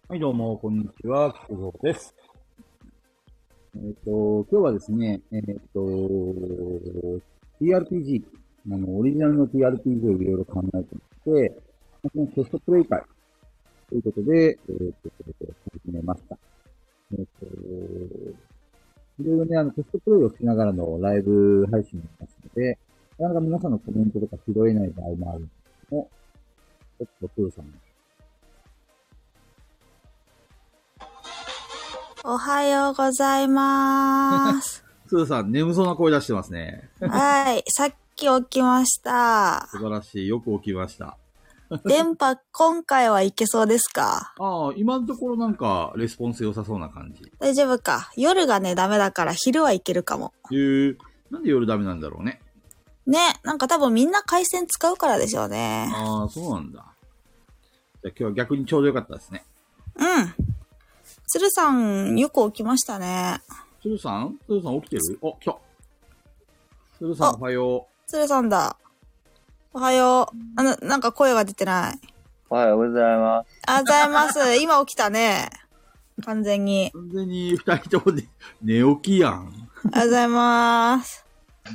はい、どうも、こんにちは、菊蔵です。今日はですね、TRPG、オリジナルの TRPG をいろいろ考えてみて、そのテストプレイ会ということで、始めました。いろいろね、テストプレイをしながらのライブ配信になりますので、なかなか皆さんのコメントとか拾えない場合もあるんですけども、ちょっとプーさんおはようございます。 スーさん、眠そうな声出してますね。 はい。さっき起きました。 素晴らしい。よく起きました。 電波、今回はいけそうですか？ ああ、今のところなんか、レスポンス良さそうな感じ。 大丈夫か。夜がね、ダメだから昼はいけるかも。 なんで夜ダメなんだろうね。 ね、なんか多分みんな回線使うからでしょうね。 ああ、そうなんだ。じゃあ今日は逆にちょうどよかったですね。 うん。鶴さん、よく起きましたね。 鶴さん起きてる？来た。鶴さんおはよう。 鶴さんだ。おはよう。なんか声が出てない。 おはようございます。 おはようございます。今起きたね。完全に。 完全に二人とも寝起きやん。 おはようございます。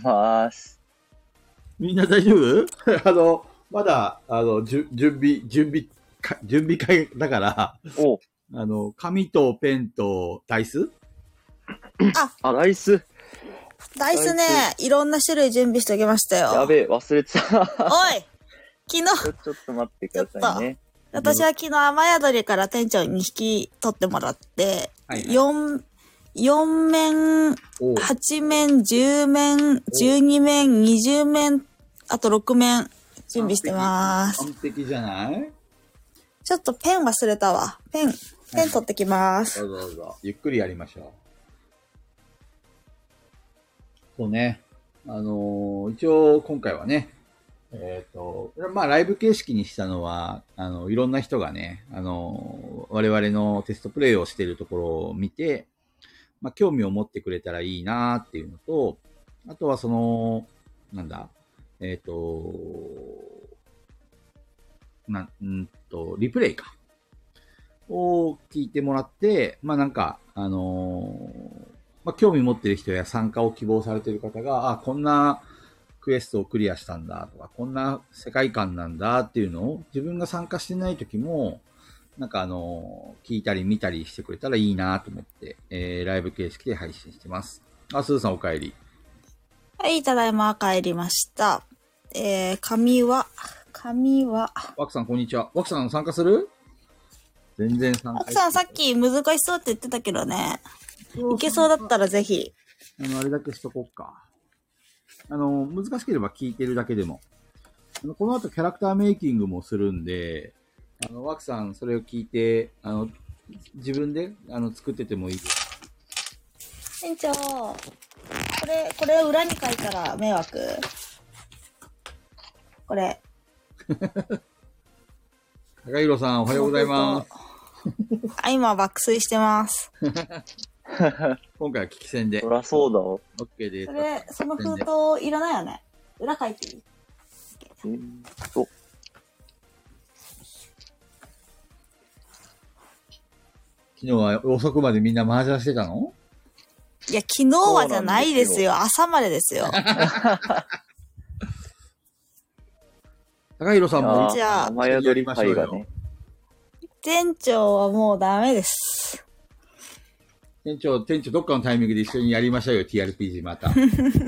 みんな大丈夫？まだ、準備会だから、紙とペンとダイス？ ダイス。 ダイスね、いろんな種類準備しておきましたよ。 やべえ、忘れてた。 おい昨日ちょっと待ってくださいね。 私は昨日雨宿りから店長に引き取ってもらって、4面、8面、10面、12面、20面、あと6面準備してます。 完璧じゃない？ ちょっとペン忘れたわ。ペン取ってきます。 どうぞ。ゆっくりやりましょう。そうね。一応今回はね、まあライブ形式にしたのは、いろんな人がね、我々のテストプレイをしているところを見て、まあ興味を持ってくれたらいいなっていうのと、あとはリプレイか。を聞いてもらって、まあなんか、まあ、興味持ってる人や参加を希望されている方が、こんなクエストをクリアしたんだとか、こんな世界観なんだっていうのを自分が参加してない時も、なんか聞いたり見たりしてくれたらいいなと思って、ライブ形式で配信してます。すずさんお帰り。 はい、ただいま帰りました。紙は。 ワクさんこんにちは。ワクさん参加する？全然参加。 ワクさんさっき難しそうって言ってたけどね。いけそうだったらぜひ。 あれだけしとこっか。難しければ聞いてるだけでも。この後キャラクターメイキングもするんで、ワクさんそれを聞いて、自分で、作っててもいいです。 店長、これ裏に書いたら迷惑？これ。 高弘さんおはようございます。 今爆睡してます。 今回は聞き戦で。 そらそうだ。 オッケーです。 その封筒いらないよね。裏書いていい？ 昨日は遅くまでみんな麻雀してたの？ いや、昨日はじゃないですよ。朝までですよ。 高弘さんもじゃあ、 雨宿り会がね。 店長はもうダメです。 店長、どっかのタイミングで一緒にやりましょうよ、TRPG また。 昨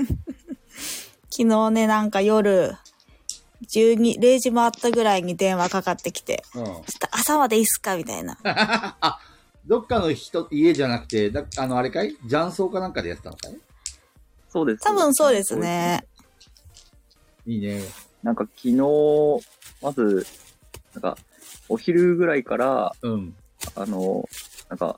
日ね、なんか夜、0時回ったぐらいに電話かかってきて、ちょっと朝までいいっすかみたいな。 どっかの家じゃなくて、あれかい？雀荘かなんかでやってたのかい？ そうです。 多分そうですね。 いいね。 なんか昨日、まず、なんか、お昼ぐらいから、なんか、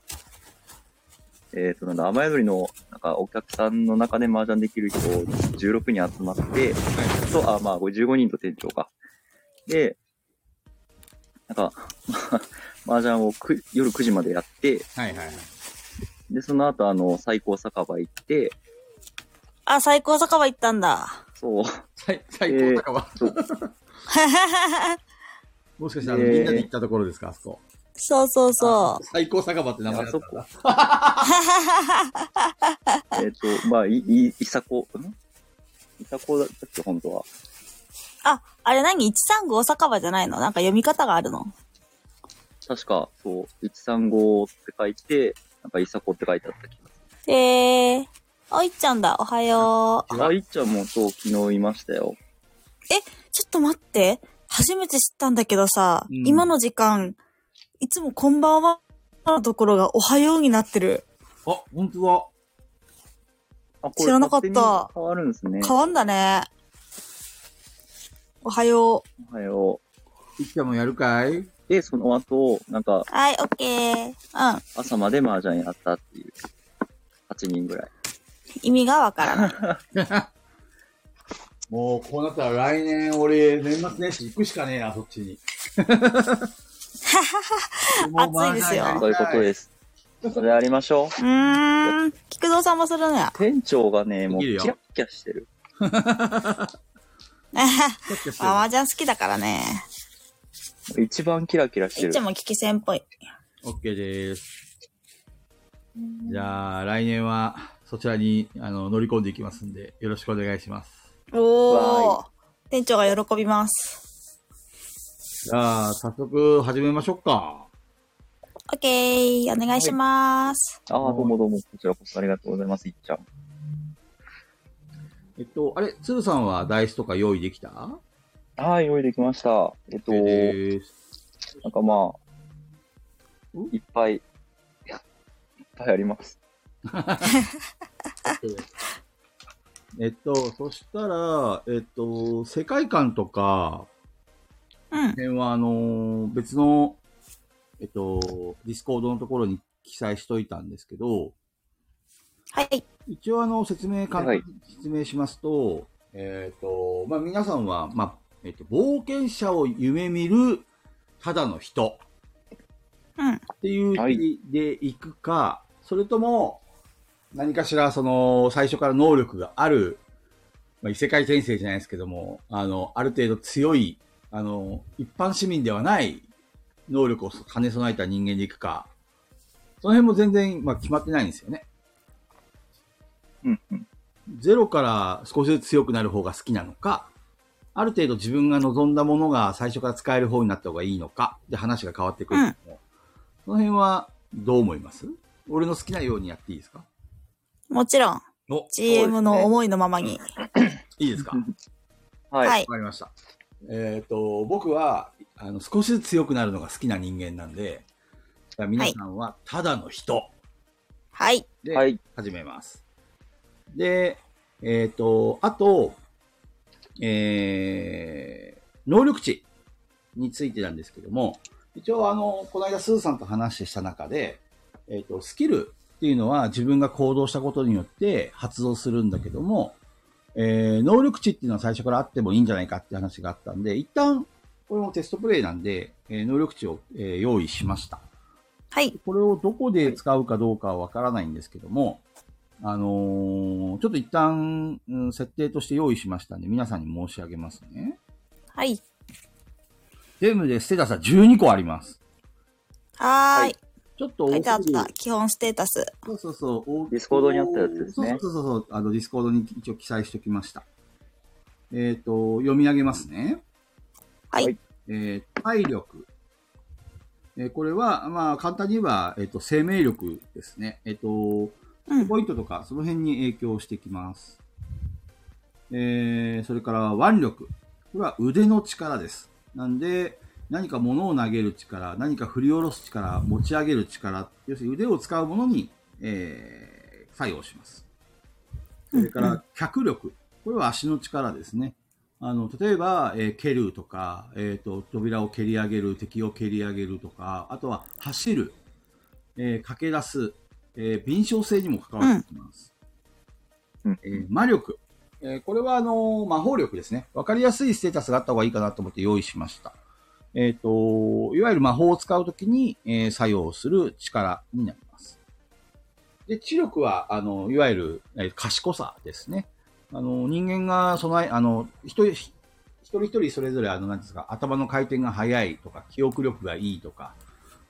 雨宿りの、なんか、お客さんの中で麻雀できる人16人集まって、これ15人と店長か。で、なんか、麻雀を夜9時までやって、で、その後、最高酒場行って、 最高酒場行ったんだ。 そう。 最高酒場。もしかしてみんなで行ったところですか、あそこ。 そうそうそう。 最高酒場って名前だったんだ。 まあ、いさこだったっけ、本当は。 あ、あれ何 ?135 酒場じゃないの？なんか読み方があるの？ 確か、そう、135って書いて、なんかいさこって書いてあった気がすおいっちゃんだ。おはよう。 る。いっちゃんもそう、昨日いましたよ。 ちょっと待って。初めて知ったんだけどさ、今の時間、いつもこんばんはのところがおはようになってる。 あ、ほんとだ。 あ、これ知らなかった。 変わるんですね。 変わんだね。おはよう。 おはよいっちゃんもやるかい？ で、その後、なんか、 はい、オッケー。 朝まで麻雀やったっていう。8人ぐらい。 意味がわからない。 もう、こうなったら来年俺、年末年始行くしかねえな、そっちに。 暑いですよ。 そういうことです。それやりましょう。 菊蔵さんもするのや。 店長がね、もうキラッキャしてる。 麻雀好きだからね。 一番キラキラしてる。 いっちゃんも聞き戦っぽい。 オッケーです。じゃあ、来年はそちらに乗り込んでいきますんで、よろしくお願いします。 おー。店長が喜びます。 じゃあ、早速始めましょうか。 オッケー。お願いします。 どうもどうも。こちらこそありがとうございます、いっちゃん。 あれ、鶴さんはダイスとか用意できた？ 用意できました。なんかまあ、いっぱいあります。 そしたら、世界観とか、辺は別の、ディスコードのところに記載しといたんですけど、 はい。 一応説明しますと、まあ、皆さんは、まあ、冒険者を夢見るただの人っていう意味で行くか、それとも何かしら最初から能力がある、まあ、異世界転生じゃないですけども、ある程度強い、一般市民ではない能力を兼ね備えた人間で行くか、その辺も全然、まあ、決まってないんですよね。ゼロから少しずつ強くなる方が好きなのか、ある程度自分が望んだものが最初から使える方になった方がいいのかで話が変わってくるんですけど、その辺はどう思います？俺の好きなようにやっていいですか？ もちろん。GM の思いのままに。 いいですか？ はい。 わかりました。僕は少しずつ強くなるのが好きな人間なんで、皆さんはただの人。 はい。 で、始めます。で、あと、能力値についてなんですけども、一応この間スーさんと話した中で、スキルっていうのは自分が行動したことによって発動するんだけども、能力値っていうのは最初からあってもいいんじゃないかって話があったんで、一旦、これもテストプレイなんで、能力値を、用意しました。 はい。 これをどこで使うかどうかはわからないんですけども、ちょっと一旦、設定として用意しましたんで、皆さんに申し上げますね。 はい。 全部でステータスは12個あります。 はい。 ちょっと書いてあった。基本ステータス。 そう。 ディスコードにあったやつですね。 そう。ディスコードに一応記載しておきました。読み上げますね。 はい。 体力。これは、まあ、簡単に言えば、生命力ですね。ポイントとか、その辺に影響してきます。それから腕力。これは腕の力です。なんで、何か物を投げる力、何か振り下ろす力、持ち上げる力、要するに腕を使うものに、作用します。それから、脚力。これは足の力ですね。例えば、蹴るとか、扉を蹴り上げる、敵を蹴り上げるとか、あとは走る、駆け出す、敏捷性にも関わってきます。魔力。これは魔法力ですね。わかりやすいステータスがあった方がいいかなと思って用意しました。いわゆる魔法を使うときに、作用する力になります。で、知力は、いわゆる、賢さですね。人間が一人一人それぞれなんですか、頭の回転が速いとか、記憶力がいいとか、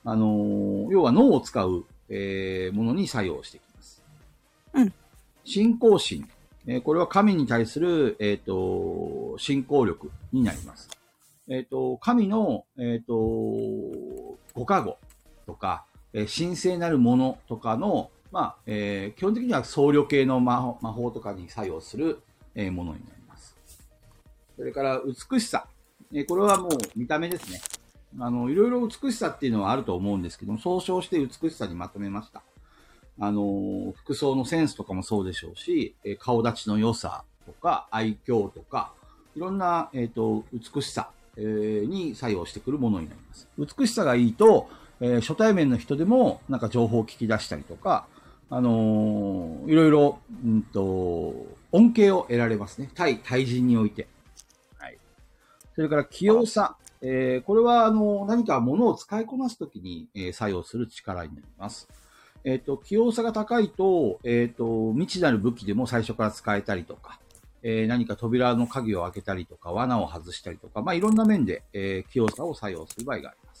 要は脳を使う、ものに作用してきます。 うん。 信仰心。これは神に対する、信仰力になります。神の、ご加護とか、神聖なるものとかの、基本的には僧侶系の魔法とかに作用する、ものになります。それから美しさ。これはもう見た目ですね。いろいろ美しさっていうのはあると思うんですけども、総称して美しさにまとめました。服装のセンスとかもそうでしょうし、顔立ちの良さとか、愛嬌とか、いろんな、美しさ、に作用してくるものになります。美しさがいいと、初対面の人でもなんか情報を聞き出したりとか、いろいろ、恩恵を得られますね。対人において。はい。それから器用さ。これは、何か物を使いこなすときに、作用する力になります。器用さが高いと、未知なる武器でも最初から使えたりとか、何か扉の鍵を開けたりとか、罠を外したりとか、いろんな面で、器用さを作用する場合があります。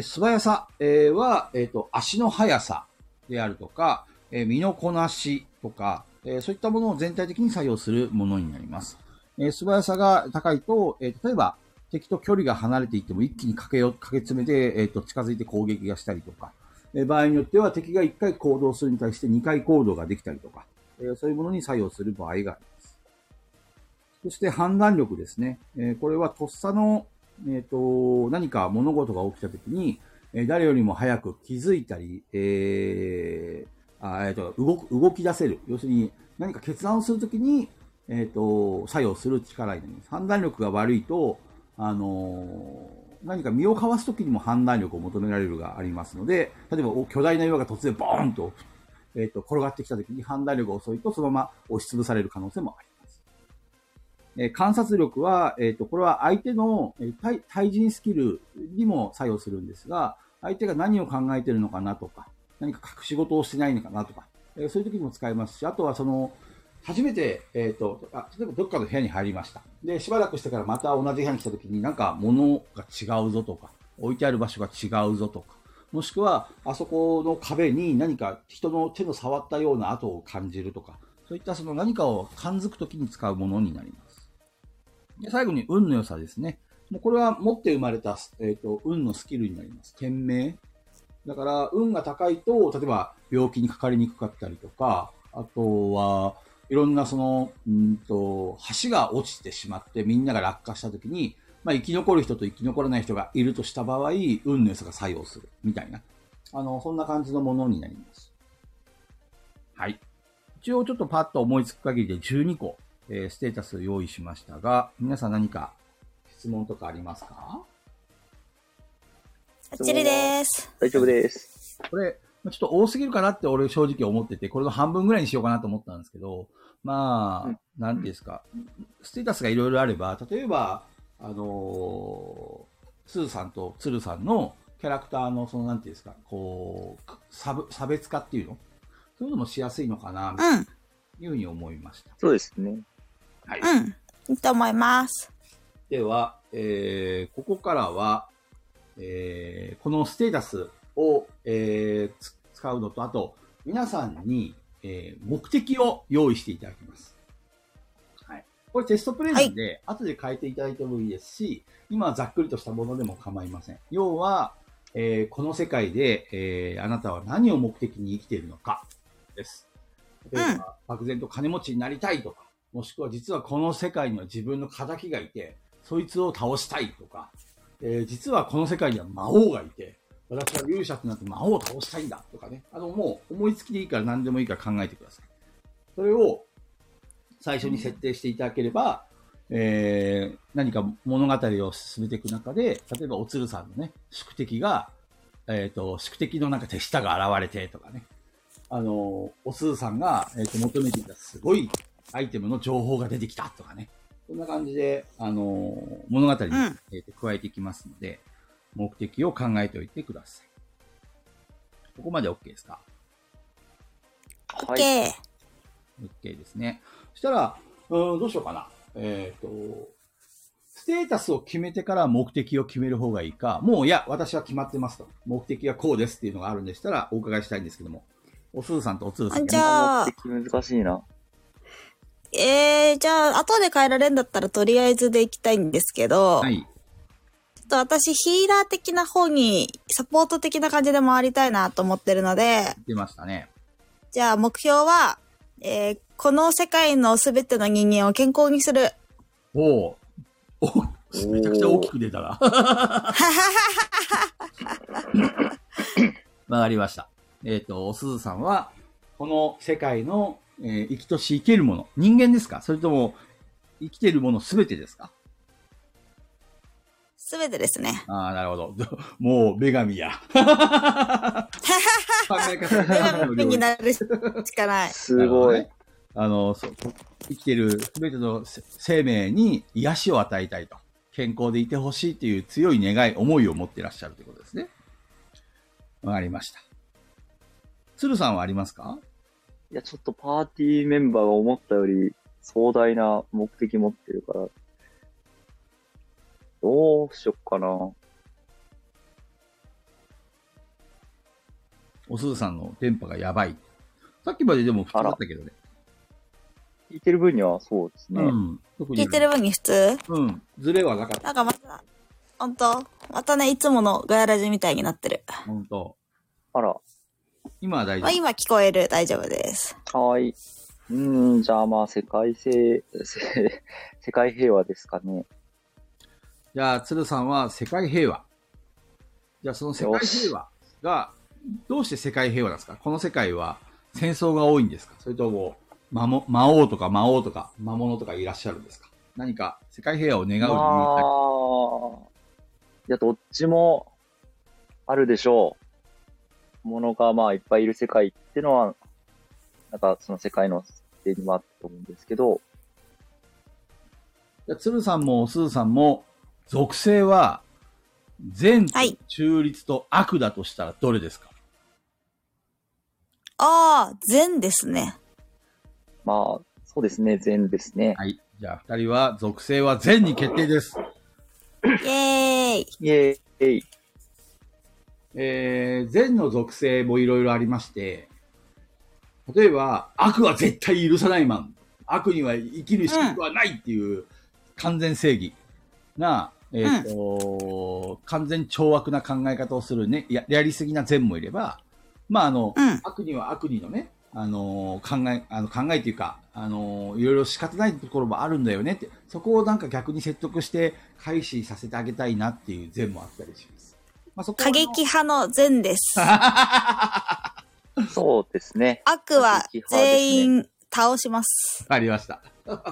素早さ、は、足の速さであるとか、身のこなしとか、そういったものを全体的に作用するものになります。素早さが高いと、例えば、敵と距離が離れていても一気に駆け詰めて、近づいて攻撃がしたりとか、場合によっては敵が1回行動するに対して2回行動ができたりとか、そういうものに作用する場合があります。そして判断力ですね。これはとっさの、何か物事が起きたときに、誰よりも早く気づいたり、動き出せる。要するに何か決断をするときに、作用する力になります。判断力が悪いと、何か身をかわすときにも判断力を求められるがありますので、例えば巨大な岩が突然ボーンと、転がってきたときに判断力が遅いとそのまま押しつぶされる可能性もあります。観察力は、これは相手の対人スキルにも作用するんですが、相手が何を考えているのかなとか、何か隠し事をしてないのかなとか、そういう時にも使えますし、あとは初めて、例えばどっかの部屋に入りました。で、しばらくしてからまた同じ部屋に来た時になんか物が違うぞとか、置いてある場所が違うぞとか、もしくはあそこの壁に何か人の手の触ったような跡を感じるとか、そういった何かを感づく時に使うものになります。で、最後に運の良さですね。これは持って生まれた、運のスキルになります。天命。だから、運が高いと、例えば病気にかかりにくかったりとか、あとは、いろんな橋が落ちてしまってみんなが落下したときに、生き残る人と生き残らない人がいるとした場合、運の良さが作用するみたいな、そんな感じのものになります。はい。一応ちょっとパッと思いつく限りで12個、ステータスを用意しましたが、皆さん何か質問とかありますか？ バッチリです。 大丈夫です。 これ、ちょっと多すぎるかなって俺正直思ってて、これの半分ぐらいにしようかなと思ったんですけど、なんていうんですか、ステータスがいろいろあれば、例えば、スーさんとツルさんのキャラクターのなんていうんですか、差別化っていうの？そういうのもしやすいのかな、というふうに思いました。 そうですね。 はい。 いいと思います。 では、ここからは、このステータスを、使うのと、あと、皆さんに、目的を用意していただきます。はい。これテストプレイなんで、後で変えていただいてもいいですし、今はざっくりとしたものでも構いません。要は、この世界で、あなたは何を目的に生きているのか、です。例えば、漠然と金持ちになりたいとか、もしくは実はこの世界には自分の仇がいて、そいつを倒したいとか、実はこの世界には魔王がいて、私は勇者となって魔王を倒したいんだとかね。もう思いつきでいいから何でもいいから考えてください。それを最初に設定していただければ、何か物語を進めていく中で、例えばおつるさんのね、宿敵が、宿敵のなんか手下が現れてとかね。おすずさんが、求めていたすごいアイテムの情報が出てきたとかね。こんな感じで、物語に、加えていきますので、目的を考えておいてください。ここまで OK ですか？ OK。 OK ですね。そしたら、どうしようかな。 ステータスを決めてから目的を決める方がいいか、もういや、私は決まってますと。目的はこうですっていうのがあるんでしたらお伺いしたいんですけども。おすずさんとおつるさん。 じゃあ、 目的難しいな。 じゃあ、後で変えられるんだったらとりあえずで行きたいんですけど、 はい。 ちょっと私ヒーラー的な方にサポート的な感じで回りたいなと思ってるので、 出ましたね。 じゃあ目標は、この世界のすべての人間を健康にする。 おめちゃくちゃ大きく出たな。わかりました。おすずさんは、この世界の、生きとし生けるもの、人間ですか？それとも、生きてるものすべてですか？ すべてですね。 ああ、なるほど。もう、女神や。考え方女神になるしかない。 すごい。 ね、生きてるすべての生命に癒しを与えたいと。健康でいてほしいという強い願い、思いを持っていらっしゃるということですね。わかりました。鶴さんはありますか？ いや、ちょっとパーティーメンバーが思ったより壮大な目的持ってるから、どうしよっかな。 おすずさんの電波がやばい。さっきまででも普通だったけどね。 聞いてる分にはそうですね。 うん。特に聞いてる分に普通？ うん。ズレはなかった。 なんかまた、またね、いつものガヤラジみたいになってる。 ほんと。 あら。 今は大丈夫。 今聞こえる。大丈夫です。 はい。じゃあまあ、世界平和ですかね。 じゃあ、鶴さんは世界平和。じゃあ、その世界平和が、どうして世界平和なんですか？この世界は戦争が多いんですか？それとも、魔王とか魔王とか魔物とかいらっしゃるんですか？何か世界平和を願う理由いや、どっちもあるでしょう。ものがまあいっぱいいる世界ってのは、なんかその世界の定義もあったと思うんですけど。 じゃあ、鶴さんもおすずさんも、属性は善と中立と悪だとしたらどれですか？ 善ですね。 まあ、そうですね、善ですね。 はい。じゃあ、二人は、属性は善に決定です。 イェーイ。 イェーイ。 善の属性もいろいろありまして、例えば、悪は絶対許さないマン。悪には生きる資格はないっていう完全正義な、完全懲悪な考え方をするね、やりすぎな善もいれば、まあ、悪には悪にのね、考えというか、いろいろ仕方ないところもあるんだよねって、そこをなんか逆に説得して回避させてあげたいなっていう善もあったりします。まあ、そこ過激派の善です。 そうですね。 悪は全員倒します。 ありました。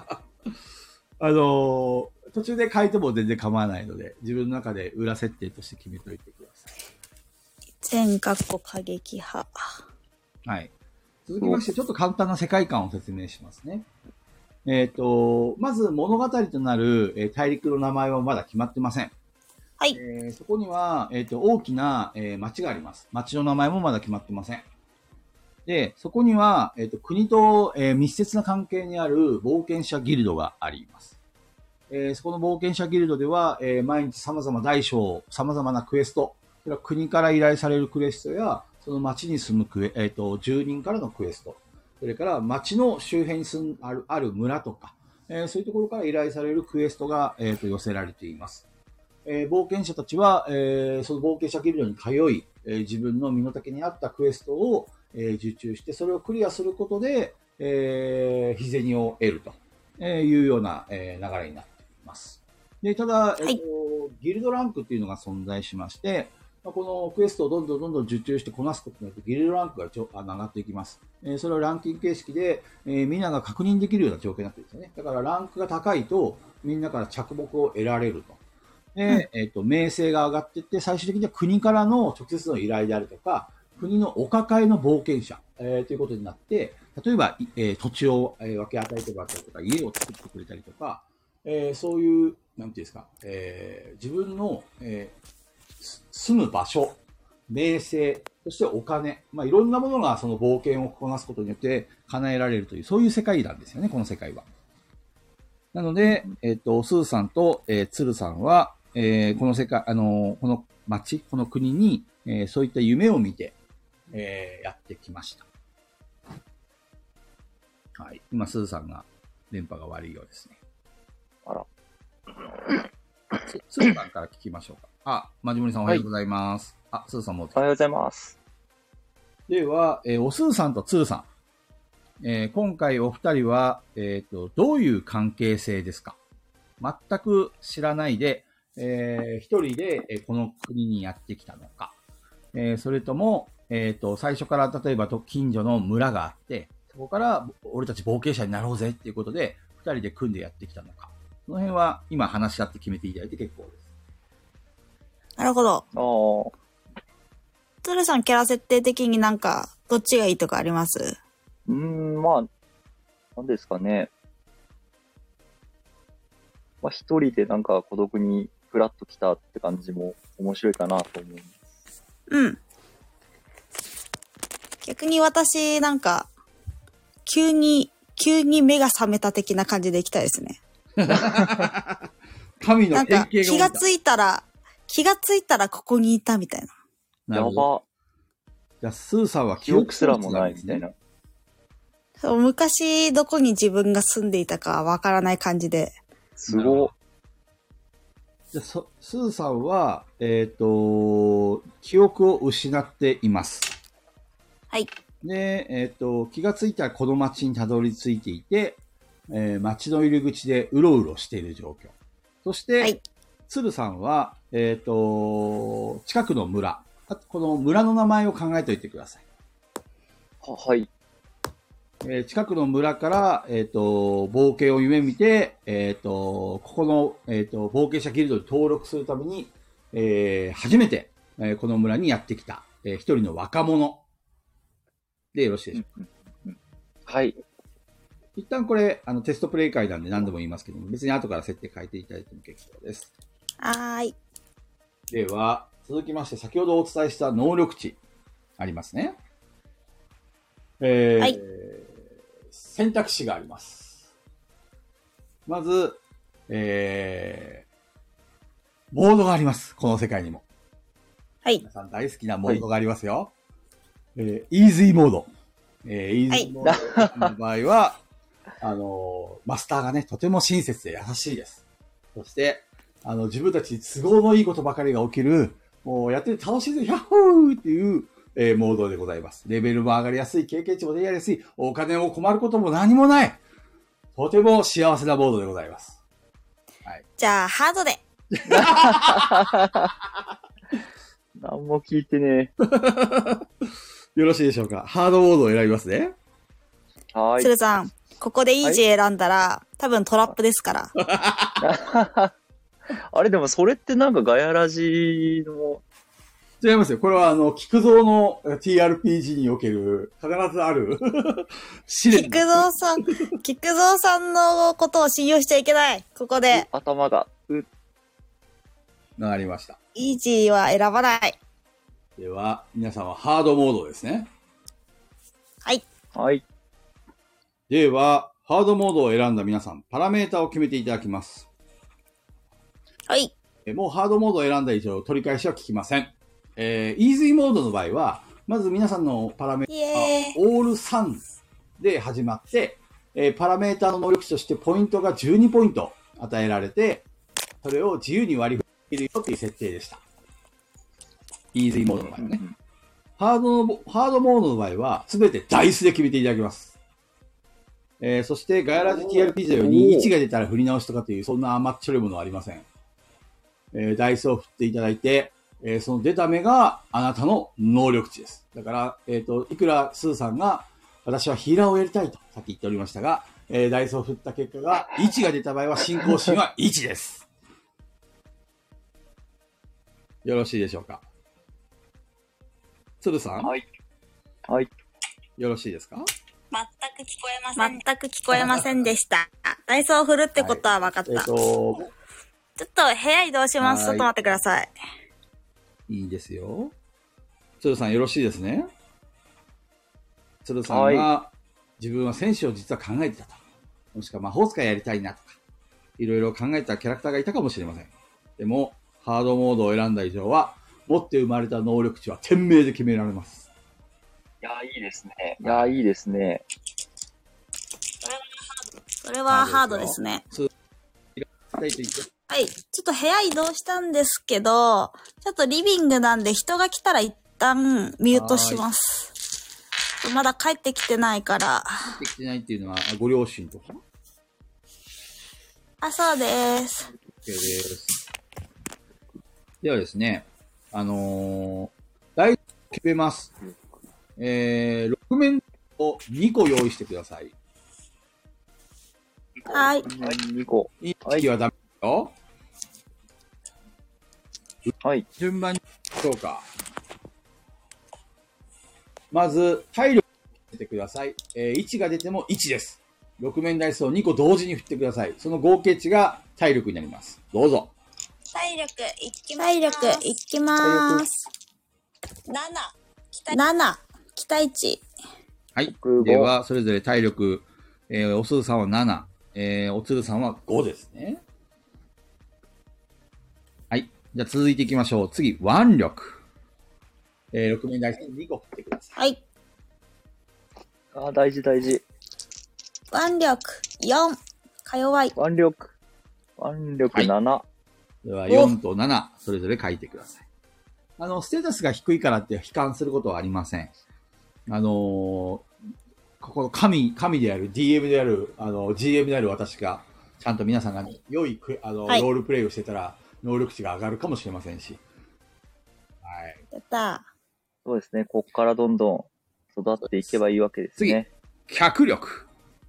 途中で変えても全然構わないので、自分の中で裏設定として決めておいてください。 善過激派。 はい。続きまして、ちょっと簡単な世界観を説明しますね。まず物語となる、大陸の名前はまだ決まってません。 はい。 そこには、大きな、町があります。町の名前もまだ決まってません。で、そこには、国と、密接な関係にある冒険者ギルドがあります。そこの冒険者ギルドでは、毎日様々なクエスト、それは国から依頼されるクエストや、その町に住む住人からのクエスト、それから町の周辺にある村とか、そういうところから依頼されるクエストが、寄せられています。冒険者たちは、その冒険者ギルドに通い、自分の身の丈に合ったクエストを、受注して、それをクリアすることで、日銭を得るというような、流れになっています。で、ただ、ギルドランクっていうのが存在しまして、このクエストをどんどん受注してこなすことによってギルドランクが上がっていきます。それをランキング形式で、みんなが確認できるような状況になっているんですよね。だからランクが高いとみんなから着目を得られると。で、名声が上がっていって、最終的には国からの直接の依頼であるとか、国のお抱えの冒険者、ということになって、例えば、土地を、分け与えてもらったりとか、家を作ってくれたりとか、そういう、なんていうんですか、自分の、住む場所、名声、そしてお金、まあ、いろんなものがその冒険をこなすことによって叶えられるという、そういう世界なんですよね、この世界は。 なので、スーさんと、鶴さんは、この世界、この町、この国に、そういった夢を見て、やってきました。はい。今、スーさんが、電波が悪いようですね。 あら。 スーさんから聞きましょうか。あ、マジモリさんおはようございます。はい、あ、スーさんも。 おはようございます。 では、おスーさんとツーさん。今回お二人は、どういう関係性ですか？全く知らないで、一人で、この国にやってきたのか。それとも、最初から例えば近所の村があって、そこから俺たち冒険者になろうぜっていうことで、二人で組んでやってきたのか。その辺は今話し合って決めていただいて結構です。 なるほど。鶴さんキャラ設定的になんか、どっちがいいとかあります？ まあ、なんですかね。まあ一人でなんか孤独にフラッと来たって感じも面白いかなと思います。 うん。逆に私なんか、急に目が覚めた的な感じで行きたいですね。 神の典型が気がついたらここにいたみたいな。やば。 じゃあ、スーさんは記憶すらもないみたいな。 そう、昔どこに自分が住んでいたかわからない感じで。 すごっ。 じゃあ、スーさんは、記憶を失っています。 はい。 で、気がついたらこの町にたどり着いていて、町の入り口でうろうろしている状況。そして、はい、鶴さんは、近くの村。この村の名前を考えておいてください。 はい。 近くの村から、冒険を夢見て、ここの、冒険者ギルドに登録するために、初めて、この村にやってきた、一人の若者でよろしいでしょうか。 はい。 一旦これ、テストプレイ会なんで何度も言いますけども、別に後から設定変えていただいても結構です。 はーい。 では、続きまして、先ほどお伝えした能力値、ありますね。はい。選択肢があります。まず、モードがあります。この世界にも。 はい。 皆さん大好きなモードがありますよ。はい、イージーモード。イージーモードの場合は、マスターがね、とても親切で優しいです。そして、自分たちに都合のいいことばかりが起きる、もうやってて楽しいぜ、ヤッホーっていう、モードでございます。レベルも上がりやすい、経験値も出やすい、お金を困ることも何もない。とても幸せなモードでございます。 はい。じゃあ、ハードで。 何も聞いてねよろしいでしょうか。ハードモードを選びますね。 はい。 鶴さん、ここでイージー選んだら、はい、多分トラップですから。 あれでもそれってなんかガヤラジの。 違いますよ。これは菊蔵の TRPG における必ずある試練。 菊蔵さんのことを信用しちゃいけない。ここで。 頭が。 なりました。 イージーは選ばない。 では、皆さんはハードモードですね。 はい。 はい。 では、ハードモードを選んだ皆さん、パラメータを決めていただきます。 はい。 もうハードモードを選んだ以上、取り返しは効きません。イージーモードの場合は、まず皆さんのパラメータはオール3で始まって、パラメータの能力値としてポイントが12ポイント与えられて、それを自由に割り振るよという設定でした。イージーモードの場合はね。ハードモードの場合は、すべてダイスで決めていただきます。そして、ガヤラジ TRPG のように1が出たら振り直しとかという、そんな甘っちょろいものはありません。ダイスを振っていただいて、その出た目があなたの能力値です。だから、いくらスーさんが、私はヒーラーをやりたいと、さっき言っておりましたが、ダイスを振った結果が、1が出た場合は進行心は1です。よろしいでしょうか。鶴さん？ はい。はい。 よろしいですか？ 全く聞こえませんでした。ダイスを振るってことは分かった。ちょっと部屋移動します。ちょっと待ってください。 いいですよ。鶴さんよろしいですね。鶴さんが、自分は戦士を実は考えてたと。もしくは魔法使いやりたいなとか、 いろいろ考えたキャラクターがいたかもしれません。でも、ハードモードを選んだ以上は、持って生まれた能力値は天命で決められます。 いや、いいですね。いや、いいですね。 それはハードですね。はい。ちょっと部屋移動したんですけど、ちょっとリビングなんで人が来たら一旦ミュートします。まだ帰ってきてないから。 帰ってきてないっていうのは、ご両親とか？ そうです。 OK です。ではですね、大決めます。6面を2個用意してください。 はい。 2個。 いい時はダメだよ。 はい。 順番にどうか。まず、体力を振ってください。1が出ても1です。6面ダイスを2個同時に振ってください。その合計値が体力になります。どうぞ。 体力いきます。7。期待値。 はい。では、それぞれ体力、おすずさんは7、おつるさんは5ですね。はい。じゃあ続いていきましょう。次、腕力。6面ダイスに2個振ってください。 はい。大事。 腕力4。か弱い。 腕力7。 はい、では、4と7、それぞれ書いてください。ステータスが低いからって悲観することはありません。ここの神である、DM である、GM である私が、ちゃんと皆さんが良い、ロールプレイをしてたら、能力値が上がるかもしれませんし。はい。 やった。 そうですね。こっからどんどん育っていけばいいわけですね。 次、脚力。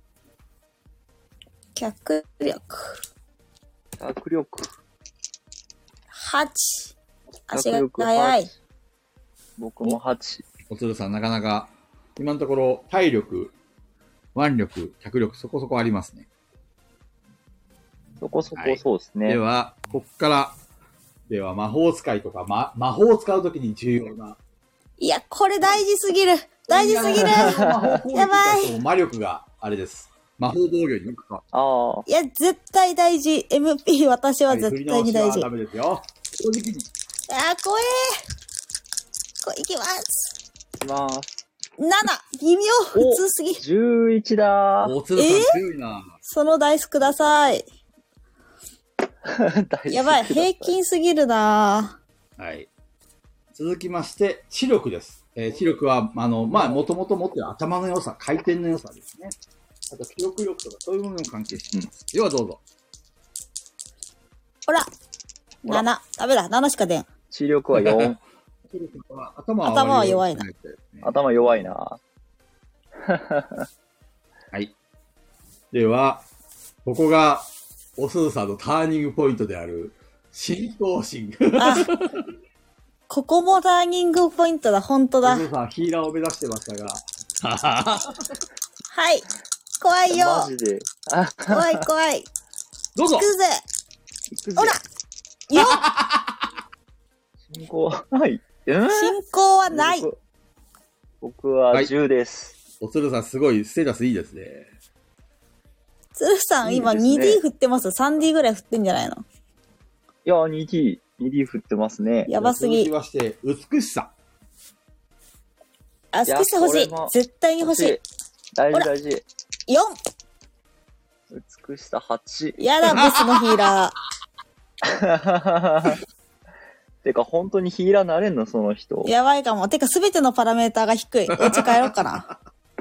脚力。8。足が速い。 僕も8。 おつるさん、なかなか、今のところ、体力、腕力、脚力、そこそこありますね。 そこそこそうですね。 では、こっから、では魔法使いとか、魔法を使うときに重要な。 いや、これ大事すぎる。やばい。 魔力があれです。魔法防御によくかかる。いや、絶対大事。MP、私は絶対に大事。 ダメですよ。正直に。 怖え。いきます。7。微妙。普通すぎ。 11だ。 おつるさん強いな。 そのダイスください。やばい、平均すぎるな。 はい。続きまして、知力です。知力は、もともと持っている頭の良さ、回転の良さですね。あと、記憶力とか、そういうものにも関係しています。では、どうぞ。 ほら。7。ダメだ、7しか出ん。 知力は4。 頭は弱いな。 頭弱いな。 はい。では、ここが、おすずさんのターニングポイントである、信仰心。 ここもターニングポイントだ、本当だ。 おすずさん、ヒーラーを目指してましたが。 はい。怖いよ。 マジで。 怖い。 どうぞ。 行くぜ。ほら。よっ。 信仰、はい。 信仰はない。 僕は10です。 おつるさん、すごいステータスいいですね。 つるさん、今 2D 振ってます。3D ぐらい振ってんじゃないの？ いや、2D 振ってますね。 やばすぎ。 続きまして、美しさ。 美しさ欲しい。絶対に欲しい。 大事。 4。 美しさ8。 やだ、ブスのヒーラー。てか、本当にヒーラーなれんの、その人。 やばいかも。てか、すべてのパラメーターが低い。お家帰ろうかな。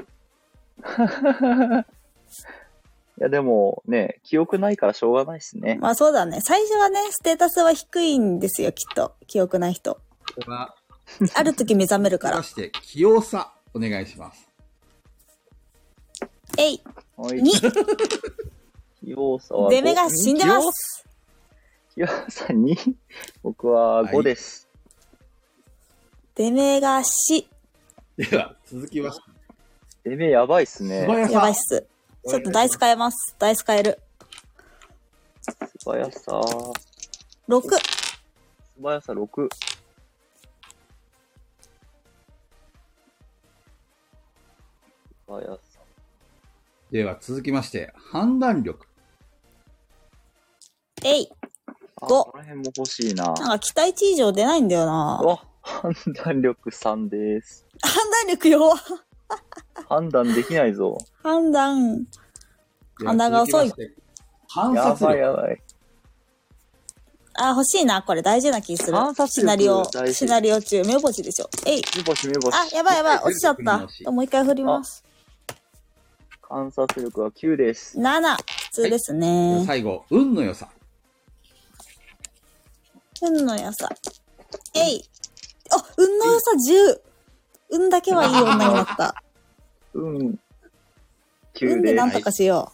いや、でもね、記憶ないからしょうがないっすね。 まあそうだね。最初はね、ステータスは低いんですよ、きっと。記憶ない人。ある時目覚めるから。 そして、器用さ、お願いします。 2。 器用さは5。 出目が死んでます。 器用さ2。僕は5です。 出目が4。 では、続きまして。 出目やばいっすね。 やばいっす。ちょっとダイス変えます。ダイス変える。 素早さ。 6。素早さ6。 では続きまして、判断力。 えい。 あ、 5 この辺も欲しいな。 なんか期待値以上出ないんだよな。 お、判断力3です。 判断力弱。 判断できないぞ。 判断が遅い。 観や察力。 ばいやばい。 あ、欲しいな。これ大事な気する。 観察力シナリオ大事中、目星でしょ。えい。 目星目星。 あ、やばい。落ちちゃった。もう一回振ります。 観察力は9です。 7。普通ですね。 最後、運の良さ。 運の良さ。えい。あ、運の良さ10。運だけはいい女になった。 運、 運 9で。 でなんとかしよ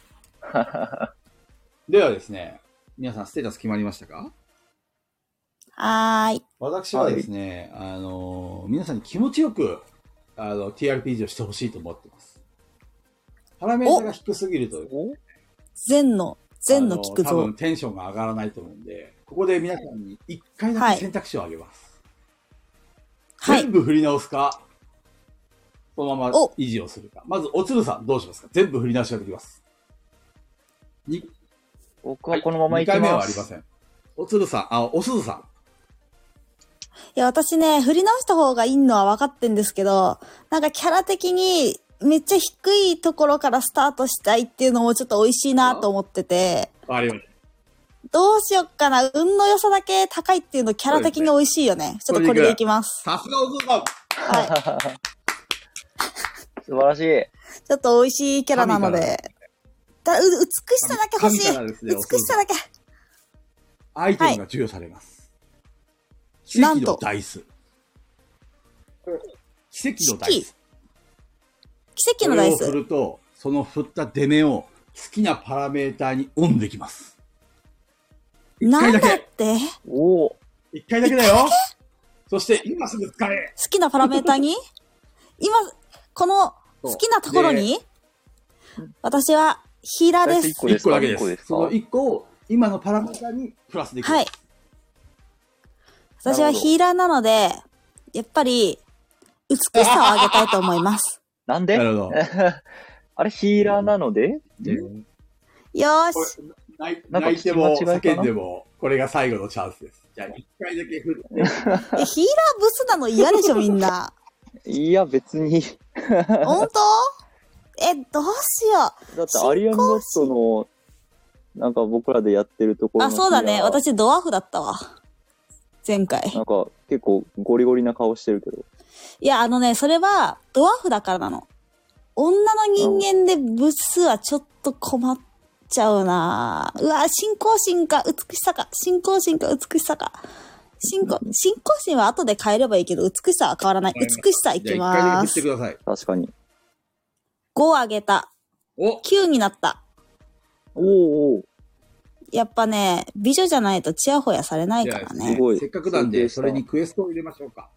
ではですね、皆さんステータス決まりましたか？ はーい。 私はですね、皆さんに気持ちよく、TRPG をしてほしいと思ってます。パラメータが低すぎると、 善の聞くぞ。 多分。テンションが上がらないと思うんで、ここで皆さんに1回だけ選択肢をあげます。 はい。 全部振り直すか、そのまま維持をするか。まず、おつるさんどうしますか？全部振り直しができます。 僕はこのまま行きます。 2回目はありません。おつるさん、おすずさん。 いや、私ね、振り直した方がいいのは分かってんですけど、なんかキャラ的にめっちゃ低いところからスタートしたいっていうのもちょっと美味しいなと思ってて、 あります。 どうしよっかな。運の良さだけ高いっていうのキャラ的に美味しいよね。ちょっとこれでいきます。 さすがおつるさん。 はい。 素晴らしい。 ちょっと美味しいキャラなので。美しさだけ欲しい。美しさだけ。 アイテムが授与されます。奇跡のダイス。奇跡のダイス。 奇跡のダイス。 これを振ると、その振った出目を好きなパラメーターにオンできます。 なんだっておお。 1回だけだよ。そして今すぐ使え。 好きなパラメーターに今、この好きなところに私はヒーラーです。 1個だけです。その1個を今のパラメータにプラスできる。 はい。私はヒーラーなので、やっぱり、美しさを上げたいと思います。 なんで？ なるほど。 あれヒーラーなので？ よーし。 泣いても叫んでも、これが最後のチャンスです。じゃあ1回だけ振って。 ヒーラーブスなの嫌でしょ、みんな。 いや、別に。 本当？どうしよう。だってアリアンゴットの、なんか僕らでやってるところの。 あ、そうだね。私ドワーフだったわ。前回。 なんか結構ゴリゴリな顔してるけど。 いや、それはドワーフだからなの。女の人間でブスはちょっと困っちゃうな。うわ、信仰心か美しさか。信仰心か美しさか。信仰心は後で変えればいいけど、美しさは変わらない。美しさいきまーす。 1回だけ振ってください。 確かに。 5上げた。9になった。 おお。 やっぱね、美女じゃないとチヤホヤされないからね。 すごい。 せっかくなんで、それにクエストを入れましょうか。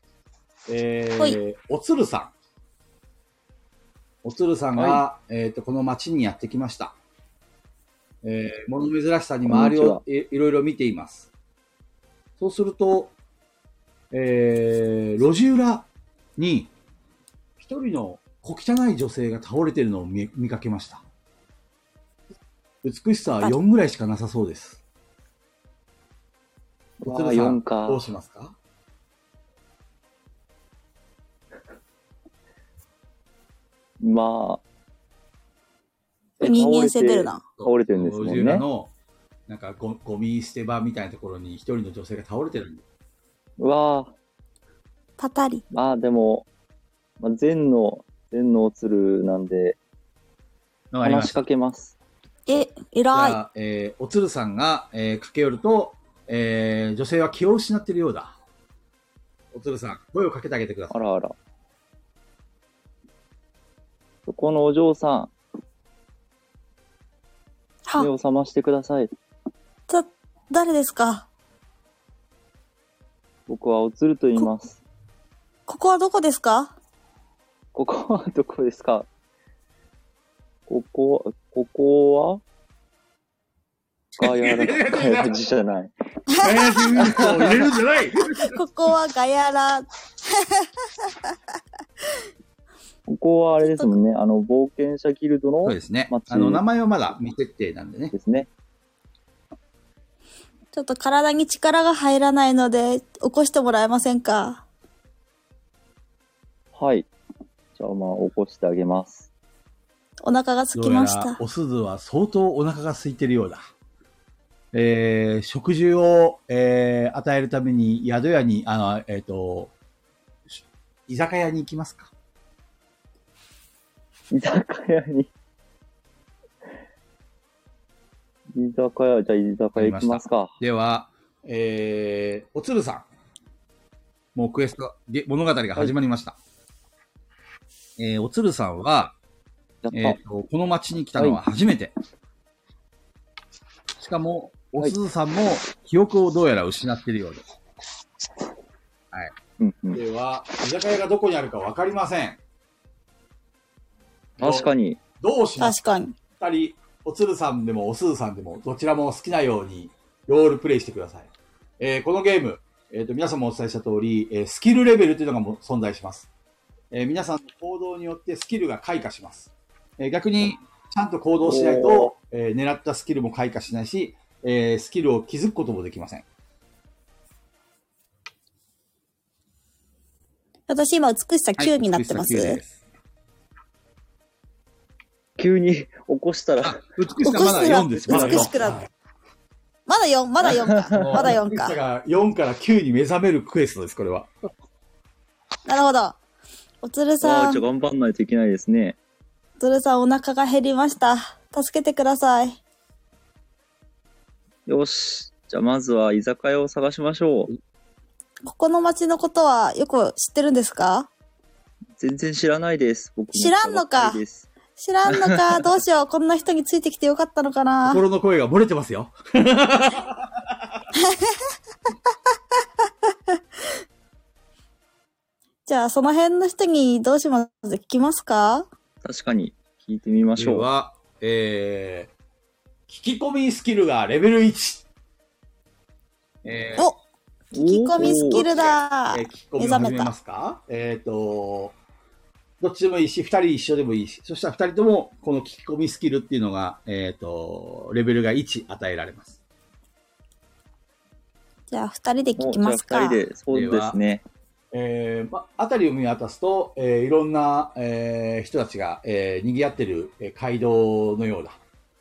おつるさん。おつるさんが、この町にやってきました。物珍しさに周りをいろいろ見ています。そうすると、路地裏に一人の小汚い女性が倒れているのを見かけました。美しさは4ぐらいしかなさそうです。おつるさん、どうしますか？ まあ。 人間性出るな。 倒れてるんですもんね。 路地裏の、なんかゴミ捨て場みたいなところに一人の女性が倒れてるんです。 うわぁ。 パタリ。 まあでも、善のおつるなんで、話しかけます。 偉い。じゃあ、 おつるさんが、駆け寄ると、女性は気を失っているようだ。おつるさん、声をかけてあげてください。 あらあら。そこのお嬢さん、目を覚ましてください。 誰ですか？ 僕はおつると言います。 ここはどこですか？ ここはどこですか？ここはガヤラジじゃない。 ガヤラジウィンクを入れるんじゃないここはガヤラ。 ここはあれですもんね。冒険者ギルドの。 そうですね。名前はまだ未設定なんでね。 ですね。 ちょっと体に力が入らないので、起こしてもらえませんか？ はい。じゃあまあ、起こしてあげます。 お腹が空きました。 おすずは相当お腹が空いてるようだ。食事を、与えるために宿屋に、居酒屋に行きますか？ 居酒屋に。居酒屋、じゃあ居酒屋行きますか。 では、おつるさん。もうクエスト、物語が始まりました。はい、おつるさんは、この町に来たのは初めて。はい、しかも、おすずさんも記憶をどうやら失っているようです。はい。では、居酒屋がどこにあるかわかりません。 確かに。 どうしますか？ 確かに。 二人、おつるさんでもおすずさんでも、どちらも好きなようにロールプレイしてください。このゲーム、皆さんもお伝えした通り、スキルレベルというのが存在します。皆さんの行動によってスキルが開花します。逆に、ちゃんと行動しないと、狙ったスキルも開花しないし、スキルを築くこともできません。 私今美しさ9になってます。はい、 急に起こしたら。 美しさまだ4です。 美しくなって。まだ4か。まだ4か。 美しさが4から9に目覚めるクエストです、これは。 なるほど。おつるさん。 頑張んないといけないですね。 おつるさんお腹が減りました。助けてください。 よし。じゃあまずは居酒屋を探しましょう。 ここの町のことはよく知ってるんですか？ 全然知らないです。僕知らんのか。知らんのか。どうしよう。こんな人についてきてよかったのかな。 心の声が漏れてますよ。 じゃあその辺の人にどうします？聞きますか？ 確かに。聞いてみましょう。 では、聞き込みスキルがレベル1。 聞き込みスキルだ。 聞き込みを始めますか？どっちでもいいし、2人一緒でもいいし、そしたら2人ともこの聞き込みスキルっていうのが、レベルが1与えられます。 じゃあ2人で聞きますか。 じゃあ2人で、そうですね。 あたりを見渡すと、いろんな、人たちが、賑わってる街道のようだ。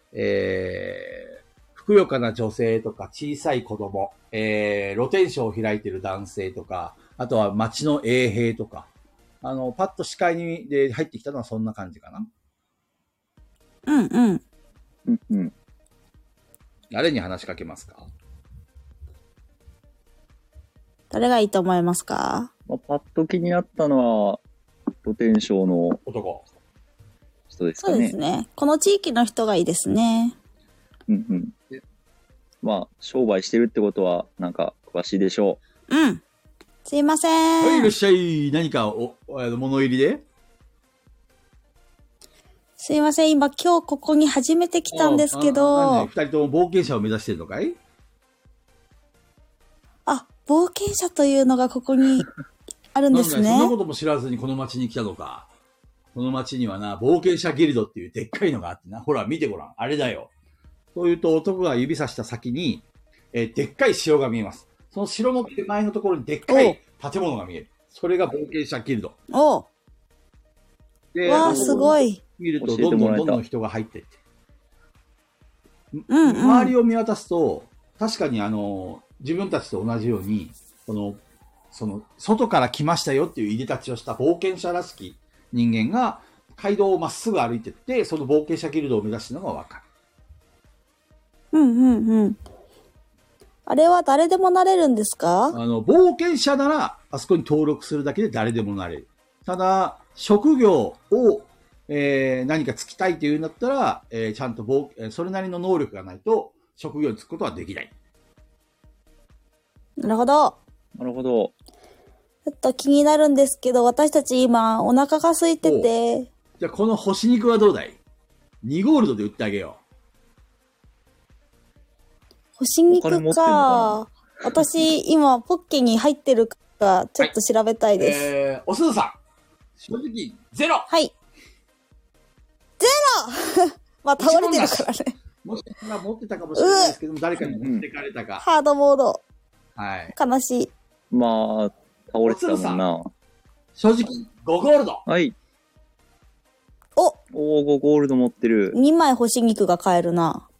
ふくよかな女性とか小さい子供、露天商を開いてる男性とか、あとは街の衛兵とか、パッと視界にで入ってきたのはそんな感じかな。 うんうん。 うんうん。 誰に話しかけますか？ 誰がいいと思いますか？ パッと気になったのは、露天商の人ですかね。 そうですね。この地域の人がいいですね。 うんうん。商売してるってことは、なんか、詳しいでしょう。うん。すいません。 はい、いらっしゃい。何か物入りで？ すいません。今日ここに初めて来たんですけど。 二人とも冒険者を目指してるのかい？ 冒険者というのがここにあるんですね。 そんなことも知らずにこの町に来たのか。この町にはな、冒険者ギルドっていうでっかいのがあってな。ほら、見てごらん。あれだよ。そういうと男が指さした先に、でっかい城が見えます。その城の手前のところにでっかい建物が見える。それが冒険者ギルド。で、 わあ、すごい。 見るとどんどん人が入っていって。 うんうん、 周りを見渡すと、確かに自分たちと同じように、外から来ましたよっていう入り立ちをした冒険者らしき人間が街道をまっすぐ歩いていって、その冒険者ギルドを目指しているのがわかうる。 んうんうん。あれは誰でもなれるんですか？ 冒険者なら、あそこに登録するだけで誰でもなれる。ただ、職業を、何かつきたいというんだったら、ちゃんとそれなりの能力がないと、職業に就くことはできない。 なるほど。 なるほど。 ちょっと気になるんですけど、私たち今お腹が空いてて。 じゃあこの干し肉はどうだい？ 2 ゴールドで売ってあげよう。干し肉か。私今ポッケに入ってるかちょっと調べたいです。 おすずさん。正直ゼロ。 はい。ゼロまあ倒れてるからね。 もしかしたら持ってたかもしれないですけども、誰かに持ってかれたか。 ハードモード。 はい。 悲しい。 まあ、倒れてたもんな。 正直、5ゴールド。 はい。 お 5ゴールド持ってる。 2枚干し肉が買えるな。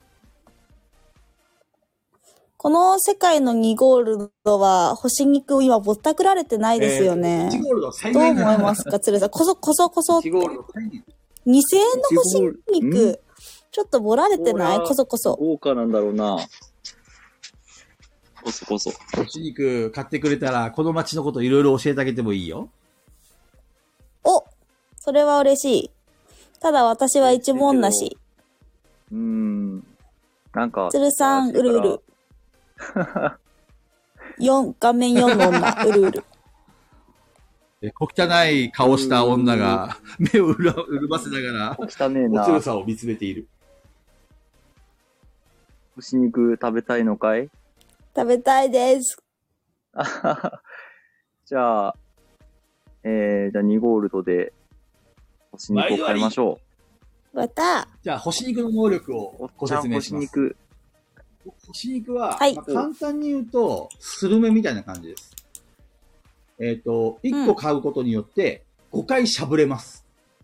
この世界の2ゴールドは、干し肉を今ぼったくられてないですよね。 1ゴールド最どう思いますか、鶴さん。こそって。 1ゴールド最 2000円の干し肉、ちょっと盛られてないこそ。 豪華なんだろうな。こそ。 干し肉買ってくれたら、この街のこといろいろ教えてあげてもいいよ。 お、それは嬉しい。ただ私は一文なし。 なんか。 鶴さん、うるうる。画面4の女、うるうる。 小汚い顔した女が目を潤ませながら、 汚ねえな。 お強さを見つめている。 干し肉食べたいのかい？ 食べたいです。 じゃあ2ゴールドで干し肉を買いましょう。また。 じゃあ、干し肉の能力をご説明します。干し肉は、 はい、 簡単に言うと、スルメみたいな感じです。1個買うことによって5回しゃぶれます。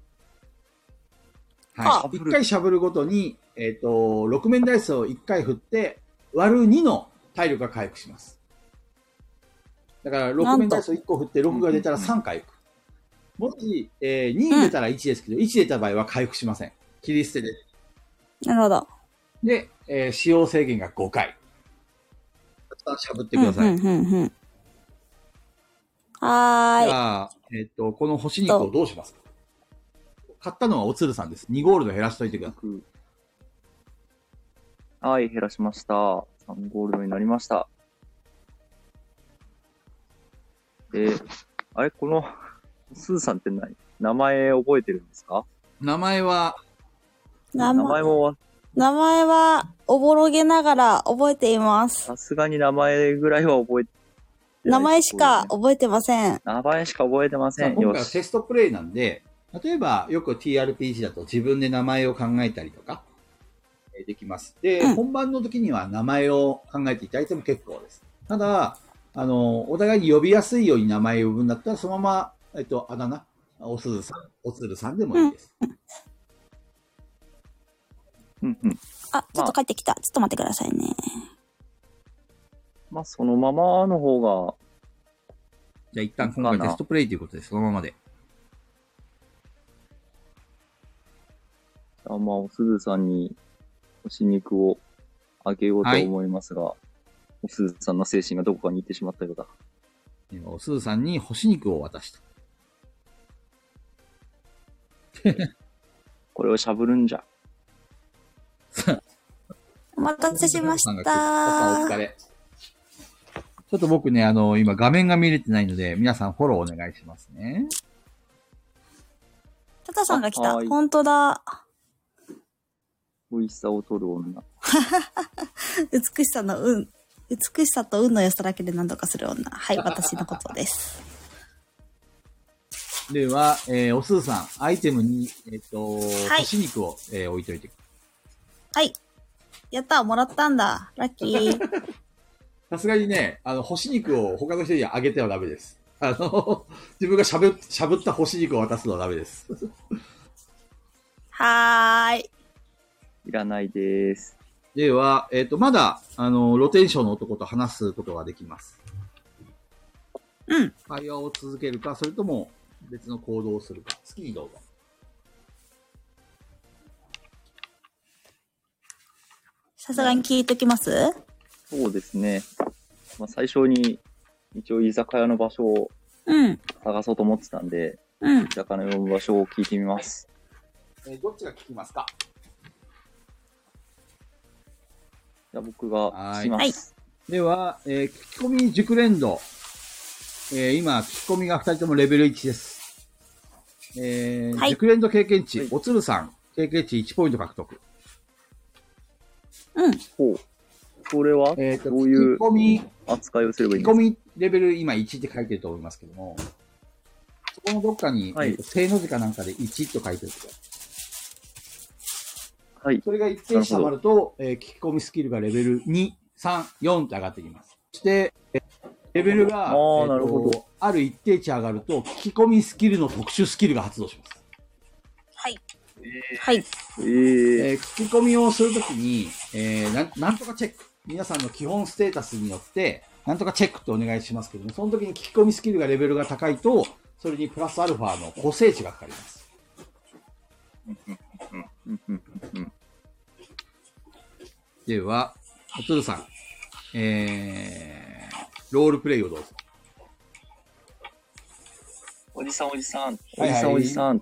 はい。1回しゃぶるごとに、6面ダイスを1回振って、割る2の体力が回復します。だから、6面ダイスを1個振って、6が出たら3回復。もし、2出たら1ですけど、1出た場合は回復しません。切り捨てです。 なるほど。 で、使用制限が5回。しゃぶってください。 はーい。 じゃあ、この干し肉をどうしますか？買ったのはおつるさんです。2ゴールド減らしといてください。 はい、減らしました。3ゴールドになりました。あれ、この、スーさんって名前覚えてるんですか？ 名前はおぼろげながら覚えています。 さすがに名前ぐらいは覚えて名前しか覚えてません。 名前しか覚えてません。 今回はテストプレイなんで、例えばよく TRPG だと自分で名前を考えたりとか、できます。で、本番の時には名前を考えていただいても結構です。ただ、お互いに呼びやすいように名前を呼ぶんだったら、そのまま、あだ名、おすずさん、おつるさんでもいいです。 あ、ちょっと帰ってきた。ちょっと待ってくださいね。 まあ、そのままの方が。 じゃあ一旦今回テストプレイということで、そのままで。 じゃあまあ、おすずさんに干し肉をあげようと思いますが、おすずさんの精神がどこかに行ってしまったようだ。 おすずさんに干し肉を渡した。 これをしゃぶるんじゃ。 お待たせしました。 お疲れ。ちょっと僕ね、今画面が見れてないので、皆さんフォローお願いしますね。 タタさんが来た。本当だ。 美味しさを取る女。 美しさと運の良さだけで何とかする女。はい、私のことです。 では、おすずさん、アイテムに、干し肉を、置いといて。 はい。やった、もらったんだ。ラッキー。 さすがにね、干し肉を他の人にあげてはダメです。自分がしゃぶった干し肉を渡すのはダメです。 はーい。 いらないです。 では、まだ、露天商の男と話すことができます。 うん。 会話を続けるか、それとも別の行動をするか、好きにどうぞ。 さすがに聞いときます？ そうですね。まあ、最初に一応居酒屋の場所を探そうと思ってたんで、居酒屋の場所を聞いてみます。 どっちが聞きますか？ じゃあ僕が聞きます。 では、聞き込み熟練度。今、聞き込みが2人ともレベル1です。熟練度経験値、おつるさん、経験値1ポイント獲得。 ほう。それは、どういう扱いをすればいいんですか？ 聞き込みレベル今1って書いてると思いますけども、そこのどっかに、正の字かなんかで1と書いてると。 はい。 それが一定値溜まると、聞き込みスキルがレベル2、3、4って上がってきます。そして、レベルが、ある一定値上がると、聞き込みスキルの特殊スキルが発動します。 はい。はい。 聞き込みをするときに、なんとかチェック。皆さんの基本ステータスによって、なんとかチェックってお願いしますけども、その時に聞き込みスキルがレベルが高いと、それにプラスアルファの補正値がかかります。では、おつるさん、ロールプレイをどうぞ。 おじさん、 はいはい、 おじさん。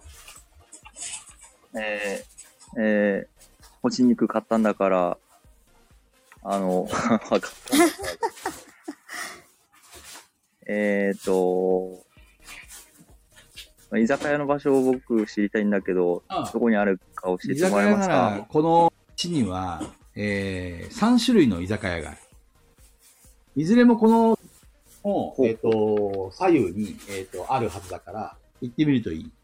干し肉買ったんだから、わかった。居酒屋の場所を僕知りたいんだけど、どこにあるか教えてもらえますか？ 居酒屋なら、この地には、3種類の居酒屋がある。いずれもこの、左右に、あるはずだから、行ってみるといい。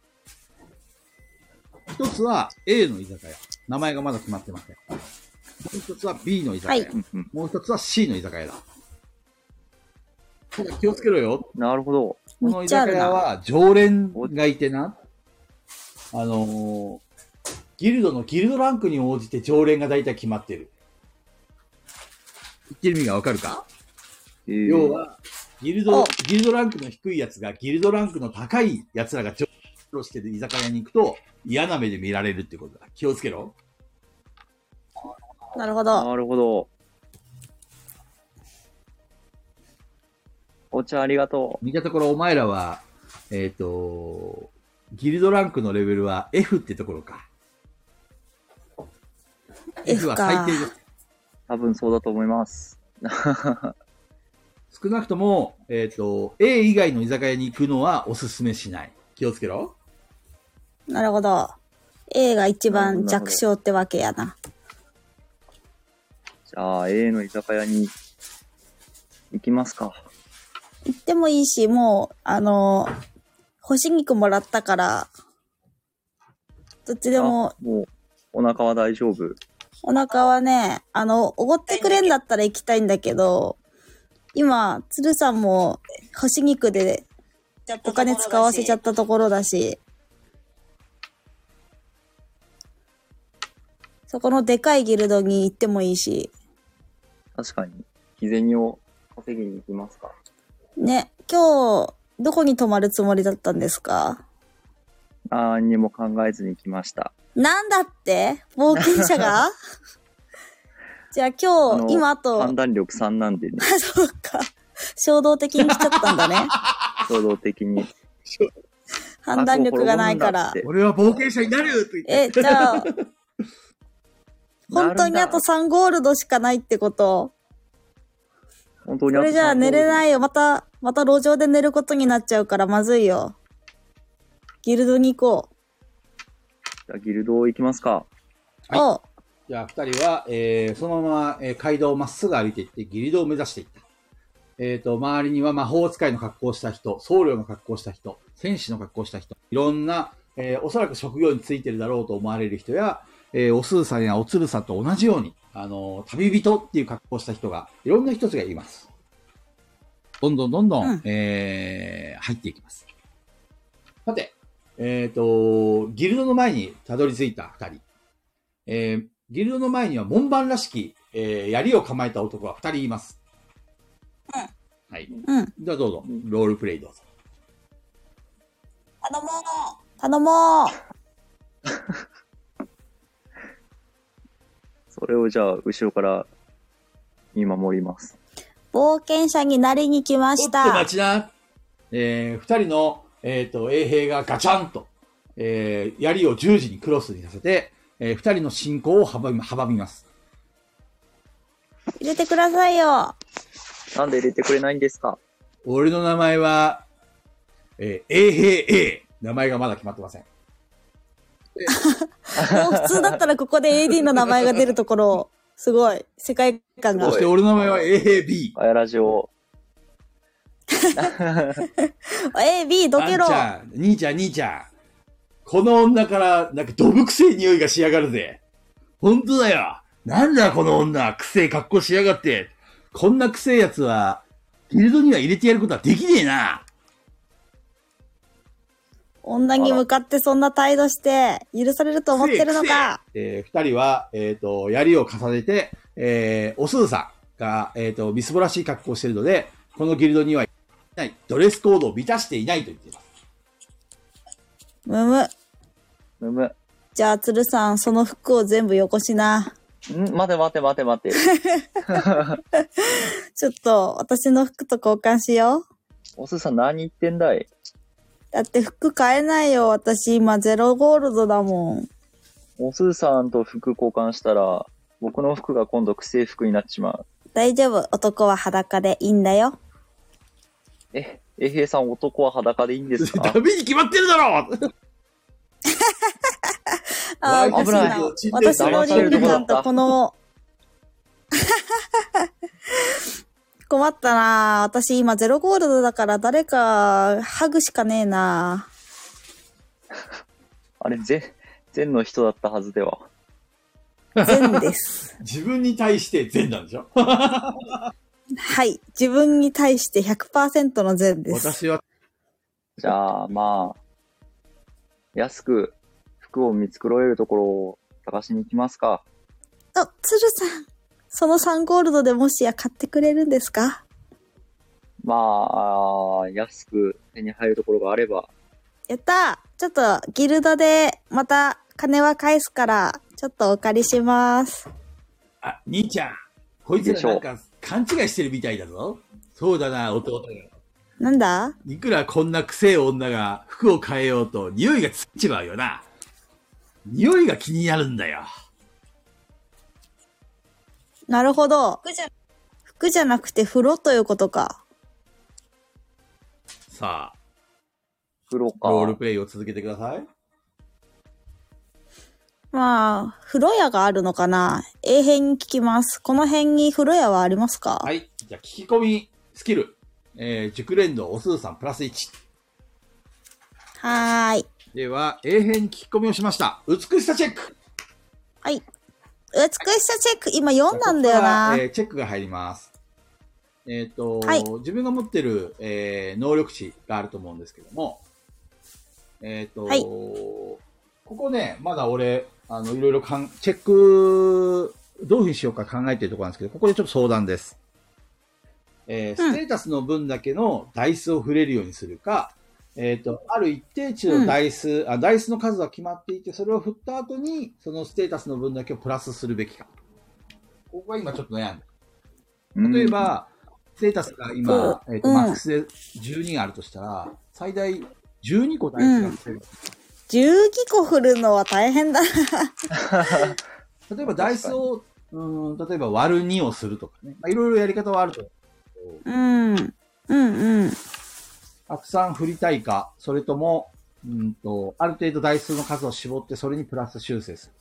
一つは A の居酒屋。名前がまだ決まってません。もう一つは B の居酒屋。はい、もう一つは C の居酒屋だ。ただ気をつけろよ。 なるほど。 この居酒屋は常連がいてな。ギルドランクに応じて常連が大体決まってる。言ってる意味がわかるか？要は、ギルドランクの低いやつがギルドランクの高いやつらが常連してる居酒屋に行くと嫌な目で見られるってことだ。気をつけろ。 なるほど。 なるほど。お茶ありがとう。 見たところお前らは、ギルドランクのレベルは F ってところか。F は最低です。 多分そうだと思います。 少なくとも、A 以外の居酒屋に行くのはおすすめしない。気をつけろ。 なるほど。A が一番弱小ってわけやな。 じゃあ A の居酒屋に行きますか。 行ってもいいし、もう、干し肉もらったから、どっちでも。 もう、お腹は大丈夫？ お腹はね、おごってくれんだったら行きたいんだけど、今、鶴さんも干し肉でお金使わせちゃったところだし、そこのでかいギルドに行ってもいいし。 確かに。日銭を稼ぎに行きますか。 ね、今日、どこに泊まるつもりだったんですか？ 何にも考えずに来ました。 なんだって？冒険者がじゃあ今日、今あと。 判断力3なんでね。 そうか。衝動的に来ちゃったんだね。 衝動的に。 判断力がないから。 俺は冒険者になると言って。 じゃあ、本当にあと3ゴールドしかないってこと？ 本当にこれじゃあ寝れないよ。また路上で寝ることになっちゃうからまずいよ。ギルドに行こう。 じゃあギルド行きますか。 はい。 じゃあ二人は、そのまま、街道をまっすぐ歩いていってギルドを目指していった。周りには魔法使いの格好をした人、僧侶の格好をした人、戦士の格好をした人、いろんな、おそらく職業についてるだろうと思われる人や、おすーさんやおつるさんと同じように、旅人っていう格好をした人が、いろんな人たちがいます。どんどん、入っていきます。さて、ギルドの前にたどり着いた二人。ギルドの前には門番らしき、槍を構えた男が二人います。はい。じゃあどうぞ、ロールプレイどうぞ。 頼もうそれをじゃあ、後ろから見守ります。 冒険者になりに来ました。 ちょっと待ちな。二人の、衛兵がガチャンと、槍を十字にクロスにさせて、二人の進行を阻みます。 入れてくださいよ。 なんで入れてくれないんですか？ 俺の名前は、衛兵 A。名前がまだ決まってません。 もう普通だったらここで AD の名前が出るところ、すごい、世界観が。 そして俺の名前は衛兵 B。 あやラジオ。 B、どけろ。 兄ちゃん。この女から、なんか、どぶくせえ匂いがしやがるぜ。 ほんとだよ。なんだこの女、くせえ格好しやがって。こんなくせえやつは、ギルドには入れてやることはできねえな。 女に向かってそんな態度して許されると思ってるのか。 二人は、槍を重ねて、おすずさんが、みすぼらしい格好をしているので、このギルドにはいない、ドレスコードを満たしていないと言っています。 むむ。 むむ。 じゃあ、鶴さん、その服を全部よこしな。 待て。 ちょっと、私の服と交換しよう。 おすさん何言ってんだい？ だって服買えないよ。私今0ゴールドだもん。 おすさんと服交換したら、僕の服が今度癖服になっちまう。 大丈夫。男は裸でいいんだよ。 えへいさん、男は裸でいいんですか？ ダメに決まってるだろああ、 危ない。 私の倫理観とこの、困ったな。私今0ゴールドだから誰かハグしかねえな。 あれ、善の人だったはずでは。 善です。 自分に対して善なんでしょはい。自分に対して 100% の善です。 私は。 じゃあ、まあ、安く服を見繕えるところを探しに行きますか。 あ、鶴さん。その3ゴールドでもしや買ってくれるんですか？ まあ、安く手に入るところがあれば。 やったー。ちょっとギルドでまた金は返すから、ちょっとお借りします。 あ、兄ちゃん。こいつらなんか勘違いしてるみたいだぞ。そうだな、弟が。 なんだ？ いくらこんなくせえ女が服を変えようと匂いがつっちまうよな。匂いが気になるんだよ。 なるほど。服じゃなくて風呂ということか。 さあ、 風呂か。 ロールプレイを続けてください。 まあ、風呂屋があるのかな。A編に聞きます。この辺に風呂屋はありますか？ はい。じゃあ、聞き込みスキル。熟練度おすずさんプラス1。 はーい。 では、A 編に聞き込みをしました。美しさチェック。 はい。美しさチェック、今4なんだよな。 チェックが入ります。 はい、 自分が持ってる、能力値があると思うんですけども、はい、ここね、まだ俺、いろいろチェック、どういうふうにしようか考えてるところなんですけど、ここでちょっと相談です。ステータスの分だけのダイスを振れるようにするか、ある一定値のダイス、ダイスの数は決まっていて、それを振った後に、そのステータスの分だけをプラスするべきか。ここが今ちょっと悩んで。例えば、ステータスが今、マックスで12あるとしたら、最大12個ダイスが振れる。 12個振るのは大変だな。 例えばダイスを、例えば割る2をするとかね。いろいろやり方はあると思うけど。たくさん振りたいか、それとも、ある程度台数の数を絞って、それにプラス修正す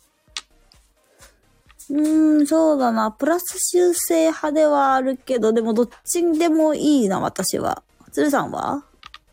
る。そうだな。プラス修正派ではあるけど、でもどっちでもいいな、私は。鶴さんは？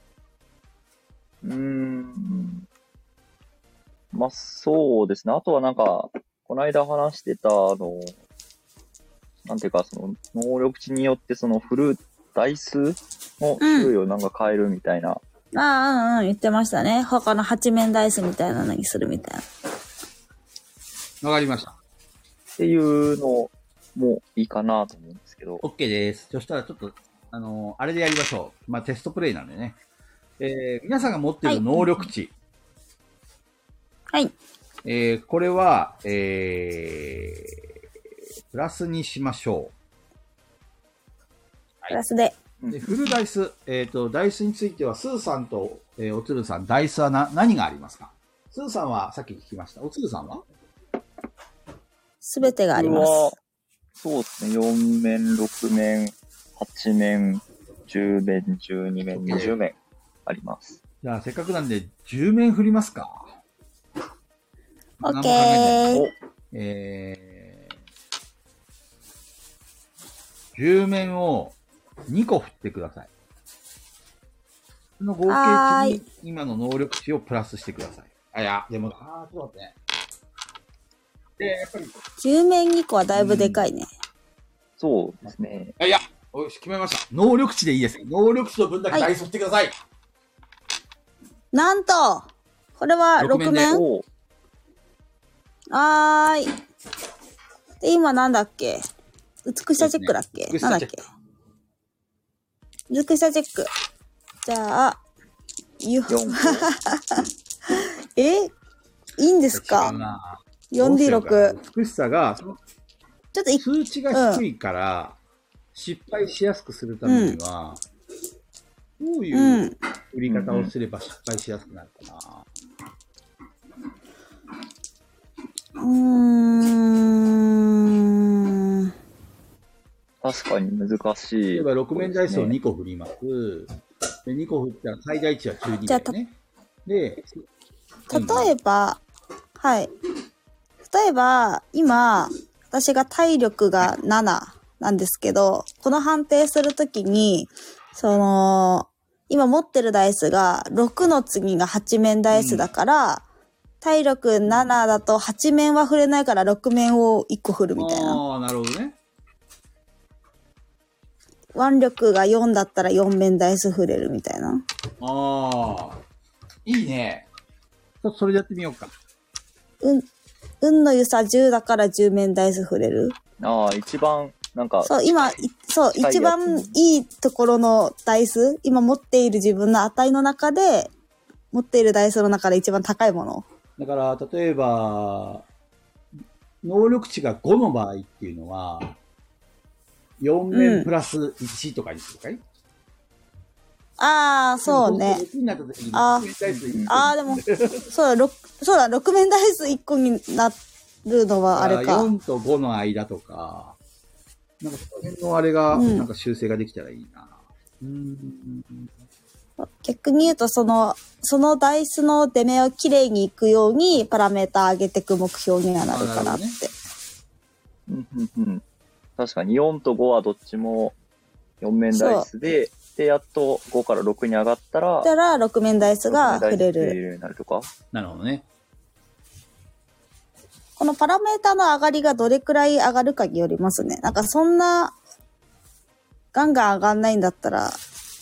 まあ、そうですね。あとはなんか、この間話してた、なんていうか、その、能力値によってその振るダイスの種類をなんか変えるみたいな。 言ってましたね。他の8面ダイスみたいなのにするみたいな。わかりました。 っていうのもいいかなと思うんですけど。 OK です。そしたらちょっと、あれでやりましょう。テストプレイなんでね。皆さんが持っている能力値。 はい。 これは、プラスにしましょう。 プラスで。 でフルダイス、ダイスについては、スーさんと、おつるさん、ダイスは何がありますか？スーさんはさっき聞きました。おつるさんは？ すべてがあります。 そうですね。4面、6面、8面、10面、12面、20面あります。 じゃあ、せっかくなんで、10面振りますか。 オッケー。 10面を2個振ってください。その合計値に今の能力値をプラスしてください。でも、ちょっと待ってね。 で、やっぱり。 10面2個はだいぶでかいね。 そうですね。 いや、よし、決めました。能力値でいいです。能力値の分だけダイソーしてください。 なんと、これは6面はーい。で、今なんだっけ、美しさチェックだっけ、なんだっけ、美しさチェック。じゃあ、いいんですか？ 4D6。 美しさが、 ちょっと数値が低いから、失敗しやすくするためには、どういう売り方をすれば失敗しやすくなるかな。 確かに難しい。 例えば6面ダイスを2個振ります。で2個振ったら最大値は12だよね。で、 例えば、はい。例えば、今、私が体力が7なんですけど、この判定するときに、今持ってるダイスが6の次が8面ダイスだから、体力7だと8面は振れないから6面を1個振るみたいな。 ああ、なるほどね。 腕力が4だったら4面ダイス振れるみたいな。 ああ、いいね。ちょっとそれでやってみようか。 運の良さ10だから10面ダイス振れる。 ああ、一番、なんか。 そう、今、一番いいところのダイス、今持っている自分の値の中で、持っているダイスの中で一番高いもの。 だから、例えば、能力値が5の場合っていうのは、4面プラス1とかにするかい？ ああ、そうね。ああ、でも、そうだ、6面ダイス1個になるのはあれか。 4と5の間とか、なんかその辺のあれが、なんか修正ができたらいいな。 逆に言うと、そのダイスの出目をきれいにいくように、パラメータ上げていく目標にはなるかなって。 確かに4と5はどっちも4面ダイスで、で、やっと5から6に上がったら、 6面ダイスが振れる。 なるとか。 なるほどね。 このパラメータの上がりがどれくらい上がるかによりますね。なんかそんな、ガンガン上がんないんだったら。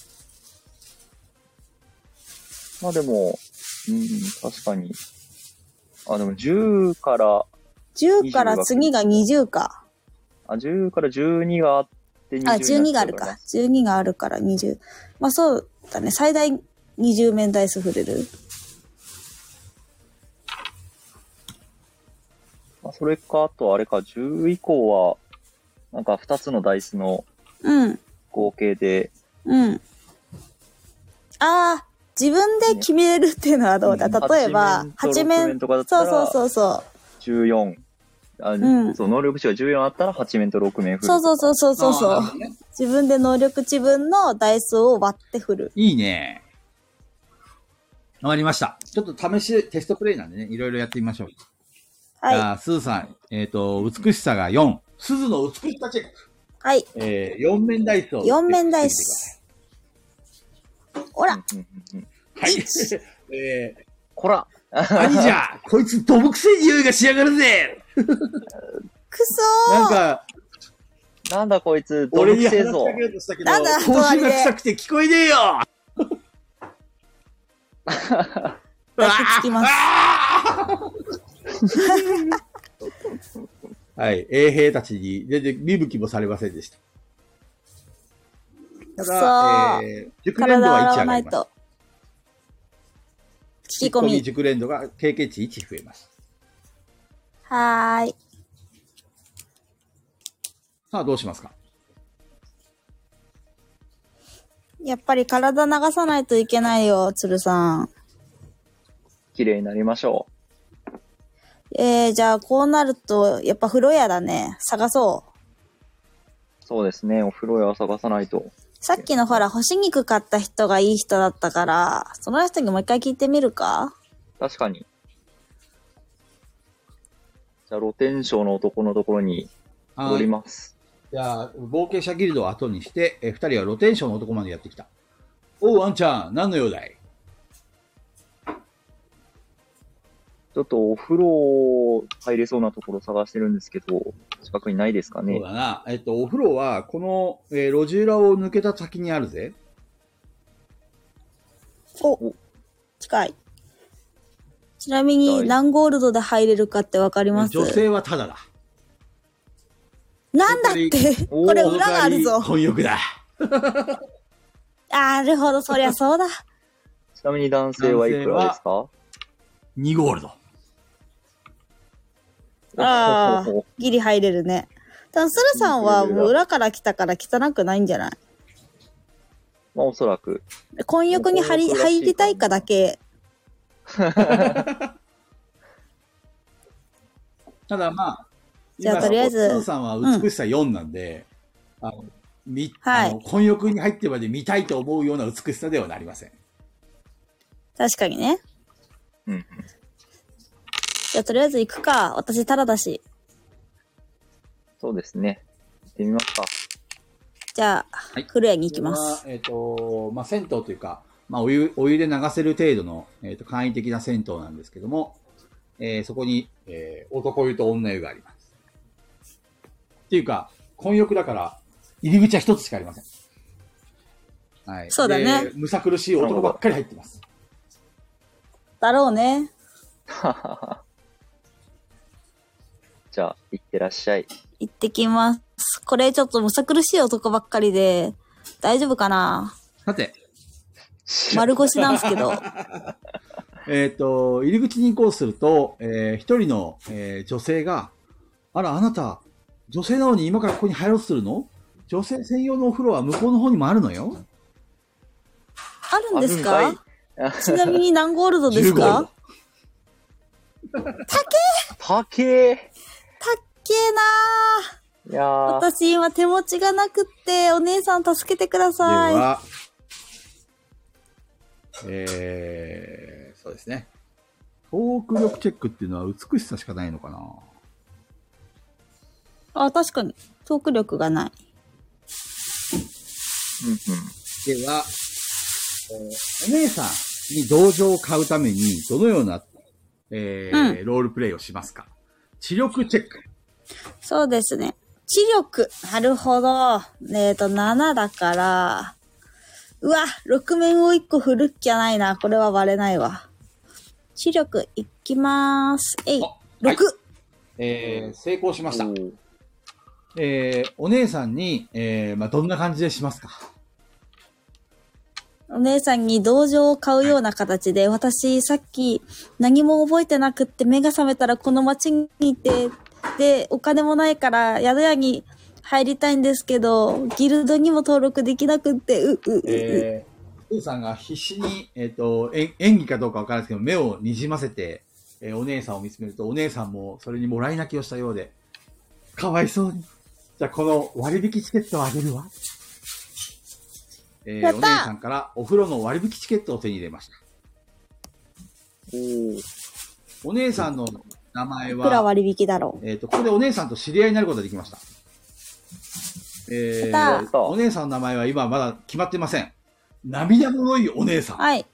まあでも、確かに。あ、でも10から、 10から次が20か。 10から12があって20。 12があるか。12があるから20。まあそうだね。最大20面ダイス振れる。 まあ、それか、あとあれか、10以降は、なんか2つのダイスの合計で。 自分で決めれるっていうのはどうだ？例えば、8面とかだったら、そう。 14。そう、能力値が14あったら8面と6面振る。 そう。自分で能力値分のダイスを割って振る。 いいね。わかりました。ちょっとテストプレイなんでね、いろいろやってみましょう。はい。じゃあ、スーさん、美しさが4。鈴の美しさチェック。 はい。 4面ダイスを。 4面ダイス。ほら。はい。 こら。 何じゃ、こいつどぶくせえ匂いがしやがるぜ。 くそー。 なんだこいつ、どぶくせえぞ。 なんだ、 口臭が臭くて聞こえねえよ。 抱きつきます。 はい、衛兵たちに全然見向きもされませんでした。ただ、熟練度は1上がります。 聞き込み。 熟練度が経験値1増えます。 はーい。 さあ、どうしますか？ やっぱり体流さないといけないよ、鶴さん。 綺麗になりましょう。じゃあこうなると、やっぱ風呂屋だね。探そう。 そうですね。お風呂屋を探さないと。 さっきのほら、干し肉買った人がいい人だったから、その人にもう一回聞いてみるか？ 確かに。じゃあ、露天商の男のところに戻ります。 じゃあ、冒険者ギルドを後にして、二人は露天商の男までやってきた。おう、あんちゃん、何の用だい？ ちょっとお風呂入れそうなところ探してるんですけど、近くにないですかね。 そうだな。お風呂は、この、路地裏を抜けた先にあるぜ。 お、近い。ちなみに何ゴールドで入れるかってわかります？ 女性はタダだ。 なんだってこれ裏があるぞ。 混浴だ。 なるほど、そりゃそうだ。 ちなみに男性はいくらですか？ 2 ゴールド。 ああ、ギリ入れるね。ただ、スルさんはもう裏から来たから汚くないんじゃない？ まあ、おそらく。 混浴に入りたいかだけ。 ただまあ、 じゃあとりあえず、 スルさんは美しさ4なんで、 はい、 混浴に入ってまで見たいと思うような美しさではなりません。 確かにね。 うん。 じゃあとりあえず行くか。私タラだし。 そうですね。行ってみますか。 じゃあ、はい、古屋に行きます。 まあ、銭湯というか、まあ、お湯で流せる程度の、簡易的な銭湯なんですけども、そこに、男湯と女湯があります。っていうか、混浴だから、入り口は一つしかありません。はい。 そうだね。 むさ苦しい男ばっかり入ってます。 だろうね。 じゃあ、行ってらっしゃい。 行ってきます。これちょっとむさ苦しい男ばっかりで、大丈夫かな？ さて。 丸腰なんすけど。 入り口に行こうとすると、一人の、女性が、あら、あなた、女性なのに今からここに入ろうとするの？女性専用のお風呂は向こうの方にもあるのよ。 あるんですか？ちなみに何ゴールドですか？ 高えなー。いやー。私今手持ちがなくって、お姉さん助けてください。 では、そうですね。トーク力チェックっていうのは美しさしかないのかな？ あ、確かに。トーク力がない。 では、お姉さんに道場を買うためにどのような、ロールプレイをしますか？知力チェック。 そうですね。知力。なるほど。7だから、うわ、6面を1個振るっきゃないな。これは割れないわ。知力いきまーす。6、 はい、成功しました。お姉さんに、まあ、どんな感じでしますか？ お姉さんに道場を買うような形で、私さっき何も覚えてなくって目が覚めたらこの町にいて、で、お金もないから宿屋に入りたいんですけど、ギルドにも登録できなくって、うーさんが必死に、演技かどうかわからないですけど、目をにじませて、お姉さんを見つめると、お姉さんもそれにもらい泣きをしたようで、かわいそうに。じゃあ、この割引チケットをあげるわ。お姉さんからお風呂の割引チケットを手に入れました。お姉さんの名前は、 いくら割引だろう。 ここでお姉さんと知り合いになることができました。お姉さんの名前は今まだ決まってません。涙もろいお姉さん。 はい。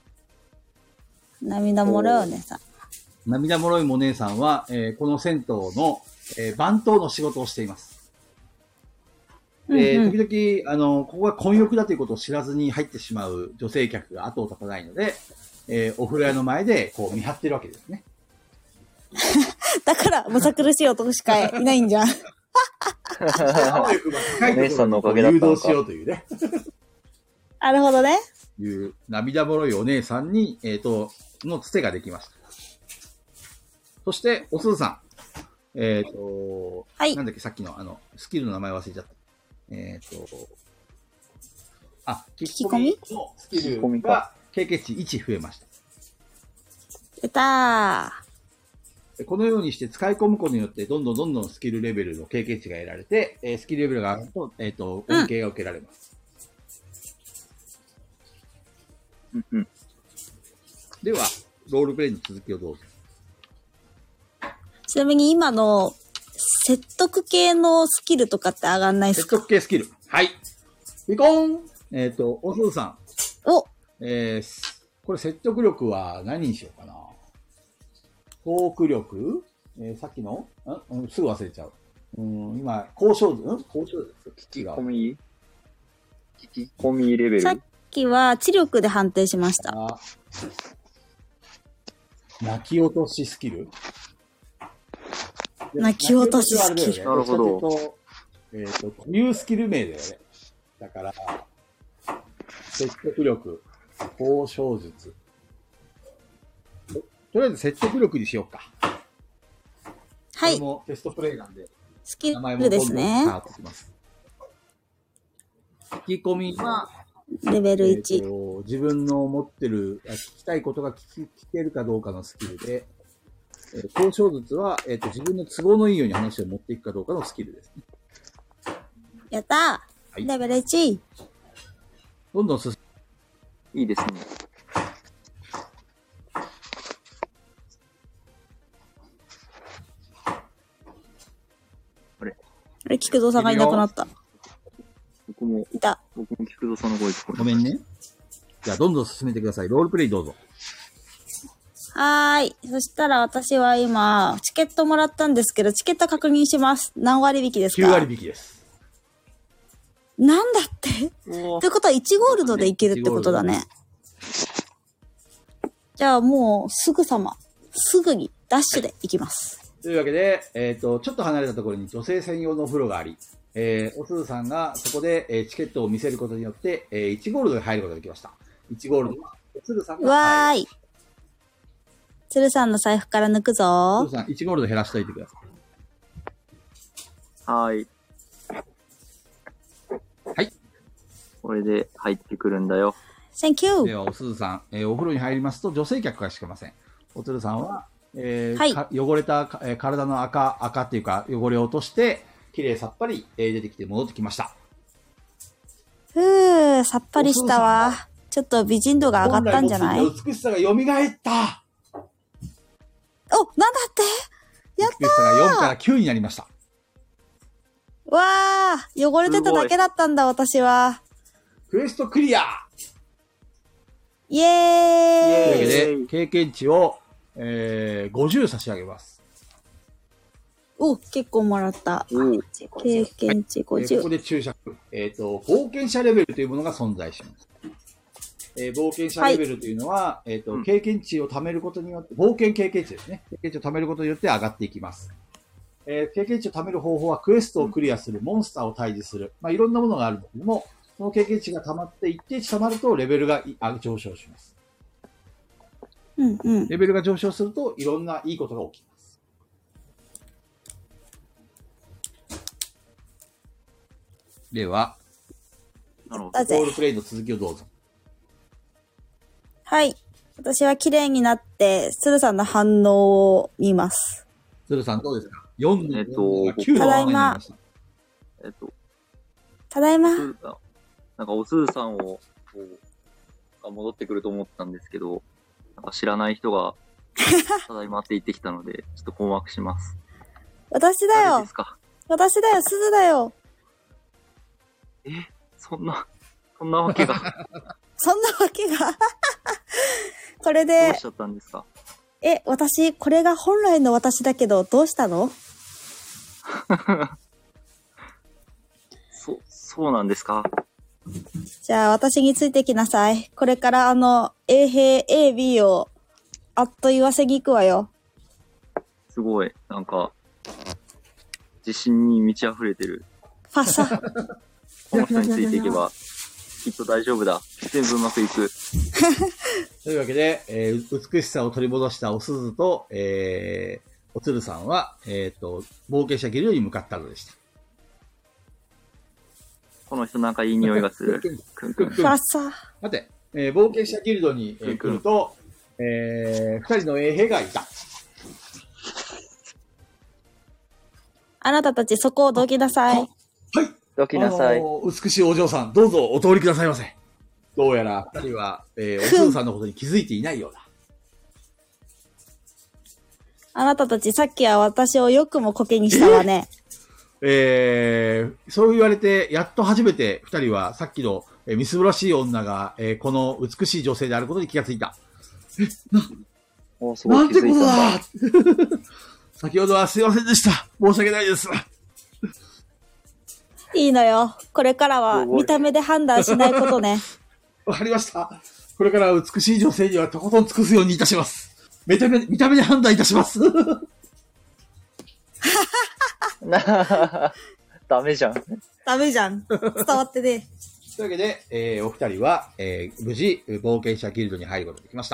涙もろいお姉さん。 涙もろいお姉さんは、この銭湯の、番頭の仕事をしています。時々、ここが混浴だということを知らずに入ってしまう女性客が後を絶たないので、お風呂屋の前でこう見張ってるわけですね。 だから、むさ苦しい男しかいないんじゃん。 お姉さんのおかげだったのか。 誘導しようというね。 なるほどね。 いう涙もろいお姉さんに、のつてができました。そして、おすずさん。はい。なんだっけ、さっきのスキルの名前忘れちゃった。聞き込みのスキルが経験値1増えました。 出たー。このようにして使い込むことによってどんどんスキルレベルの経験値が得られて、スキルレベルが上がると、恩恵が受けられます。では、ロールプレイの続きをどうぞ。 ちなみに今の説得系のスキルとかって上がんないですか？ 説得系スキル。はい。ピコーン。おすずさん。 お。 これ説得力は何にしようかな。 トーク力、さっきのすぐ忘れちゃう。今、交渉図交渉図聞き込みレベル。 さっきは知力で判定しました。 泣き落としスキル泣き落としスキル。 なるほど。 固有スキル名だよね。だから、説得力、交渉術。とりあえず説得力にしようか。 はい。 これもテストプレイなんで。 スキルですね。 聞き込みは、 レベル1。 自分の持ってる、聞きたいことが聞けるかどうかのスキルで、交渉術は、自分の都合のいいように話を持っていくかどうかのスキルですね。 やったー、はい、レベル1。 どんどん進む。 いいですね。 あれ、菊蔵さんがいなくなった。 僕も菊蔵さんの声聞こえる。 ごめんね。じゃあ、どんどん進めてください。ロールプレイどうぞ。 はーい。そしたら私は今、チケットもらったんですけど、チケット確認します。何割引きですか？ 9 割引きです。 なんだってということは1ゴールドでいけるってことだね。じゃあもう、すぐに、ダッシュで行きます。 というわけで、ちょっと離れたところに女性専用のお風呂があり、おすずさんがそこで、チケットを見せることによって、1ゴールドで入ることができました。1ゴールドは、おすずさんが。 わーい。つるさんの財布から抜くぞ。 つるさん、1ゴールド減らしといてください。 はい。 はい。 これで入ってくるんだよ。 Thank you. では、おすずさん、お風呂に入りますと女性客がしかいません。おつるさんは、 はい、 汚れた、体の赤っていうか、汚れを落として、きれいさっぱり、出てきて戻ってきました。 さっぱりしたわ。ちょっと美人度が上がったんじゃない？ 美しさが蘇った。 お、なんだってやったー。 美しさが4から9になりました。 わー、汚れてただけだったんだ、私は。 クエストクリア。 イエーイ。 というわけで、経験値を、50差し上げます。 お、結構もらった。経験値50。 ここで注釈。冒険者レベルというものが存在します。冒険者レベルというのは、経験値を貯めることによって、冒険経験値ですね。経験値を貯めることによって上がっていきます。経験値を貯める方法はクエストをクリアする、モンスターを退治する。いろんなものがあるんだけども、その経験値が溜まって一定値溜まるとレベルが上昇します。レベルが上昇するといろんないいことが起きます。では、ゴールプレイの続きをどうぞ。 はい。私は綺麗になって、鶴さんの反応を見ます。 鶴さんどうですか？4の9 ただいま。ただいま。 なんかおすずさんが戻ってくると思ったんですけど、なんか知らない人がただいまって言ってきたので、ちょっと困惑します。 私だよ。私だよ、すずだよ。 そんなわけが。 そんなわけが。これで。 どうしちゃったんですか？ 私、これが本来の私だけど、どうしたの？ そうなんですか？ じゃあ、私についてきなさい。これからA 兵 A、B を、あっと言わせに行くわよ。 すごい、なんか、自信に満ち溢れてる。 ファサ。 この人についていけば、きっと大丈夫だ。全部うまくいく。 というわけで、美しさを取り戻したおすずと、おつるさんは、冒険者ギルドに向かったのでした。 この人なんかいい匂いがする。 ファサ。 待て、冒険者ギルドに、来ると、2人の衛兵がいた。 あなたたちそこをどきなさい。はい。 どきなさい。 美しいお嬢さん、どうぞお通りくださいませ。どうやら2人は、おすずさんのことに気づいていないようだ。 あなたたちさっきは私をよくもコケにしたわね。 そう言われて、やっと初めて2人はさっきの、みすぼらしい女が、この美しい女性であることに気がついた。 お、すごいなんてこと気づいたんだ。 だ先ほどはすいませんでした。申し訳ないです。 いいのよ。これからは見た目で判断しないことね。 わかりました。これからは美しい女性にはとことん尽くすようにいたします。見た目で判断いたします。 ダメじゃん。 ダメじゃん。伝わってね。 というわけで、お二人は、無事、冒険者ギルドに入ることができました。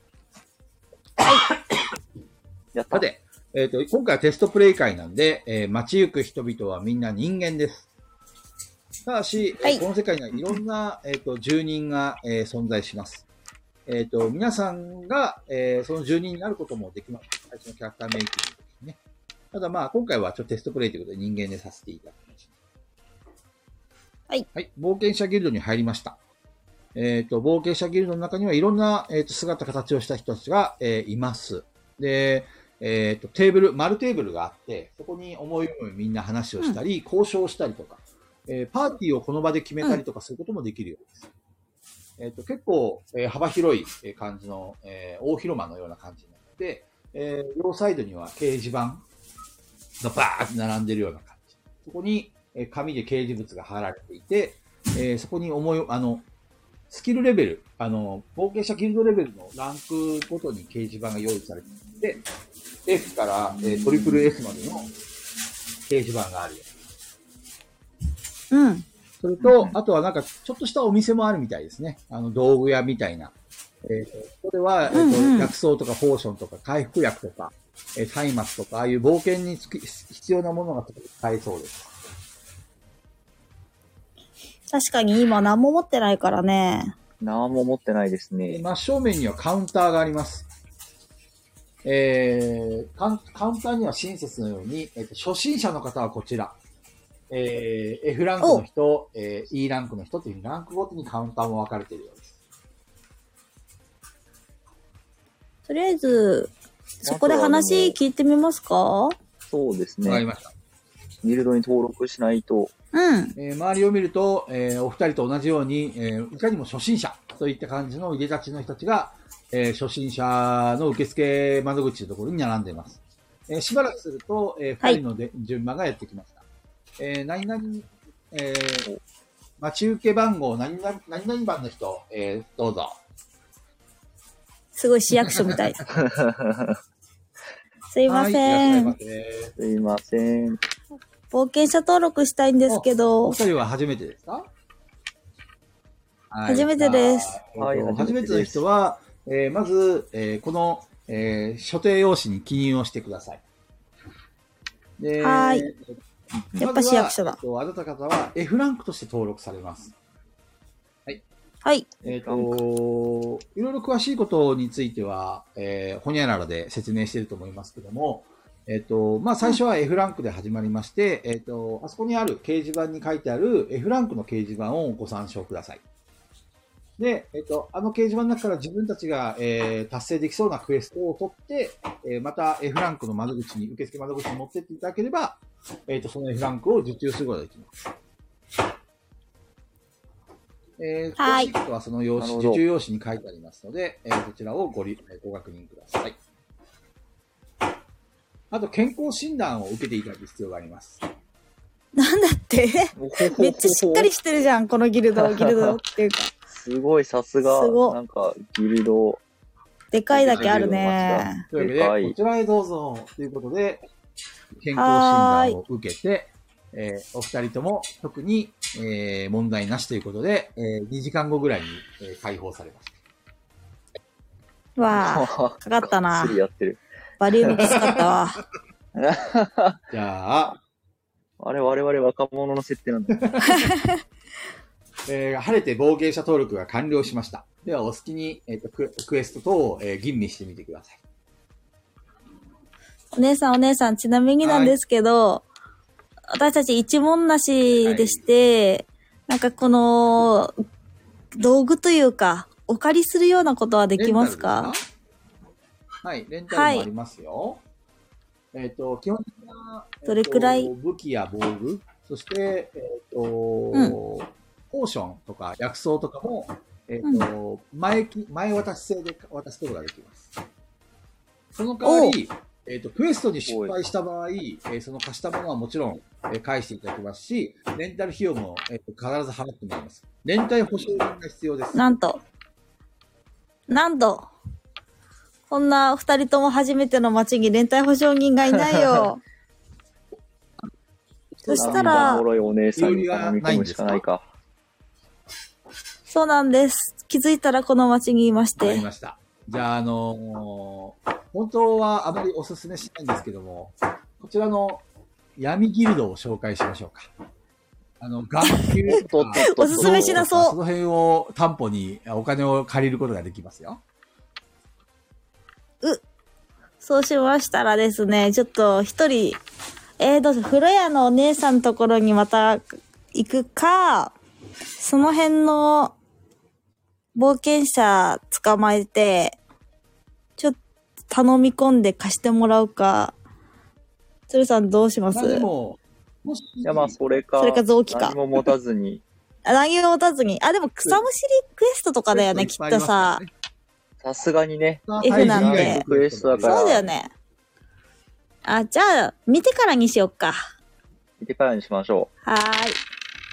やった。 さて、今回はテストプレイ会なんで、街行く人々はみんな人間です。ただし、 はいこの世界にはいろんな、住人が、存在します。皆さんが、その住人になることもできます。最初のキャラクターメイキングですね。ただまあ、今回はちょっとテストプレイということで人間でさせていただきました。 はい。 はい。冒険者ギルドに入りました。冒険者ギルドの中にはいろんな、姿形をした人たちが、います。で、テーブル、丸テーブルがあって、そこに思い思いみんな話をしたり、交渉したりとか、パーティーをこの場で決めたりとかすることもできるようです。結構、幅広い感じの、大広間のような感じになって、両サイドには掲示板がバーって並んでるような感じ。そこに、紙で掲示物が貼られていて、そこにスキルレベル、冒険者ギルドレベルのランクごとに掲示板が用意されていて、F から、トリプル S までの掲示板があるよ。 うん。 それと、あとはなんか、ちょっとしたお店もあるみたいですね。道具屋みたいな。これは、薬草とかポーションとか回復薬とか、松明とか、ああいう冒険に必要なものが買えそうです。 確かに今何も持ってないからね。 何も持ってないですね。 真正面にはカウンターがあります。カウンターには親切のように、初心者の方はこちら。F ランクの人、E ランクの人というランクごとにカウンターも分かれているようです。 とりあえず、そこで話聞いてみますか？ そうですね。 わかりました。 ギルドに登録しないと。 うん。 周りを見ると、お二人と同じように、いかにも初心者といった感じの入れ立ちの人たちが、初心者の受付窓口のところに並んでいます。しばらくすると、二人の順番がやってきました。何々、待ち受け番号、何々番の人、どうぞ。 すごい市役所みたい。すいません。 すいません。 冒険者登録したいんですけど。 お二人は初めてですか？ 初めてです。 初めての人は、まず、この、所定用紙に記入をしてください。で、 はい。やっぱ市役所だ。 あなた方は F ランクとして登録されます。はい。 はい。 いろいろ詳しいことについては、ほにゃららで説明していると思いますけども、まあ、最初は F ランクで始まりまして、あそこにある掲示板に書いてある F ランクの掲示板をご参照ください。で、あの掲示板の中から自分たちが、達成できそうなクエストを取って、また F ランクの窓口に、受付窓口に持ってっていただければ、その F ランクを受注することができます。詳しいことはその受注用紙に書いてありますので、こちらをご確認ください。あと、健康診断を受けていただく必要があります。 なんだってめっちゃしっかりしてるじゃん、このギルドっていうか。 すごい、さすが。なんか、ギルド。 でかいだけあるね。 というわけで、こちらへどうぞ。ということで、健康診断を受けて、お二人とも特に、問題なしということで、2時間後ぐらいに、解放されました。 わあ、かかったな。 やってる。 バリウムきつかったわ。 じゃあ、 我々若者の設定なんだ。 晴れて冒険者登録が完了しました。では、お好きに、クエスト等を、吟味してみてください。 お姉さん、ちなみになんですけど、私たち一問なしでして、なんかこの、道具というか、お借りするようなことはできますか？ はい、レンタルもありますよ。基本的な、 どれくらい武器や防具、そして、ポーションとか薬草とかも、前渡し制で渡すことができます。 その代わり、クエストに失敗した場合、その貸したものはもちろん、返していただきますし、レンタル費用も、必ず払ってもらいます。連帯保証人が必要です。 なんと、こんな二人とも初めての町に連帯保証人がいないよ。そしたら、 おもろいお姉さんに頼み込むしかないか。 そうなんです。気づいたらこの町にいまして。 わかりました。じゃあ、本当はあまりお勧めしないんですけども、こちらの闇ギルドを紹介しましょうか。眼球とか、 おすすめしなそう。 その辺を担保にお金を借りることができますよ。 そうしましたらですね、ちょっと一人、どうせ風呂屋のお姉さんのところにまた行くか、その辺の冒険者捕まえて、ちょっと頼み込んで貸してもらうか、鶴さんどうします？ でも、 いや、まあ、それか臓器か。 何も持たずに。 何も持たずに。でも草むしりクエストとかだよね、きっとさ。 さすがにね。 F なんで。 クエストだから。 そうだよね。じゃあ、見てからにしよっか。 見てからにしましょう。はーい。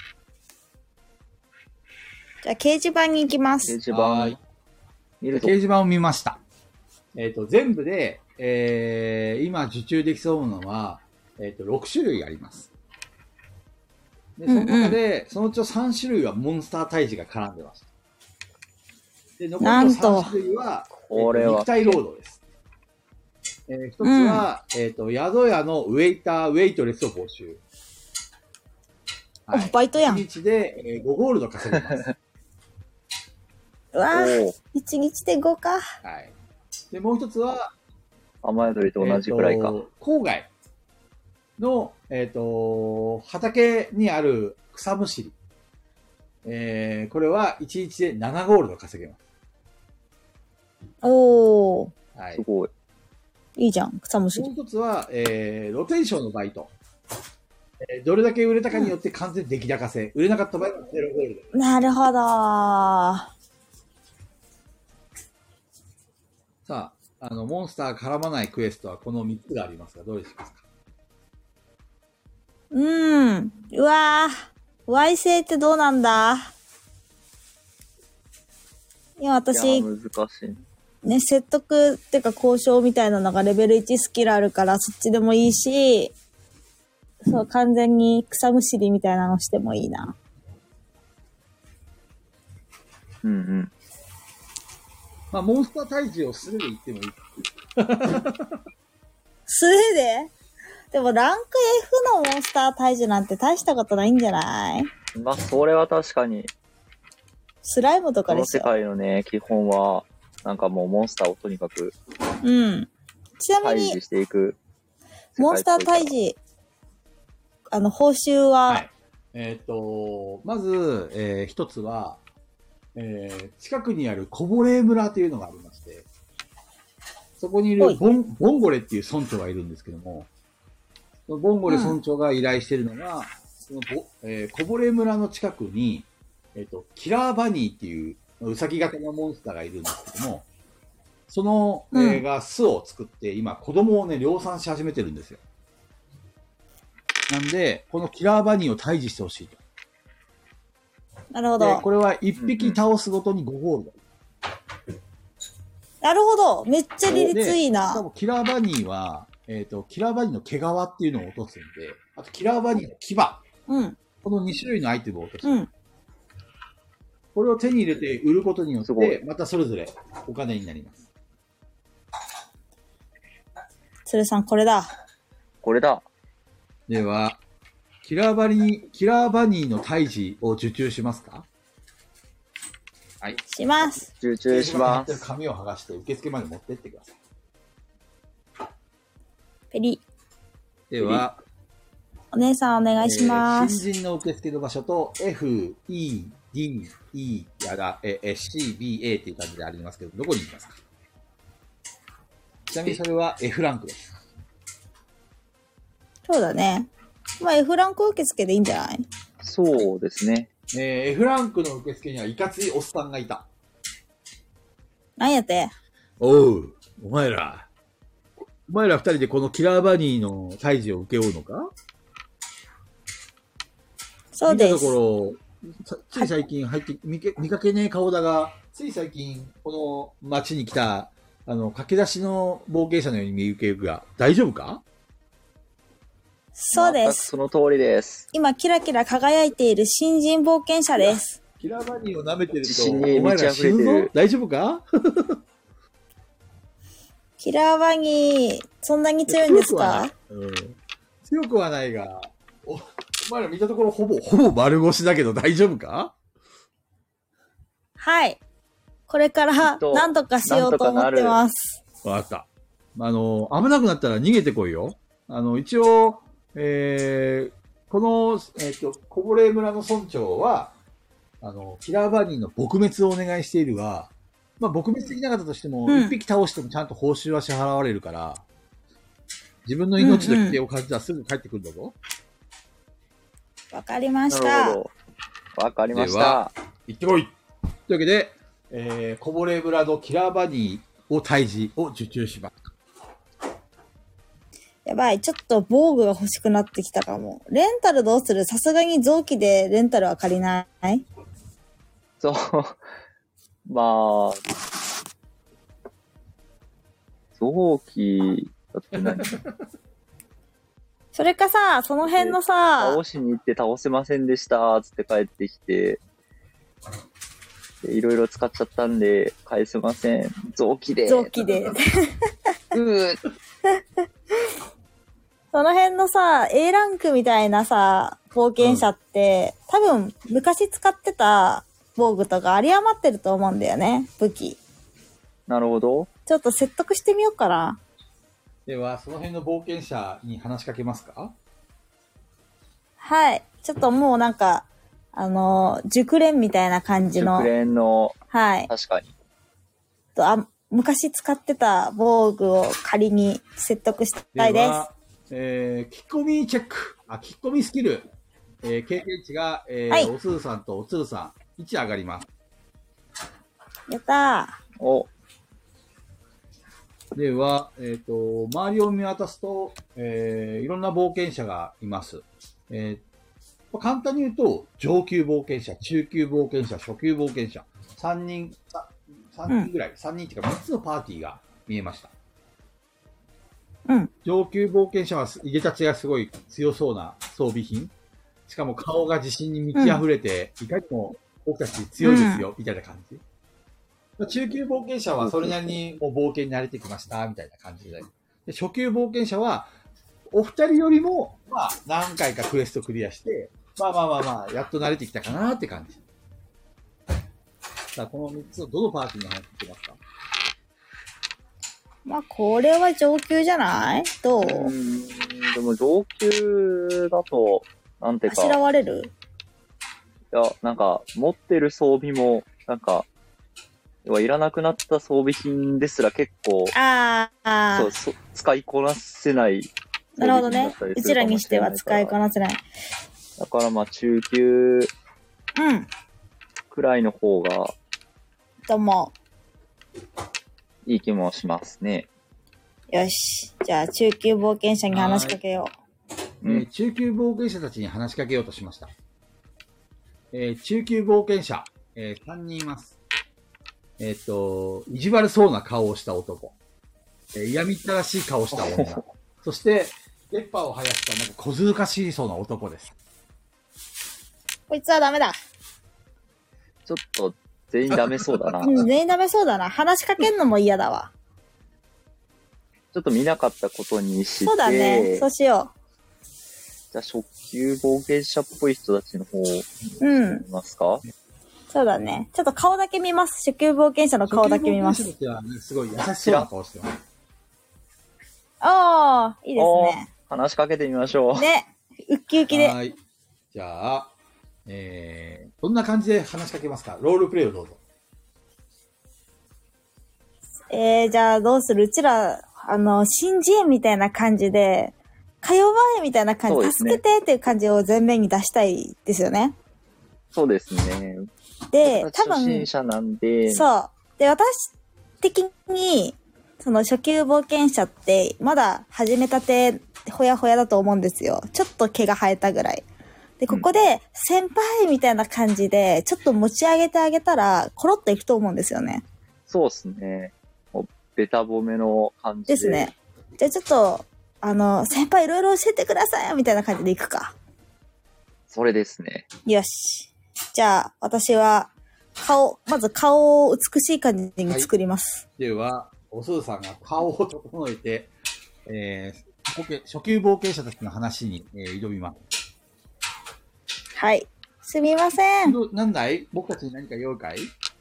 じゃあ、掲示板に行きます。 掲示板。 掲示板を見ました。全部で、今受注できそうなのは、6種類あります。で、その中で、そのうちの3種類はモンスター退治が絡んでました。で、残りの3種類は、肉体労働です。一つは、宿屋のウェイター、ウェイトレスを募集。 はい、バイトやん。 1日で、5ゴールド稼げます。 うわぁ、1日で5か。 はい。で、もう一つは、 雨宿りと同じくらいか。 郊外の、畑にある草むしり。これは1日で7ゴールド稼げます。 おー。 はい。 すごい。 いいじゃん、草むしり。 もう一つは、ロテーションのバイト。どれだけ売れたかによって完全に出来高制。売れなかった場合は0ゴールド。 なるほどー。 さあ、モンスター絡まないクエストはこの3つがありますが、どれにしますか？ うわぁ。Y 性ってどうなんだ？今私、 難しい。 ね、説得ってか交渉みたいなのがレベル1スキルあるからそっちでもいいし、そう、完全に草むしりみたいなのしてもいいな。 うんうん。 まあ、モンスター退治を素手で言ってもいい。 素手で？でもランク F のモンスター退治なんて大したことないんじゃない？ まあ、それは確かに。 スライムとかでしょ。 この世界のね、基本は、なんかもうモンスターをとにかく、 ちなみに、 退治していく。 モンスター退治、報酬は、 はい、まず、一つは、近くにあるコボレー村というのがありまして、そこにいるボンゴレっていう村長がいるんですけども、そのボンゴレ村長が依頼しているのが、そのコボレー村の近くに、キラーバニーっていうウサギ型のモンスターがいるんですけども、その、が巣を作って今子供をね、量産し始めてるんですよ。なんで、このキラーバニーを退治してほしいと。 なるほど。 これは1匹倒すごとに5ゴールド。 なるほど。めっちゃ利率いいな。 しかもキラーバニーは、キラーバニーの毛皮っていうのを落とすんで、あとキラーバニーの牙。この2種類のアイテムを落とす。これを手に入れて売ることによって、またそれぞれお金になります。 鶴さん、これだ。 これだ。 では、キラーバニーの退治を受注しますか？はい。 します。 受注します。 紙を剥がして受付まで持ってってください。 ペリ。 では、 お姉さんお願いします。 新人の受付の場所と F、E、D、E やら、C、B、A っていう感じでありますけど、どこに行きますか？ちなみにそれは F ランクです。 そうだね。まあ F ランク受付でいいんじゃない？ そうですね。 F ランクの受付にはいかついおっさんがいた。 なんやって？ おう、お前ら、 お前ら二人でこのキラーバニーの退治を請け負うのか？ そうです。 見たところ、つい最近見かけねえ顔だが、つい最近、この街に来た、駆け出しの冒険者のように見受けるが、大丈夫か？ そうです。 その通りです。 今、キラキラ輝いている新人冒険者です。 キラーバニーを舐めてると、 お前ら死ぬぞ？ 大丈夫か？ キラーバニー、そんなに強いんですか？ 強くはないが、お前ら見たところほぼ丸腰だけど大丈夫か？ はい。これから何とかしようと思ってます。 わかった。危なくなったら逃げてこいよ。一応、この、こぼれ村の村長は、キラーバニーの撲滅をお願いしているが、まあ、撲滅できなかったとしても、一匹倒してもちゃんと報酬は支払われるから、自分の命の危険を感じたらすぐ帰ってくるんだぞ。 わかりました。 なるほど。わかりました。では、 行ってこい。というわけで、こぼれ村のキラーバニーを退治を受注します。 やばい、ちょっと防具が欲しくなってきたかも。レンタルどうする？さすがに臓器でレンタルは借りない？ そう。まあ、臓器だって何？ それかさ、その辺のさ、 倒しに行って倒せませんでしたつって帰ってきて、いろいろ使っちゃったんで返せません。臓器で。 臓器で。その辺のさ、A ランクみたいなさ、冒険者って、多分昔使ってた防具とか有り余ってると思うんだよね、武器。 なるほど。 ちょっと説得してみようかな。 では、その辺の冒険者に話しかけますか？ はい。ちょっともうなんか、熟練みたいな感じの。 熟練の。 はい。 確かに。 昔使ってた防具を仮に説得したいです。 聞き込みチェック。聞き込みスキル。経験値が、はい、おすずさんとおつるさん、1上がります。 やったー。お。 では、周りを見渡すと、いろんな冒険者がいます。簡単に言うと、上級冒険者、中級冒険者、初級冒険者、3人ぐらい、3人っていうか3つのパーティーが見えました。 うん。 上級冒険者はいでたちがすごい強そうな装備品。しかも顔が自信に満ち溢れて、いかにも僕たち強いですよ、みたいな感じ。中級冒険者はそれなりにもう冒険に慣れてきました、みたいな感じで。で、初級冒険者は、お二人よりも、まあ、何回かクエストクリアして、まあ、やっと慣れてきたかなって感じ。さあ、この3つのどのパーティーに入ってますか？ まあ、これは上級じゃない？どう？ でも上級だと、なんていうか。 あしらわれる？ いや、なんか、持ってる装備も、なんか、いらなくなった装備品ですら結構、そう、使いこなせない。 なるほどね。うちらにしては使いこなせない。 だからまあ中級くらいの方が、 と思う。いい気もしますね。 よし。じゃあ中級冒険者に話しかけよう。中級冒険者たちに話しかけようとしました。中級冒険者、3人います。意地悪そうな顔をした男。嫌みったらしい顔をした女。そして、出っ歯を生やしたなんか小ずるかしいそうな男です。 こいつはダメだ。 ちょっと、全員ダメそうだな。 全員ダメそうだな。話しかけんのも嫌だわ。 ちょっと見なかったことにして。 そうだね。そうしよう。じゃあ、初級冒険者っぽい人たちの方、見ますか？ そうだね。ちょっと顔だけ見ます。初級冒険者の顔だけ見ます。 初級冒険者の時は、ね、すごい優しそうな顔してます。 ああ、いいですね。 話しかけてみましょう。 ね。ウッキウキで。 はい。じゃあ、どんな感じで話しかけますか？ロールプレイをどうぞ。 じゃあどうする？うちら、新人みたいな感じで、かよばえみたいな感じ、ね、助けてっていう感じを前面に出したいですよね。 そうですね。 で、多分、 初心者なんで。 そう。で、私的に、 その初級冒険者って、まだ始めたて、ほやほやだと思うんですよ。ちょっと毛が生えたぐらい。で、ここで、先輩みたいな感じで、ちょっと持ち上げてあげたら、コロッといくと思うんですよね。 そうですね。ベタ褒めの感じで。 ですね。じゃあちょっと、先輩いろいろ教えてくださいみたいな感じでいくか。 それですね。 よし。じゃあ、私は、まず顔を美しい感じに作ります。 はい、では、おすずさんが顔を整えて、初級冒険者たちの話に、挑みます。 はい。すみません。 なんだい？僕たちに何か用かい？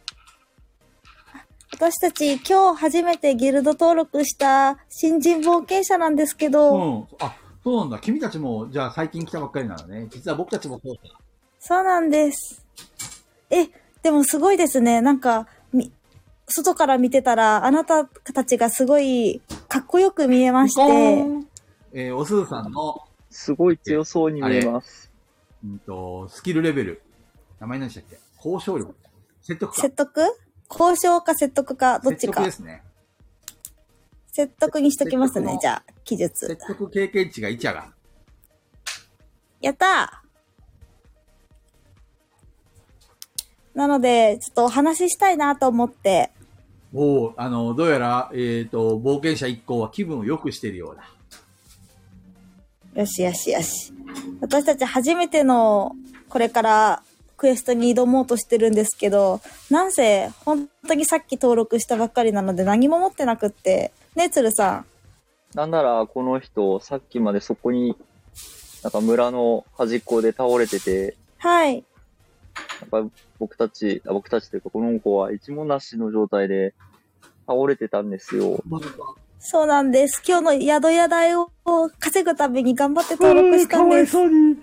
私たち今日初めてギルド登録した新人冒険者なんですけど。 うん。あ、そうなんだ。君たちも、じゃあ最近来たばっかりなのね。実は僕たちもそうだ。 そうなんです。でもすごいですね。なんか、外から見てたら、あなたたちがすごいかっこよく見えまして。 おすずさんの、 すごい強そうに見えます。 スキルレベル。名前何でしたっけ？交渉力。説得か。 説得？交渉か説得か、どっちか。 説得ですね。 説得にしときますね、じゃあ、記述。 説得経験値が1上がる。 やったー！なので、ちょっとお話ししたいなと思って。 どうやら、冒険者1行は気分を良くしているようだ。 よしよしよし。私たち初めての、これからクエストに挑もうとしてるんですけど、なんせ、本当にさっき登録したばっかりなので何も持ってなくって。ね、鶴さん。 なんなら、この人、さっきまでそこに、なんか村の端っこで倒れてて、 はい。 なんか僕たちというか、この子は一文なしの状態で倒れてたんですよ。 そうなんです。今日の宿屋代を稼ぐために頑張って登録したんです。 かわいそうに。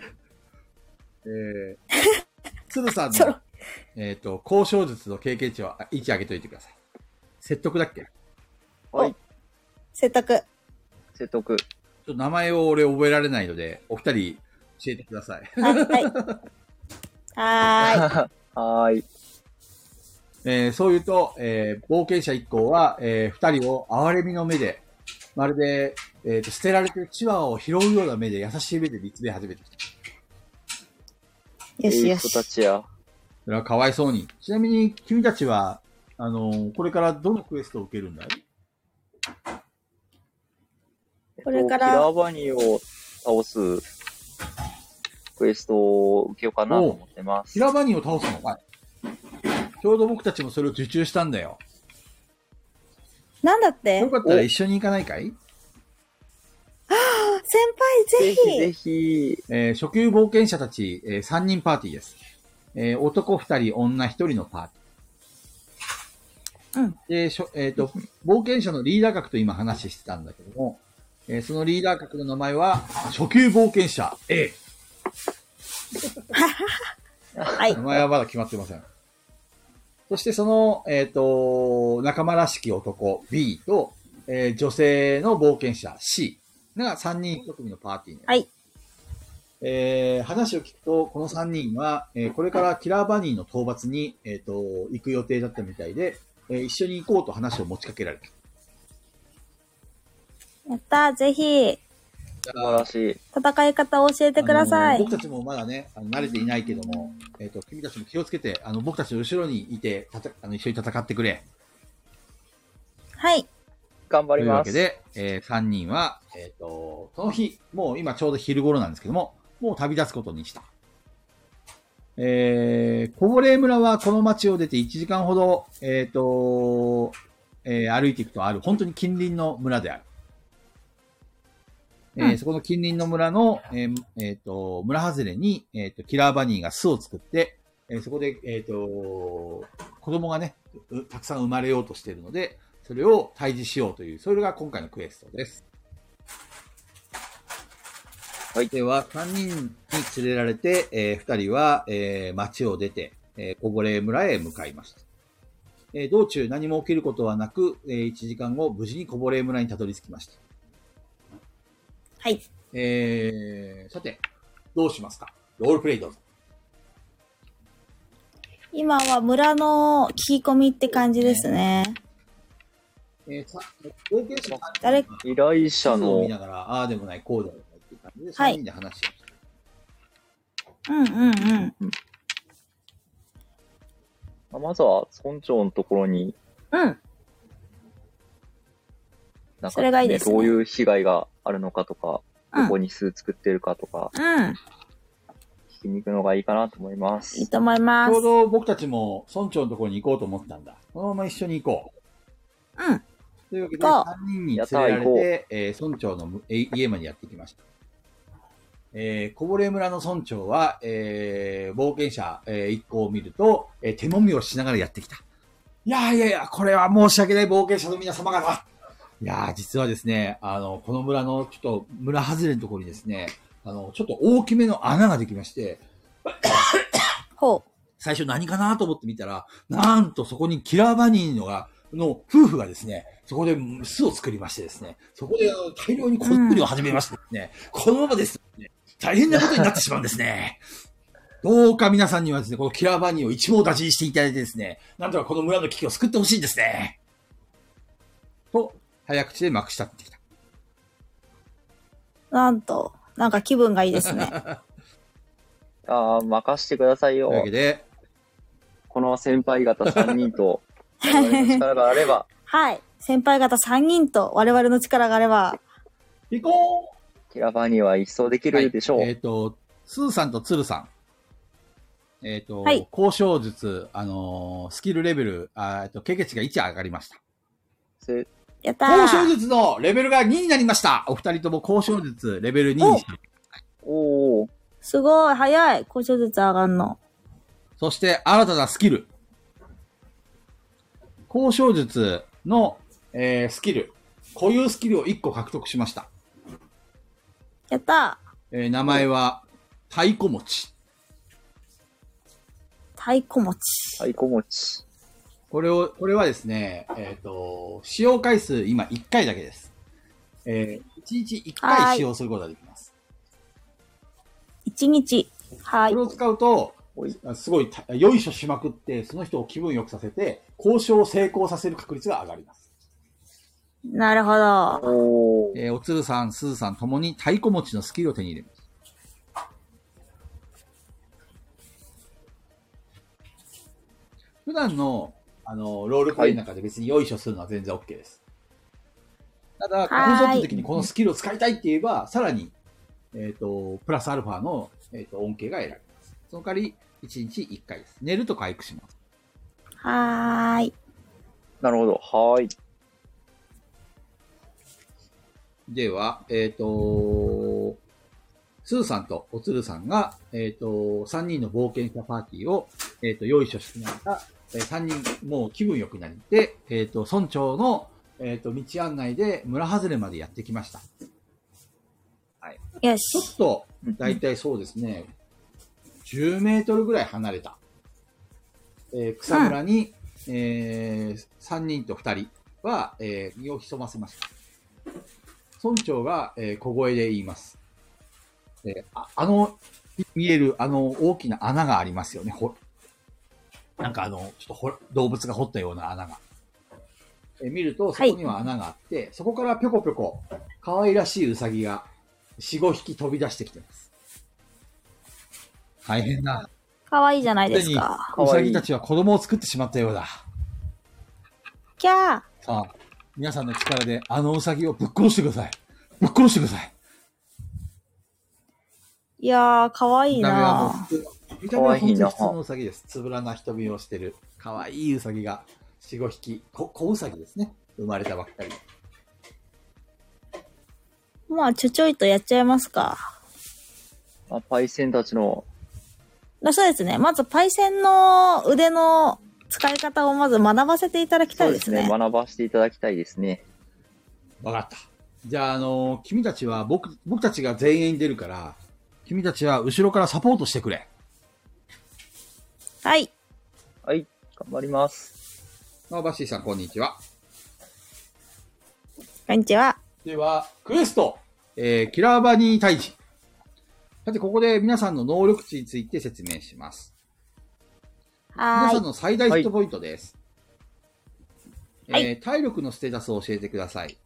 鶴さんの、交渉術の経験値を1上げといてください。説得だっけ？ はい。 説得。 説得。 ちょっと名前を俺覚えられないので、お二人教えてください。 はい。はーい。 そう言うと、冒険者一行は、二人を哀れみの目で、まるで、捨てられてるチワワを拾うような目で、優しい目で見つめ始めてきた。 よしよし。 人たちや。 それはかわいそうに。ちなみに、君たちは、これからどのクエストを受けるんだい？ これから。 キラーバニーを倒すクエストを受けようかなと思ってます。 キラーバニーを倒すのかい？ちょうど僕たちもそれを受注したんだよ。 なんだって？ よかったら一緒に行かないかい？ 先輩ぜひぜひ。 初級冒険者たち、3人パーティーです。男2人、女1人のパーティー。 うん。 で、冒険者のリーダー格と今話してたんだけども、そのリーダー格の名前は、初級冒険者 A。 はい。 名前はまだ決まってません。そしてその、仲間らしき男 B と、女性の冒険者 C が3人1組のパーティーに。 はい。 話を聞くと、この3人は、これからキラーバニーの討伐に、行く予定だったみたいで、一緒に行こうと話を持ちかけられた。 やったぜひ。 素晴らしい。 戦い方を教えてください。 僕たちもまだね、慣れていないけども、君たちも気をつけて、僕たちの後ろにいて、一緒に戦ってくれ。 はい。 頑張ります。 というわけで、3人は、その日、もう今ちょうど昼頃なんですけども、もう旅立つことにした。コボレー村はこの町を出て1時間ほど、歩いていくとある、本当に近隣の村である。そこの近隣の村の、村外れに、キラーバニーが巣を作って、そこで、子供がね、たくさん生まれようとしているので、それを退治しようという、それが今回のクエストです。はい。では、3人に連れられて、2人は、町を出て、コボレー村へ向かいました。道中何も起きることはなく、1時間後、無事にコボレー村にたどり着きました。 はい。 さて、どうしますか？ロールプレイどうぞ。 今は村の聞き込みって感じですね。 冒険者誰依頼者のを見ながら、ああでもない、こうでもないっていう感じで、3人で話してました。 うんうんうん。 まずは村長のところに、 うん。 なんか、 それがいいですねどういう被害があるのかとか、 うんどこに巣作ってるかとか、 うん。 聞きに行くのがいいかなと思います。 いいと思いまちょうす。 ど僕たちも村長のところに行こうと思ったんだ。このまま一緒に行こう。 うん。 というわけで、 行こ 3人に連れられて、村長の家までやってきました。こぼれ村の村長は、冒険者、一行を見ると、手もみをしながらやってきた。いや、これは申し訳ない冒険者の皆様方。いやー、実はですね、この村のちょっと村外れのところにですね、ちょっと大きめの穴ができまして、 ほう。 最初何かなと思ってみたら、なんとそこにキラーバニーの夫婦がですね、そこで巣を作りましてですね、そこで大量にこっくりを始めましてですね、このままですね、大変なことになってしまうんですね。どうか皆さんにはですね、このキラーバニーを一網打尽していただいてですね、なんとかこの村の危機を救ってほしいんですね。と、早口でまくしたってきた。 なんと、なんか気分がいいですね。 任してくださいよというわ。けで、 この先輩方3人と、我々の力があれば、 はい。先輩方3人と我々の力があれば、 ピコーンキラバニーは一掃できるでしょう。 スーさんとツルさん。 はい交渉術、スキルレベル、経験値が1上がりました。 やった交渉ー。 術のレベルが2になりました。お二人とも交渉術レベル2にして。 おー。 すごい、早い。交渉術上がんの。 そして、新たなスキル。交渉術の、スキル。固有スキルを1個獲得しました。 やった名前は、太鼓持ち。 太鼓持ち。 太鼓持ち。 これはですね、使用回数今1回だけです。1日1回使用することができます。 1日。はいこれ。を使うと、すごい、よいしょしまくって、その人を気分よくさせて、交渉を成功させる確率が上がります。 なるほど。 おー。 おつるさん、すずさんともに太鼓持ちのスキルを手に入れます。普段の、ロールプレイの中で別によいしょするのは全然 OK です。ただ、コンソート的にこのスキルを使いたいって言えば、さらに、プラスアルファの、恩恵が得られます。その代わり、1日1回です。寝ると回復します。 はーい。 なるほど。はーい。 では、スーさんとおつるさんが、3人の冒険者パーティーを、よいしょしながら、3人もう気分良くなりで、村長の、道案内で村外れまでやってきました。はい。 よちょし。 っと、だいたいそうですね、10メートルぐらい離れた、草むらに、3人と2人は、身を潜ませました。村長が、小声で言います。見える大きな穴がありますよね。なんかちょっと動物が掘ったような穴が。見ると、そこには穴があって、そこからぴょこぴょこ、可愛らしいウサギが4、5匹飛び出してきてます。大変だ。 かわいいじゃないですすでにか。 ウサギたちは子供を作ってしまったようだ。 キャー。 さあ、皆さんの力でウサギをぶっ殺してください。ぶっ殺してください。 いやー、かわいい見た目はもうな普通見た目は本当に普通のウサギです。つぶらな瞳をしてる、可愛いウサギが4、5匹、小ウサギですね。生まれたばっかり。 まあ、ちょいとやっちゃいますか。 パイセンたちの、 そうですね。まず、パイセンの腕の使い方をまず学ばせていただきたいですね。 学ばせていただきたいですね。 わかった。じゃあ、君たちは僕たちが全員出るから、君たちは後ろからサポートしてくれ。 はい。 はい、頑張ります。 バッシーさん、こんにちは。 こんにちは。 では、クエスト、キラーバニー退治。さて、ここで皆さんの能力値について説明します。皆さんはーい。 の最大ヒットポイントです。 はい。 体力のステータスを教えてください。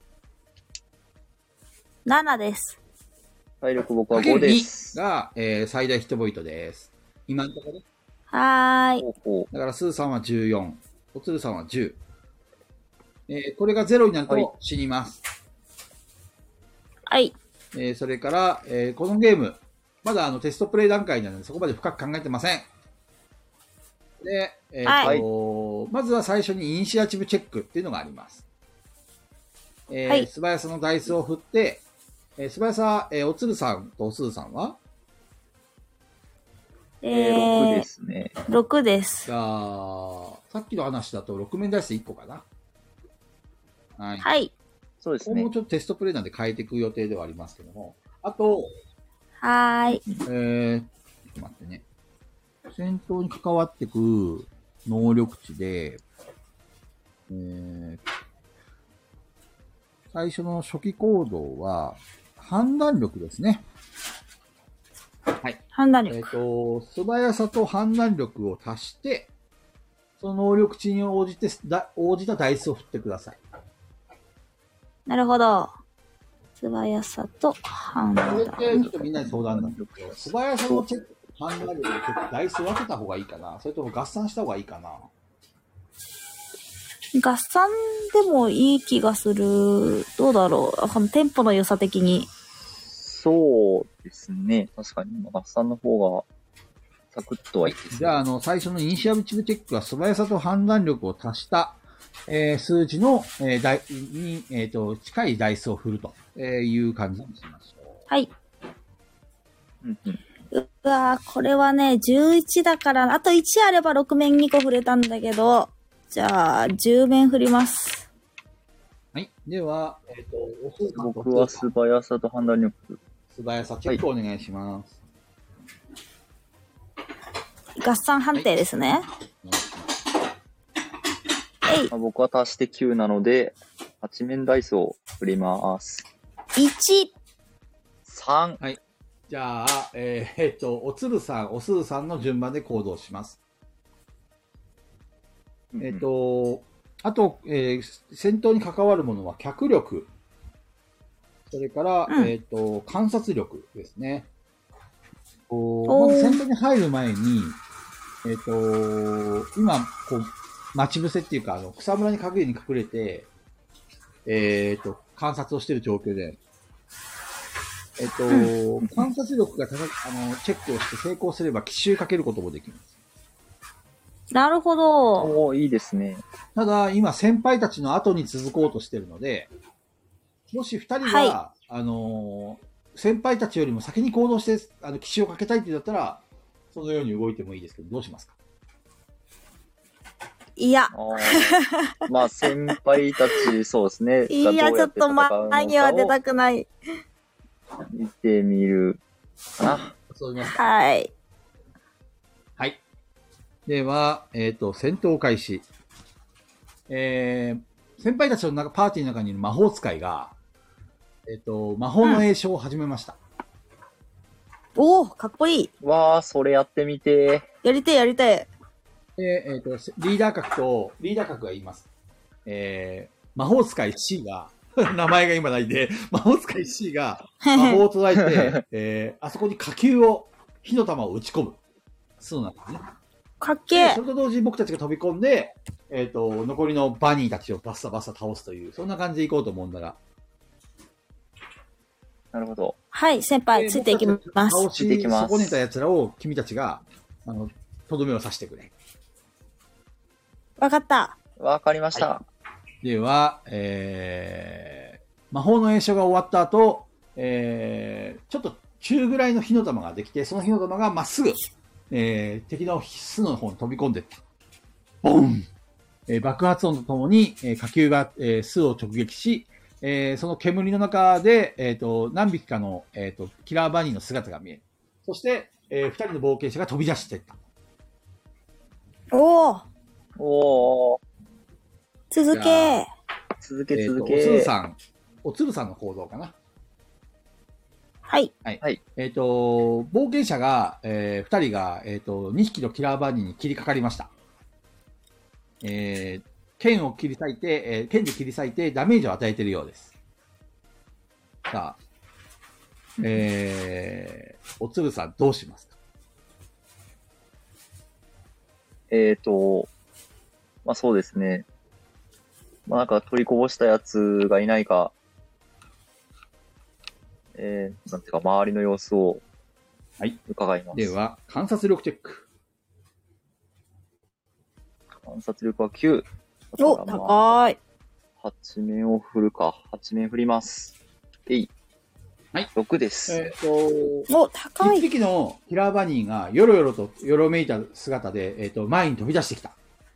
7です。 体力僕は5です。 2が、最大ヒットポイントです。今のところ。 はーい。 だから、スーさんは14。おつるさんは10。これが0になると死にます。 はい。 それから、このゲーム、まだテストプレイ段階なのでそこまで深く考えてません。で、 はい、 まずは最初にイニシアチブチェックっていうのがあります。 はい、 素早さのダイスを振って、素早さ、おつるさんとおすずさんは 6ですね。 6です。 じゃあ、さっきの話だと6面ダイス1個かな。はい。 はい。 そうですね。 もうちょっとテストプレイなんで変えていく予定ではありますけども。あと、 はーい。 ちょっと待ってね。戦闘に関わってく能力値で、最初の初期行動は、判断力ですね。はい。 判断力。 素早さと判断力を足して、その能力値に応じたダイスを振ってください。 なるほど。素早さと判断力。 これってちょっとみんなに相談なんですけど、素早さのチェック、判断力でダイス分けた方がいいかな、それとも合算した方がいいかな。 合算でもいい気がする。どうだろう。このテンポの良さ的に。 そうですね。確かに合算の方がサクッとはいいですね。 じゃあ、最初のイニシアチブチェックは素早さと判断力を足した、数値の、に、近いダイスを振るという感じにしましょう。 はい。うわぁ、これはね、11だから、あと1あれば6面2個振れたんだけど、じゃあ、10面振ります。 はい。では、 僕は素早さと判断力。 素早さチェックお願いします。 はい、合算判定ですね。 はい、僕は足して9なので、8面ダイスを振ります。 1、 3。 はい。じゃあ、おつるさん、おすずさんの順番で行動します。あと、戦闘に関わるものは脚力。それから、観察力ですね。まず戦闘に入る前に、今、待ち伏せっていうか、草むらに隠れて、観察をしている状況で、観察力がチェックをして成功すれば奇襲かけることもできます。 なるほど。 おー、いいですね。 ただ、今、先輩たちの後に続こうとしてるので、もし二人が、はい、先輩たちよりも先に行動して、奇襲をかけたいって言ったら、そのように動いてもいいですけど、どうしますか？ いや。 まあ、先輩たち、そうですね。 いや、ちょっと前には出たくない。 見てみるかな。 はい。 はい。では、戦闘開始。先輩たちのパーティーの中にいる魔法使いが、魔法の詠唱を始めました。 おー、かっこいい。 わー、それやってみてー。やりてえ。 で、リーダー格が言います。魔法使い C が、名前が今ないんで、魔法使い C が魔法を唱えて、あそこに火球を、火の玉を打ち込む。そうなんですね。 かっけえ。 それと同時に僕たちが飛び込んで、残りのバニーたちをバッサバッサ倒すという、そんな感じでいこうと思うんだが。 なるほど。 はい、先輩、ついていきます。 倒し損ねた奴らを君たちが、とどめを刺してくれ。 わかった。 わかりました。 はい、では、魔法の詠唱が終わった後、ちょっと中ぐらいの火の玉ができて、その火の玉がまっすぐ、敵の巣の方に飛び込んでった。ボン、爆発音とともに、火球が、巣を直撃し、その煙の中で、何匹かの、キラーバニーの姿が見える。そして、二人の冒険者が飛び出していった。 おー。 おー。 続け。 おつるさんの行動かな。 はい。 はい。冒険者が、二人が、2匹のキラーバニーに切りかかりました。 剣を切り裂いて、剣で切り裂いてダメージを与えているようです。さあ、おつるさんどうしますか？ まあそうですね。まあなんか取りこぼしたやつがいないか、なんていうか周りの様子を伺います。 では、観察力チェック。 観察力は9。 お、高い。 8面を振るか。8面振ります。 はい。 6です。 お、高い。 一匹のキラーバニーがよろよろとよろめいた姿で、前に飛び出してきた。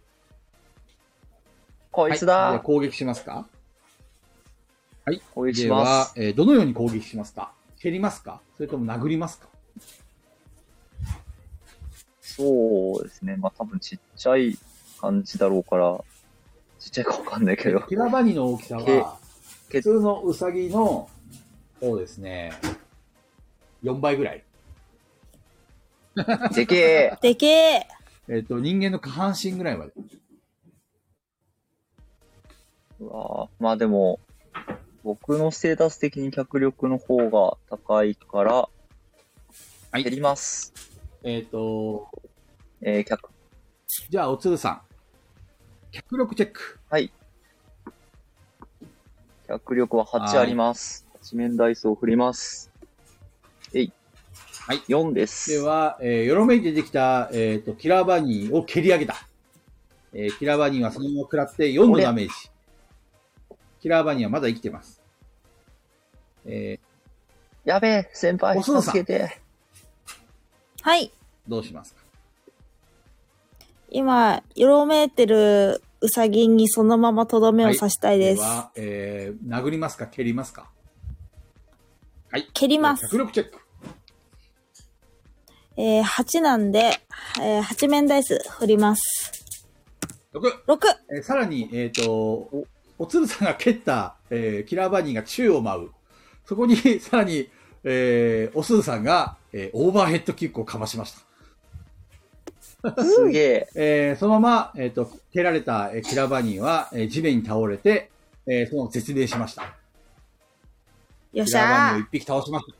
こいつだ。 はい、では攻撃しますか？はい。 攻撃します。 では、どのように攻撃しますか？蹴りますか？それとも殴りますか？ そうですね。まあ多分ちっちゃい感じだろうから、ちっちゃいかわかんないけど。 キラーバニーの大きさは、普通のウサギの、そうですね、4倍ぐらい。 でけえ。 でけえ。 人間の下半身ぐらいまで。 まあでも、僕のステータス的に脚力の方が高いから、減ります。 じゃあ、おつるさん。脚力チェック。 はい。脚力は8あります。8面ダイスを振ります。はい。4です。 では、よろめいてできた、キラーバニーを蹴り上げた。キラーバニーはそのまま食らって4のダメージ。キラーバニーはまだ生きてます。 やべえ、先輩、助けて。 はい。 どうしますか？ 今、よろめいてるウサギにそのままとどめを刺したいです。 はい、では、殴りますか？蹴りますか？はい。 蹴ります。 脚力チェック。 8なんで、8面ダイス振ります。 6。さらに、おつるさんが蹴った、キラーバニーが宙を舞う。そこに、さらに、おすずさんが、オーバーヘッドキックをかましました。 すげえ。そのまま、蹴られた、キラーバニーは、地面に倒れて、その絶命しました。 よっしゃー。 キラーバニーを1匹倒しました。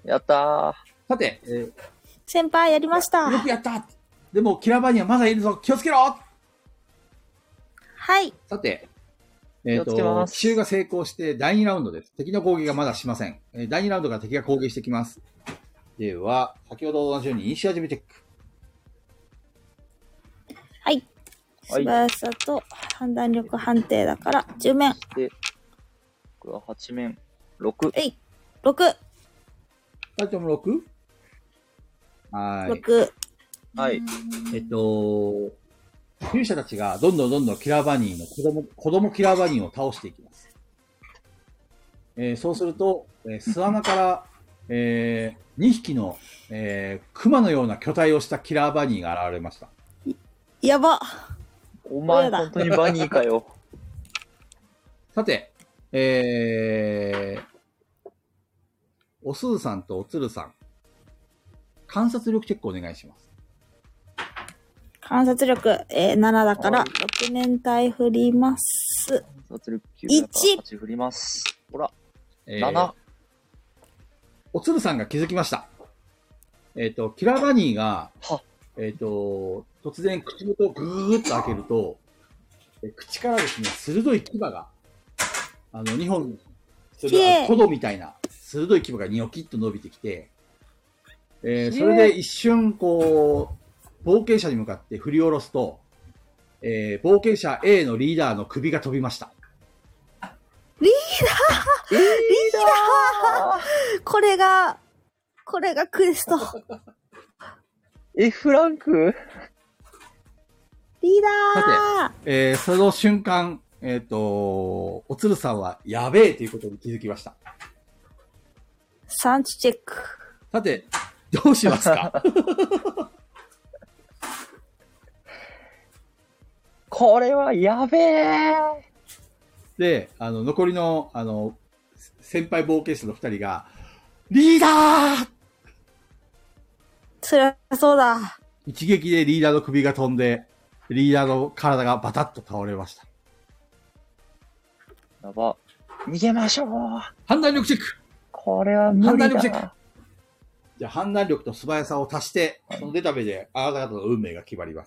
やったー。 さて、 先輩やりました。 よくやった。でも、キラーバニーはまだいるぞ。気をつけろ。 はい。 さて、奇襲が成功して第2ラウンドです。敵の攻撃がまだしません。第2ラウンドから敵が攻撃してきます。では、先ほどと同じようにイニシアチブチェック。 はい。素早さと判断力判定だから10面。 で、これは8面。6。 6。 2人とも 6？ はい。 6。 はい。 勇者たちがどんどんキラーバニーの子供キラーバニーを倒していきます。そうすると、巣穴から、2匹の、熊のような巨体をしたキラーバニーが現れました。 やば。 お前本当にバニーかよ。 さて、おすずさんとおつるさん、観察力チェックお願いします。 観察力、7だから、6面体振ります。 観察力9だから8振ります。ほら、7。 おつるさんが気づきました。キラーバニーが、突然口元をぐーっと開けると、口からですね、鋭い牙が、2本、トドみたいな、鋭い牙がニョキッと伸びてきて、それで一瞬、こう、冒険者に向かって振り下ろすと、冒険者 A のリーダーの首が飛びました。 リーダーこれがクエスト。 F ランクリーダーさて、その瞬間、おつるさんはやべえということに気づきました。 産地チェック。 さて、どうしますか？ これはやべえ。 で、残りの、先輩冒険者の2人が、リーダー！ そりゃそうだ。 一撃でリーダーの首が飛んで、リーダーの体がバタッと倒れました。 やば。逃げましょう。 判断力チェック。 これは無理だ。 判断力チェック。じゃあ判断力と素早さを足して、その出た目であなた方の運命が決まります。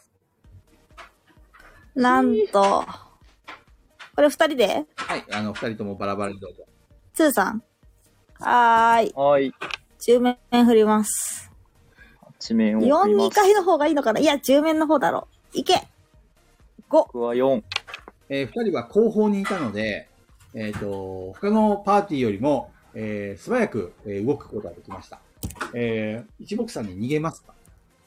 なんと、これ二人で？ はい、二人ともバラバラにどうぞ。 ツーさん。はーい。 はい。 10面振ります。 8面を振ります。 4、2回の方がいいのかな？いや、10面の方だろう。いけ !5! 僕は4。 二人は後方にいたので、他のパーティーよりも、素早く、動くことができました。一目散に逃げますか？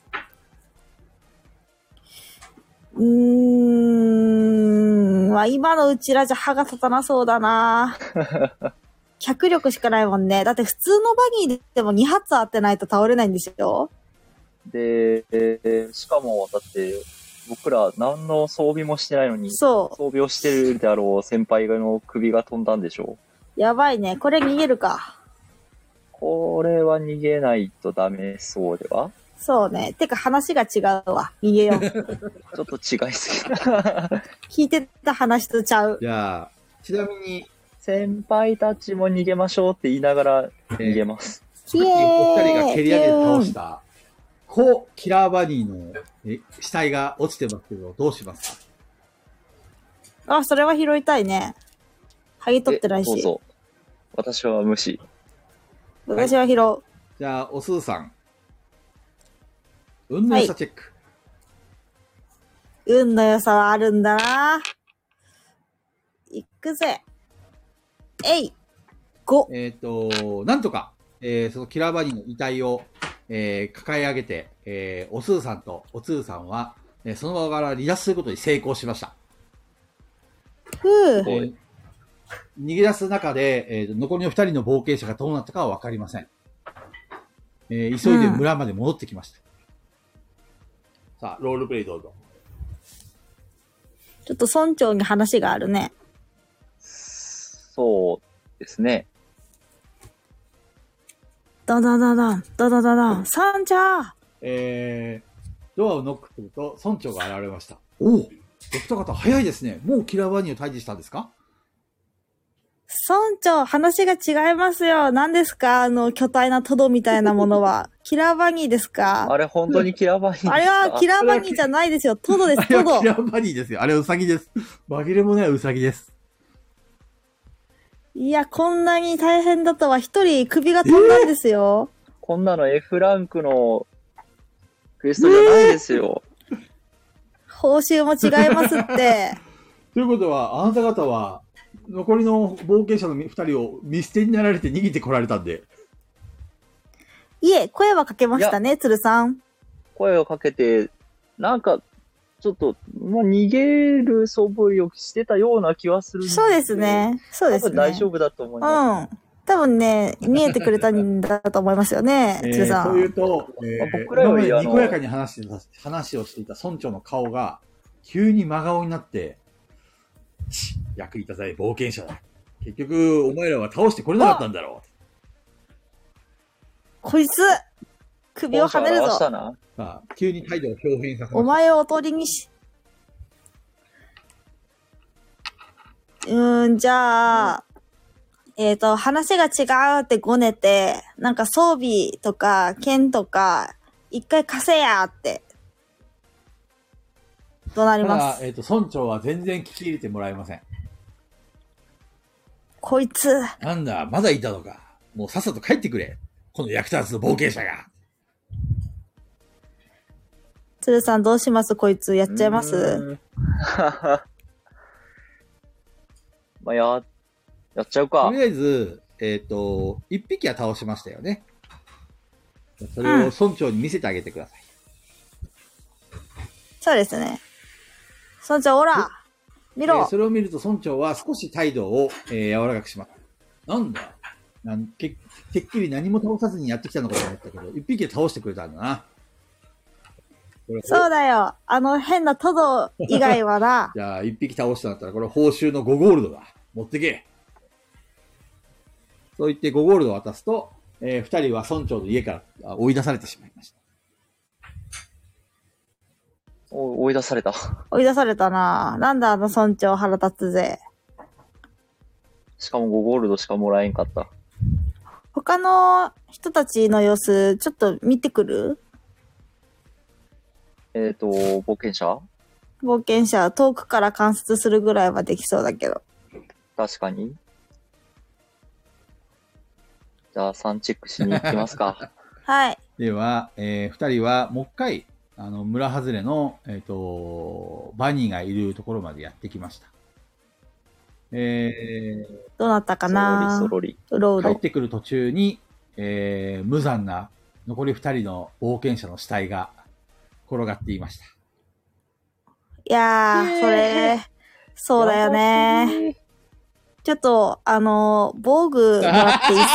まあ、今のうちらじゃ歯が立たなそうだな脚力しかないもんね。だって普通のバギーでも2発当てないと倒れないんですよ。 で、しかも、だって、僕ら何の装備もしてないのに、 そう。 装備をしてるであろう先輩の首が飛んだんでしょう。やばいね。これ逃げるか。 これは逃げないとダメそうでは？ そうね。てか話が違うわ。逃げよう。 ちょっと違いすぎる。 聞いてた話とちゃう。 じゃあ、ちなみに、 先輩たちも逃げましょうって言いながら逃げます。 イエーイ。 お二人が蹴り上げて倒した、キラーバニーの死体が落ちてますけど、どうしますか？あ、それは拾いたいね。剥ぎ取ってないし。 そう。私は無視。 私は拾う。はい、 じゃあ、おすーさん。運の良さチェック。はい、 運の良さはあるんだな。いくぜ。5。 なんとか、そのキラーバニーの遺体を、抱え上げて、おすーさんとおつーさんは、その場から離脱することに成功しました。逃げ出す中で、残りの2人の冒険者がどうなったかは分かりません。急いで村まで戻ってきました。さあ、ロールプレイどうぞ。 ちょっと村長に話があるね。 そうですね。 ダダダダン、ダダダダン、村長！ ドアをノックすると村長が現れました。おお、お二方早いですね。もうキラーバニーを退治したんですか？ 村長、話が違いますよ。何ですか？巨大なトドみたいなものは。キラーバニーですか？ あれ、本当にキラーバニーですか？ あれはキラーバニーじゃないですよ。トドです、トド。 キラーバニーですよ。あれウサギです。紛れもないウサギです。 いや、こんなに大変だとは一人首が飛んだんですよ。 こんなの F ランクのクエストじゃないですよ。 報酬も違いますって。 ということは、あなた方は、残りの冒険者の2人を見捨てになられて逃げてこられたんで。 いえ、声はかけましたね、鶴さん。 声をかけて、なんか、ちょっと、逃げる素振りをしてたような気はするんで。 そうですね。そうですね。 多分大丈夫だと思います。 うん。多分ね、見えてくれたんだと思いますよね、鶴さん。 そういうと、僕らよりにこやかに話をしていた村長の顔が、急に真顔になって、役に立たない冒険者だ。結局、お前らは倒してこれなかったんだろう。 こいつ首をはねるぞ。 さあ、急に態度を表変させました。 お前をおとりにし。じゃあ、話が違うってごねて、なんか装備とか剣とか、一回貸せやって。どうなります？ 村長は全然聞き入れてもらえません。 こいつ。 なんだ、まだいたのか。もうさっさと帰ってくれ。この役立つ冒険者が。 鶴さんどうします？こいつやっちゃいます？ まあ、やっちゃうか。 とりあえず、一匹は倒しましたよね。それを村長に見せてあげてください。 そうですね。村長、ほら見ろ、 それを見ると村長は少し態度を、柔らかくします。なんだてっきり何も倒さずにやってきたのかと思ったけど、一匹で倒してくれたんだな。 そうだよ。変なトド以外はな。 じゃあ、一匹倒したんだったら、これ報酬の5ゴールドだ。持ってけ。そう言って5ゴールドを渡すと、2人は村長の家から追い出されてしまいました。 追い出された。 追い出されたな。なんだ村長腹立つぜ。 しかも5ゴールドしかもらえんかった。 他の人たちの様子、ちょっと見てくる？ 冒険者遠くから観察するぐらいはできそうだけど。 確かに。じゃあ、3チェックしに行きますか。 はい。 では、二人はもう一回、村外れの、バニーがいるところまでやってきました。 どうなったかな？ そろり。 帰ってくる途中に、無残な残り二人の冒険者の死体が転がっていました。 いやー、それ、そうだよね。ちょっと、防具もらっていい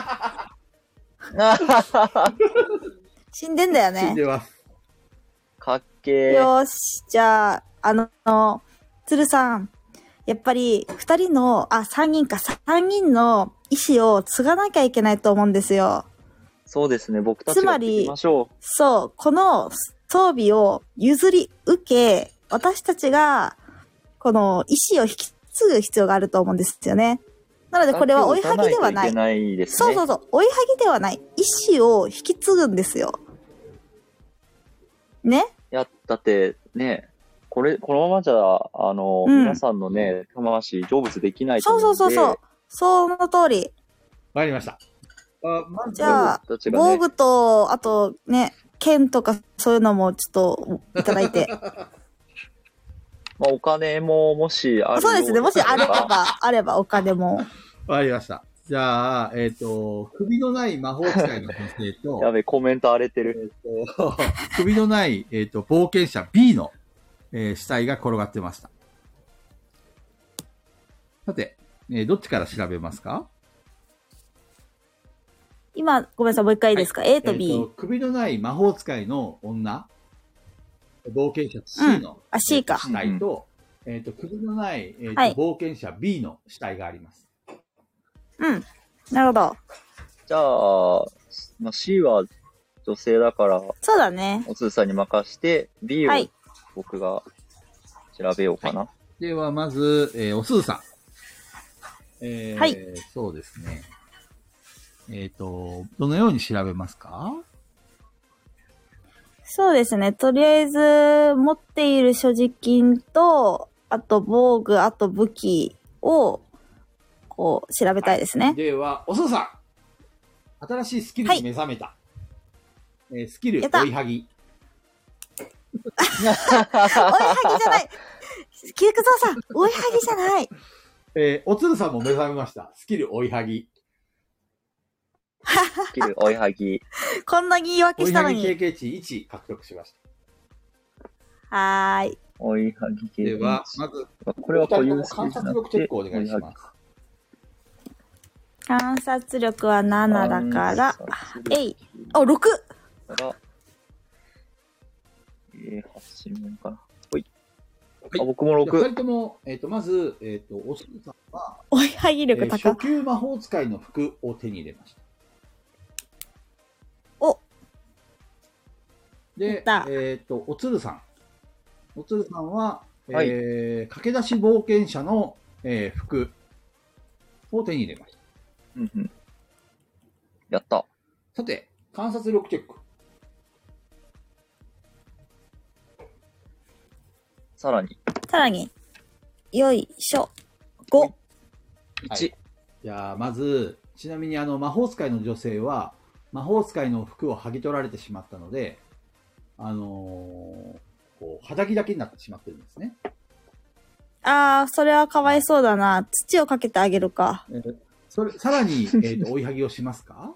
ですか？死んでんだよね。 死んでます。 かっけー。 よーし、じゃあ、鶴さん、やっぱり、3人の意思を継がなきゃいけないと思うんですよ。 そうですね、僕たちが行きましょう。 そう、この装備を譲り受け、私たちが、この意思を引き継ぐ必要があると思うんですよね。なのでこれは追いはぎではない。そう、追いはぎではない。意思を引き継ぐんですよ。ね？ いや、だってね、このままじゃ、皆さんのね、魂成仏できないと思うんで。 その通り。 わかりました。 じゃあ、防具と、あとね、剣とかそういうのもちょっといただいて。 まあ、お金ももしある。 そうですね、もしあればお金も。 わかりました。じゃあ、首のない魔法使いの女性と、 やべ、コメント荒れてる。 首のない、冒険者 B の、死体が転がってました。さて、どっちから調べますか？ 今、ごめんなさい、もう一回いいですか？ A と B。 首のない魔法使いの女、冒険者 C の、 C か。 死体と、首のない、冒険者 B の死体があります。 なるほど。 じゃあ、C は女性だから、 そうだね。 おつさんに任して、B を僕が調べようかな。 では、まず、おすずさん。そうですね。どのように調べますか？ そうですね。とりあえず、持っている所持金と、あと防具、あと武器を、こう、調べたいですね。 では、おすずさん。新しいスキルに目覚めた。スキル、追いはぎ。 追いはぎじゃない。菊蔵さん、追いはぎじゃない。 おつるさんも目覚めました。スキル、追いはぎ。 スキル、追いはぎ。 こんなに言い訳したのに。 追いはぎ経験値1獲得しました。 はーい。 追いはぎ経験値。 では、まず、 これは固有観察力チェックをお願いします。 観察力は7だから、6! 8問かな。ほい。僕も6。 2人とも、まず、おすずさんは、 追いはぎ力高。 初級魔法使いの服を手に入れました。で、おつるさん。おつるさんは、駆け出し冒険者の、服を手に入れました。 やった。 さて、観察力チェック。 さらに。 よいしょ。5。 1。 じゃあ、まず、ちなみに魔法使いの女性は、魔法使いの服を剥ぎ取られてしまったので、こう肌着だけになってしまってるんですね。 それはかわいそうだな。土をかけてあげるか。 さらに、追いはぎをしますか？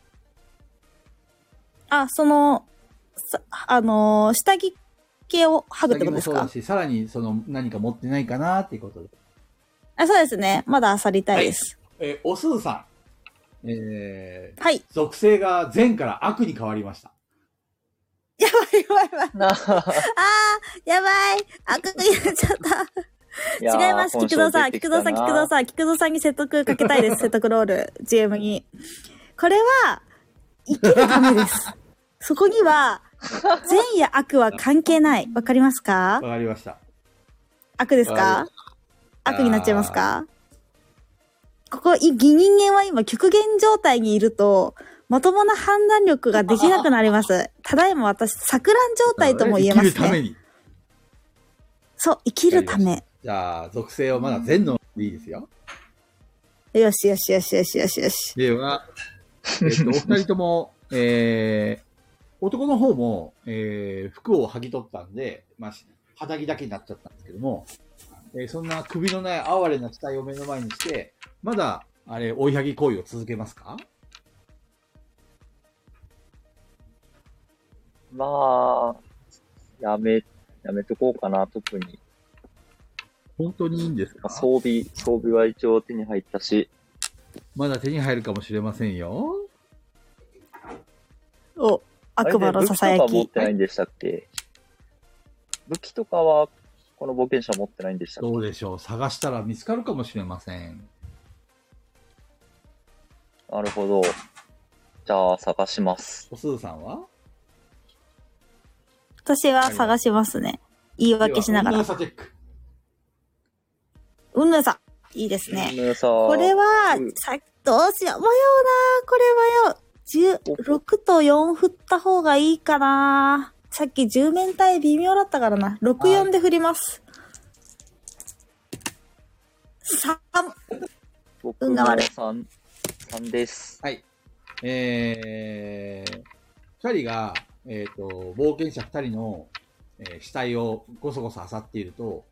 下着系を剥ぐってことですか？ そうだし、さらに、何か持ってないかなっていうことで。 そうですね。まだ漁りたいです。 おすずさん。 はい。 属性が善から悪に変わりました。 やばい。やばい。悪になっちゃった。違います。菊蔵さんに説得かけたいです。説得ロール、GM に。これは、生きるためです。そこには、善や悪は関係ない。わかりますか？ わかりました。 悪ですか？悪になっちゃいますか？ 人間は今極限状態にいると、まともな判断力ができなくなります。ただいま私、錯乱状態とも言えますね。 生きるために。 そう、生きるため。 じゃあ、属性をまだ全のでいいですよ。 よしよしよしよしよしよし。 では、お二人とも、男の方も、服を剥ぎ取ったんで、まあ、肌着だけになっちゃったんですけども、そんな首のない哀れな死体を目の前にして、まだ、追い剥ぎ行為を続けますか？ まあ、やめとこうかな、特に。 本当にいいんですか？ 装備は一応手に入ったし。 まだ手に入るかもしれませんよ。 お、悪魔のささやき。 武器とか持ってないんでしたっけ？武器とかは、この冒険者持ってないんでしたっけ？ どうでしょう。探したら見つかるかもしれません。 なるほど。じゃあ、探します。 おすずさんは？ 私は探しますね。言い訳しながら。 運の良さチェック。 運の良さ。いいですね。 ここれは、どうしよう。迷うなこれ迷う。6と4振った方がいいかな。さっき10面体微妙だったからな。6、4で振ります。3。運が悪い。 3です。 はい。2人が、冒険者2人の、死体をごそごそ漁っていると、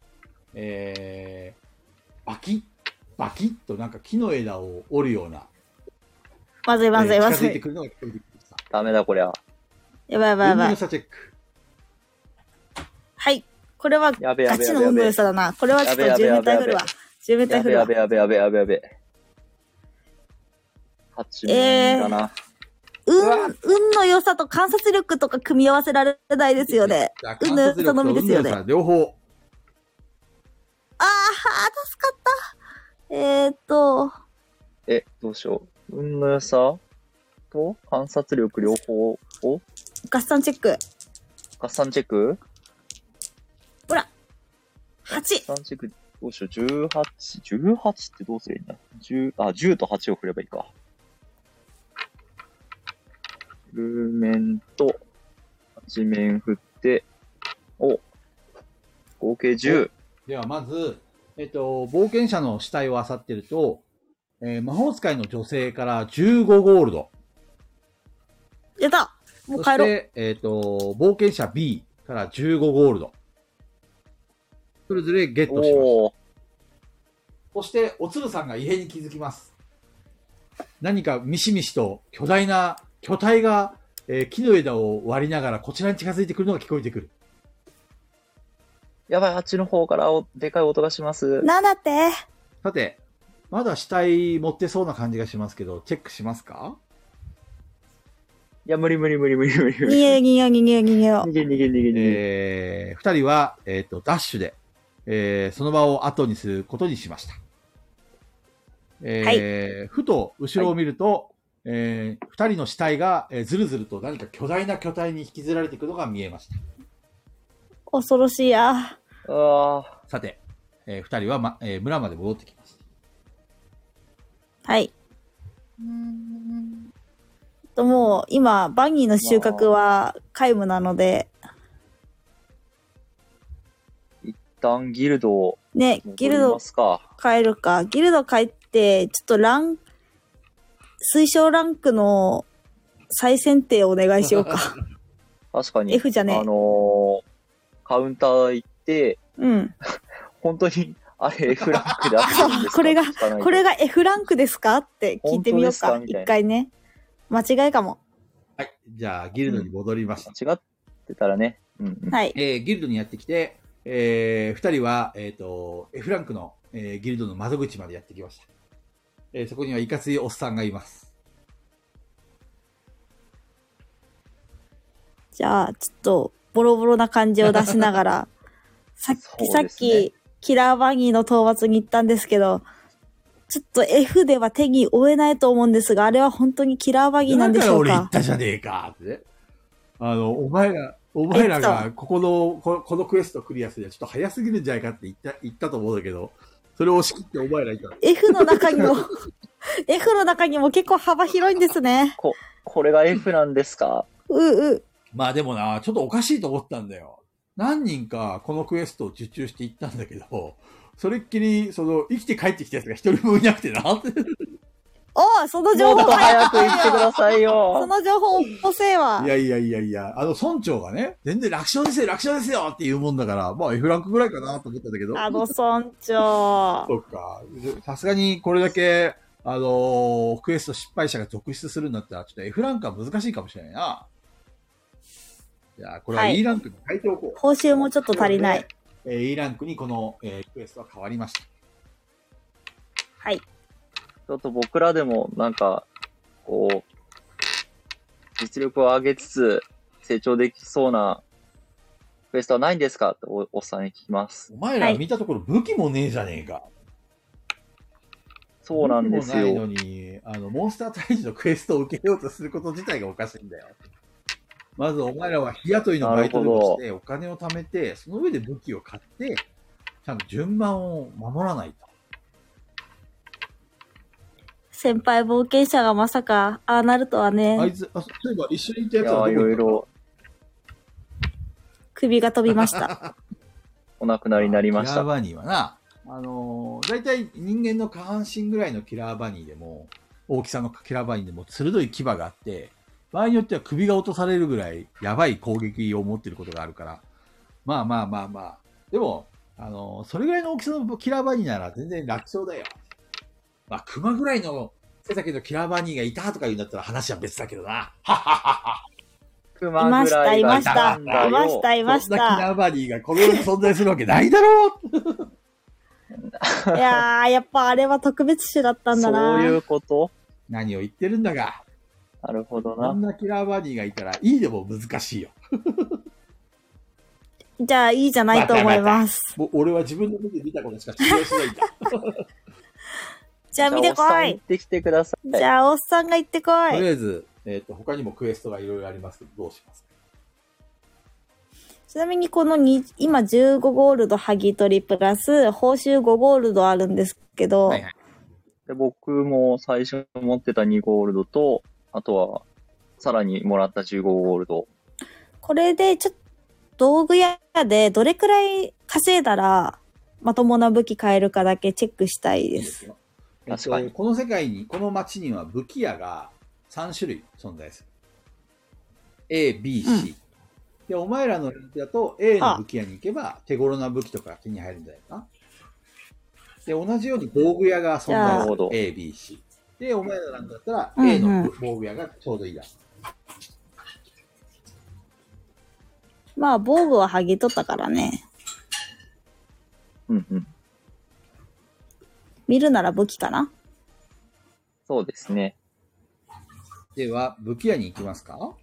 バキッとなんか木の枝を折るような。 まずい。近づいてくるのが聞こえてきました。 ダメだ、こりゃ。 運の良さチェック。 はい。これはガチの運の良さだな。これはちょっと10面体振るわ。10面体振るわ。 やべ。8面だな。 運の良さと観察力とか組み合わせられないですよね。運の良さのみですよね。 両方。 助かった。 どうしよう。運の良さと観察力両方を合算チェック。ほら !8! 合算チェック、どうしよう。18ってどうすればいいんだ 10と8を振ればいいか。10面と8面振って、合計10。 ではまず、冒険者の死体を漁ってると、魔法使いの女性から15ゴールド。 やったもう帰ろう。 そして、冒険者 B から15ゴールド。それぞれゲットしました。そして、おつるさんが異変に気づきます。何かミシミシと巨体が、木の枝を割りながらこちらに近づいてくるのが聞こえてくる。 やばい、あっちの方からでかい音がします。 なんだって？ さて、まだ死体持ってそうな感じがしますけど、チェックしますか？ いや、無理。逃げよう。 二人は、ダッシュで、その場を後にすることにしました。ふと後ろを見ると、二人の死体が、ずるずると何か巨大な巨体に引きずられていくのが見えました。 恐ろしいや。 さて、二人は、村まで戻ってきました。 はい。もう、今、バギーの収穫は皆無なので。 一旦ギルドを。 ね、ギルド変えるか。ギルド変えて、ちょっと推奨ランクの再選定をお願いしようか。 確かに。 F じゃねえ。 カウンター行って、本当に、あれ F ランクであってるんですか？ これが F ランクですかって聞いてみようか。一回ね。間違いかも。 はい。じゃあ、ギルドに戻りました。 間違ってたらね。 はい。 ギルドにやってきて、二人は、F ランクの、ギルドの窓口までやってきました。そこにはいかついおっさんがいます。 じゃあ、ちょっと、ボロボロな感じを出しながら、さっき、キラーバギーの討伐に行ったんですけど、ちょっと F では手に負えないと思うんですが、あれは本当にキラーバギーなんでしょうか？ だから俺言ったじゃねえかってね。お前らがこのクエストクリアするにはちょっと早すぎるんじゃないかって言ったと思うんだけど、そそれを押し切ってお前らいたら。 F の中にも、F の中にも結構幅広いんですね。 これが F なんですか？ まあでもな、ちょっとおかしいと思ったんだよ。何人かこのクエストを受注していったんだけど、それっきり、生きて帰ってきたやつが一人もいなくてな。 おその情報もっと早く言ってくださいよ。 その情報遅えわ。 いや、村長がね、全然楽勝ですよっていうもんだから、まあ F ランクぐらいかなと思ったんだけど。 村長。 そっか。さすがにこれだけ、クエスト失敗者が続出するんだったら、ちょっと F ランクは難しいかもしれないな。じゃあ、これは E ランクに変えておこう。 報酬もちょっと足りない。 E ランクにこの、クエストは変わりました。 はい。 ちょっと僕らでもなんか、こう、実力を上げつつ成長できそうなクエストはないんですかっておっさんに聞きます。 お前ら見たところ武器もねえじゃねえか。 そうなんですよ。 武器もないのに、モンスター退治のクエストを受けようとすること自体がおかしいんだよ。まずお前らは日雇いのバイトでもしてお金を貯めて、その上で武器を買って、ちゃんと順番を守らないと。 先輩冒険者がまさか、ああなるとはね。 あいつ、そういえば一緒にいたやつはどこいろいろ。 首が飛びました。 お亡くなりになりました。 キラーバニーはな、だいたい人間の下半身ぐらいのキラーバニーでも、大きさのキラーバニーでも鋭い牙があって、場合によっては首が落とされるぐらいやばい攻撃を持っていることがあるから。まあ。でも、それぐらいの大きさのキラーバニーなら全然楽勝だよ。まあ、熊ぐらいの背丈のキラーバニーがいたとか言うんだったら話は別だけどな。はっはっは。 熊ぐらいがいたんだよ。 いました。 そんなキラーバニーがこの世に存在するわけないだろう。 いやー、やっぱあれは特別種だったんだな。 そういうこと？ 何を言ってるんだが。 なるほどな。 そんなキラーバニーがいたらいいでも難しいよ。 じゃあいいじゃないと思います。 もう俺は自分の目で見たことしか信用しないんだ。 じゃあ見てこい。 行ってきてください。 じゃあおっさんが行ってこい。 とりあえず、他にもクエストがいろいろありますけど、どうしますか？ ちなみにこの今15ゴールドハギ取りプラス報酬5ゴールドあるんですけど、はいはい、 で僕も最初持ってた2ゴールドと、あとはさらにもらった15ゴールド。 これでちょっと道具屋でどれくらい稼いだらまともな武器買えるかだけチェックしたいです。 確かに。 この世界に、この街には武器屋が3種類存在する。A、B、C。で、お前らのリンクだと A の武器屋に行けば手頃な武器とか手に入るんじゃないかな。で、同じように防具屋が存在する。A、B、C。で、お前らなんだったら A の防具屋がちょうどいいだ。 まあ、防具は剥ぎ取ったからね。 うんうん。 見るなら武器かな？ そうですね。 では、武器屋に行きますか？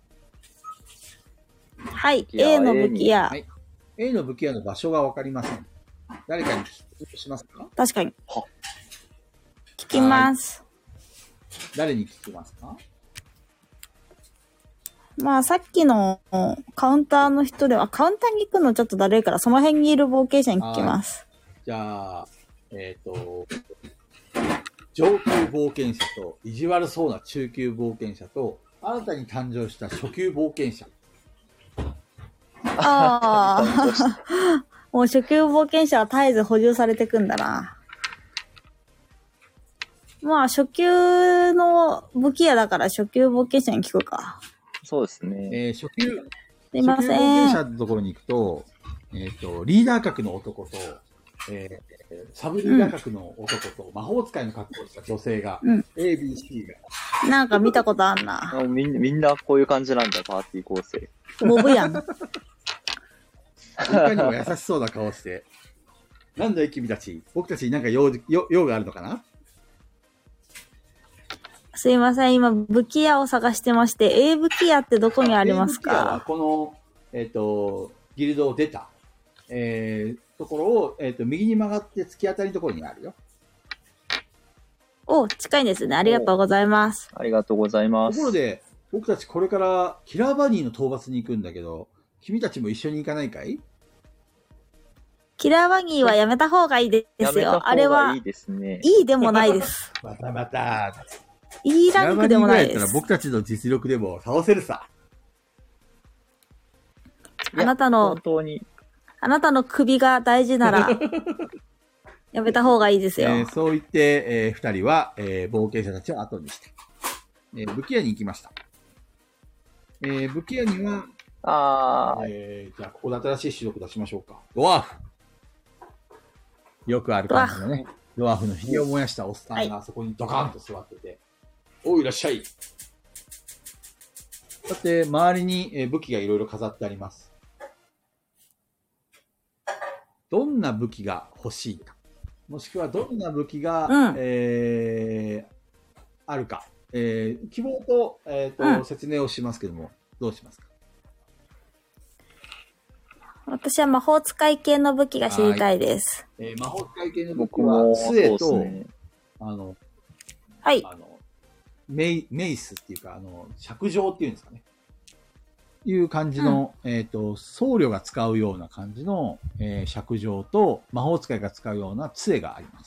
はい、A の武器屋。 はい。A の武器屋の場所がわかりません。誰かに聞きしますか？ 確かに。聞きます。 誰に聞きますか？ まあ、さっきのカウンターの人では、カウンターに行くのちょっとだるいから、その辺にいる冒険者に聞きます。 じゃあ、上級冒険者と、意地悪そうな中級冒険者と、新たに誕生した初級冒険者。 ああ、もう初級冒険者は絶えず補充されてくんだな。まあ、初級の武器屋だから初級冒険者に聞くか。 そうですね。 初級すいません。 冒険者のところに行くと、リーダー格の男と、サブリーダー格の男と、魔法使いの格好をした女性が、A、B、C が。 なんか見たことあんな。 みんなこういう感じなんだ、パーティー構成。 モブやん。 いかにも優しそうな顔して、なんだい君たち、僕たちになんか用があるのかな？ すいません、今武器屋を探してまして、A 武器屋ってどこにありますか？ A 武器屋はこの、ギルドを出た、ところを、右に曲がって突き当たりのところにあるよ。 お、近いんですね。ありがとうございます。 ありがとうございます。 ところで、僕たちこれからキラーバニーの討伐に行くんだけど、君たちも一緒に行かないかい？ キラーバギーはやめた方がいいですよ。あれは。 いいですね。 いいでもないです。 またまた。 いいランクでもないです。 キラーバギーぐらいだったら僕たちの実力でも倒せるさ。 あなたの、 本当に。 あなたの首が大事なら、やめた方がいいですよ。 そう言って、二人は、冒険者たちを後にして、武器屋に行きました。武器屋には、じゃあ、ここで新しい種族出しましょうか。ドワーフ。よくある感じのね、ドワーフの火を燃やしたおっさんがそこにドカンと座ってて、おいらっしゃい。だって、周りに武器がいろいろ飾ってあります。どんな武器が欲しいか。もしくはどんな武器が、あるか。希望と、説明をしますけども、どうしますか？ 私は魔法使い系の武器が知りたいです。 魔法使い系の武器は、杖と、 はい。 メイスっていうか、尺状っていうんですかね。いう感じの、僧侶が使うような感じの、尺状と魔法使いが使うような杖があります。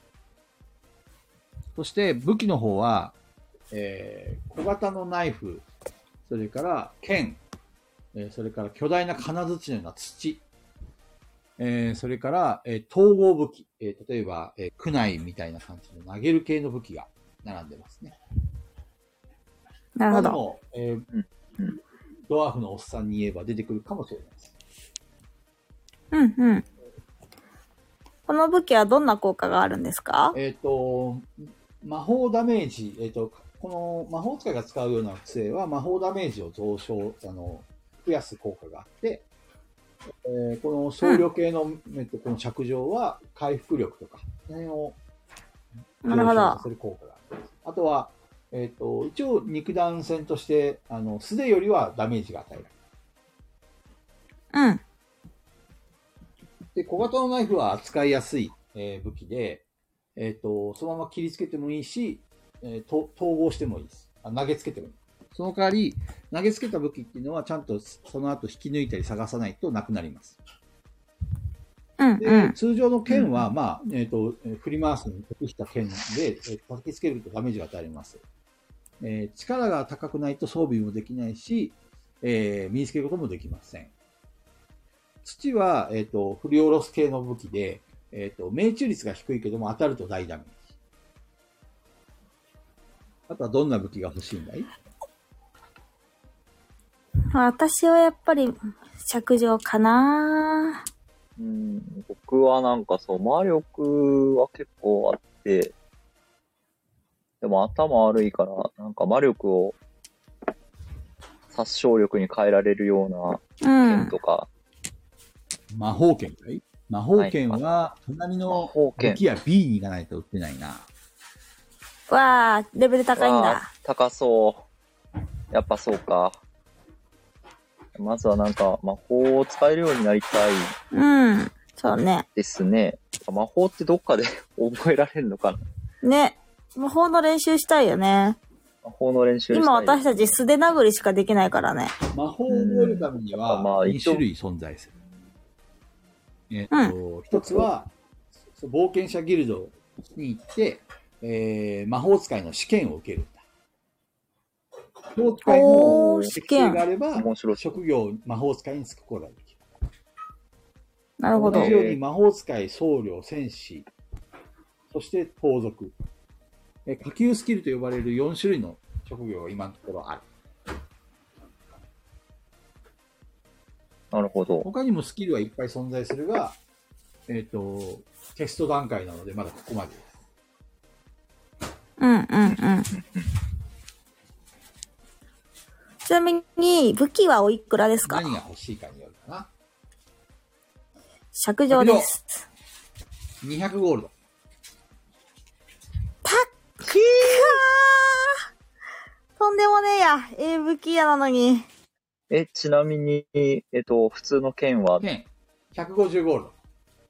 そして武器の方は、小型のナイフ、それから剣、それから巨大な金槌のような土、それから、統合武器、例えば、クナイみたいな感じの投げる系の武器が並んでますね。 なるほど。 ドワーフのおっさんに言えば出てくるかもしれないです。 この武器はどんな効果があるんですか？ 魔法ダメージ、この魔法使いが使うような杖は魔法ダメージを増やす効果があって、この僧侶系の、この尺状は回復力とか、その辺を上昇させる効果があります。あとは、一応肉弾戦として、素手よりはダメージが与えられる。で、小型のナイフは扱いやすい、武器で、そのまま切りつけてもいいし、統合してもいいです。投げつけてもいい。その代わり、投げつけた武器っていうのはちゃんとその後引き抜いたり探さないとなくなります。で、通常の剣は、振り回すのに適した剣で、叩きつけるとダメージが与えられます。力が高くないと装備もできないし、身につけることもできません。土は、振り下ろす系の武器で、命中率が低いけども当たると大ダメージ。あとはどんな武器が欲しいんだい？ 私はやっぱり尺状かな。 僕はなんか魔力は結構あって、でも頭悪いから、なんか魔力を殺傷力に変えられるような剣とか。 魔法剣かい？魔法剣は、隣の武器や B に行かないと売ってないな。 わー、レベル高いんだ。 高そう。やっぱそうか。まずはなんか魔法を使えるようになりたい。 そうね。 ですね。魔法ってどっかで覚えられるのかな？ ね。魔法の練習したいよね。 魔法の練習したい。 今私たち素手殴りしかできないからね。 魔法を覚えるためには2種類存在する。一つは、冒険者ギルドに行って、魔法使いの試験を受けるんだ。魔法使いの適性があれば、職業魔法使いに就くことができる。 なるほど。 同じように魔法使い、僧侶、戦士、そして盗賊。下級スキルと呼ばれる4種類の職業が今のところある。 なるほど。 他にもスキルはいっぱい存在するが、テスト段階なのでまだここまでです。 ちなみに、武器はおいくらですか？ 何が欲しいかによるかな。 尺状です。 200ゴールド。 たっくーとんでもねえや。武器屋なのに。 ちなみに、普通の剣は剣、150ゴールド。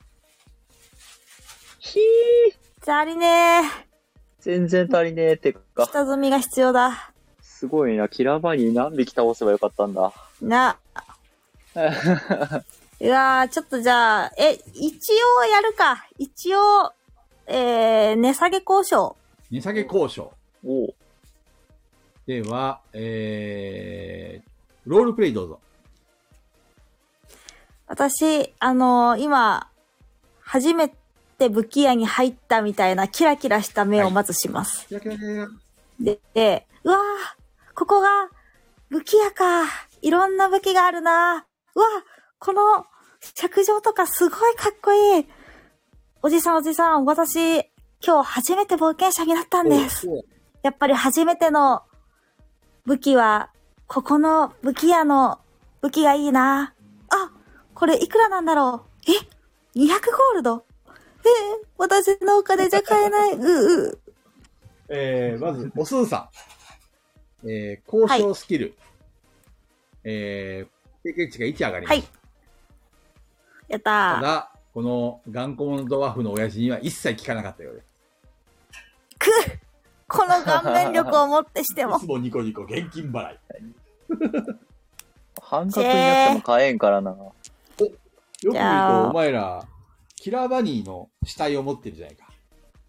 足りねえ。 全然足りねえってか。 下積みが必要だ。 すごいな。キラーバニー何匹倒せばよかったんだ。 な。 うわー、ちょっとじゃあ、一応やるか。一応、値下げ交渉。 値下げ交渉。 おでは、ロールプレイどうぞ。 私、今、初めて武器屋に入ったみたいなキラキラした目をまずします。 キラキラキラ。 で、うわー、ここが武器屋か。いろんな武器があるな。うわ、この着上とかすごいかっこいい。おじさん、私、今日初めて冒険者になったんです。やっぱり初めての武器は、ここの武器屋の武器がいいな。あ、これいくらなんだろう。200ゴールド。私のお金じゃ買えない。 まず、おすずさん。交渉スキル。経験値が1上がります。はい。 やったー。 ただ、この頑固者ドワーフの親父には一切効かなかったようです。 この顔面力をもってしても。 いつもニコニコ現金払い。 半額になっても買えんからな。よく見ると、お前ら、キラーバニーの死体を持ってるじゃないか。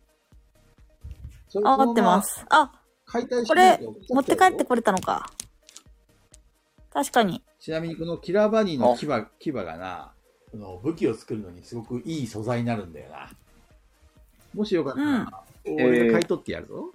持ってます。あ、これ、持って帰ってこれたのか。確かに。 ちなみにこのキラーバニーの牙がな、武器を作るのにすごくいい素材になるんだよな。もしよかったら、俺が買い取ってやるぞ。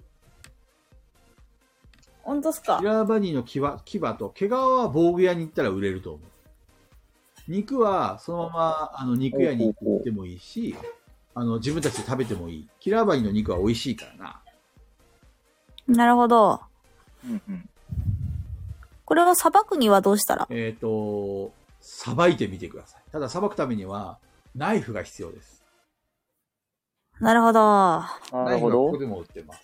本当っすか？ キラーバニーの牙と、毛皮は防具屋に行ったら売れると思う。肉はそのまま肉屋に行ってもいいし、自分たちで食べてもいい。キラーバニーの肉は美味しいからな。 なるほど。 うんうん。 これをさばくにはどうしたら？ さばいてみてください。たださばくためにはナイフが必要です。 なるほど。 ナイフはここでも売ってます。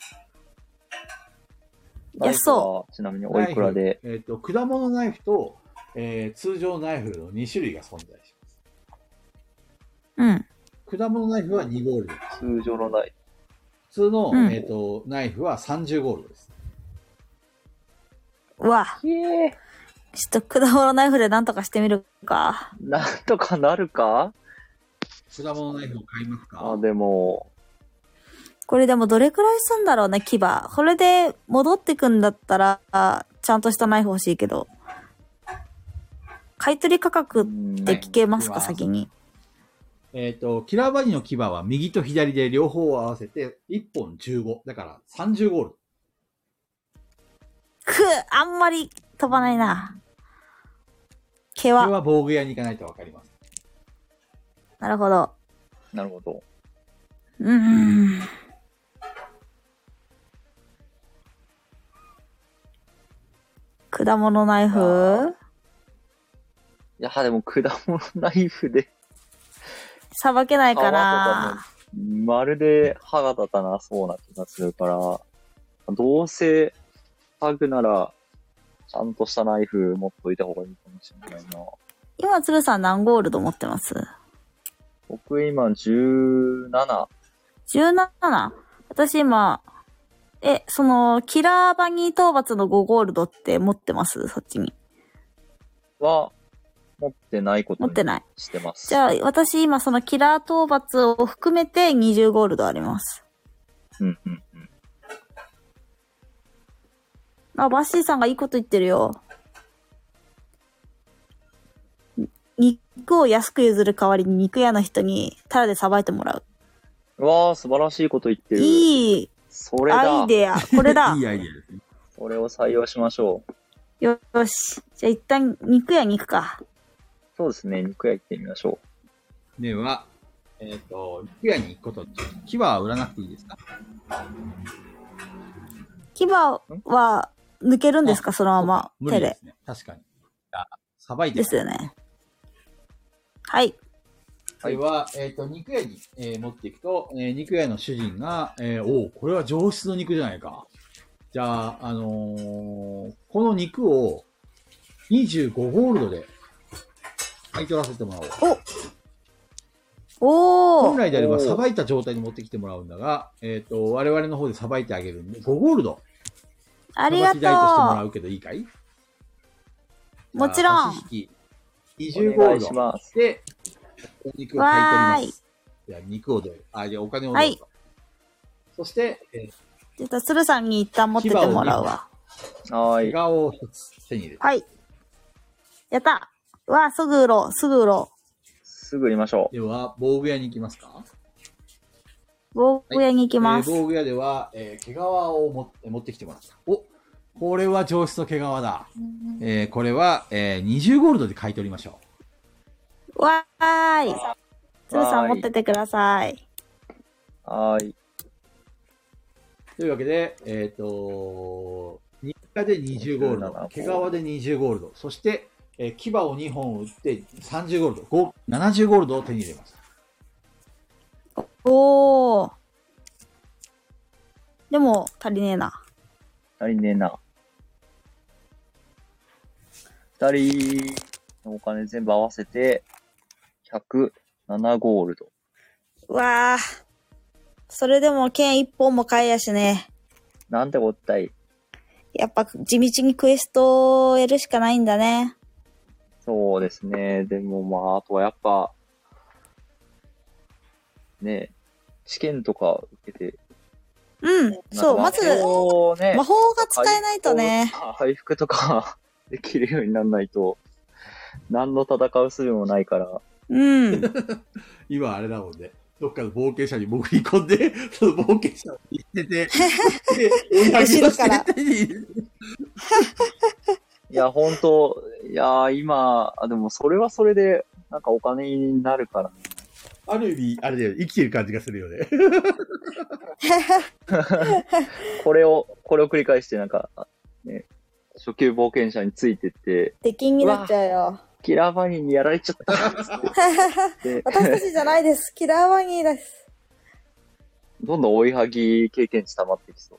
安そう。 ちなみにおいくらで？ 果物ナイフと、通常ナイフの2種類が存在します。 うん。 果物ナイフは2ゴールドです。 通常のナイフ。 普通の、ナイフは30ゴールドです。 うわ。ちょっと果物ナイフでなんとかしてみるか。 なんとかなるか？ 果物ナイフを買いますか？ でも。 これでもどれくらいすんだろうね、牙。これで戻ってくんだったら、ちゃんとしたナイフ欲しいけど。買い取り価格って聞けますか、先に。 キラーバニーの牙は右と左で両方を合わせて1本15。だから30ゴールド。 あんまり飛ばないな。毛は防具屋に行かないとわかります。 なるほど。 なるほど。 果物ナイフ？ いや、でも果物ナイフで。 さばけないかな。 まるで歯が立たなそうな気がするから、どうせ剥ぐなら、ちゃんとしたナイフ持っといた方がいいかもしれないな。 今、鶴さん何ゴールド持ってます？ 僕今17。 17？ 私今、その、キラーバニー討伐の5ゴールドって持ってます？そっちに。 は、持ってないことにしてます。 じゃあ、私今そのキラー討伐を含めて20ゴールドあります。バッシーさんがいいこと言ってるよ。肉を安く譲る代わりに肉屋の人にタダでさばいてもらう。 うわー、素晴らしいこと言ってる。 いい。 それだ。 アイデア。これだ。 いいアイデアですね。 これを採用しましょう。よし。じゃあ一旦肉屋に行くか。 そうですね。肉屋行ってみましょう。では、肉屋に行くことって、牙は売らなくていいですか？ 牙は抜けるんですか？そのまま手で。無理ですね。確かに。さばいてですよね。はい。 では、肉屋に、持っていくと、肉屋の主人が、これは上質の肉じゃないか。じゃあ、この肉を25ゴールドで買い取らせてもらおう。本来であれば、さばいた状態に持ってきてもらうんだが、我々の方でさばいてあげるんで、5ゴールド。 ありがとう。 さばき代としてもらうけどいいかい？ もちろん。 20ゴールドお願いします。 で、お肉を買い取ります。じゃあ、肉をどうじゃあ、お金をどうぞ。はい。そして、 じゃあ、鶴さんに一旦持っててもらうわ。 はい。 怪我を一つ手に入れて。 はい。やった。うわ、すぐ売ろう、すぐ売ろう。 すぐ売りましょう。では、防具屋に行きますか？ 防具屋に行きます。 防具屋では、毛皮を持ってきてもらった。お、これは上質の毛皮だ。これは、20ゴールドで買い取りましょう。わーい。鶴さん持っててください。 はい。 というわけで、日課で20ゴールド、毛皮で20ゴールド、そして、牙を2本打って30ゴールド、70ゴールドを手に入れました。 おー。でも、足りねえな。 足りねえな。二人のお金全部合わせて、107ゴールド。 うわー。それでも剣1本も買えやしね。 なんてこったい。 やっぱ地道にクエストをやるしかないんだね。 そうですね。でもまあ、あとはやっぱ、ね、試験とか受けて。 うん、そう、まず、魔法が使えないとね。 回復とかできるようにならないと、何の戦う術もないから。 うん。 今あれだもんね。どっかの冒険者に潜り込んで、その冒険者を言ってて、 後ろから。 いや、ほんと、いや、今、でもそれはそれで、なんかお金になるからね。 ある意味、あれだよ、生きてる感じがするよね。 これを繰り返して、なんか、ね、初級冒険者についてって、 敵になっちゃうよ。 キラーバニーにやられちゃった。 私たちじゃないです。キラーバニーです。 どんどん追いはぎ経験値溜まってきそう。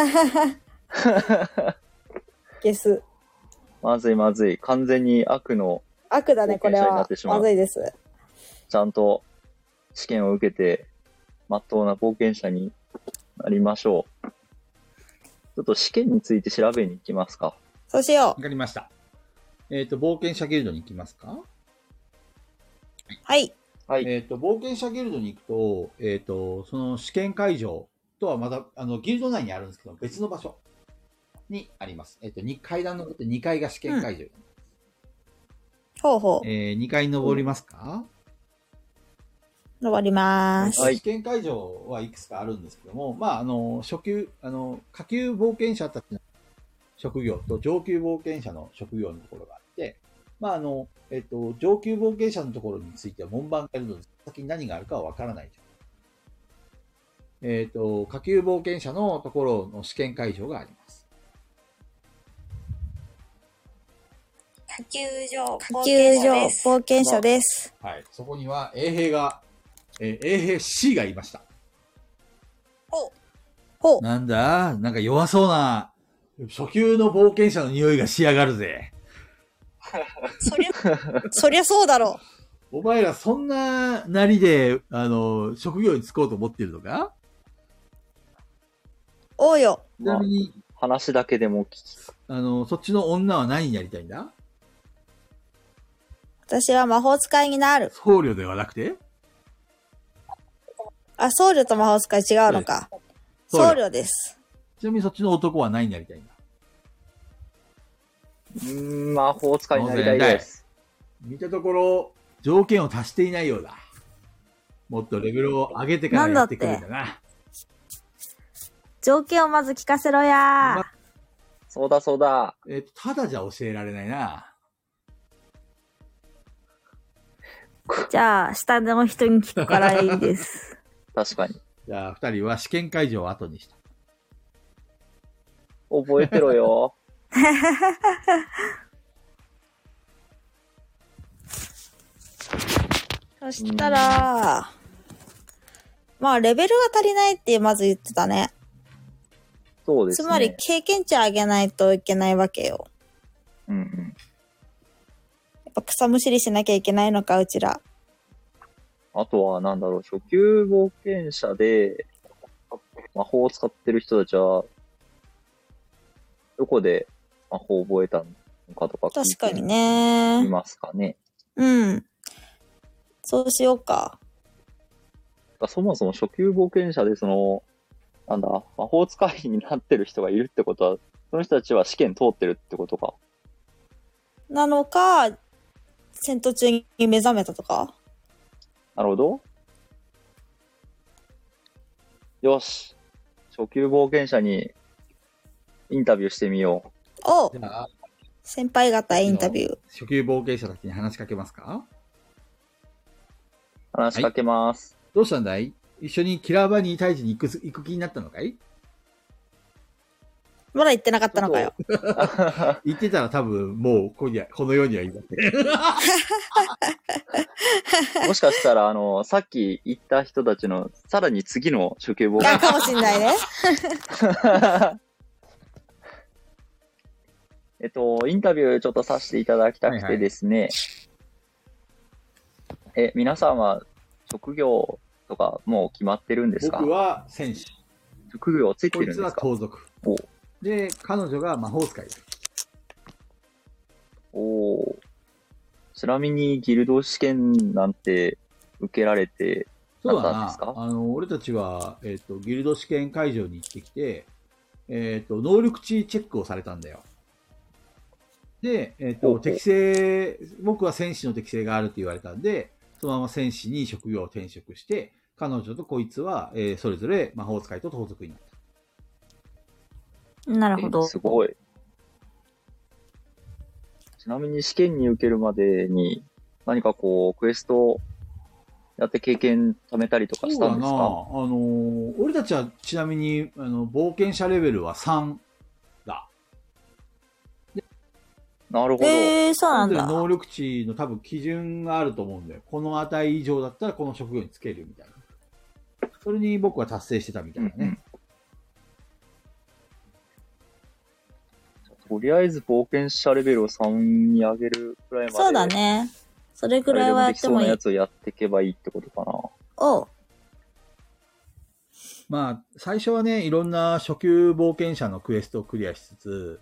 ゲス。 まずいまずい。完全に悪だね、これは。まずいです。 ちゃんと試験を受けて、まっとうな冒険者になりましょう。ちょっと試験について調べに行きますか。 そうしよう。 わかりました。冒険者ギルドに行きますか？ はい。 はい。 冒険者ギルドに行くと、その試験会場とはまた、ギルド内にあるんですけど、別の場所にあります。階段登って2階が試験会場。 ほうほう。 2階に登りますか？ 登ります。 試験会場はいくつかあるんですけども、まあ、初級、下級冒険者たちの職業と上級冒険者の職業のところがあって、まあ、上級冒険者のところについては門番がいるので、先に何があるかはわからないと。下級冒険者のところの試験会場があります。 下級冒険者です。 はい。そこには衛兵 C がいました。 ほう。 なんだ？なんか弱そうな、初級の冒険者の匂いがしやがるぜ。 そりゃそうだろう。お前らそんななりで、職業に就こうと思ってるのか？ おうよ。 ちなみに、 話だけでもそっちの女は何になりたいんだ？ 私は魔法使いになる。 僧侶ではなくて？ あ、僧侶と魔法使い違うのか。僧侶です。 ちなみにそっちの男は何になりたいんだ？ 魔法使いになりたいです。 見たところ、条件を足していないようだ。もっとレベルを上げてからやってくるんだな。 条件をまず聞かせろや。 そうだそうだ。 ただじゃ教えられないな。 じゃあ、下の人に聞くからいいです。 確かに。 じゃあ、二人は試験会場を後にした。 覚えてろよ。 そしたら、まあ、レベルが足りないってまず言ってたね。 そうですね。 つまり、経験値上げないといけないわけよ。 うんうん。 やっぱ草むしりしなきゃいけないのか、うちら。 あとは、なんだろう、初級冒険者で、魔法を使ってる人たちは、どこで魔法を覚えたのかとか確かにね。 いますかね。 うん。そうしようか。 そもそも初級冒険者でなんだ、魔法使いになってる人がいるってことは、その人たちは試験通ってるってことか。 なのか、戦闘中に目覚めたとか。 なるほど。よし。初級冒険者にインタビューしてみよう。 おじゃあ、 先輩方インタビュー。 初級冒険者たちに話しかけますか？ 話しかけます。 どうしたんだい？一緒にキラーバニー退治に行く気になったのかい？ まだ言ってなかったのかよ。 言ってたら多分もうこの世にはいません。 もしかしたら、さっき言った人たちの、さらに次の初級冒険かもしんないね。 インタビューちょっとさせていただきたくてですね。はいはい、皆さんは職業とかもう決まってるんですか？ 僕は戦士。 職業ついてるんですか？ こいつは盗賊。で、彼女が魔法使いです。 ちなみにギルド試験なんて受けられてなったんですか？ 俺たちは、ギルド試験会場に行ってきて、能力値チェックをされたんだよ。で、適正、僕は戦士の適性があるって言われたんで、そのまま戦士に職業を転職して、彼女とこいつは、それぞれ魔法使いと盗賊になった。 なるほど。 すごい。ちなみに試験に受けるまでに何かこうクエストやって経験貯めたりとかしたんですか？ 俺たちはちなみに冒険者レベルは3だ。 なるほど。 そうなんだ。 能力値の多分基準があると思うんだよ。この値以上だったらこの職業につけるみたいな。それに僕は達成してたみたいなね。 とりあえず冒険者レベルを3に上げるくらいまで。 そうだね。それくらいはやってもいい。 そうなやつをやっていけばいいってことかな。 まあ、最初はね、いろんな初級冒険者のクエストをクリアしつつ、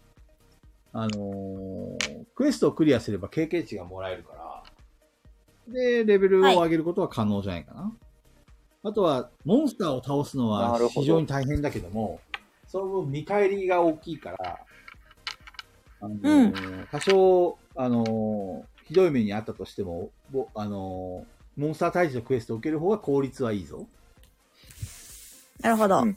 クエストをクリアすれば経験値がもらえるから、で、レベルを上げることは可能じゃないかな。あとは、モンスターを倒すのは非常に大変だけども、その分見返りが大きいから、多少、ひどい目にあったとしても、モンスター退治のクエストを受ける方が効率はいいぞ。 なるほど。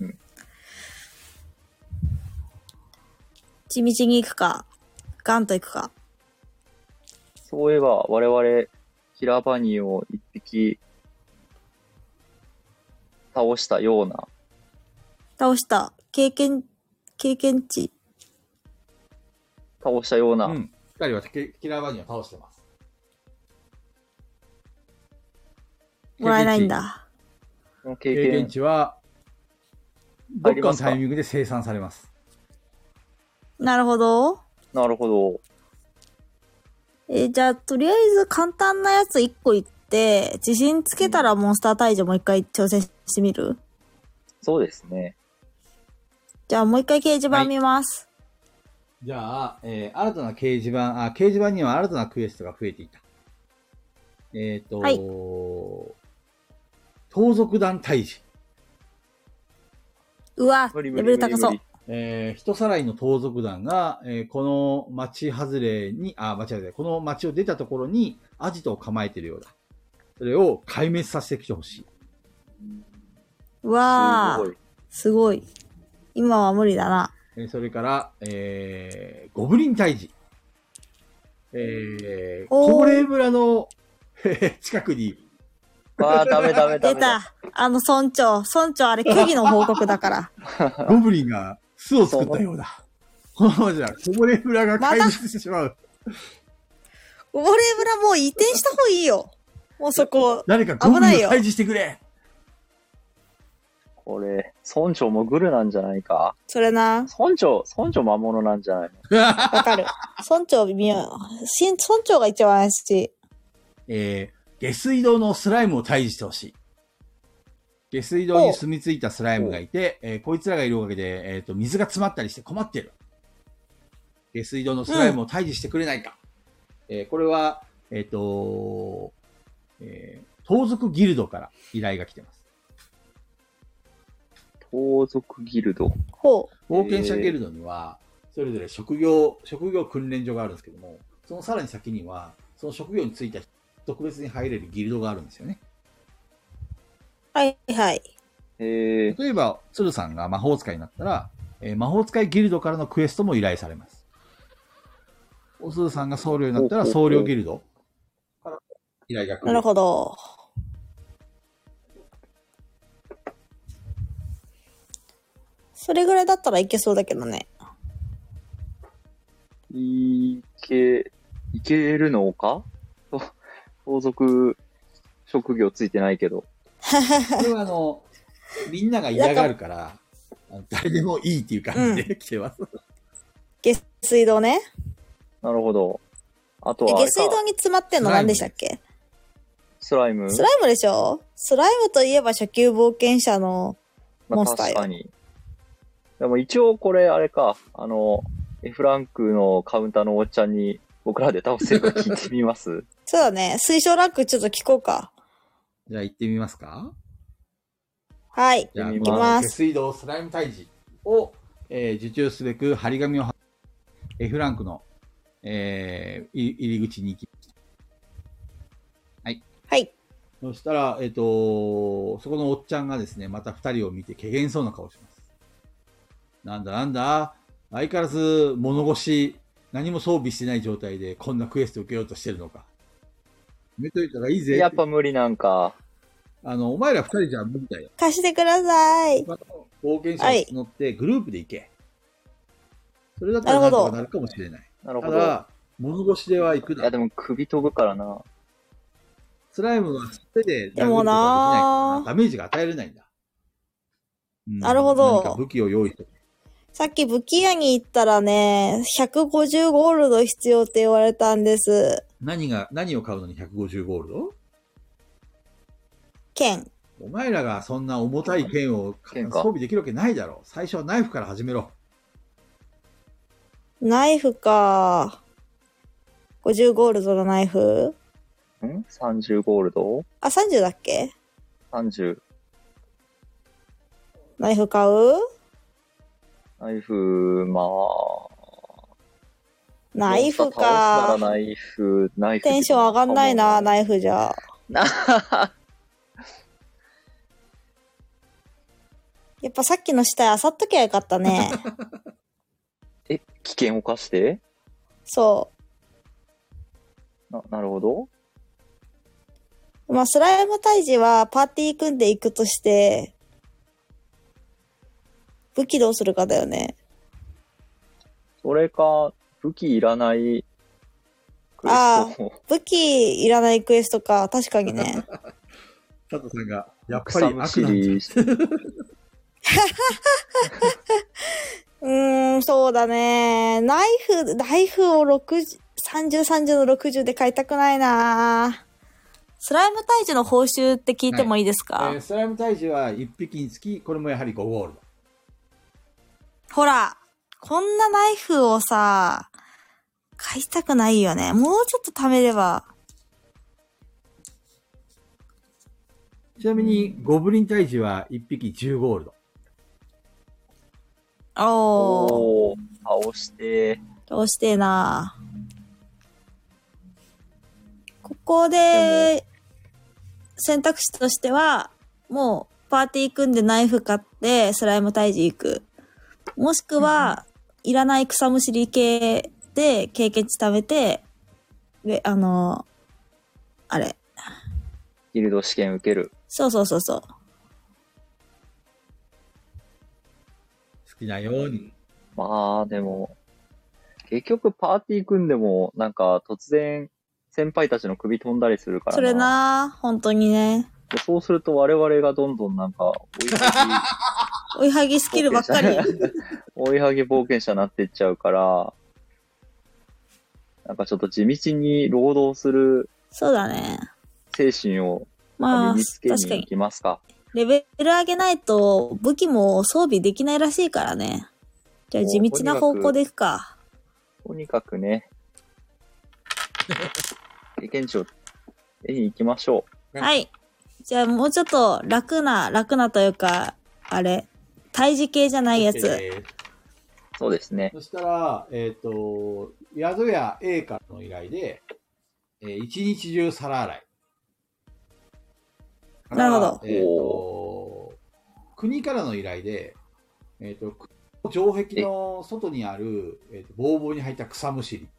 地道に行くか、ガンと行くか。 そういえば、我々、キラーバニーを一匹、倒したような。 倒した。経験値。 倒したような。 二人はキラーバニーを倒してます。 もらえないんだ。 経験値は、どっかのタイミングで生産されます。 なるほど。 なるほど。 じゃあ、とりあえず簡単なやつ1個いって、自信つけたらモンスター退治もう一回挑戦してみる？ そうですね。 じゃあ、もう一回掲示板見ます。 じゃあ、新たな掲示板には新たなクエストが増えていた。はい。盗賊団退治。 うわ、レベル高そう。 人さらいの盗賊団が、この町外れに、この町を出たところにアジトを構えているようだ。それを壊滅させてきてほしい。 うわー、すごい。今は無理だな。 それから、ゴブリン退治。高齢村の近くに。 ダメ。 出た。村長あれ、虚偽の報告だから。 ゴブリンが巣を作ったようだ。このままじゃ、こぼれ村が壊滅してしまう。 こぼれ村もう移転した方がいいよ。もうそこ。 誰かゴブリンを退治してくれ。 これ、村長もグルなんじゃないか。 それな。 村長魔物なんじゃないの？わかる。村長微妙。村長が一番怪しい。下水道のスライムを退治してほしい。下水道に住み着いたスライムがいて、こいつらがいるおかげで、水が詰まったりして困ってる。下水道のスライムを退治してくれないか。これは、 盗賊ギルドから依頼が来てます。 盗賊ギルド。 ほう。冒険者ギルドには、それぞれ職業訓練所があるんですけども、そのさらに先には、その職業についた人、特別に入れるギルドがあるんですよね。 はいはい。 例えば、鶴さんが魔法使いになったら、魔法使いギルドからのクエストも依頼されます。お鶴さんが僧侶になったら、僧侶ギルドから依頼が来る。 なるほど。それぐらいだったらいけそうだけどね。 いけるのか？盗賊職業ついてないけど。 これはみんなが嫌がるから、誰でもいいっていう感じで来てます。 下水道ね。 なるほど。あとは下水道に詰まってんの何でしたっけ？ スライムでしょ？スライムといえば初級冒険者のモンスターよ。 確かに。でも一応これあれか、F ランクのカウンターのおっちゃんに僕らで倒せるか聞いてみます？ そうだね。推奨ランクちょっと聞こうか。 じゃあ行ってみますか？ はい。 じゃあ行きます。 下水道スライム退治を、受注すべく張り紙を F ランクの、入り口に行きました。はい。 はい。 そしたら、そこのおっちゃんがですね、また二人を見て、怪げそうな顔します。なんだ相変わらず物腰、何も装備してない状態でこんなクエスト受けようとしてるのか。見といたらいいぜ。 やっぱ無理なんか。 お前ら二人じゃ無理だよ。 貸してください。 冒険者を募ってグループで行け。それだったらなんとかなるかもしれない。 なるほど。 ただ、物腰では行くな。 いやでも首飛ぶからな。 スライムは手で殴ることができないからな。ダメージが与えれないんだ。 なるほど。 何か武器を用意して。 さっき武器屋に行ったらね、150ゴールド必要って言われたんです。 何を買うのに150ゴールド？ 剣。 お前らがそんな重たい剣を装備できるわけないだろう。最初はナイフから始めろ。 ナイフか。50ゴールドのナイフ ？30ゴールド？ あ、30だっけ？ 30。 ナイフ買う？ ナイフ、まあ。 ナイフか。 ナイフ。 テンション上がんないな、ナイフじゃ。やっぱさっきの死体漁っときゃよかったね。 危険を冒して？ そう。 なるほど。 まあ、スライム退治はパーティー組んでいくとして、武器どうするかだよね。 それか、武器いらないクエスト。武器いらないクエストか。確かにね。 佐藤さんが、やっぱり悪なんだ。そうだね。ナイフを30、30の60で買いたくないな。スライム退治の報酬って聞いてもいいですか？ はい、スライム退治は1匹につき、これもやはり5ゴールド。 ほら、こんなナイフをさ、買いたくないよね。もうちょっと貯めれば。 ちなみに、ゴブリン退治は1匹10ゴールド。 おー。 倒してえな。ここで、選択肢としては、もう、パーティー組んでナイフ買って、スライム退治行く。もしくは、いらない草むしり系で経験値貯めて、で、あれ。 ギルド試験受ける。 そう。 好きなように。 まあ、でも、結局パーティー組んでも、なんか突然、先輩たちの首飛んだりするからな。 それな、本当にね。 そうすると我々がどんどんなんか、 追いはぎスキルばっかり。 追いはぎ冒険者になっていっちゃうから、なんかちょっと地道に労働する。 そうだね。 精神を身につけに行きますか。 レベル上げないと武器も装備できないらしいからね。じゃあ地道な方向でいくか。 とにかくね。 経験値を行きましょう。はい。じゃあもうちょっと楽なというか、あれ、胎児系じゃないやつ。 そうですね。 そしたら、宿屋 A からの依頼で、一日中皿洗い。 なるほど。国からの依頼で、城壁の外にある、ボーボーに入った草むしり。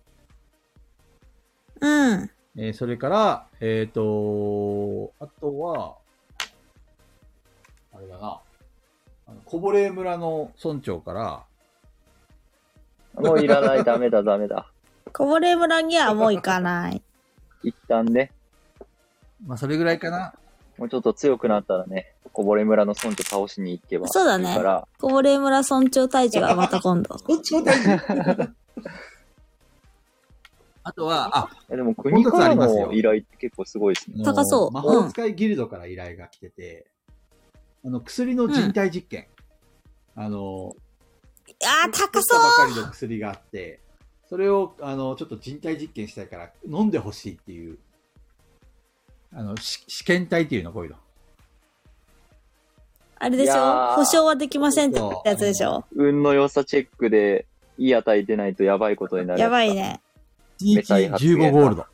うん。 それから、あとは、あれだな、こぼれ村の村長から、 もういらない、ダメだ。 こぼれ村にはもう行かない。 一旦ね。 まあ、それぐらいかな。 もうちょっと強くなったらね、こぼれ村の村長倒しに行けば。 そうだね。こぼれ村村長隊長がまた今度。 村長隊長あとは、 でも国からの依頼って結構すごいですね。 高そう。 魔法使いギルドから依頼が来てて、薬の人体実験。 高そう。 ばかりの薬があって、それを、ちょっと人体実験したいから飲んでほしいっていう、試験体っていうの、こういうの。 あれでしょ？保証はできませんってやつでしょ？ 運の良さチェックで、いい値出ないとやばいことになる。 やばいね。 1日15ゴールド。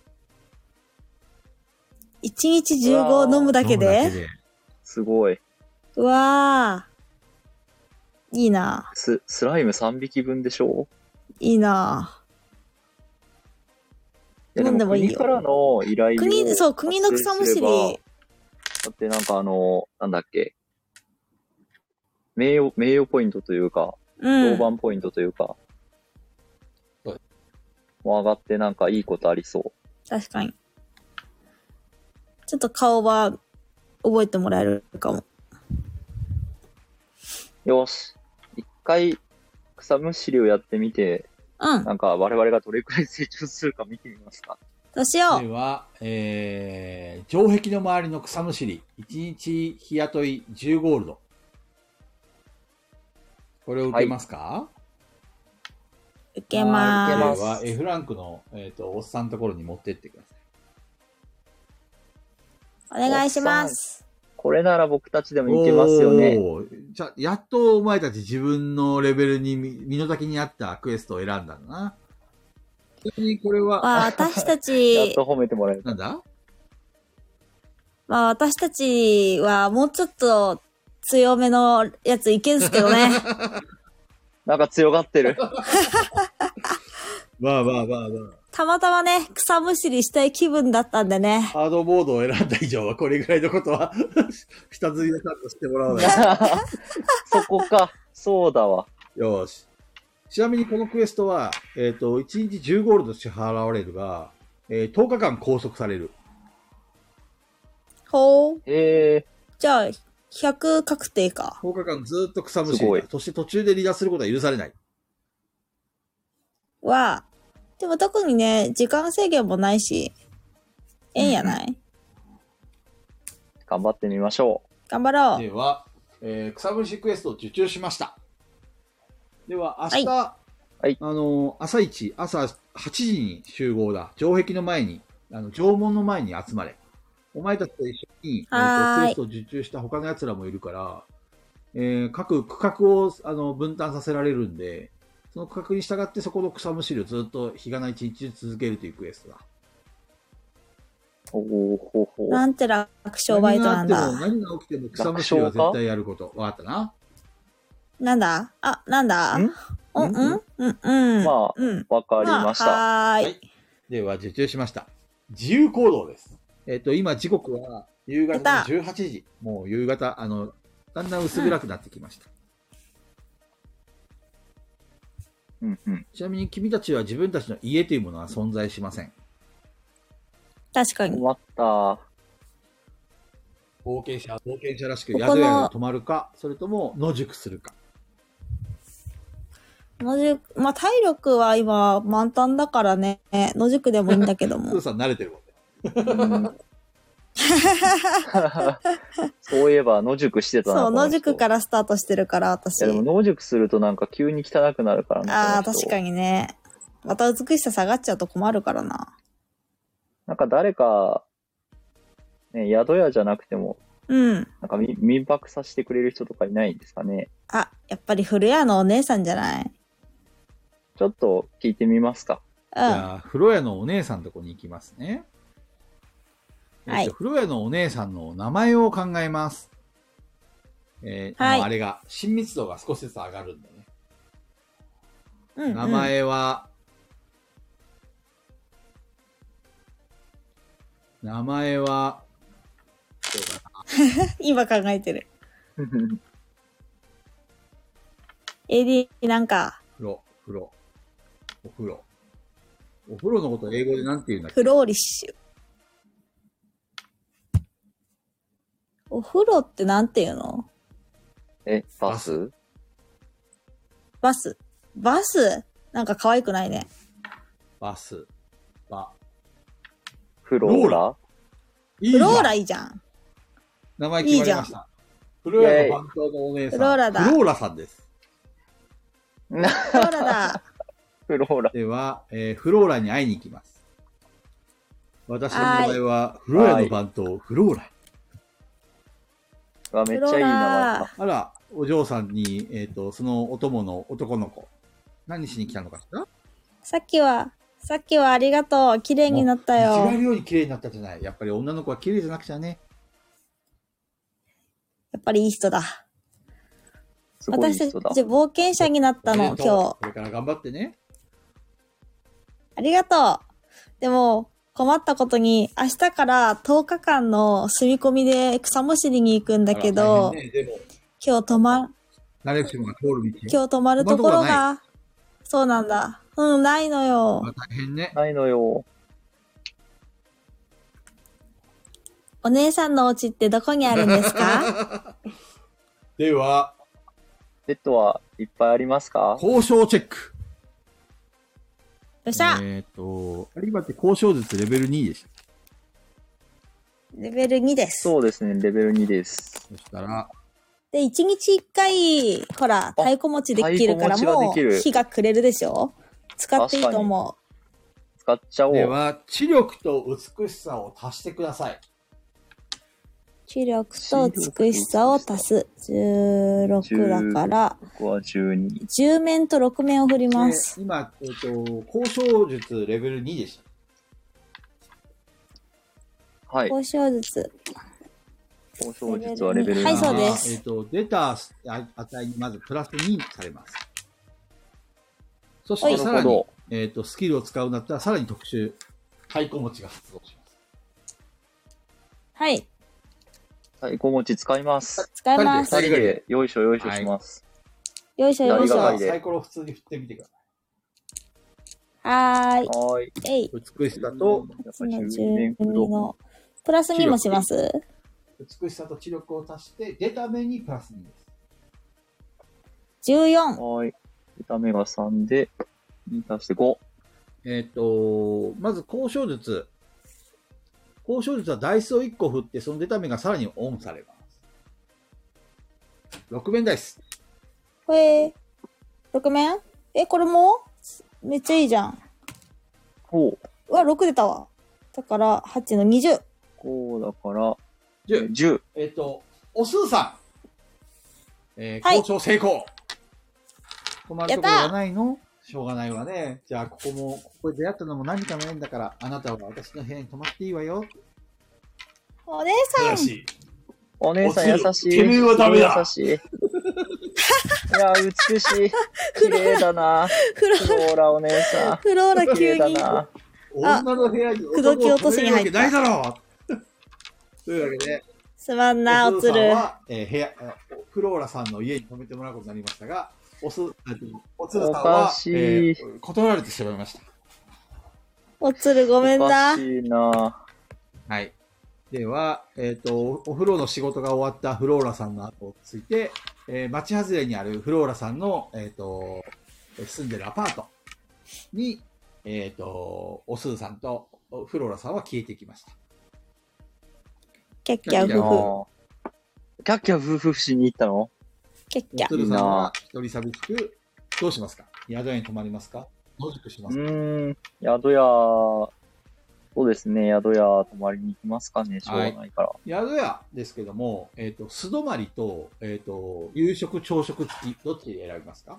1日15飲むだけですごい。 うわー。いいな。 スライム3匹分でしょ？ いいな。 飲んでもいいよ。国からの依頼を国の草むしり。 だってなんかなんだっけ。名誉ポイントというか、評判ポイントというか、もう上がってなんかいいことありそう。 確かに。ちょっと顔は覚えてもらえるかも。 よし。一回草むしりをやってみて、なんか我々がどれくらい成長するか見てみますか。 どうしよう。 では、城壁の周りの草むしり、1日日雇い10ゴールド。これを受けますか？ 受けまーす。 では、F ランクの、おっさんのところに持ってってください。お願いします。 これなら僕たちでもいけますよね。 じゃ、やっとお前たち自分のレベルに身の丈に合ったクエストを選んだんだな。これは。 私たち。 やっと褒めてもらえる。 なんだ？ 私たちはもうちょっと強めのやついけんすけどね。 なんか強がってる。 まあ。 たまたまね、草むしりしたい気分だったんでね。 ハードモードを選んだ以上はこれぐらいのことは下積みでちゃんとしてもらわないそこか。そうだわ。 よし。ちなみにこのクエストは、1日10ゴールド支払われるが、10日間拘束される。 ほう。じゃあ、100確定か。 10日間ずっと草むしり。そして途中で離脱することは許されない。 でも特にね、時間制限もないし、やない？ 頑張ってみましょう。頑張ろう。 では、草むしクエストを受注しました。では、明日、 はい、 朝8時に集合だ。城壁の前に、城門の前に集まれ。お前たちと一緒に、クエストを受注した他の奴らもいるから、各区画を分担させられるんで、その区画に従ってそこの草むしりをずっと日がない一日続けるというクエストだ。 なんて楽勝バイトなんだ。 何が起きても草むしりは絶対やること。わかったな。 なんだ？なんだ？ まあ、わかりました。 はい。 では、受注しました。自由行動です。今時刻は夕方の18時。もう夕方、だんだん薄暗くなってきました。ちなみに君たちは自分たちの家というものは存在しません。 確かに。 終わった。 冒険者らしく宿屋に泊まるか、それとも野宿するか。 体力は今満タンだからね、野宿でもいいんだけども。 スーさん慣れてるもんね。 そういえば野宿してたな。 そう、野宿からスタートしてるから私。 でも野宿するとなんか急に汚くなるからな。確かにね。また美しさ下がっちゃうと困るからな。 なんか誰か、ね、宿屋じゃなくても、なんか民泊させてくれる人とかいないんですかね。 あ、やっぱり古屋のお姉さんじゃない？ ちょっと聞いてみますか。 じゃあ、風呂屋のお姉さんのとこに行きますね。はい。風呂屋のお姉さんの名前を考えます。はい。あれが、親密度が少しずつ上がるんだね。名前は、どうかな。 今考えてる。AD なんか。 お風呂のこと英語でなんて言うんだっけ？ フローリッシュ。お風呂ってなんて言うの？ バスなんか可愛くないね。 フローラフローラいいじゃん。 名前決まりました。フローラの番頭のお姉さん。フローラだ。フローラさんです。 フローラだ。 フローラ。 では、フローラに会いに行きます。私の名前は、フローラの番頭、フローラ。 めっちゃいい名前だ。 あら、お嬢さんに、そのお供の男の子、何しに来たのかしら？ さっきはありがとう。綺麗になったよ。 違うように綺麗になったじゃない。やっぱり女の子は綺麗じゃなくちゃね。 やっぱりいい人だ。私たち冒険者になったの、今日。これから頑張ってね。 ありがとう。でも、困ったことに、明日から10日間の住み込みで草むしりに行くんだけど、今日泊まるところが、そうなんだ。ないのよ。 大変ね。 ないのよ。 お姉さんのお家ってどこにあるんですか？ では、 ベッドはいっぱいありますか？ 交渉チェック。 よっしゃ。 今って交渉術レベル2でした。 レベル2です。 そうですね、レベル2です。 そしたら、 で、1日1回、ほら、太鼓持ちできるからもう、火がくれるでしょ？使っていいと思う。 使っちゃおう。 では、知力と美しさを足してください。 知力と美しさを足す。16だから、 ここは12。 10面と6面を振ります。 今、交渉術レベル2でした。 はい。 交渉術。 交渉術はレベル2。 はい、そうです。 出た値にまずプラス2されます。そしてさらに、スキルを使うんだったらさらに特殊、太鼓持ちが発動します。 はい。 太鼓持ち使います。 使います。 2人でよいしょします。 よいしょよいしょ。 サイコロ普通に振ってみてください。はーい。 えい。 美しさと、 のプラス2もします？ 美しさと知力を足して、出た目にプラス2です。 14。 はい。出た目が3で、2足して5。 まず交渉術。交渉術はダイスを1個振って、その出た目がさらにオンされます。6面ダイス。 6面？これもめっちゃいいじゃん。 うわ、6出たわ。だから、8の20。 5だから、 10。おすーさん。交渉成功。困るところがないの？しょうがないわね。じゃあ、ここで出会ったのも何かの縁だから、あなたは私の部屋に泊まっていいわよ。 お姉さん。 優しい。 お姉さん優しい。 てめえはダメだ。 優しい。いや、美しい。綺麗だな。フローラお姉さん。 フローラ急に。 女の部屋に口説き落としに入った。 ないだろう。というわけで、 すまんな、おつる。 フローラさんの家に泊めてもらうことになりましたが、おつるさんは、断られてしまいました。 おつるごめんな。 おかしいな。 はい。では、お風呂の仕事が終わったフローラさんの後をついて、町外れにあるフローラさんの、住んでるアパートに、おすーさんとフローラさんは消えてきました。 キャッキャ夫婦。キャッキャ夫婦しに行ったの？ キャッキャ。 おすーさんは一人寂しく、どうしますか？宿屋に泊まりますか？野宿しますか？ 宿屋、 そうですね。宿屋泊まりに行きますかね。しょうがないから。 宿屋ですけども、素泊まりと、夕食、朝食付き、どっちで選びますか？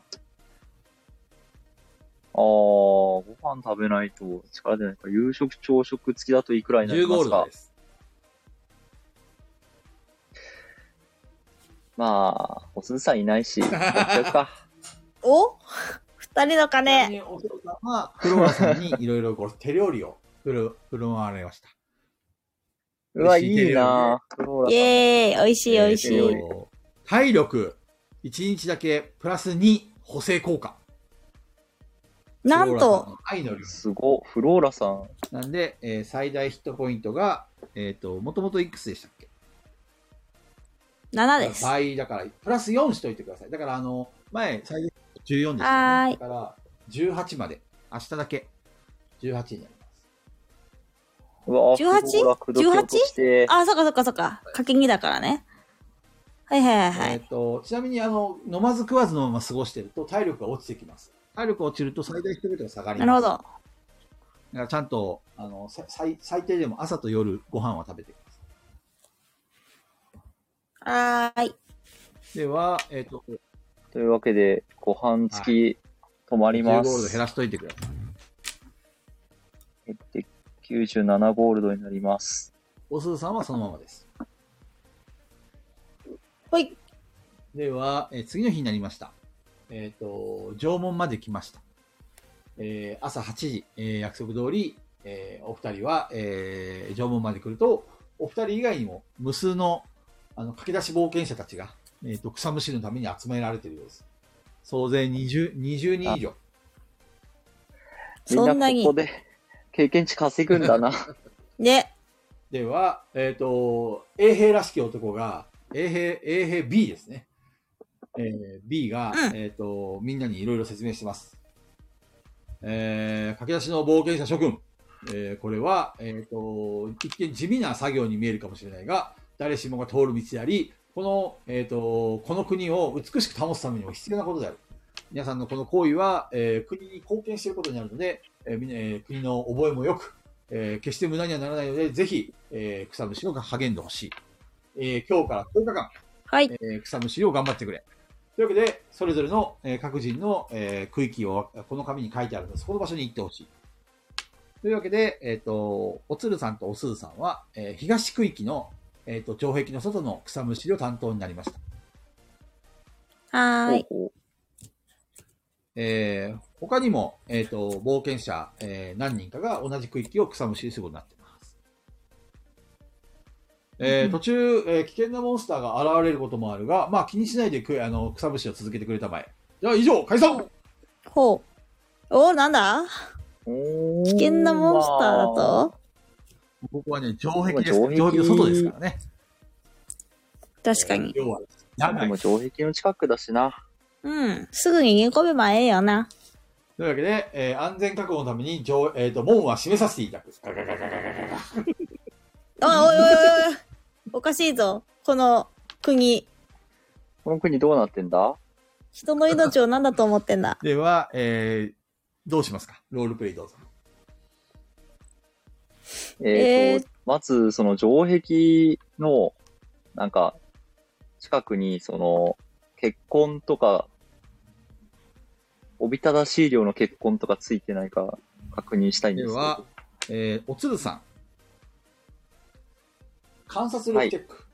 ご飯食べないと力出ないから、夕食、朝食付きだといくらになり 10 ますか？ ゴールドです。 まあ、おすずさんいないし、やっちゃうか。 お二人のちなみに金。 お父さんは、フローラさんにいろいろ手料理を振る舞われました。 うわ、いいなぁ。 イェーイ、美味しい美味しい。 体力、1日だけ、プラス2、補正効果。 なんと、 愛の量。 すご、フローラさん。 なんで、最大ヒットポイントが、もともといくつでしたっけ ？7です。 倍だから、プラス4しといてください。だから、前、最大14でした、ね。だから、18まで。明日だけ、18になります。 うわ 18？18? あ、そっかそっかそっか。かけ2だからね。はいはいはい。 ちなみに、飲まず食わずのまま過ごしてると、体力が落ちてきます。体力が落ちると最大ヒットポイントが下がります。 なるほど。 だからちゃんと、最低でも朝と夜ご飯は食べてください。はーい。 では、 というわけで、ご飯付き泊まります。 10ゴールド減らしといてください。 減って97ゴールドになります。 おすずさんはそのままです。 ほい。 では、次の日になりました。縄文まで来ました。朝8時、約束通り、お二人は、縄文まで来ると、お二人以外にも無数の駆け出し冒険者たちが、草むしりのために集められているようです。総勢20人以上。 そんなに。 みんなここで経験値稼ぐんだな。 ね。 では、衛兵らしき男が、衛兵 B ですね。B が、みんなにいろいろ説明してます。駆け出しの冒険者諸君。これは、一見地味な作業に見えるかもしれないが、誰しもが通る道であり、この国を美しく保つためにも必要なことである。皆さんのこの行為は、国に貢献していることになるので、国の覚えもよく、決して無駄にはならないので、ぜひ、草むしりを励んでほしい。今日から10日間、 はい。 草むしりを頑張ってくれ。というわけで、それぞれの、各人の、区域をこの紙に書いてあるので、そこの場所に行ってほしい。というわけで、おつるさんとおすずさんは、東区域の、城壁の外の草むしりを担当になりました。 はーい。他にも、冒険者、何人かが同じ区域を草むしりすることになっています。途中、危険なモンスターが現れることもあるが、まあ気にしないで草むしりを続けてくれたまえ。では以上、解散。 ほう。なんだ？危険なモンスターだと？ ここはね、城壁です。城壁の外ですからね。 確かに。 でも城壁の近くだしな。 うん。すぐに逃げ込めばええよな。 というわけで、安全確保のために門は閉めさせていただく。 おい。おかしいぞ。この国。 この国どうなってんだ？ 人の命を何だと思ってんだ。 では、どうしますか？ロールプレイどうぞ。 まず、その城壁の、なんか、近くに、その、血痕とか、おびただしい量の血痕とかついてないか確認したいんですけど。 では、おつるさん。観察力チェック。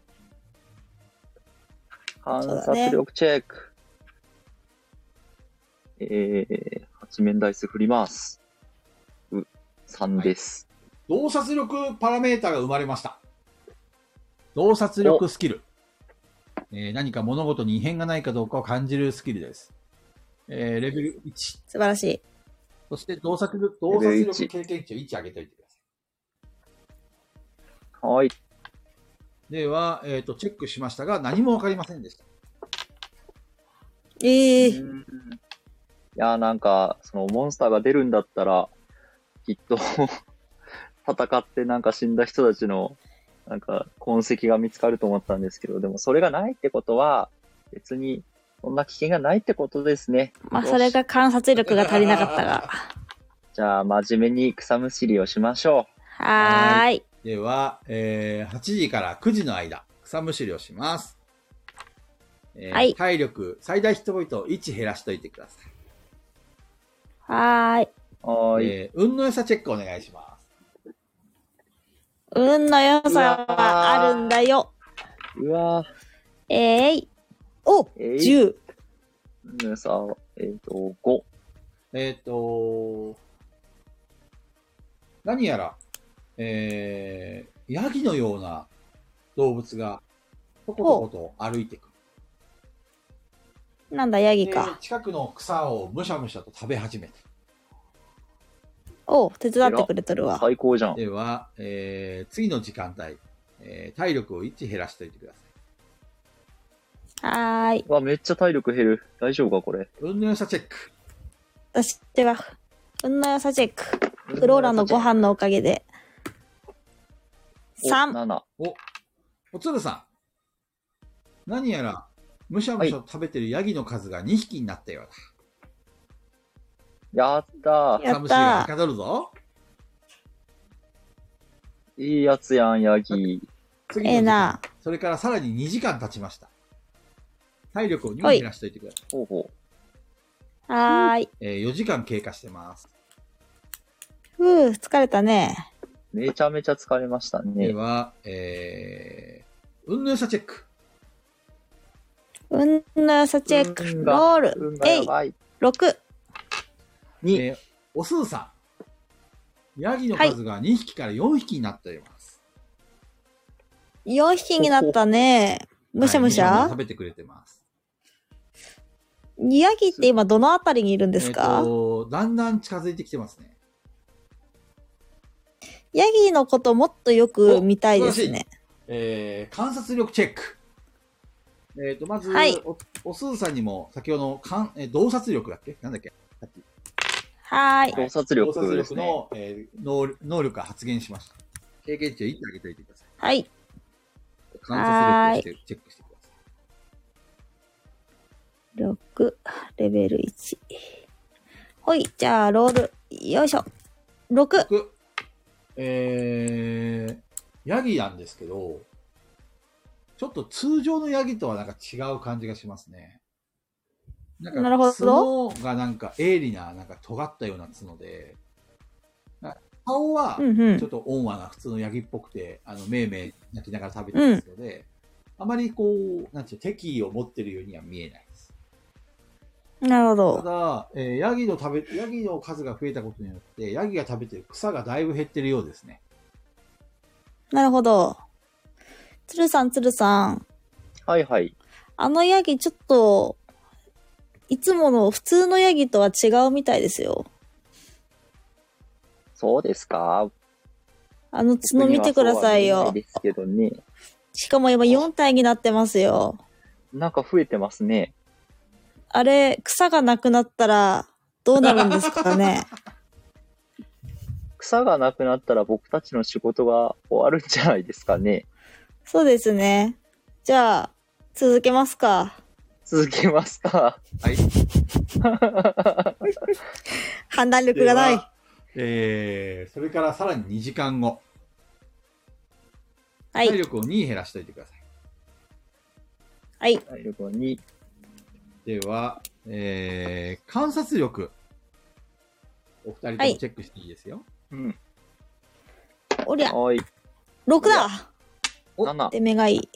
観察力チェック。8面ダイス振ります。3です。 洞察力パラメータが生まれました。洞察力スキル。何か物事に異変がないかどうかを感じるスキルです。レベル1。 素晴らしい。 そして洞察力経験値を1上げておいてください。 はい。 では、チェックしましたが、何もわかりませんでした。 いや、なんか、そのモンスターが出るんだったら、きっと、戦ってなんか死んだ人たちの、なんか痕跡が見つかると思ったんですけど、でもそれがないってことは、別に、そんな危険がないってことですね。 まあ、それが観察力が足りなかったが。 じゃあ、真面目に草むしりをしましょう。 はーい。 では、8時から9時の間、草むしりをします。 はい。 体力、最大ヒットポイントを1減らしといてください。 はーい。 はーい。 運の良さチェックお願いします。 運の良さはあるんだよ。 うわお、10。 運の良さは、5。 何やら、ヤギのような動物が、とことこと歩いてくる。 なんだ、ヤギか。 近くの草をむしゃむしゃと食べ始めた。 お、手伝ってくれとるわ。 最高じゃん。 では、次の時間帯、体力を1減らしておいてください。 はーい。 わ、めっちゃ体力減る。大丈夫か、これ。 運の良さチェック。 私は、運の良さチェック。フローラのご飯のおかげで。3。 7。 おつるさん。何やら、むしゃむしゃと食べてるヤギの数が2匹になったようだ。やったー。 やったー。 草むしりがはかどるぞ。 いいやつやん、ヤギ。 な。 それからさらに2時間経ちました。体力を2減らしておいてください。 ほうほう。はーい。 4時間経過してます。 疲れたね。 めちゃめちゃ疲れましたね。 では、運の良さチェック。 運の良さチェック。ロール。6。 2。 おすずさん。ヤギの数が2匹から4匹になっております。 4匹になったね。むしゃむしゃ、 食べてくれてます。 ヤギって今どのあたりにいるんですか？ だんだん近づいてきてますね。 ヤギのこともっとよく見たいですね。 観察力チェック。まず、おすずさんにも先ほどの洞察力だっけなんだっけはい。 洞察力ですね。 の、能力が発現しました。経験値を1ってあげておいてください。 はい。 観察力をチェックしてください。 6、レベル1。ほい、じゃあ、ロール。よいしょ。6。 ヤギなんですけど、ちょっと通常のヤギとはなんか違う感じがしますね。なるほど。角がなんか鋭利な、なんか尖ったような角で、顔はちょっと温和な普通のヤギっぽくて、めいめい泣きながら食べてますので、あまりこう、なんていう敵意を持ってるようには見えないです。 なるほど。 ただ、ヤギの数が増えたことによって、ヤギが食べてる草がだいぶ減ってるようですね。 なるほど。鶴さん。 はいはい。 あのヤギちょっと、いつもの普通のヤギとは違うみたいですよ。 そうですか？ 角見てくださいよ。 ですけどね。 しかも今4体になってますよ。 なんか増えてますね。 あれ、草がなくなったらどうなるんですかね。 草がなくなったら僕たちの仕事が終わるんじゃないですかね。 そうですね。じゃあ、続けますか。 はい。 判断力がない。 それからさらに2時間後。 はい。 体力を2減らしておいてください。 はい。 体力を2。 では、観察力。お二人ともチェックしていいですよ。 うん。 おりゃ。 はい。 6だ。 7。 で、目がいい。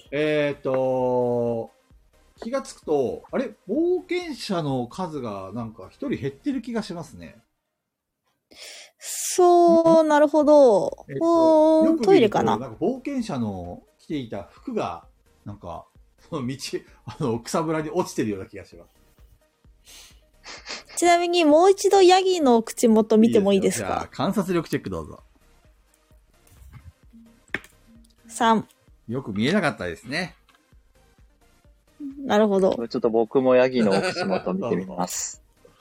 気がつくと、あれ冒険者の数がなんか一人減ってる気がしますね。 そう、なるほど。トイレかな。 なんか冒険者の着ていた服が、なんか、その道、草むらに落ちてるような気がします。 ちなみにもう一度ヤギの口元見てもいいですか？ じゃあ観察力チェックどうぞ。 3。 よく見えなかったですね。 なるほど。 ちょっと僕もヤギの口元見てみます。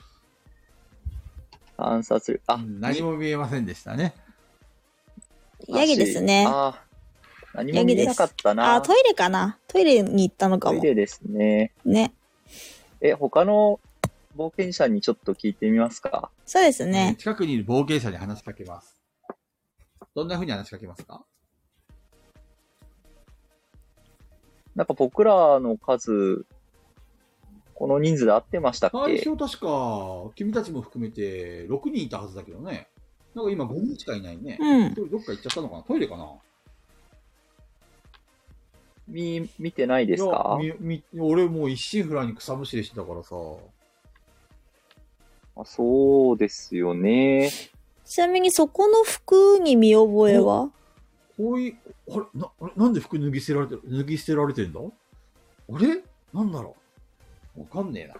観察力。 何も見えませんでしたね。 ヤギですね。 何も見えなかったな。 トイレかな。トイレに行ったのかも。 トイレですね。 ね。 他の冒険者にちょっと聞いてみますか？ そうですね。 近くにいる冒険者に話しかけます。 どんな風に話しかけますか？ なんか僕らの数、この人数で合ってましたっ最け？ 初確か、君たちも含めて6人いたはずだけどね。なんか今5人しかいないね。 うん一人どっか行っちゃったのかな？トイレかな？ 見てないですか？ 俺もう一心不乱に草むしりしてたからさ。 あ、そうですよね。 ちなみにそこの服に見覚えは？ こういう、あれなんで服脱ぎ捨てられてんだ？あれなんだろう？わかんねえな。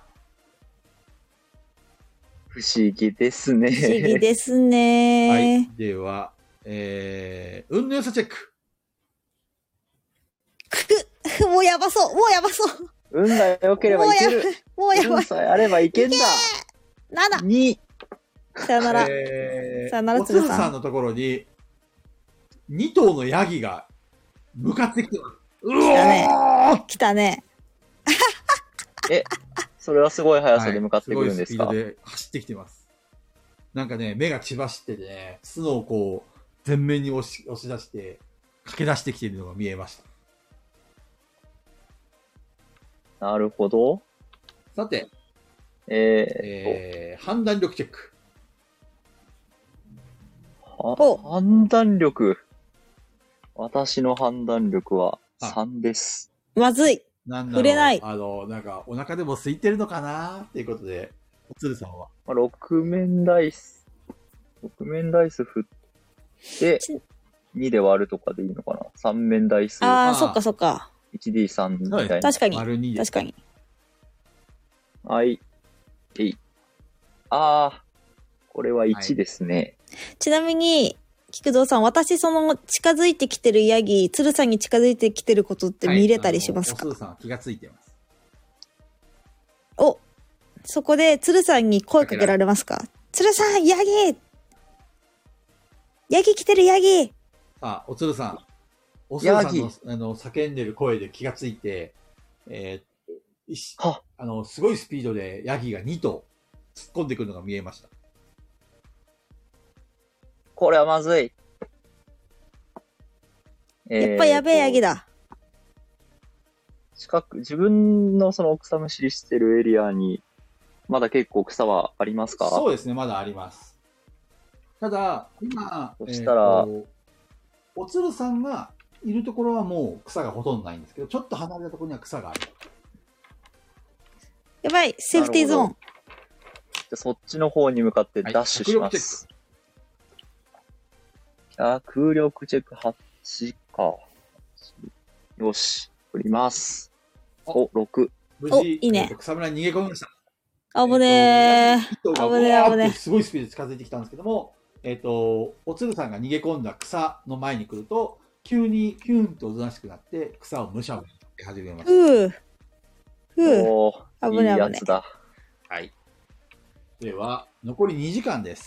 不思議ですね。 不思議ですね。 はい。では、運の良さチェック。 もうやばそう。もうやばそう。 運が良ければいける。 もうやばい。 運さえあればいけんだ。 7。 2。 さよなら。さよなら、 おつるさんのところに、2頭のヤギが向かってきてます。うわー来たね。 それはすごい速さで向かってくるんですか？ はい、すごいスピードで走ってきてます。なんかね、目が血走っててね、角をこう、前面に押し出して、駆け出してきているのが見えました。 なるほど。 さて、判断力チェック。 判断力。私の判断力は3です。 まずい。触れない。 なんか、お腹でも空いてるのかなっていうことで、おつるさんは。 6面ダイス振って、2で割るとかでいいのかな？ 3 面ダイス。 ああ、そっかそっか。 1D3 みたいな。 確かに。 丸2で。 確かに。 はい。これは1ですね。 はい、ちなみに、菊蔵さん、私近づいてきてるヤギ、鶴さんに近づいてきてることって見れたりしますか？ お鶴さんは気がついてます。 そこで鶴さんに声かけられますか？鶴さん、ヤギ来てるヤギ。 さあ、お鶴さん。お鶴さんの叫んでる声で気がついて、すごいスピードでヤギが2頭突っ込んでくるのが見えました。 これはまずい。 やっぱやべえヤギだ。 自分のその草むしりしてるエリアに、まだ結構草はありますか？ そうですね、まだあります。ただ、今、 そしたら、 おつるさんがいるところはもう草がほとんどないんですけど、ちょっと離れたところには草がある。 やばい、セーフティーゾーン。 じゃそっちの方に向かってダッシュします。空力チェック8か。よし、振ります。6。 無事、 いいね。 草むらに逃げ込みました。 危ねー。危ねー、危ねー。 すごいスピードで近づいてきたんですけども、おつるさんが逃げ込んだ草の前に来ると、急にヒューンとおとなしくなって、草をむしゃむしゃ始めました。 いいやつだ。 はい。では、残り2時間です。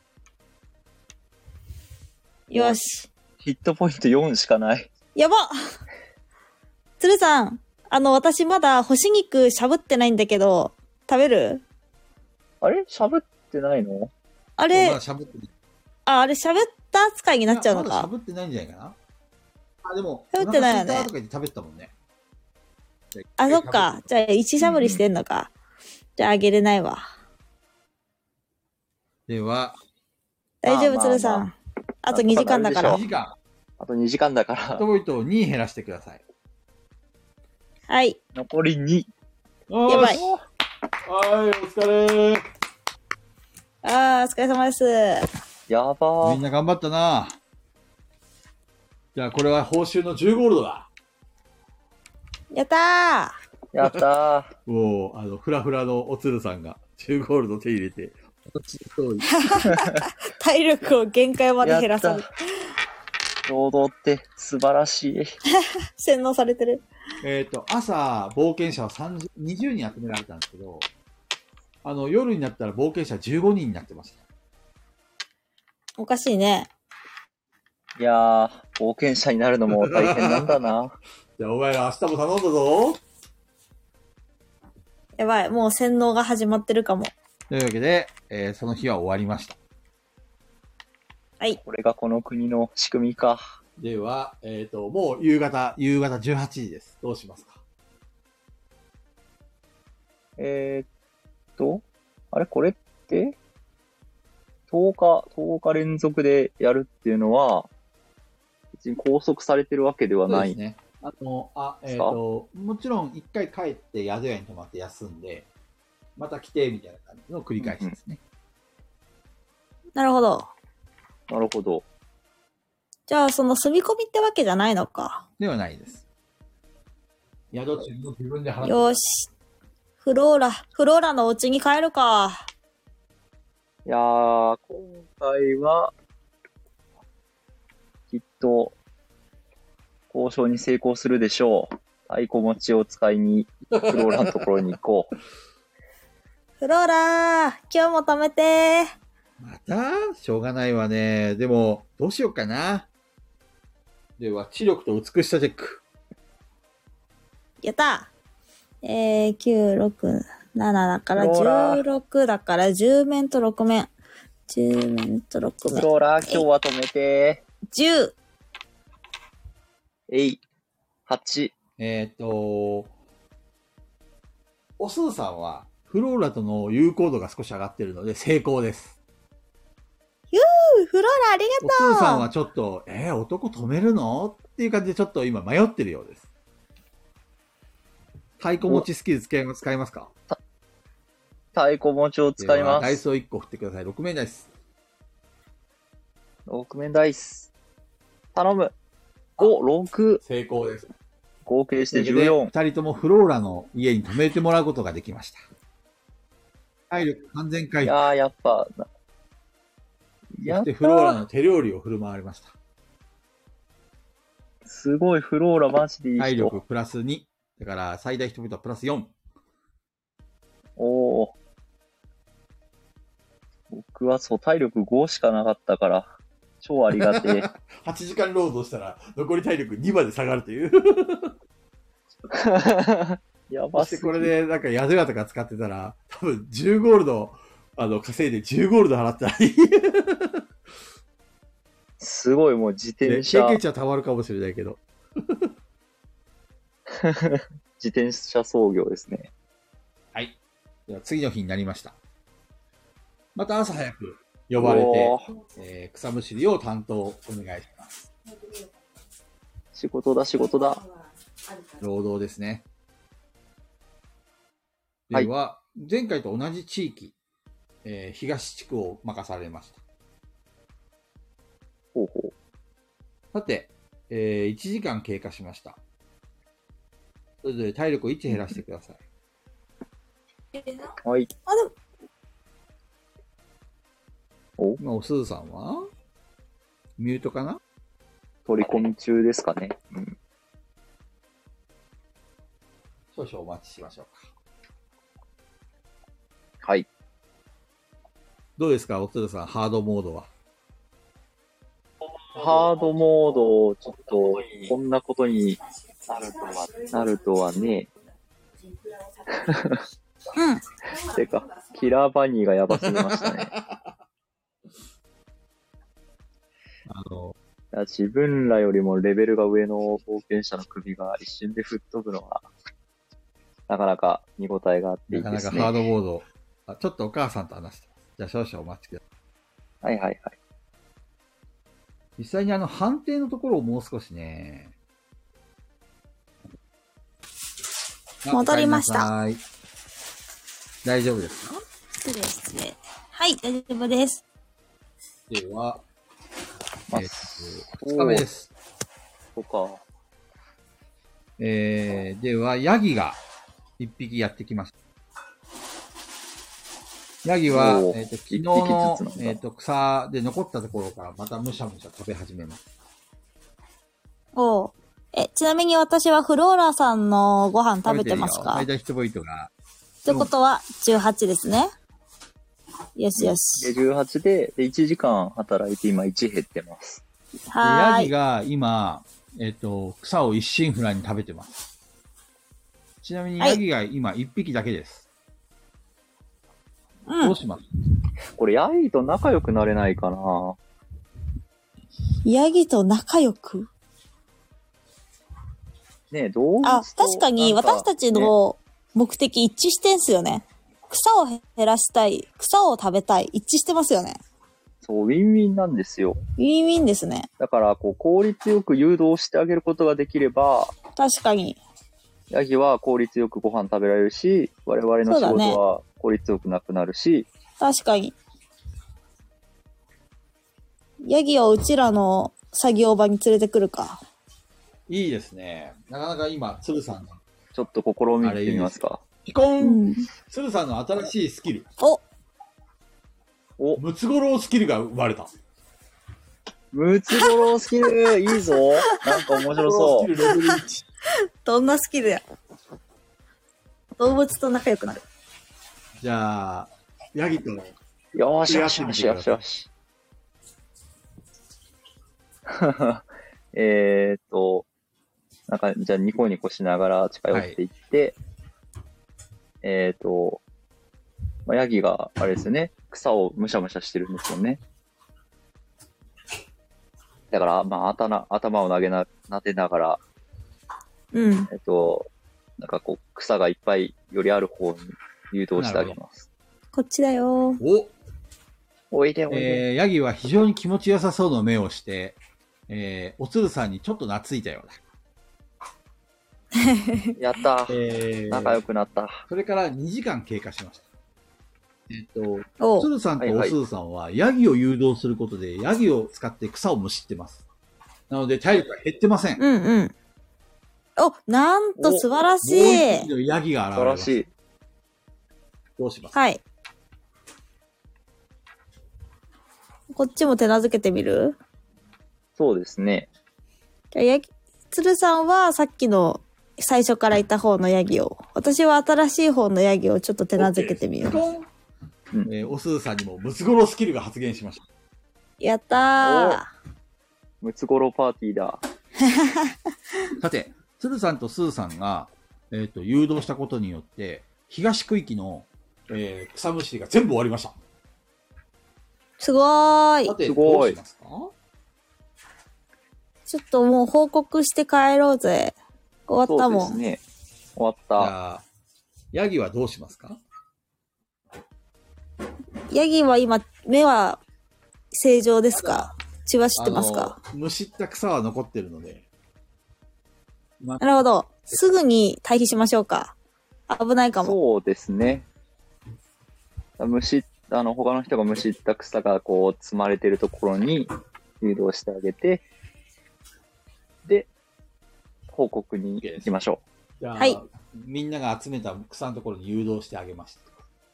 よし。 ヒットポイント4しかない。 やばっ！鶴さん、私まだ干し肉しゃぶってないんだけど、食べる？ あれしゃぶってないの？ あれ、 まだしゃぶってない。 あれしゃぶった扱いになっちゃうのか。 まだしゃぶってないんじゃないかな。でも、 しゃぶってないよね。 とか言って食べたもんね。 そっか。じゃあ、1しゃぶりしてんのか。じゃあ、あげれないわ。 では。 大丈夫、鶴さん。あと2時間だから。 2時間。 あと2時間だから。 ヒットポイントを2減らしてください。 はい。 残り2。 やばい。 はい、お疲れ。 お疲れ様です。 やばー。 みんな頑張ったな。じゃあ、これは報酬の10ゴールドだ。 やったー。やったー。もう、フラフラのおつるさんが10ゴールド手入れて、 体力を限界まで減らされる。 労働って素晴らしい。 洗脳されてる。 朝、冒険者は20人集められたんですけど、夜になったら冒険者15人になってました。 おかしいね。 いやー、冒険者になるのも大変なんだな。 じゃあ、お前ら明日も頼んだぞ。 やばい、もう洗脳が始まってるかも。 というわけで、その日は終わりました。 はい。 これがこの国の仕組みか。 では、もう夕方18時です。どうしますか？ あれこれって、10日連続でやるっていうのは、別に拘束されてるわけではない。 そうですね。もちろん一回帰って宿屋に泊まって休んで、また来て、みたいな感じの繰り返しですね。 なるほど。 なるほど。 じゃあ、その住み込みってわけじゃないのか。 ではないです。宿賃も自分で払って。 よし。フローラのお家に帰るか。 いやー、今回は、きっと、交渉に成功するでしょう。太鼓持ちを使いに、フローラのところに行こう。 フローラー、今日も止めてー。 またしょうがないわね。でも、どうしようかな。では、知力と美しさチェック。 やったー。9、6、7だから16だから10面と6面。10面と6面。 フローラー、今日は止めてー。 10。8。 おすずさんは、フローラとの有効度が少し上がってるので成功です。 フローラありがとう。 おすずさんはちょっと、男止めるのっていう感じでちょっと今迷ってるようです。太鼓持ちスキル使いますか？ 太鼓持ちを使います。 ダイスを1個振ってください。6面ダイス。 6面ダイス。頼む。6。 成功です。 合計して14。 2人ともフローラの家に泊めてもらうことができました。体力完全回復。 やっぱ。 そしてフローラの手料理を振る舞われました。 すごい、フローラマジでいい人。 体力プラス2。だから最大1ポイントはプラス4。 おー。僕は体力5しかなかったから、超ありがてえ。 8時間労働したら残り体力2まで下がるという。 やばそしてこれでなんか宿屋とか使ってたら、多分10ゴールド、稼いで10ゴールド払ったらいい。 すごい、もう自転車。 経験値はたまるかもしれないけど。 自転車操業ですね。 はい。では次の日になりました。また朝早く呼ばれて、草むしりを担当お願いします。 仕事だ。 労働ですね。 はい、 では、前回と同じ地域、東地区を任されました。 ほうほう。 さて、1時間経過しました。それぞれ体力を1減らしてください。 はい。 今、おすずさんはミュートかな？ 取り込み中ですかね。うん。 少々お待ちしましょうか。 はい。 どうですか、おすずさん、ハードモードは。 ハードモード、ちょっと、こんなことになるとはね。 うん。 てか、キラーバニーがやばすぎましたね。いや自分らよりもレベルが上の冒険者の首が一瞬で吹っ飛ぶのは、なかなか見応えがあっていいですね。 なかなかハードモード。ちょっとお母さんと話してます。じゃあ少々お待ちください。はいはいはい。 実際に判定のところをもう少しね。 戻りました。 大丈夫ですか？ 失礼。はい、大丈夫です。 では、2日目です。 そうか。 では、ヤギが1匹やってきました。ヤギは、昨日の、草で残ったところからまたむしゃむしゃ食べ始めます。 ちなみに私はフローラさんのご飯食べてますか？ 最大1ポイントが。 ってことは18ですね。よしよし。 で、18で、1時間働いて今1減ってます。 ヤギが今、草を一心不乱に食べてます。ちなみにヤギが今1匹だけです。どうします？ これヤギと仲良くなれないかな？ ヤギと仲良くね、動物とあ、確かに私たちの目的一致してんすよね。草を減らしたい、草を食べたい、一致してますよね。 そう、ウィンウィンなんですよ。 ウィンウィンですね。 だから、こう、効率よく誘導してあげることができれば、 確かに。 ヤギは効率よくご飯食べられるし、我々の仕事は効率よくなくなるし、 確かに。ヤギをうちらの作業場に連れてくるか。 いいですね。なかなか今、鶴さんの。 ちょっと試みてみますか。 ピコン、 うん、 鶴さんの新しいスキル。 おムツゴロウスキルが生まれた。 ムツゴロウスキル、いいぞ。なんか面白そう。 ムツゴロウスキルレベル1。 どんなスキルや。動物と仲良くなる。 じゃあ、ヤギとの。 よしよしよしよしよし。なんか、じゃあニコニコしながら近寄っていって、まあ、ヤギが、あれですよね、草をむしゃむしゃしてるんですよね。だから、まあ、頭を撫でながら、 うん。 なんかこう、草がいっぱいよりある方に誘導してあげます。 こっちだよ。 おいでおいで。 ヤギは非常に気持ちよさそうな目をして、おつるさんにちょっと懐いたようだ。 やった。仲良くなった。 それから2時間経過しました。つるさんとおすずさんは、ヤギを誘導することで、ヤギを使って草をむしってます。なので、体力が減ってません。 うんうん。お、なんと素晴らしい。 もう一匹のヤギが現れました。 素晴らしい。 どうします？ はい。こっちも手なずけてみる？ そうですね。 じゃあ、鶴さんはさっきの最初からいた方のヤギを、私は新しい方のヤギをちょっと手なずけてみよう。 おすずさんにもムツゴロウスキルが発現しました。 やったー。 ムツゴロウパーティーだ。 さて、鶴さんとすずさんが、誘導したことによって、東区域の、草むしりが全部終わりました。 すごーい。 さて、どうしますか？ ちょっともう報告して帰ろうぜ。終わったもん。 そうですね。終わった。 じゃあ、ヤギはどうしますか？ ヤギは今、目は正常ですか？血は知ってますか？ むしった草は残ってるので。 なるほど。すぐに退避しましょうか。危ないかも。 そうですね。他の人がむしった草がこう積まれてるところに誘導してあげて、で、報告に行きましょう。じゃあ、 はい、 みんなが集めた草のところに誘導してあげました。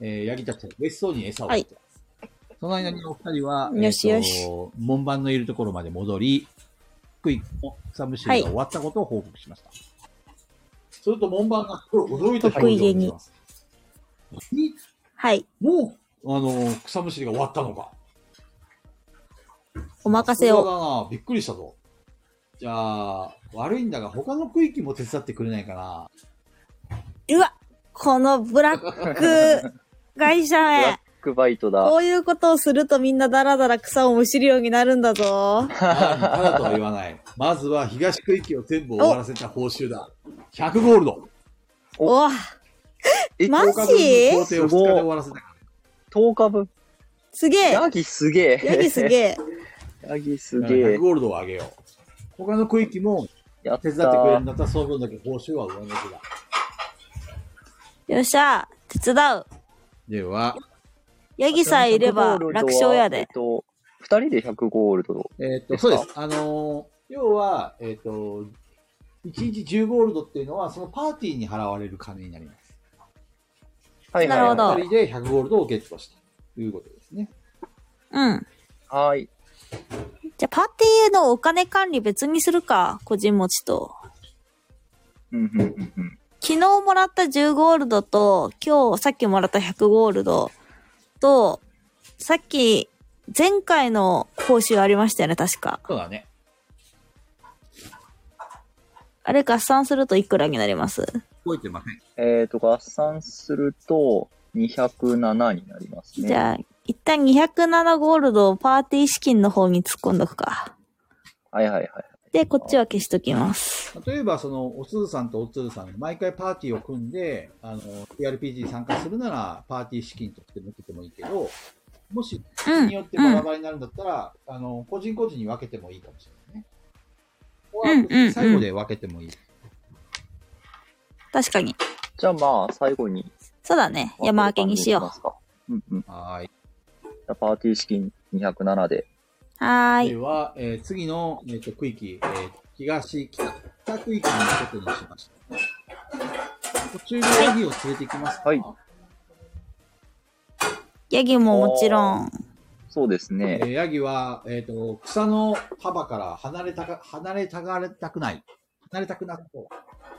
ヤギたちは嬉しそうに餌を食ってます。はい、その間にお二人は、 よしよし門番のいるところまで戻り、福井の草むしりが終わったことを報告しました。はい、すると門番が驚いた表情を見せます。 はい。 もう、草むしりが終わったのか。 お任せを。 そうだな、びっくりしたぞ。じゃあ、悪いんだが、他の区域も手伝ってくれないかな。 うわ、このブラック会社め。 ブラックバイトだ。 こういうことをするとみんなダラダラ草をむしるようになるんだぞ。 ただとは言わない。まずは東区域を全部終わらせた報酬だ。100ゴールド。 おわ。マジ？ 工程を2日で終わらせた。 10日分。 すげえ。 ヤギすげえ。 ヤギすげえ。 ヤギすげえ。 100ゴールドをあげよう。他の区域も手伝ってくれるんだったらその分だけ報酬は上乗せだ。 よっしゃ、手伝う。 では、 ヤギさえいれば楽勝やで。 2人で100ゴールド。 そうです。要は、1日10ゴールドっていうのは、そのパーティーに払われる金になります。 はいはいはい。なるほど。 2人で100ゴールドをゲットしたということですね。 うん。 はい。 じゃあ、パーティーのお金管理別にするか、個人持ちと。昨日もらった10ゴールドと、さっきもらった100ゴールドと、さっき、前回の報酬ありましたよね、確か。 そうだね。 あれ合算するといくらになります？ 覚えてません。 合算すると、207になりますね。 じゃあ、一旦207ゴールドをパーティー資金の方に突っ込んどくか。 はいはいはい。 で、こっちは消しときます。 例えば、その、おつーさんとおつーさん、毎回パーティーを組んで、TRPG に参加するなら、パーティー資金として持っててもいいけど、もし、日によってバラバラになるんだったら、個人個人に分けてもいいかもしれないね。最後で分けてもいい。 確かに。 じゃあまあ、最後に。 そうだね。山分けにしよう。はい。 じゃあ、パーティー資金207で。 はーい。 では、次の、区域、北区域にことにしました。途中でヤギを連れて行きますか？ はい。 ヤギももちろん。 そうですね。 ヤギは、草の幅から離れたくない。離れたくなそう。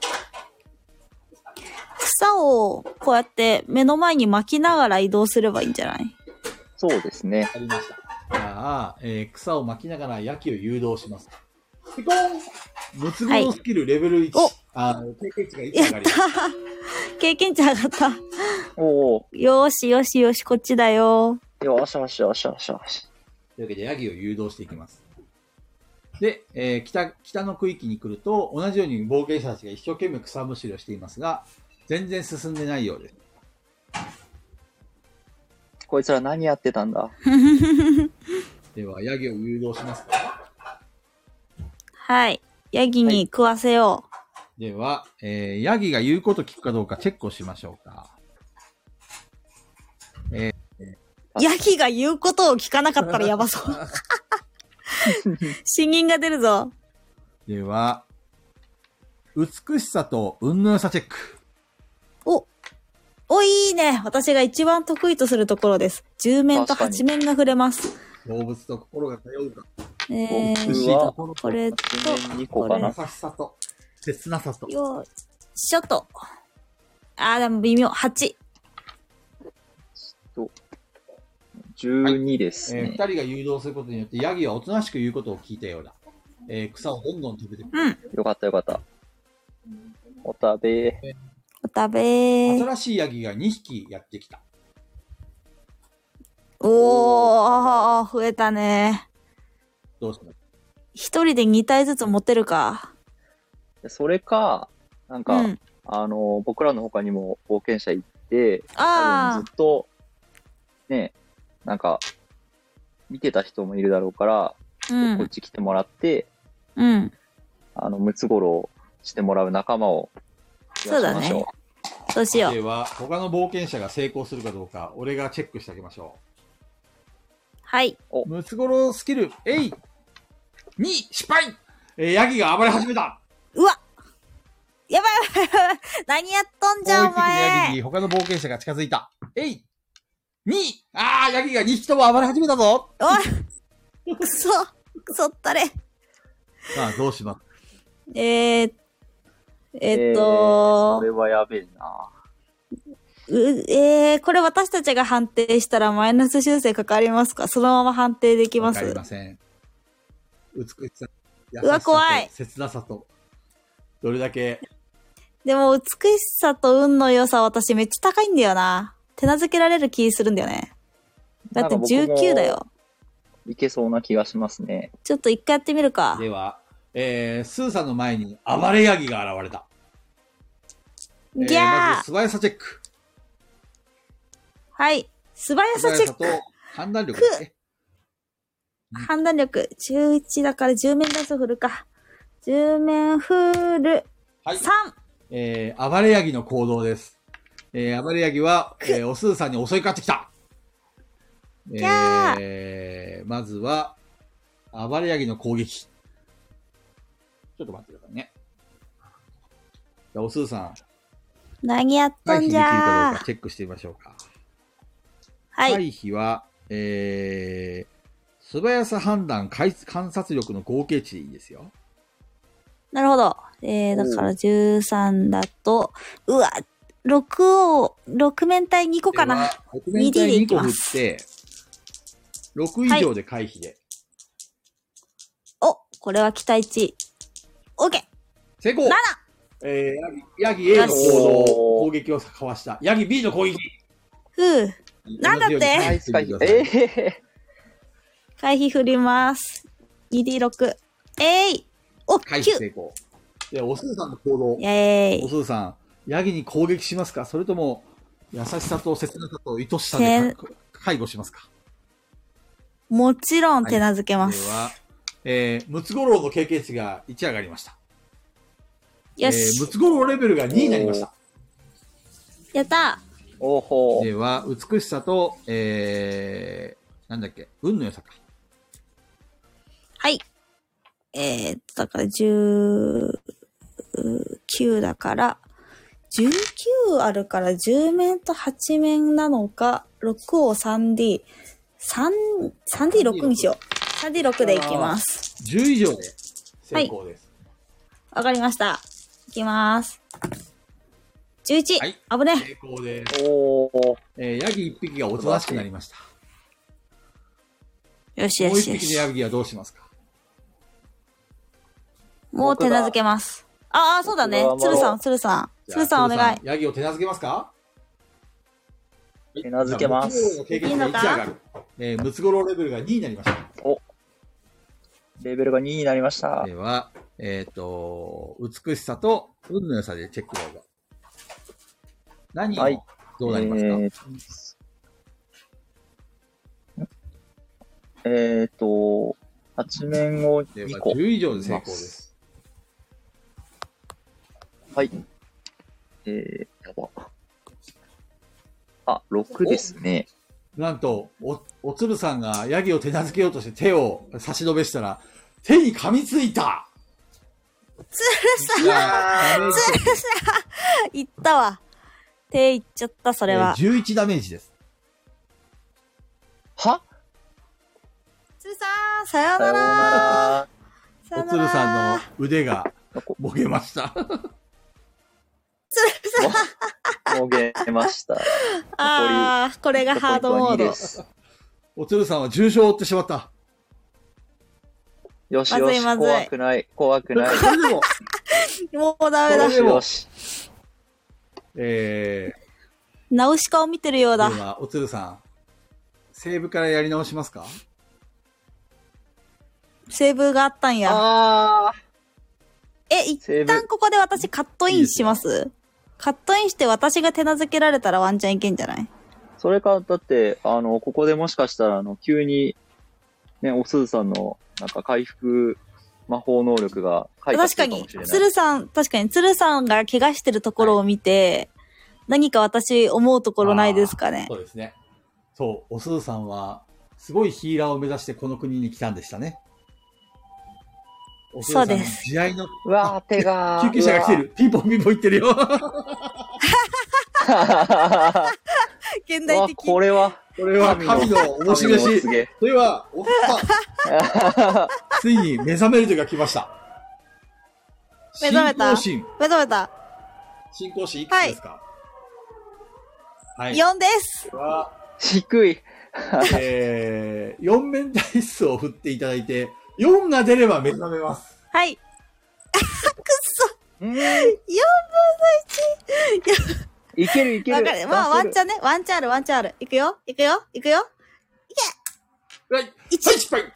草をこうやって目の前に巻きながら移動すればいいんじゃない？ そうですね。 ありました。じゃあ、草を巻きながらヤギを誘導します。ピコーン！ムツゴロウスキルレベル1。経験値が1上がります。 経験値上がった。 おー。 よしよしよし、こっちだよ。 よしよしよしよしよし。 というわけで、ヤギを誘導していきます。で、北の区域に来ると、同じように冒険者たちが一生懸命草むしりをしていますが、全然進んでないようです。 こいつら何やってたんだ。 では、ヤギを誘導しますか？ はい。ヤギに食わせよう。では、ヤギが言うこと聞くかどうかチェックをしましょうか。 ヤギが言うことを聞かなかったらやばそう。死人が出るぞ。 では、美しさと運の良さチェック。 いいね。私が一番得意とするところです。10面と8面が触れます。 動物と心が通うか。 美しいとこれと、 これ。 優しさと、切なさと。 よいしょと。でも微妙。8。 12ですね。 2人が誘導することによって、ヤギはおとなしく言うことを聞いたようだ。草をどんどん食べてくる。 よかったよかった。お食べ。 新しいヤギが2匹やってきた。 増えたね。 どうする？ 一人で2体ずつ持てるか。 それか、なんか、僕らの他にも冒険者行って、多分ずっと、ね、なんか、見てた人もいるだろうから、こっち来てもらって、ムツゴロウしてもらう仲間をそうだね。そうしよう。 では、他の冒険者が成功するかどうか、俺がチェックしてあげましょう。はい。 ムツゴロウスキル、2、失敗！ヤギが暴れ始めた！ うわ！やばい何やっとんじゃん、お前！ ヤギに他の冒険者が近づいた。2！ヤギが2匹とも暴れ始めたぞ！ おい！くそったれ。 さあ、どうします？ それはやべえな。 これ私たちが判定したらマイナス修正かかりますか？そのまま判定できます？ かかりません。美しさ、優しさと、 切なさと、どれだけ。 でも美しさと運の良さ私めっちゃ高いんだよな。手なずけられる気するんだよね。だって19だよ。 いけそうな気がしますね。 ちょっと一回やってみるか。 では、スーさんの前に暴れヤギが現れた。まず素早さチェック。 はい。素早さチェック。 と判断力ですね。 判断力。11だから10面ダス振るか。10面振る。 はい。 3。 暴れヤギの行動です。暴れヤギは、おスーさんに襲いかかってきた。まずは、暴れヤギの攻撃。ちょっと待ってくださいね。じゃあ、おスーさん。 何やっとんじゃー。回避できるかどうかチェックしてみましょうか。 はい。 回避は、素早さ判断、観察力の合計値でいいですよ。 なるほど。だから13だと、6面体2個かな。 6面体2個振って、6以上で回避で。 これは期待値。OK! 成功 !7! ヤギ A の攻撃をかわした。ヤギ B の攻撃。 なんだって回避振ります。 2D6。 お、 回避成功。で、おすずさんの行動。 イェーイ。 おすずさん、ヤギに攻撃しますか？それとも、優しさと切なさと愛しさで介護しますか？ もちろん手なずけます。 はい、では、ムツゴロウの経験値が1上がりました。 よし。 ムツゴロウレベルが2になりました。 やったおほでは、美しさと、なんだっけ、運の良さか。 はい。だから19だから、19あるから10面と8面なのか、6を 3D6 にしよう。3D6 でいきます。 10以上で成功です。 わかりました。いきます。11。 はい。 危ね。 成功です。 おヤギ1匹がおとなしくなりました。 よしよしよし。 もう1匹でヤギはどうしますか？ もう手なずけます。ああ、そうだね。鶴さんお願い。 ヤギを手なずけますか？ 手なずけます。 経験が1上がる。ムツゴロウレベルが2になりました。 お。レベルが2になりました。 では、美しさと運の良さでチェックどうぞ。何をどうなりますか ？8面を2個。 10以上で成功です。 はい。やば。あ、6ですね。 なんと、おつるさんがヤギを手なずけようとして手を差し伸べしたら、手に噛みついた。 つるさんいったわ。手いっちゃった、それは。 11ダメージです。 は？ つるさん、さようなら。 おつるさんの腕がもげました。 つるさん。 もげました。 ああ、これがハードモード。 おつるさんは重傷を負ってしまった。 よしよし、怖くない、怖くない。 それでも、 もうダメだ。 よし。 ナウシカを見てるようだ。 では、おつるさん、セーブからやり直しますか？ セーブがあったんや。一旦ここで私カットインします？カットインして私が手なずけられたらワンチャンいけんじゃない？ それか、だって、ここでもしかしたら、急に、ね、おすずさんの、なんか回復魔法能力が開花するかもしれない。 確かに、鶴さんが怪我してるところを見て、何か私思うところないですかね。 そうですね。そう、おすずさんは、すごいヒーラーを目指してこの国に来たんでしたね。 そうです。 慈愛の。 うわー、手が。 救急車が来てる。ピンポンピンポン言ってるよ。 現代的。 これは神の面白し。それは、ついに目覚める時が来ました。 目覚めた。進行心いくつですか？ はい。4です。 低い。 4面ダイスを振っていただいて、4が出れば目覚めます。 はい。くっそ。4分の1。 いける。 わかる。まあ、ワンチャンね。ワンチャンある。いくよ。いけ。 はい。失敗。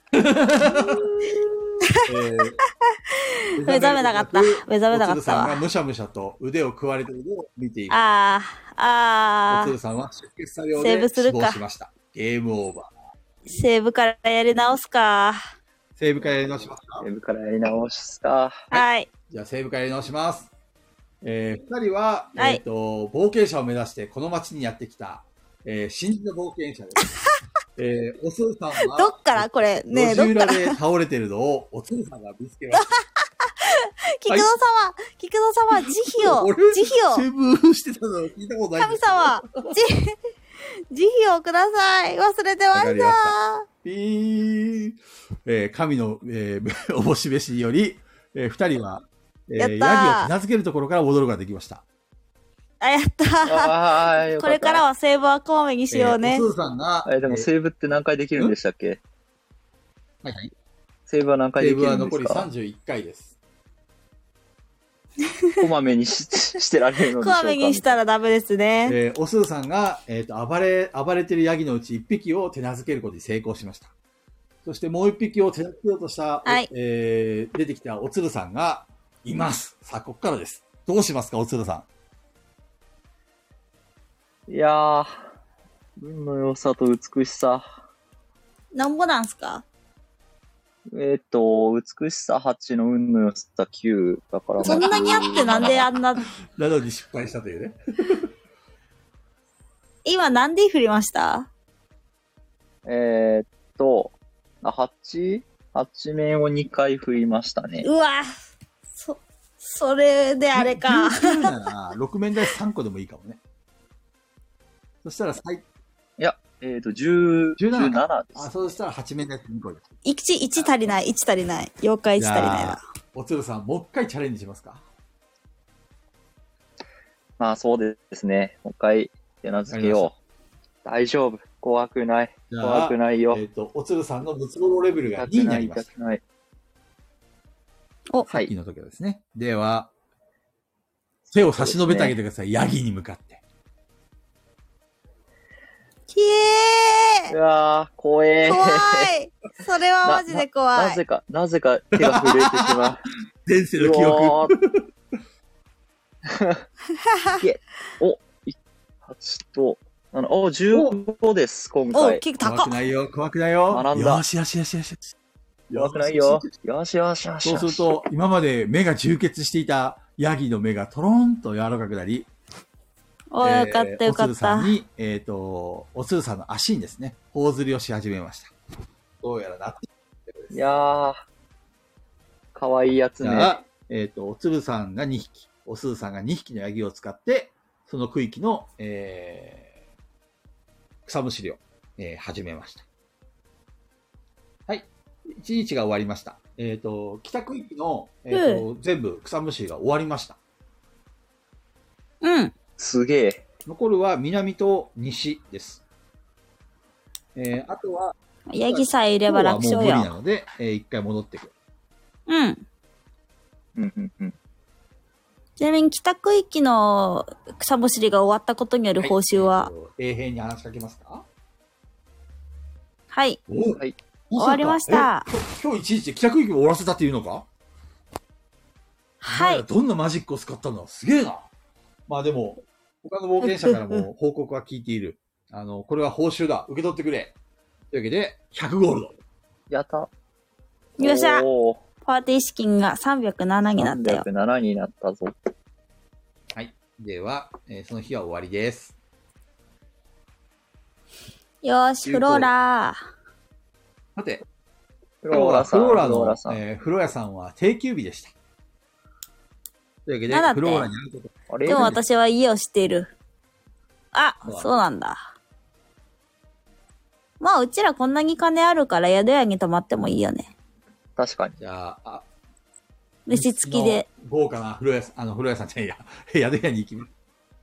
目覚めなかった。 おつるさんがむしゃむしゃと腕を食われているのを見ています。おつるさんは出血作業で死亡しました。ゲームオーバー。セーブからやり直すか。 セーブからやり直しますか？ セーブからやり直すか。 はい。 じゃあセーブからやり直します。二人は、冒険者を目指してこの町にやってきた、新人の冒険者です。おつるさんは、 どっからこれ、ねえ、 路地裏で倒れてるのをおつるさんが見つけました。 菊蔵様、慈悲を。 セーブしてたの聞いたことない。 神様、慈悲をください。忘れてました。 神の、おぼし飯により、二人は、ヤギを手なずけるところから戻ることができました。 やったー。これからはセーブはこまめにしようね。 おすずさんが、 でもセーブって何回できるんでしたっけ？ はいはい。 セーブは何回できるんですか？ セーブは残り31回です。 こまめにしてられるのでしょうか？ こまめにしたらダメですね。 おすずさんが、暴れてるヤギのうち1匹を手なずけることに成功しました。 そしてもう一匹を手助けようとした、 はい、 出てきたおつるさんがいます。さあ、ここからです。どうしますか、おつるさん。いやー、運の良さと美しさ。 なんぼなんすか？ 美しさ8の運の良さ9だから。 そんなにあってなんであんな。 なのに失敗したというね。 今なんで振りました？ 8面を2回振りましたね。 うわそれであれか。 19なら6面台3個でもいいかもね。そしたらいや、17です。 あ、そうしたら8面台2個です。 1足りない、1足りない。妖怪1足りないな。 おつるさん、もう一回チャレンジしますか？ まあそうですね。もう一回手なずけよう。大丈夫。怖くない。怖くないよ。 おつるさんのムツゴロウレベルが2になりました。 お、 さっきの時はですね。では、手を差し伸べてあげてください。ヤギに向かって。 ひえー。 うわー、怖え。 怖い。それはマジで怖い。 なぜか手が震えてしまう。 前世の記憶。 お、8と、15です、今回。 お、結構高怖くないよ、怖くないよ。 学んだ。 よしよしよしよし。 怖くないよ。よしよしよし。 そうすると、今まで目が充血していたヤギの目がトロンと柔らかくなり、 お、よかったよかった。 おつるさんに、おつるさんの足にですね、頬ずりをし始めました。どうやらなって。 いやー、かわいいやつね。 おつるさんが2匹、おつるさんが2匹のヤギを使って、その区域の、草むしりを、始めました。はい。1日が終わりました。北区域の、全部草むしりが終わりました。 うん。 すげえ。 残るは南と西です。あとは、 ヤギさえいれば楽勝よ。 もう無理なので、一回戻ってくる。 うん。ちなみに北区域の草むしりが終わったことによる報酬は、 永遠に話しかけますか？ はい。 はい。 終わりました。 今日一日で北区域を終わらせたっていうのか？ はい。 どんなマジックを使ったんだ？すげえな。まあでも、他の冒険者からも報告は聞いている。これは報酬だ。受け取ってくれ。というわけで、100ゴールド。 やった。 よっしゃ。パーティー資金が307になったよ。 307になったぞ。 はい。では、その日は終わりです。 よーし、フローラさて、 フローラさん。 フローラさんは定休日でした。というわけで、フローラに会うこと。 でも私は家を知っている。あ、そうなんだ。まあ、うちらこんなに金あるから宿屋に泊まってもいいよね。 確かに。 じゃあ、 飯付きで。 豪華な風呂屋さんじゃないや、宿屋に行きます。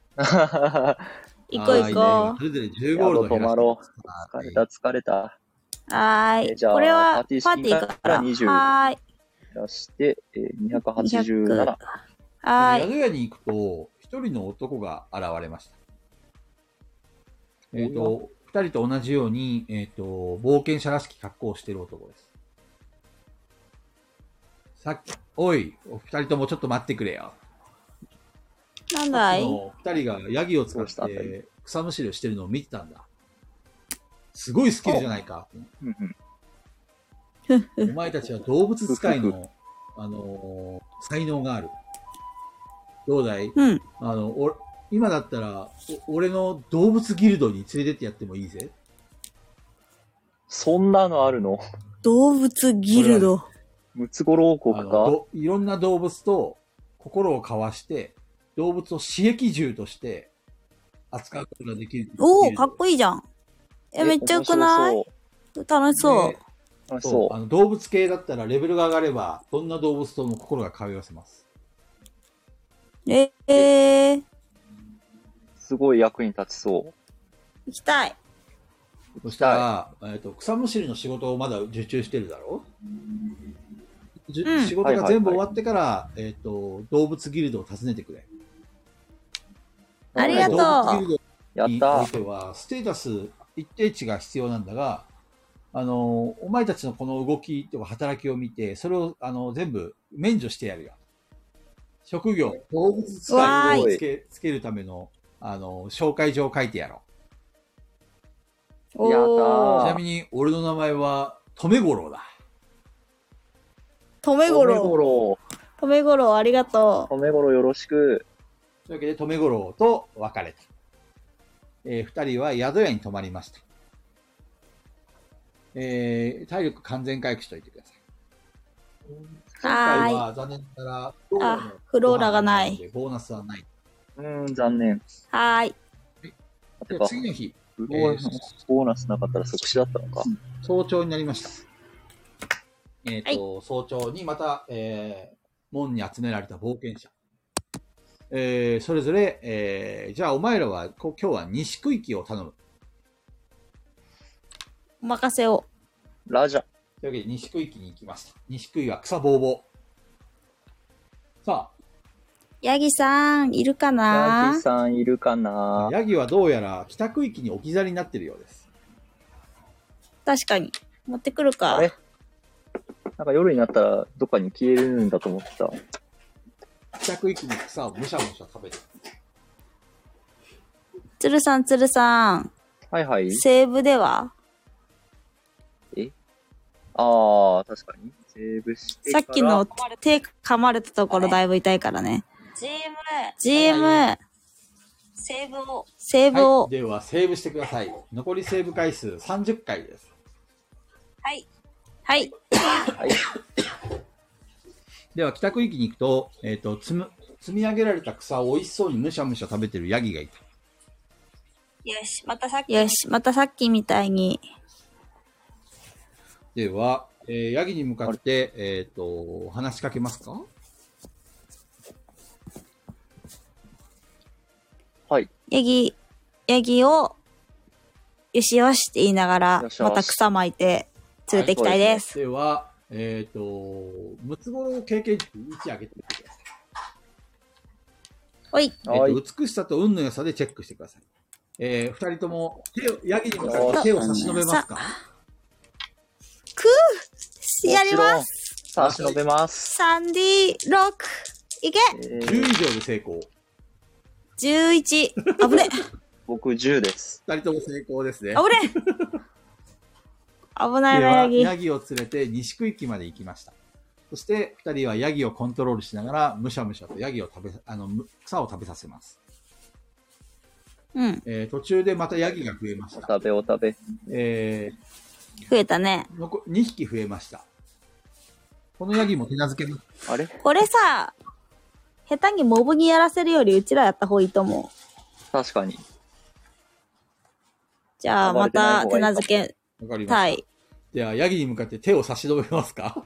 行こう行こう。 それぞれ10ゴールド泊まろう。疲れた。 はーい。 じゃあ、 これはパーティーから20。 はーい。 出して、287。 はーい。 宿屋に行くと、一人の男が現れました。二人と同じように、冒険者らしき格好をしている男です。おい、お二人ともちょっと待ってくれよ。 なんだい？ 二人がヤギを使って草むしりをしてるのを見てたんだ。すごいスキルじゃないか。お前たちは動物使いの、才能がある。どうだい？ うん。 今だったら、俺の動物ギルドに連れてってやってもいいぜ。 そんなのあるの？ 動物ギルド。 ムツゴロウ国か？ いろんな動物と心を交わして、動物を刺激獣として扱うことができる。 おー、かっこいいじゃん。めっちゃよくない？楽しそう。 楽しそう。 動物系だったらレベルが上がれば、どんな動物とも心が通わせます。 すごい役に立ちそう。 行きたい。 そしたら、草むしりの仕事をまだ受注してるだろう、仕事が全部終わってから、動物ギルドを訪ねてくれ。 ありがとう。 動物ギルドにおいては、ステータス一定値が必要なんだが、 お前たちのこの動きとか働きを見て、それを、全部免除してやるよ。職業、動物使いをつけるための、紹介状を書いてやろう。やったー。 ちなみに、俺の名前は、留五郎だ。 留五郎。留五郎、ありがとう。留五郎よろしく。 というわけで、留五郎と別れた。二人は宿屋に泊まりました。体力完全回復しといてください。今回は残念ながら、 フローラがない。 ボーナスはない。 残念。 はい。 で次の日、 ボーナスなかったら即死だったのか。 早朝になりました。早朝にまた、門に集められた冒険者。それぞれ、じゃあお前らは今日は西区域を頼む。 お任せを。 ラジャ。 というわけで西区域に行きました。西区域は草ぼうぼう。さあ。 ヤギさん、いるかな？ ヤギさん、いるかな？ ヤギはどうやら北区域に置き去りになっているようです。 確かに。持ってくるか。 あれ？なんか夜になったらどっかに消えるんだと思ってた。 北区域の草をむしゃむしゃ食べてる。 鶴さん。 はいはい。 セーブでは？ 確かに。セーブしてから。 さっきの手噛まれたところだいぶ痛いからね。GM、セーブを。 はい、では、セーブしてください。残りセーブ回数30回です。 はい。 では、北区域に行くと、積み上げられた草を美味しそうにむしゃむしゃ食べてるヤギがいた。 よし、またさっきみたいに。 では、ヤギに向かって、話しかけますか？ はい。 ヤギを、よしよしって言いながら、また草巻いて連れて行きたいです。 では、ムツゴロウ経験値1上げてみてください。 はい。 美しさと運の良さでチェックしてください。二人ともヤギに向かって手を差し伸べますか？ やります。 差し伸べます。 3D6。いけ！ 10以上で成功。 11。危ね。 僕10です。 二人とも成功ですね。 危ね。危ないな、ヤギ。 ヤギを連れて西区域まで行きました。そして、二人はヤギをコントロールしながら、むしゃむしゃとヤギを草を食べさせます。 うん。 途中でまたヤギが増えました。 お食べ。 増えたね。 2匹増えました。このヤギも手なずけます。 あれ？ これさ、下手にモブにやらせるよりうちらやった方がいいと思う。 確かに。 じゃあ、また手なずけたい。 では、ヤギに向かって手を差し伸べますか？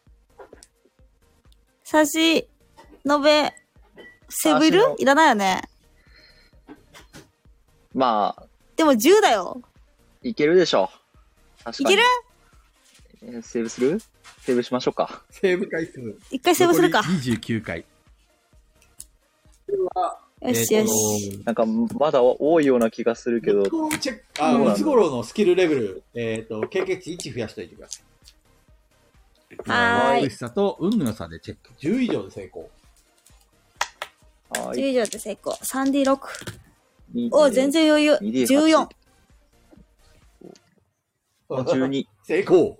差し伸べ、セーブいる？いらないよね。 まあ。 でも10だよ。 いけるでしょ。確かに。 いける？ セーブする？セーブしましょうか。 セーブ回数。 一回セーブするか。 29回。 よしよし。 なんか、まだ多いような気がするけど。 ムツゴロウのスキルレベル、経験値1増やしておいてください。 はーい。 美しさと運の良さでチェック。10以上で成功。 10以上で成功。3D6。お、全然余裕。14。 12。 成功。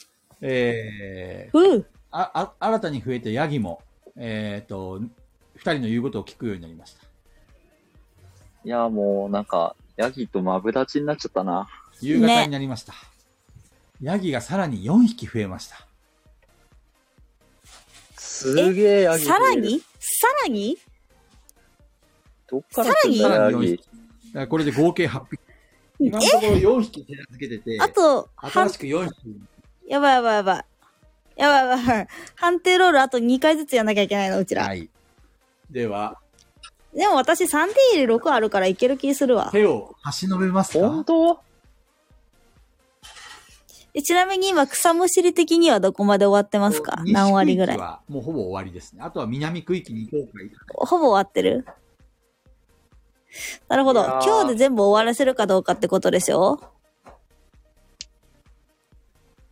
新たに増えたヤギも、二人の言うことを聞くようになりました。 いや、もうなんか、ヤギとマブダチになっちゃったな。 夕方になりました。ヤギがさらに4匹増えました。 すげえヤギ。 さらにどっから来るんだヤギ。 これで合計8匹。今のところ4匹手なずけてて、 あと、 新しく4匹。 やばい。判定ロールあと2回ずつやんなきゃいけないの、うちら。 はい。では。 でも私 3D6 あるからいける気するわ。 手を差し伸べますか？ 本当？ ちなみに今草むしり的にはどこまで終わってますか？何割ぐらい？ 西区域はもうほぼ終わりですね。あとは南区域に行こうかい。 ほぼ終わってる？なるほど。今日で全部終わらせるかどうかってことでしょ？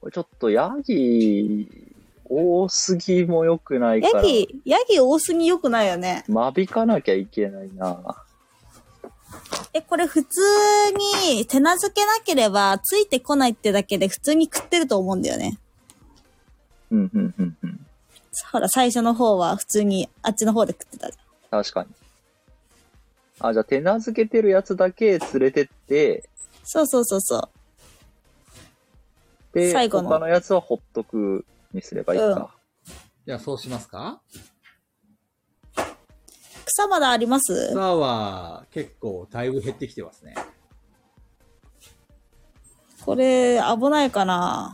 ちょっとヤギ、多すぎも良くないから。 ヤギ多すぎ良くないよね。 間引かなきゃいけないな。 これ普通に手なずけなければついてこないってだけで普通に食ってると思うんだよね。ほら、最初の方は普通にあっちの方で食ってたじゃん。確かに。あ、じゃあ手なずけてるやつだけ連れてって、 そう。 で、 最後の他のやつはほっとくにすればいいか。 じゃあそうしますか？ 草まだあります？ 草は結構だいぶ減ってきてますね。 これ危ないかな？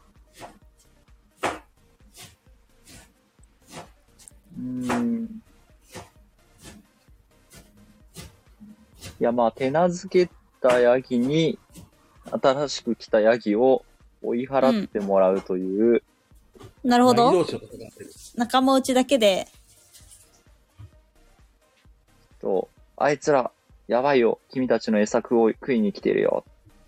いや、まあ、手なずけたヤギに、新しく来たヤギを追い払ってもらうという。 なるほど。仲間内だけで。 あいつら、やばいよ。君たちの餌食いに来てるよ。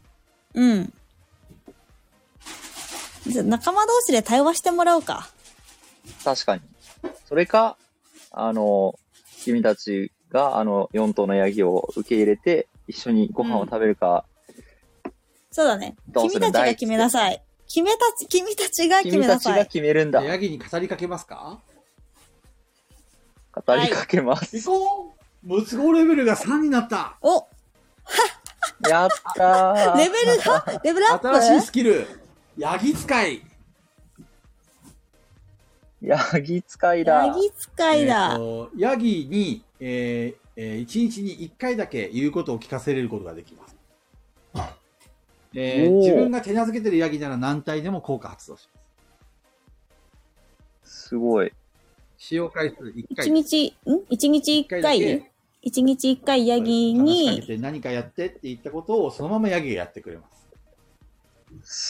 じゃあ仲間同士で対話してもらおうか。 確かに。それか、君たちが4頭のヤギを受け入れて、一緒にご飯を食べるか。 そうだね。君たちが決めなさい。君たちが決めなさい。 君たちが決めるんだ。 ヤギに語りかけますか？ 語りかけます。 行こう！ムツゴレベルが3になった。 おやったー。 レベルアップ？ 新しいスキル。ヤギ使い。 ヤギ使いだ。 ヤギに、1日に1回だけ言うことを聞かせれることができます。自分が手なずけてるヤギなら何体でも効果発動します。 すごい。 使用回数1回。 1日1回1日1回ヤギに。 話しかけて何かやってって言ったことをそのままヤギがやってくれます。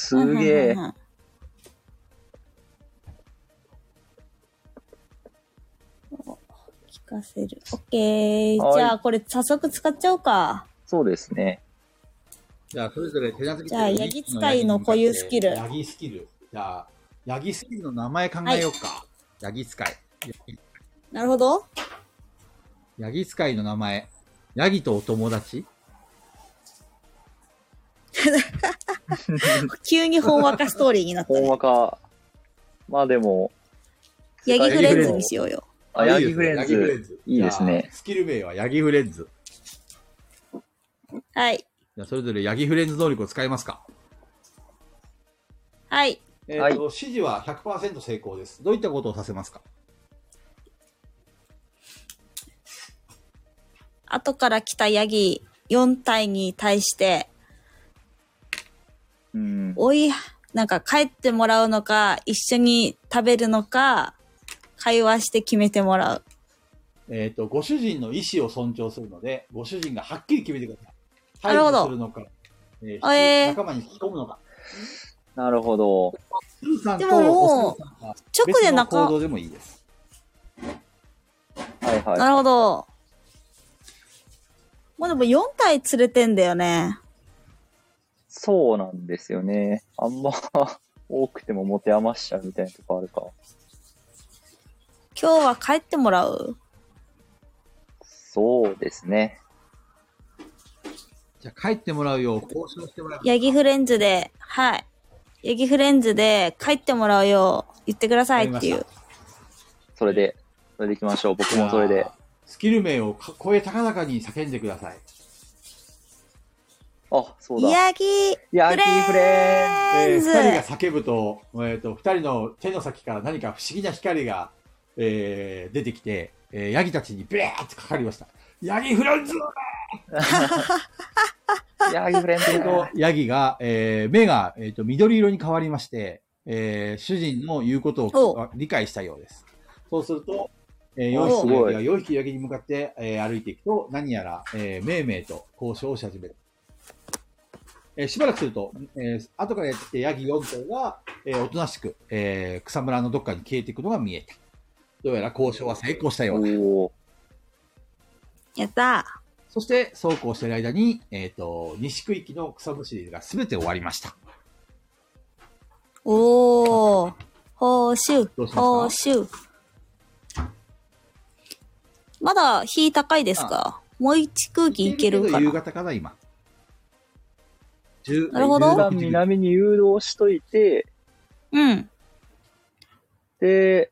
すげえ。 聞かせる。オッケー。じゃあこれ早速使っちゃおうか。 そうですね。 じゃあそれぞれ手なずけてる。 じゃあヤギ使いの固有スキル。 ヤギスキル。じゃあヤギスキルの名前考えようか。ヤギ使い。 なるほど。 ヤギ使いの名前。ヤギとお友達？ 急にほんわかストーリーになった、ね。 ほんわか。まあでも。 ヤギフレンズにしようよ。 ヤギフレンズ。いいですね。 スキル名はヤギフレンズ。 はい。 じゃあそれぞれヤギフレンズ能力を使いますか？ はい。 指示は 100% 成功です。どういったことをさせますか？ 後から来たヤギ4体に対して、なんか帰ってもらうのか、一緒に食べるのか、会話して決めてもらう。 ご主人の意思を尊重するので、ご主人がはっきり決めてください。 なるほど。 するのか、仲間に引き込むのか。 なるほど。 でももう、直で行動でもいいです。 はいはい。 なるほど。もうでも4体連れてんだよね。 そうなんですよね。あんま多くても持て余しちゃうみたいなとこあるか。 今日は帰ってもらう？ そうですね。 じゃあ帰ってもらうよう交渉してもらう。 ヤギフレンズで、はい。ヤギフレンズで帰ってもらうよう言ってくださいっていう。 それで行きましょう。僕もそれで。 スキル名を声高々に叫んでください。 あ、そうだ。 ヤギフレンズ。 二人が叫ぶと、二人の手の先から何か不思議な光が、出てきて、ヤギたちにビーってかかりました。ヤギフレンズヤギフレンズヤギが、目が、緑色に変わりまして、主人の言うことを理解したようです。そうすると、4匹のヤギが4匹ヤギに向かって、歩いていくと、何やら、めいめいと交渉をし始める。しばらくすると、後からやってきてヤギ4頭が、おとなしく、草むらのどっかに消えていくのが見えた。どうやら交渉は成功したようだ。 やったそして、そうこうしている間に、西区域の草むしりが全て終わりました。 おー。報酬。 どうしますか？ 報酬。まだ日高いですか？もう一空気いけるかな。 夕方かな、今。 なるほど。 一旦南に誘導しといて、 うん。 で、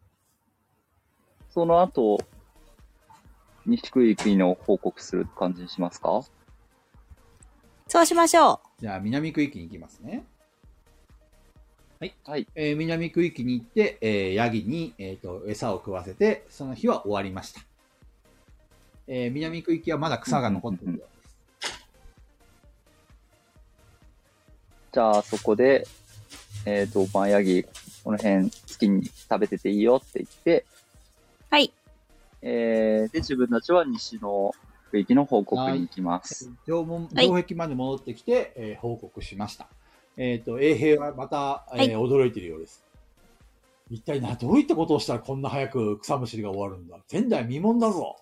その後、西区域の報告する感じにしますか？ そうしましょじゃあ、南区域に行きますね。はい。 はい。 南区域に行って、ヤギに、餌を食わせて、その日は終わりました。南区域はまだ草が残っているようです。 じゃあ、そこで、ヤギ、この辺好きに食べてていいよって言って、 う。はい。 で、自分たちは西の区域の報告に行きます。 城壁まで戻ってきて、報告しました。衛兵はまた、驚いているようです。一体どういったことをしたらこんな早く草むしりが終わるんだ。前代未聞だぞ。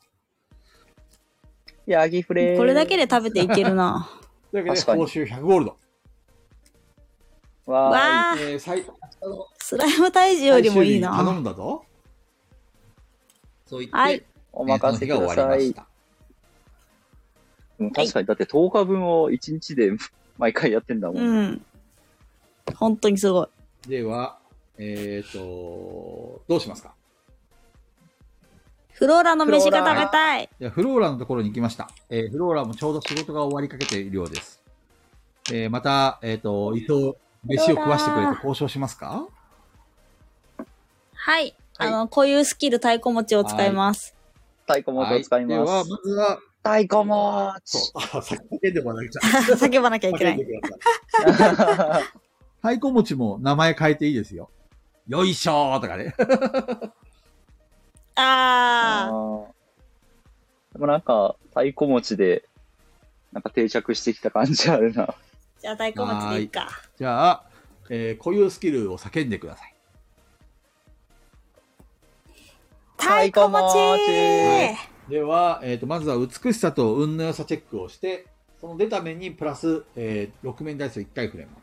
ヤギフレー。 これだけで食べていけるな。 というわけで、報酬100ゴールド。 わー。スライム退治よりもいいな。 頼んだぞ。そう言って、 はい。 お任せください。確かに、だって10日分を1日で毎回やってんだもん。 うん。本当にすごい。 では、どうしますか？ フローラの飯が食べたい。 フローラのところに行きました。フローラもちょうど仕事が終わりかけているようです。また、飯を食わしてくれて交渉しますか？ はい。こういうスキル太鼓持ちを使います。 太鼓持ちを使います。では、 まずは、 太鼓持ち。 そう。叫んでもらっちゃう。 叫ばなきゃいけない。 太鼓持ちも名前変えていいですよ。よいしょーとかね。 あでもなんか、太鼓持ちで、なんか定着してきた感じあるな。 じゃあ太鼓持ちでいいか。 じゃあ、固有スキルを叫んでください。 太鼓持ち、 では、まずは美しさと運の良さチェックをして、その出た面にプラス、6面ダイスを1回振れます。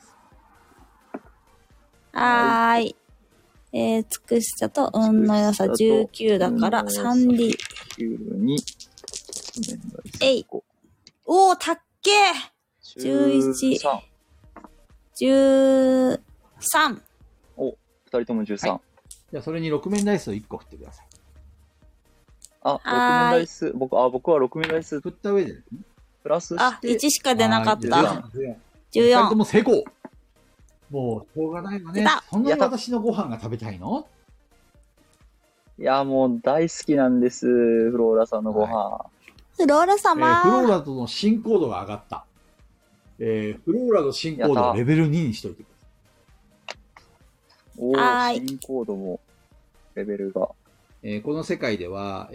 はーい。美しさと運の良さ19だから 3D。 9に、 えい。おー、たっけー !11。13。 お、2人とも13。はい、 じゃあ、それに6面ダイスを1個振ってください。 6面ダイス、僕は6面ダイス振った上で、 プラスして。 1しか出なかった。 14。2人とも成功。もう、しょうがないわね。そんなに私のご飯が食べたいの？ いや、もう大好きなんです。フローラさんのご飯。 フローラ様、 フローラとの進行度が上がった。フローラの進行度をレベル2にしといてください。 おー、進行度も、レベルが。 この世界では、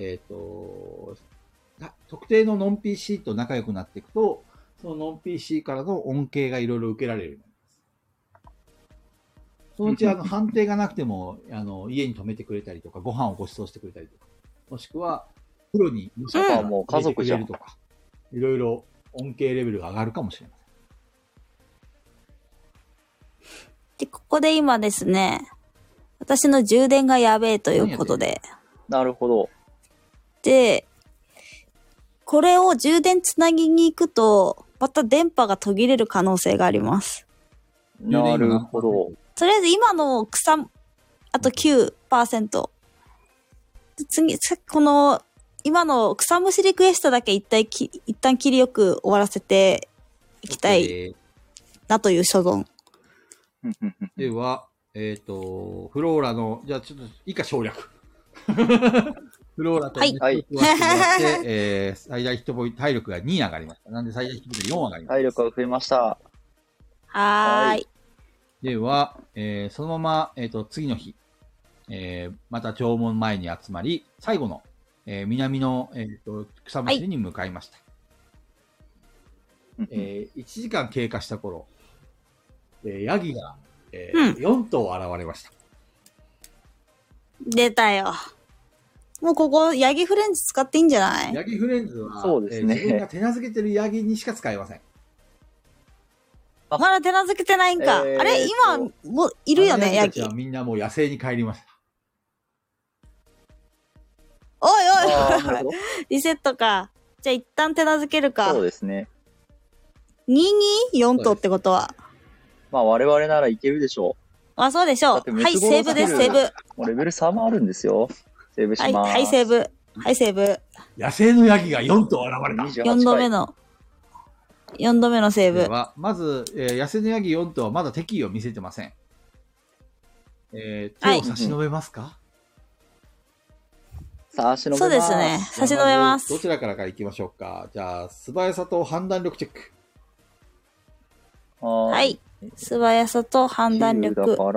特定のノン PC と仲良くなっていくと、そのノン PC からの恩恵がいろいろ受けられるようになります。そのうち判定がなくても、家に泊めてくれたりとか、ご飯をご馳走してくれたりとか、もしくは、プロにもう家族じゃんとか、いろいろ恩恵レベルが上がるかもしれません。 で、ここで今ですね、私の充電がやべえということで。 なるほど。 で、これを充電つなぎに行くと、また電波が途切れる可能性があります。 なるほど。 とりあえず今のあと 9%。次、今の草むしりクエストだけ一旦切りよく終わらせていきたいなという所存。 では、フローラの、じゃあちょっと以下省略。フローラとはい、 最大ヒットポイント、体力が2上がりました。なんで最大ヒットポイント4上がりました。 体力が増えました。 はーい。 では、そのまま、次の日、また縄文前に集まり、最後の、南の、草むしりに向かいました。1時間経過した頃、ヤギが、4頭現れました。 出たよ。もうここ、ヤギフレンズ使っていいんじゃない？ ヤギフレンズは、 そうですね。 自分が手なずけてるヤギにしか使えません。 まだ手なずけてないんか。あれ今、もう、いるよね、ヤギ。 みんなもう野生に帰りました。 おいおいリセットか。じゃあ一旦手なずけるか。 そうですね。 224とってことは。 まあ我々ならいけるでしょう。あ、そうでしょう。はい、セーブです、セーブ。 もうレベル3もあるんですよ。セーブします。 はい、セーブ。はい、セーブ。 野生のヤギが4頭現れた。 4度目の。4度目のセーブ。 では、まず、野生のヤギ4頭はまだ敵意を見せてません。手を差し伸べますか？ 差し伸べます。 そうですね。差し伸べます。 どちらから行きましょうか。じゃあ、素早さと判断力チェック。 はい。素早さと判断力。 だから、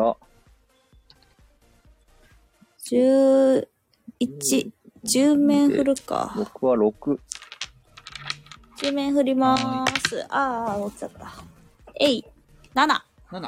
11、10面振るか。 僕は6。 10面振りまーす。落ちちゃった。7。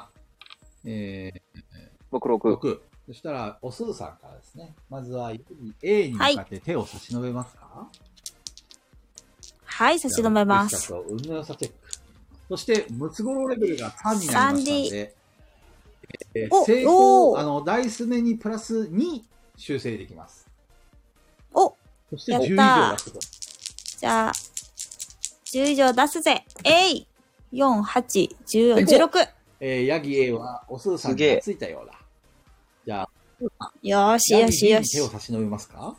僕6。 6。そしたら、おすずさんからですね。まずは、A に向かって手を差し伸べますか？ はい、差し伸べます。 運の良さチェック。そして、ムツゴロウレベルが3になりましたので、成功、ダイス目にプラス2修正できます。 そして10以上出すと。 じゃあ、10以上出すぜ。4、8、14、16。 ヤギ A はおすずさんがついたようだ。じゃあ、 よしよしよし。 手を差し伸べますか？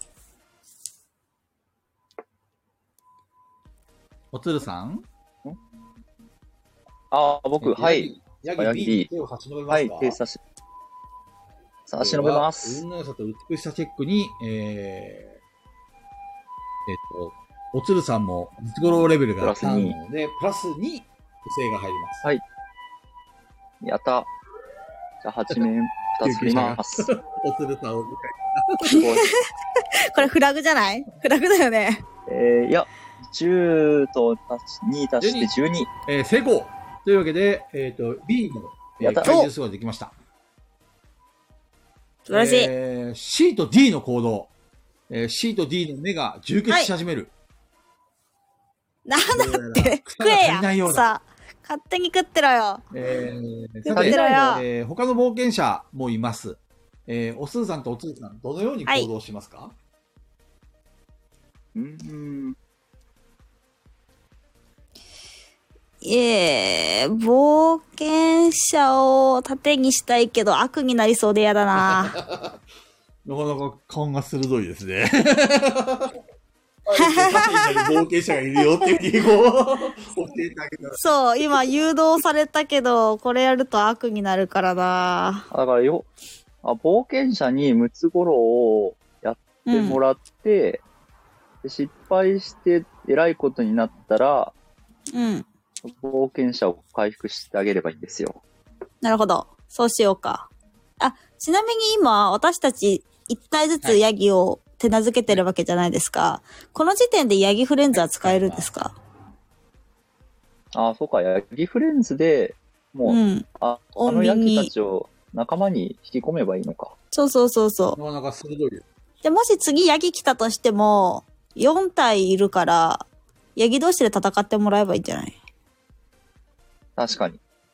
おつるさん？ 僕、はい。 ヤギ B 手を差し伸べますか？ はい、手差し伸べます。 運の良さと美しさチェックに、おつるさんも、ムツゴロウレベルが3なので、プラス2、不正が入ります。 はい。やった。じゃあ、8面2つ振ります。 おつるさんを迎え。これフラグじゃない？フラグだよね。 いや、10と2足して 12。成功というわけで、B の怪獣数ができました。 素晴らしい。 C と D の行動。C と D の目が充血し始める。 なんだって食えやさあ、勝手に食ってろよ。 食ってろよ。他の冒険者もいます。おすずさんとおつるさん、どのように行動しますか？ 冒険者を盾にしたいけど悪になりそうで嫌だな。 なかなか勘が鋭いですね。冒険者がいるよっていう教えてあげた。 そう、今誘導されたけど、これやると悪になるからな。 だから冒険者にムツゴロウをやってもらって、失敗して偉いことになったら、冒険者を回復してあげればいいんですよ。 なるほど。そうしようか。ちなみに今、私たち1体ずつヤギを手なずけてるわけじゃないですか。この時点でヤギフレンズは使えるんですか？ そうか。ヤギフレンズで、もう、あのヤギたちを仲間に引き込めばいいのか。 そう。 なかなか鋭いです。 で、もし次ヤギ来たとしても、4体いるから、ヤギ同士で戦ってもらえばいいんじゃない？ 確かに。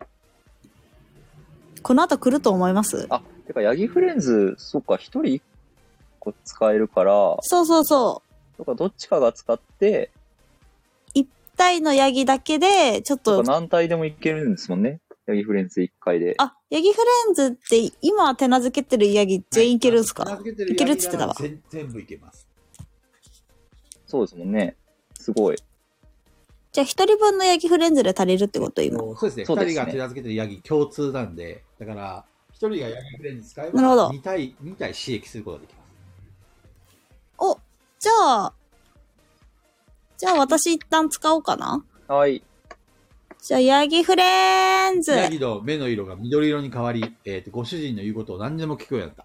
この後来ると思います？ てか、ヤギフレンズ、そっか、1人1個使えるから。 そう。 そっか、どっちかが使って、 1体のヤギだけで、ちょっと。 何体でもいけるんですもんね。ヤギフレンズ1回で。 ヤギフレンズって、今手なずけてるヤギ全員いけるんすか？いけるって言ってたわ。 全部いけます。 そうですもんね。すごい。 じゃあ1人分のヤギフレンズで足りるってこと今。 そうですね。2人が手なずけてるヤギ共通なんで、だから、1人がヤギフレンズ使えば、2体刺激することができます。 じゃあ私一旦使おうかな。 はい。 じゃあヤギフレンズ。 ヤギの目の色が緑色に変わり、ご主人の言うことを何でも聞くようになった。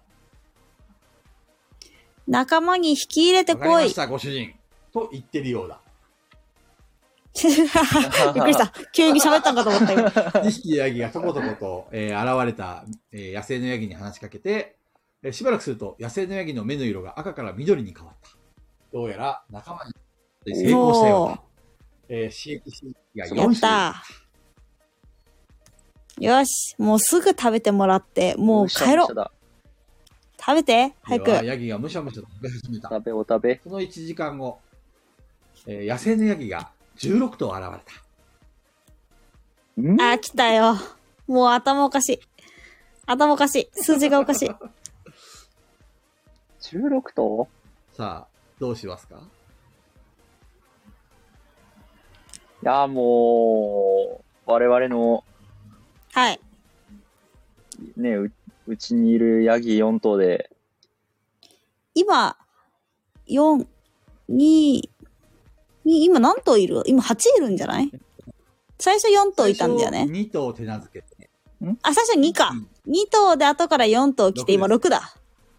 仲間に引き入れてこい。 わかりました、ご主人。と言ってるようだ。 びっくりした。急に喋ったんかと思ったよ。 2匹のヤギがとことこと、現れた、野生のヤギに話しかけて、しばらくすると野生のヤギの目の色が赤から緑に変わった。どうやら仲間に成功したようだ。刺激が4種類。 よし、もうすぐ食べてもらって、もう帰ろう。食べて、早く。 ヤギがむしゃむしゃと食べ始めた。 食べお食べ。 その1時間後、野生のヤギが16頭現れた。 あ、来たよ。もう頭おかしい。頭おかしい。数字がおかしい。 16頭？ さあ、どうしますか？ いや、もう、我々の、 はい。 ね、うちにいるヤギ4頭で。 今、4、2、今何頭いる？今8いるんじゃない？最初4頭いたんだよね。 2頭手なずけて。 あ、最初2か。2頭で後から4頭来て今6だ。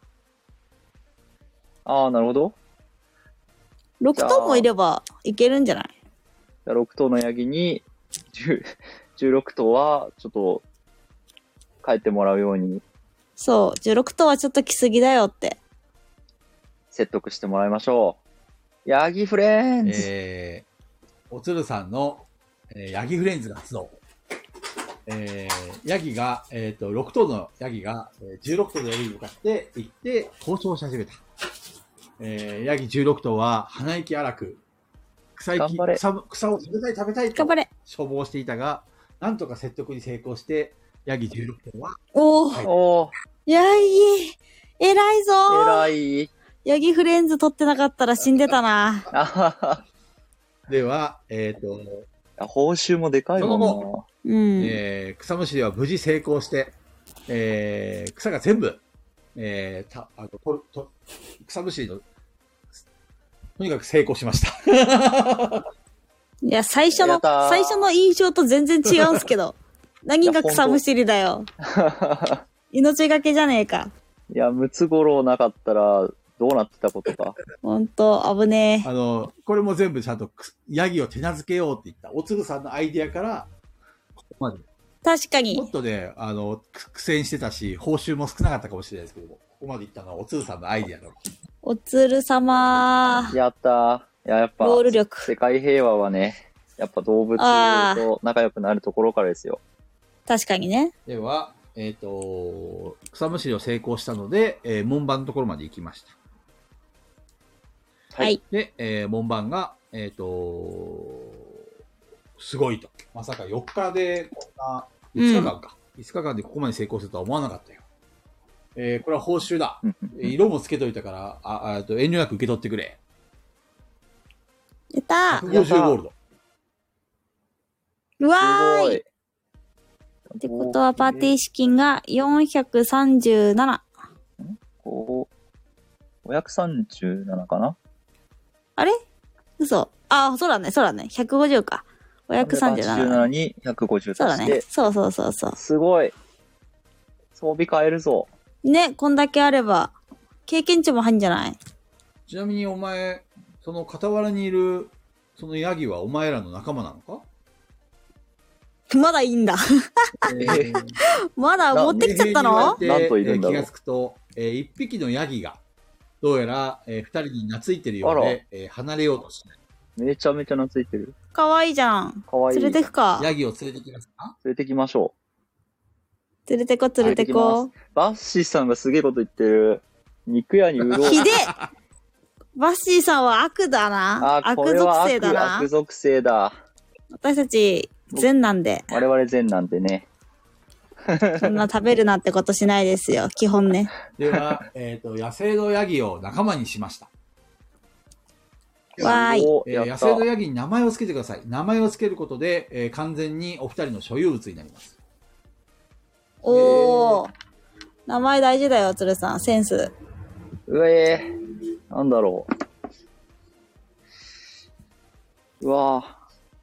ああ、なるほど。 6頭もいればいけるんじゃない？ じゃあ6頭のヤギに、16頭はちょっと帰ってもらうように。 そう、16頭はちょっと来すぎだよって。 説得してもらいましょう。ヤギフレンズ。 おつるさんの、ヤギフレンズが発動。ヤギが、6頭のヤギが、16頭のヤギに向かって行って交渉し始めた。ヤギ16頭は鼻息荒く、草を食べたいと所望していたが、なんとか説得に成功して、ヤギ16頭は、 おー、ヤギ、偉いぞー。 偉い。 ヤギフレンズ取ってなかったら死んでたな。 では、 報酬もでかいもんな。その後、 草むしりは無事成功して、草が全部、草むしりの、とにかく成功しました。 いや、最初の印象と全然違うんすけど。何が草むしりだよ。命がけじゃねえか。 いや、ムツゴロウなかったら、どうなってたことか。 ほんと、危ねえ。 これも全部ちゃんと、ヤギを手なずけようって言った、おつるさんのアイディアから、ここまで。 確かに。 もっとね、苦戦してたし、報酬も少なかったかもしれないですけども、ここまで行ったのはおつるさんのアイディアだろ。 おつる様。 やったー。いや、やっぱ、 ロール力。 世界平和はね、やっぱ動物と仲良くなるところからですよ。 確かにね。 では、草むしりを成功したので、門番のところまで行きました。 はい。 で、門番が、すごいと。まさか4日で、こんな、5日間か。5日間でここまで成功するとは思わなかったよ。これは報酬だ。色もつけといたから、遠慮なく受け取ってくれ。 やったー。 150ゴールド。 うわーい。ってことは、パーティー資金が437。 537かな？ あれ？嘘。あ、そうだね。150か。537。 に150 そうだね。そう。 すごい。装備変えるぞ。 ね、こんだけあれば、経験値も入んじゃない？ ちなみにお前、その傍らにいる、そのヤギはお前らの仲間なのか？ まだいいんだ。まだ持ってきちゃったの？ なんといるんだろう。 気がつくと、1匹のヤギが、どうやら、2人に懐いてるようで、離れようとしない。 めちゃめちゃ懐いてる。 かわいいじゃん。 かわいい。 連れてくか。 ヤギを連れてきますか？ 連れてきましょう。連れてこ。 バッシーさんがすげえこと言ってる。肉屋に売ろう。 ひでバッシーさんは悪だな。悪属性だな。 悪属性だ。 私たち、善なんで。 我々善なんでね。 そんな食べるなんてことしないですよ。基本ね。 では、野生のヤギを仲間にしました。 わーい。 野生のヤギに名前を付けてください。名前を付けることで、完全にお二人の所有物になります。 おー。名前大事だよ、鶴さん。センス。 なんだろう。うわ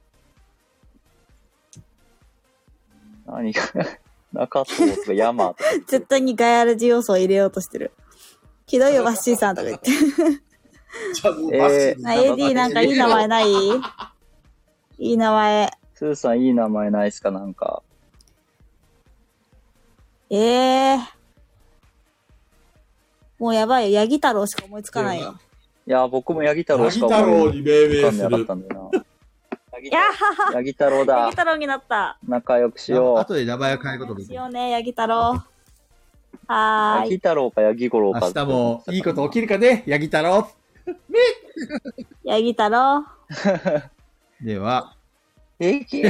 ぁ。何か、中藤とか山とか。 絶対にガヤラジ要素を入れようとしてる。ひどいよ、バッシーさんとか言って。AD なんかいい名前ない？いい名前。 スーさんいい名前ないっすかなんか。 もうやばいよ。ヤギ太郎しか思いつかないよ。 いや、僕もヤギ太郎しか思いつかなかったんだよな。 ヤヤギ太郎だ。 ヤギ太郎になった。 仲良くしよう。 後で名前を変えることできる。 しようね、ヤギ太郎。はーい。 ヤギ太郎かヤギ五郎か。 明日もいいこと起きるかね、ヤギ太郎。 ヤギ太郎。 では、 メギ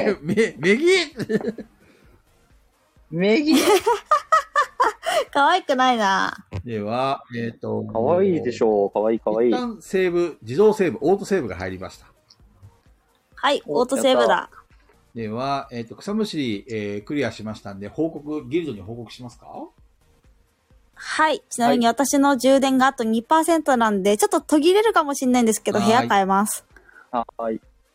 メギ可愛くないな。 では、 かわいいでしょう。かわいいかわいい。 一旦セーブ、自動セーブ、オートセーブが入りました。 はい、オートセーブだ。 では、草むしり、クリアしましたんで、ギルドに報告しますか？ はい。ちなみに私の充電があと 2% なんで、ちょっと途切れるかもしれないんですけど、部屋変えます。 はい。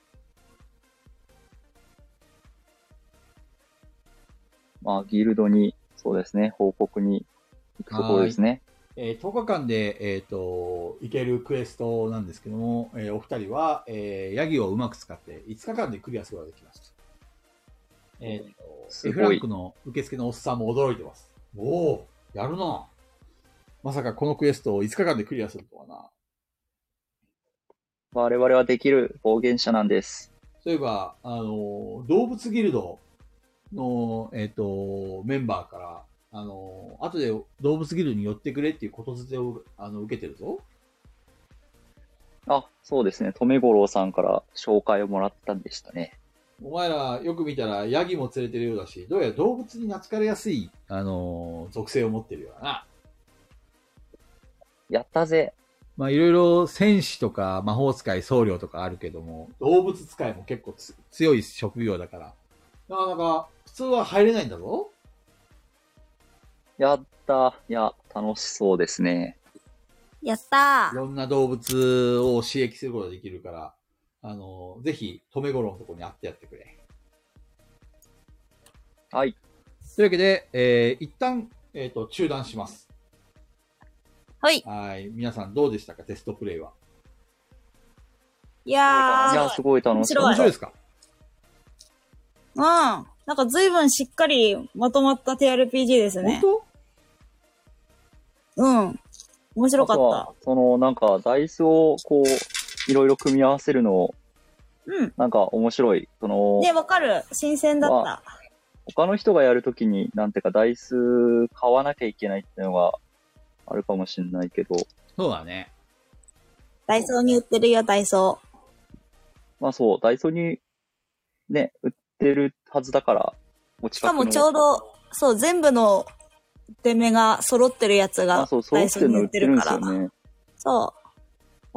まあ、ギルドに、そうですね、報告に行くところですね。 10日間で、行けるクエストなんですけども、お二人は、ヤギをうまく使って5日間でクリアすることができました。F ランクの受付のおっさんも驚いてます。おお、やるな。まさかこのクエストを5日間でクリアするとはな。 我々はできる暴言者なんです。 そういえば、動物ギルドの、メンバーから、後で動物ギルドに寄ってくれっていうことづてを、受けてるぞ。 あ、そうですね。留五郎さんから紹介をもらったんでしたね。 お前らよく見たらヤギも連れてるようだし、どうやら動物に懐かれやすい、属性を持ってるよな。 やったぜ。 まあいろいろ戦士とか魔法使い僧侶とかあるけども、動物使いも結構強い職業だから、なかなか普通は入れないんだぞ。 やった。いや、楽しそうですね。 やったいろんな動物を刺激することができるから、ぜひ、留五郎のところに会ってやってくれ。 はい。 というわけで、一旦、中断します。 はい。 はい。皆さんどうでしたか、テストプレイは。 いやー。 すごい楽しい。 面白いですか？ うん。なんか随分しっかりまとまった TRPG ですね。 本当？うん。面白かった。 なんか、ダイスを、こう、いろいろ組み合わせるの、 うん。 なんか面白い。 ね、わかる。新鮮だった。 他の人がやるときに、なんていうか、ダイス買わなきゃいけないっていうのがあるかもしれないけど。 そうだね。 ダイソーに売ってるよ、ダイソー。 まあそう、ダイソーに、ね、売ってるはずだから、 しかもちょうど、そう、全部の出目が揃ってるやつが、ダイソーに売ってるから。そう。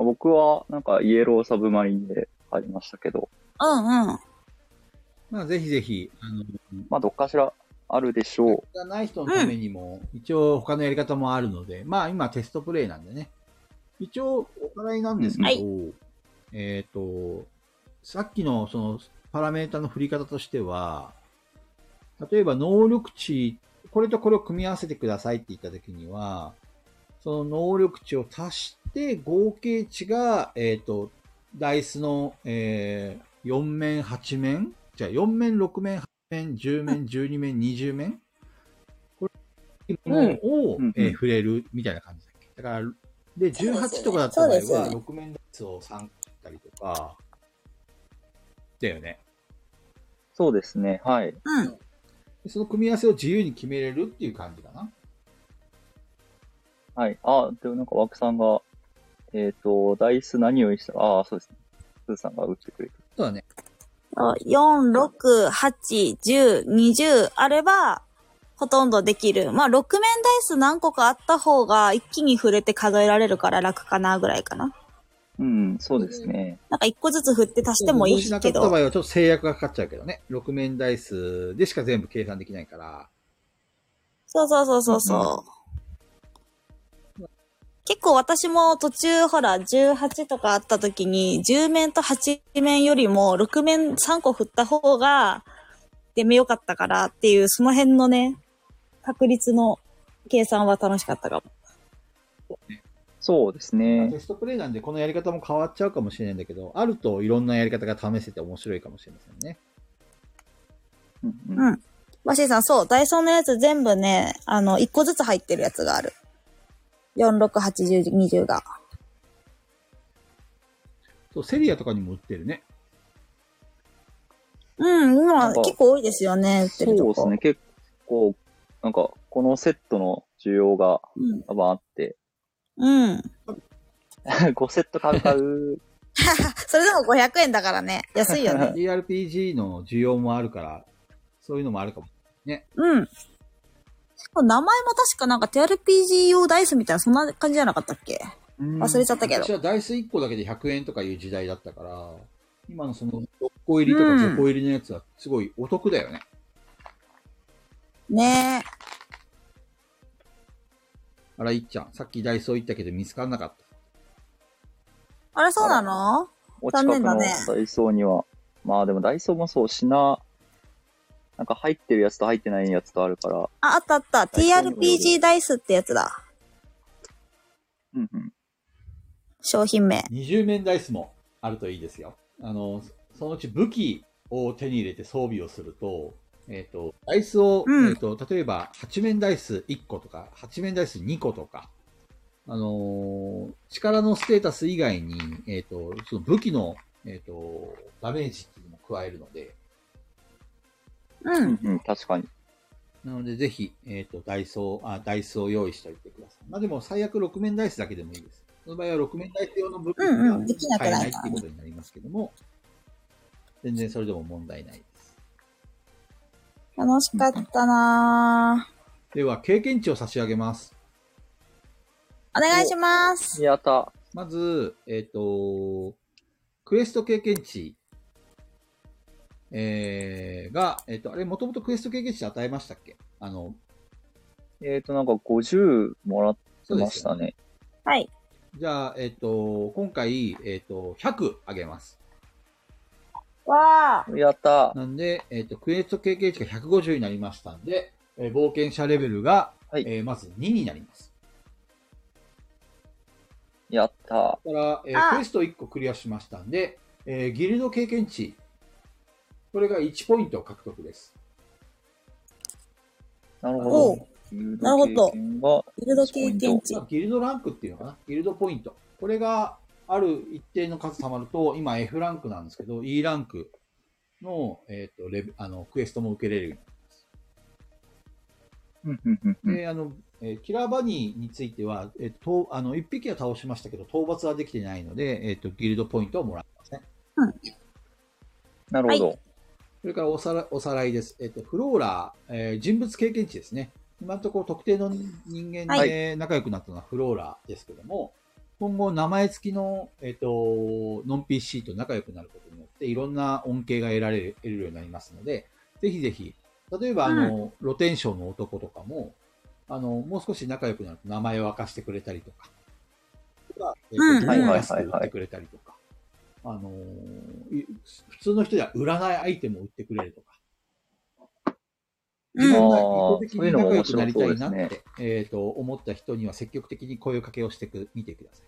僕は、なんか、イエローサブマリンで買いましたけど。 うんうん。 まあ、ぜひぜひ、 まあ、どっかしらあるでしょう。 がない人のためにも、一応他のやり方もあるので、まあ、今テストプレイなんでね。一応、お課題なんですけど、さっきの、パラメータの振り方としては、例えば能力値、これとこれを組み合わせてくださいって言ったときには、その能力値を足して合計値が、ダイスの、4面、8面じゃあ4面、6面、8面、10面、12面、20面これを、触れるみたいな感じだっけ。だから、で、18とかだった場合は、6面ダイスを3個切ったりとか、だよね。 そうですね、はい。 うん。 その組み合わせを自由に決めれるっていう感じかな。 はい。でもなんか枠さんが、ダイス何をしたら、そうですね。スーさんが打ってくれる。 そうだね。 4、6、8、10、20あれば、ほとんどできる。まあ、6面ダイス何個かあった方が一気に触れて数えられるから楽かなぐらいかな。 うん、そうですね。 なんか1個ずつ振って足してもいいけど。もしなかった場合はちょっと制約がかかっちゃうけどね。6面ダイスでしか全部計算できないから。 そう。結構私も途中ほら18とかあった時に10面と8面よりも6面3個振った方が出目良かったからっていうその辺のね、確率の計算は楽しかったかも。 そうですね。 テストプレイなんでこのやり方も変わっちゃうかもしれないんだけど、あるといろんなやり方が試せて面白いかもしれませんね。 うん。バシーさん、そう、ダイソーのやつ全部ね、1個ずつ入ってるやつがある。4、6、8、10、20が。 そう、セリアとかにも売ってるね。 今結構多いですよね、売ってるとこ。 そうですね、結構、なんか、このセットの需要が多分あって、5セット買う。 それでも500円だからね。安いよね。 JRPG の需要もあるから、そういうのもあるかもね。 名前も確かなんか TRPG 用ダイスみたいな、そんな感じじゃなかったっけ？忘れちゃったけど。 私はダイス1個だけで100円とかいう時代だったから、今のその6個入りとか5個入りのやつはすごいお得だよね。 ねえ。 あら、いっちゃん。さっきダイソー行ったけど見つからなかった。 あれ、そうなの？残念だね。 ダイソーには。まあでもダイソーもそう、なんか入ってるやつと入ってないやつとあるから。 あったあった。TRPG ダイスってやつだ。商品名。 20面ダイスもあるといいですよ。そのうち武器を手に入れて装備をすると、ダイスを、例えば8面ダイス1個とか、8面ダイス2個とか、力のステータス以外に、その武器の、ダメージっていうのも加えるので。 確かに。 なので、ぜひ、ダイスを用意しておいてください。まあでも、最悪6面ダイスだけでもいいです。その場合は6面ダイス用の武器が買えないっていうことになりますけども、全然それでも問題ないです。 楽しかったなぁ。では、経験値を差し上げます。 お願いします。 やった。 まず、クエスト経験値、が、あれ、もともとクエスト経験値与えましたっけ？なんか 50もらってましたね。 はい。 じゃあ、今回、100あげます。 わー。やった。 なんで、クエスト経験値が150になりましたんで、冒険者レベルが、まず2になります。 やった。 だから、クエスト1個クリアしましたんで、ギルド経験値、これが1ポイント獲得です。 なるほど。 なるほど。ギルド経験値。 ギルドランクっていうのかな？ギルドポイント。これがある一定の数貯まると、今 F ランクなんですけど、E ランクの、クエストも受けれるようになります。で、キラーバニーについては、一匹は倒しましたけど、討伐はできてないので、ギルドポイントをもらってますね。 なるほど。はい、 それからおさらいです。フローラー、人物経験値ですね。今のところ特定の人間で仲良くなったのはフローラーですけども、今後名前付きの、ノン PC と仲良くなることによっていろんな恩恵が得るようになりますので、ぜひぜひ、例えば露天商の男とかも、もう少し仲良くなると名前を明かしてくれたりとか、安く売ってくれたりとか、普通の人では売らないアイテムを売ってくれるとか、自分が意図的に仲良くなりたいなって、思った人には積極的に声かけをしてみてくださ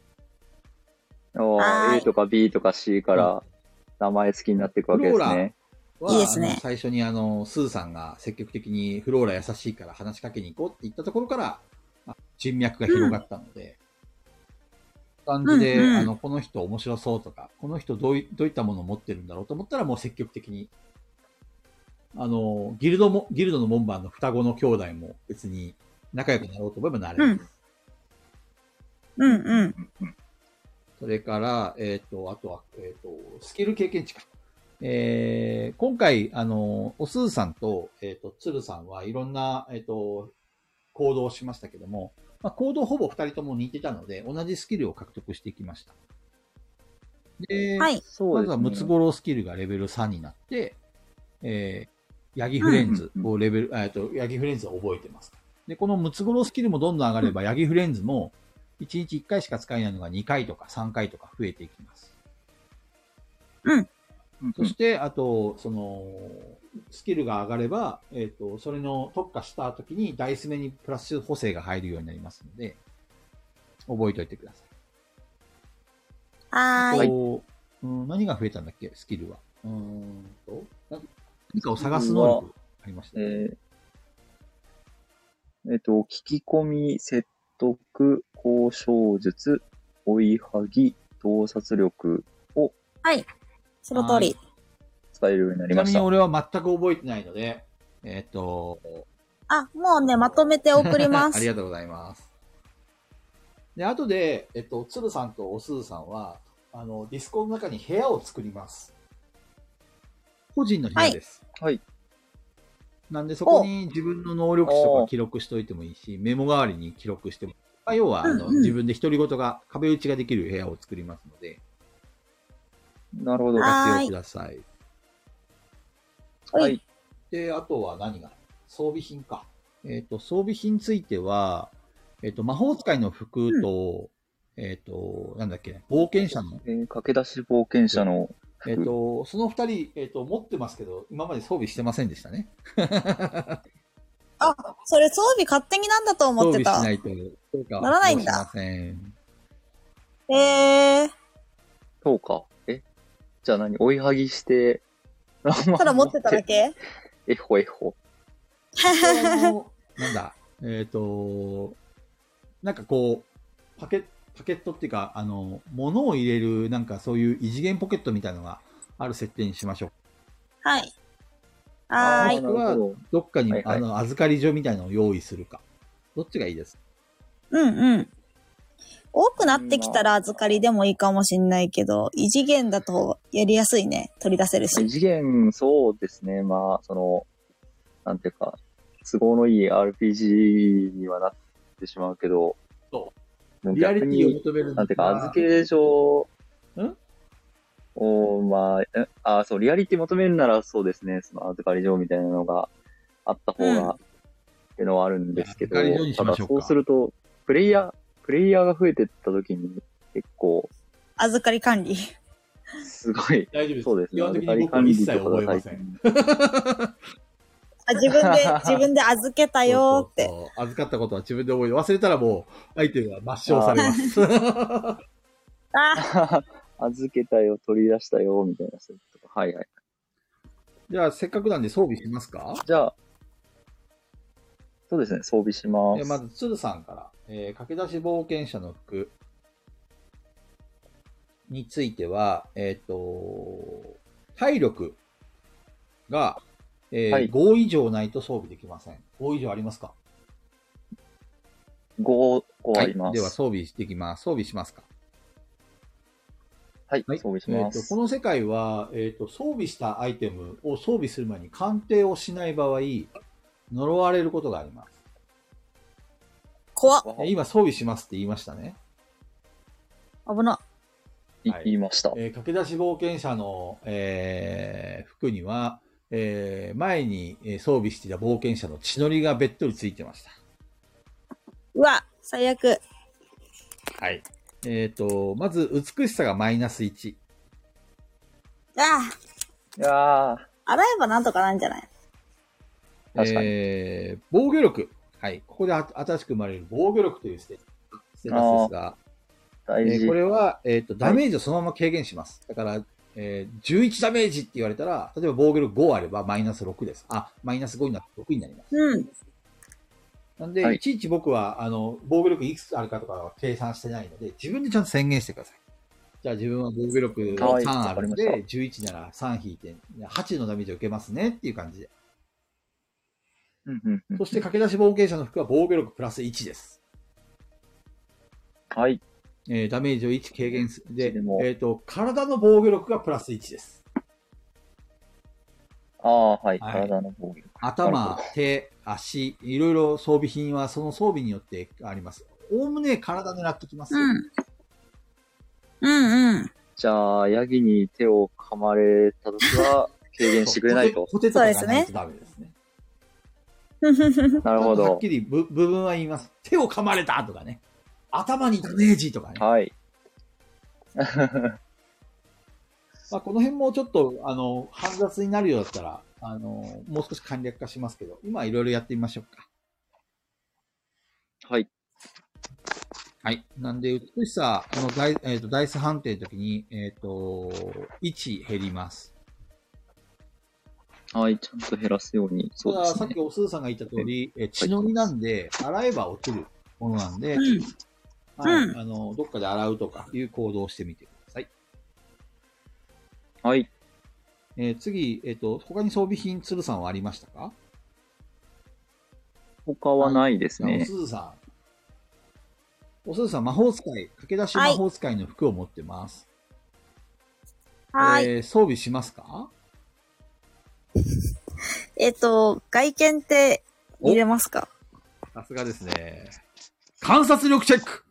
い。A とか B とか C から名前付きになっていくわけですね。 いいですね。 最初にスーさんが積極的にフローラ優しいから話しかけに行こうって言ったところから、人脈が広がったので、感じで、この人面白そうとか、この人どういったものを持ってるんだろうと思ったらもう積極的に、ギルドの門番の双子の兄弟も別に仲良くなろうと思えばなれる。それから、あとは、スキル経験値か。今回、おすずさんと、つるさんはいろんな、行動をしましたけども、行動ほぼ二人とも似てたので、同じスキルを獲得していきました。で、まずはムツゴロウスキルがレベル3になって、ヤギフレンズをヤギフレンズを覚えてます。で、このムツゴロウスキルもどんどん上がれば、ヤギフレンズも1日1回しか使えないのが2回とか3回とか増えていきます。そして、あと、スキルが上がれば、それの特化した時にダイス目にプラス補正が入るようになりますので、覚えておいてください。何が増えたんだっけ、スキルは。何かを探す能力ありましたね。 聞き込み、説得、交渉術、追いはぎ、洞察力を。 はい。その通り。 使えるようになりました。 ちなみに俺は全く覚えてないので、 あ、もうね、まとめて送ります。 ありがとうございます。で、後で、鶴さんとおすずさんは、ディスコの中に部屋を作ります。個人の部屋です。 はい。 なんでそこに自分の能力値とか記録しといてもいいし、メモ代わりに記録しても、まあ、要は自分で独り言が、壁打ちができる部屋を作りますので、 なるほど。 ご活用ください。 はい。 で、あとは何が装備品か。装備品については、魔法使いの服と、なんだっけ、冒険者の。 駆け出し冒険者の服。その二人、持ってますけど、今まで装備してませんでしたね。 あ、それ装備勝手になんだと思ってた。 装備しないと、 ならないんだ。 しません。 そうか。じゃあ何追いはぎして、 ただ持ってただけエホエホ。 なんだ、なんかこう、パケットっていうか、物を入れる、なんかそういう異次元ポケットみたいなのがある設定にしましょう。 はい。 もしくは、どっかに、預かり所みたいなのを用意するか。どっちがいいです？ うんうん。多くなってきたら預かりでもいいかもしんないけど、異次元だとやりやすいね。取り出せるし。 異次元、そうですね。まあ、なんていうか、都合のいい RPG にはなってしまうけど、 リアリティを求めるなんていうか、預け所そう、リアリティ求めるならそうですね。その預かり所みたいなのがあった方が、っていうのはあるんですけど、ただそうすると、プレイヤーが増えてった時に結構、 預かり管理。 すごい。 大丈夫です。 そうですね。 預かり管理とかが最近。 自分で預けたよーって。 そう預かったことは自分で覚えて、忘れたらもう、アイテムが抹消されます。 預けたよ、取り出したよ、みたいな。はいはい。 じゃあ、せっかくなんで装備しますか？ じゃあ、そうですね、装備します。 まず、鶴さんから、駆け出し冒険者の服については、体力が、5以上ないと装備できません。5以上ありますか ？5あります。 では装備できます。装備しますか？ はい、装備します。 この世界は、装備したアイテムを装備する前に鑑定をしない場合、呪われることがあります。 怖っ。 今装備しますって言いましたね。 危な。 言いました。 駆け出し冒険者の、服には、前に装備していた冒険者の血のりがべっとりついてました。 うわ、最悪。 はい。まず、美しさがマイナス1。 いや洗えばなんとかなんじゃない？ 確かに。 防御力。はい。ここで新しく生まれる防御力というステータスですが、これは、ダメージをそのまま軽減します。だから、11ダメージって言われたら、例えば防御力5あればマイナス6です。マイナス5になって6になります。 うん。 なんで、いちいち僕は、防御力いくつあるかとかは計算してないので、自分でちゃんと宣言してください。じゃあ自分は防御力3あるので、11なら3引いて、8のダメージを受けますねっていう感じで。そして駆け出し冒険者の服は防御力プラス1です。 はい。 ダメージを1軽減する。で、体の防御力がプラス1です。 はい。体の防御力。 頭、手、足、いろいろ装備品はその装備によってあります。おおむね体狙ってきます。 じゃあ、ヤギに手を噛まれたときは、軽減してくれないと。 ポテトがないとダメですね。 なるほど。 はっきり部分は言います。手を噛まれたとかね。頭にダメージとかね。 はい。 この辺もちょっと、煩雑になるようだったら、もう少し簡略化しますけど、今いろいろやってみましょうか。 はい。 はい。なんで、美しさのダイス判定の時に、1減ります。 はい、ちゃんと減らすように。 そうですね。さっきおすずさんが言った通り、血のりなんで、洗えば落ちるものなんで、どっかで洗うとかいう行動をしてみてください。 はい。 次、他に装備品、鶴さんはありましたか？ 他はないですおね。 すずさん。おすずさん、魔法使い、駆け出し魔法使いの服を持ってます。 はい。 装備しますか？ 外見って入れますか？ さすがですね。観察力チェック。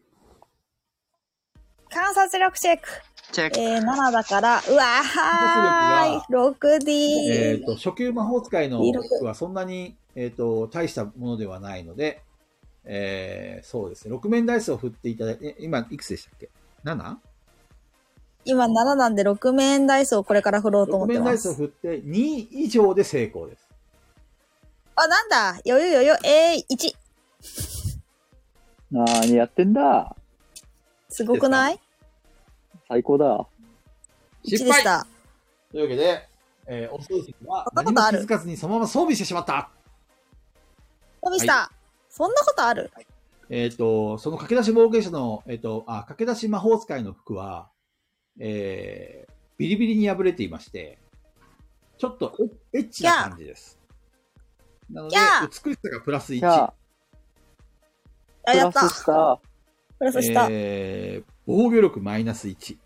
観察力チェック。 チェック。 7だから、うわーい、6D。 初級魔法使いの服はそんなに、大したものではないので、そうですね。6面ダイスを振っていただいて、今、いくつでしたっけ？ 7？ 今7なんで6面ダイスをこれから振ろうと思ってます。6面ダイスを振って2以上で成功です。 あ、なんだ余裕。1。 何やってんだ。 すごくない？ 最高だ。 失敗でした。というわけで、おすずは何も気づかずにそのまま装備してしまった。 装備した、はい。そんなことある？ その駆け出し冒険者の、駆け出し魔法使いの服は、ビリビリに破れていまして、ちょっとエッチな感じです。なので、美しさがプラス1。 やった。プラスした。 防御力マイナス1。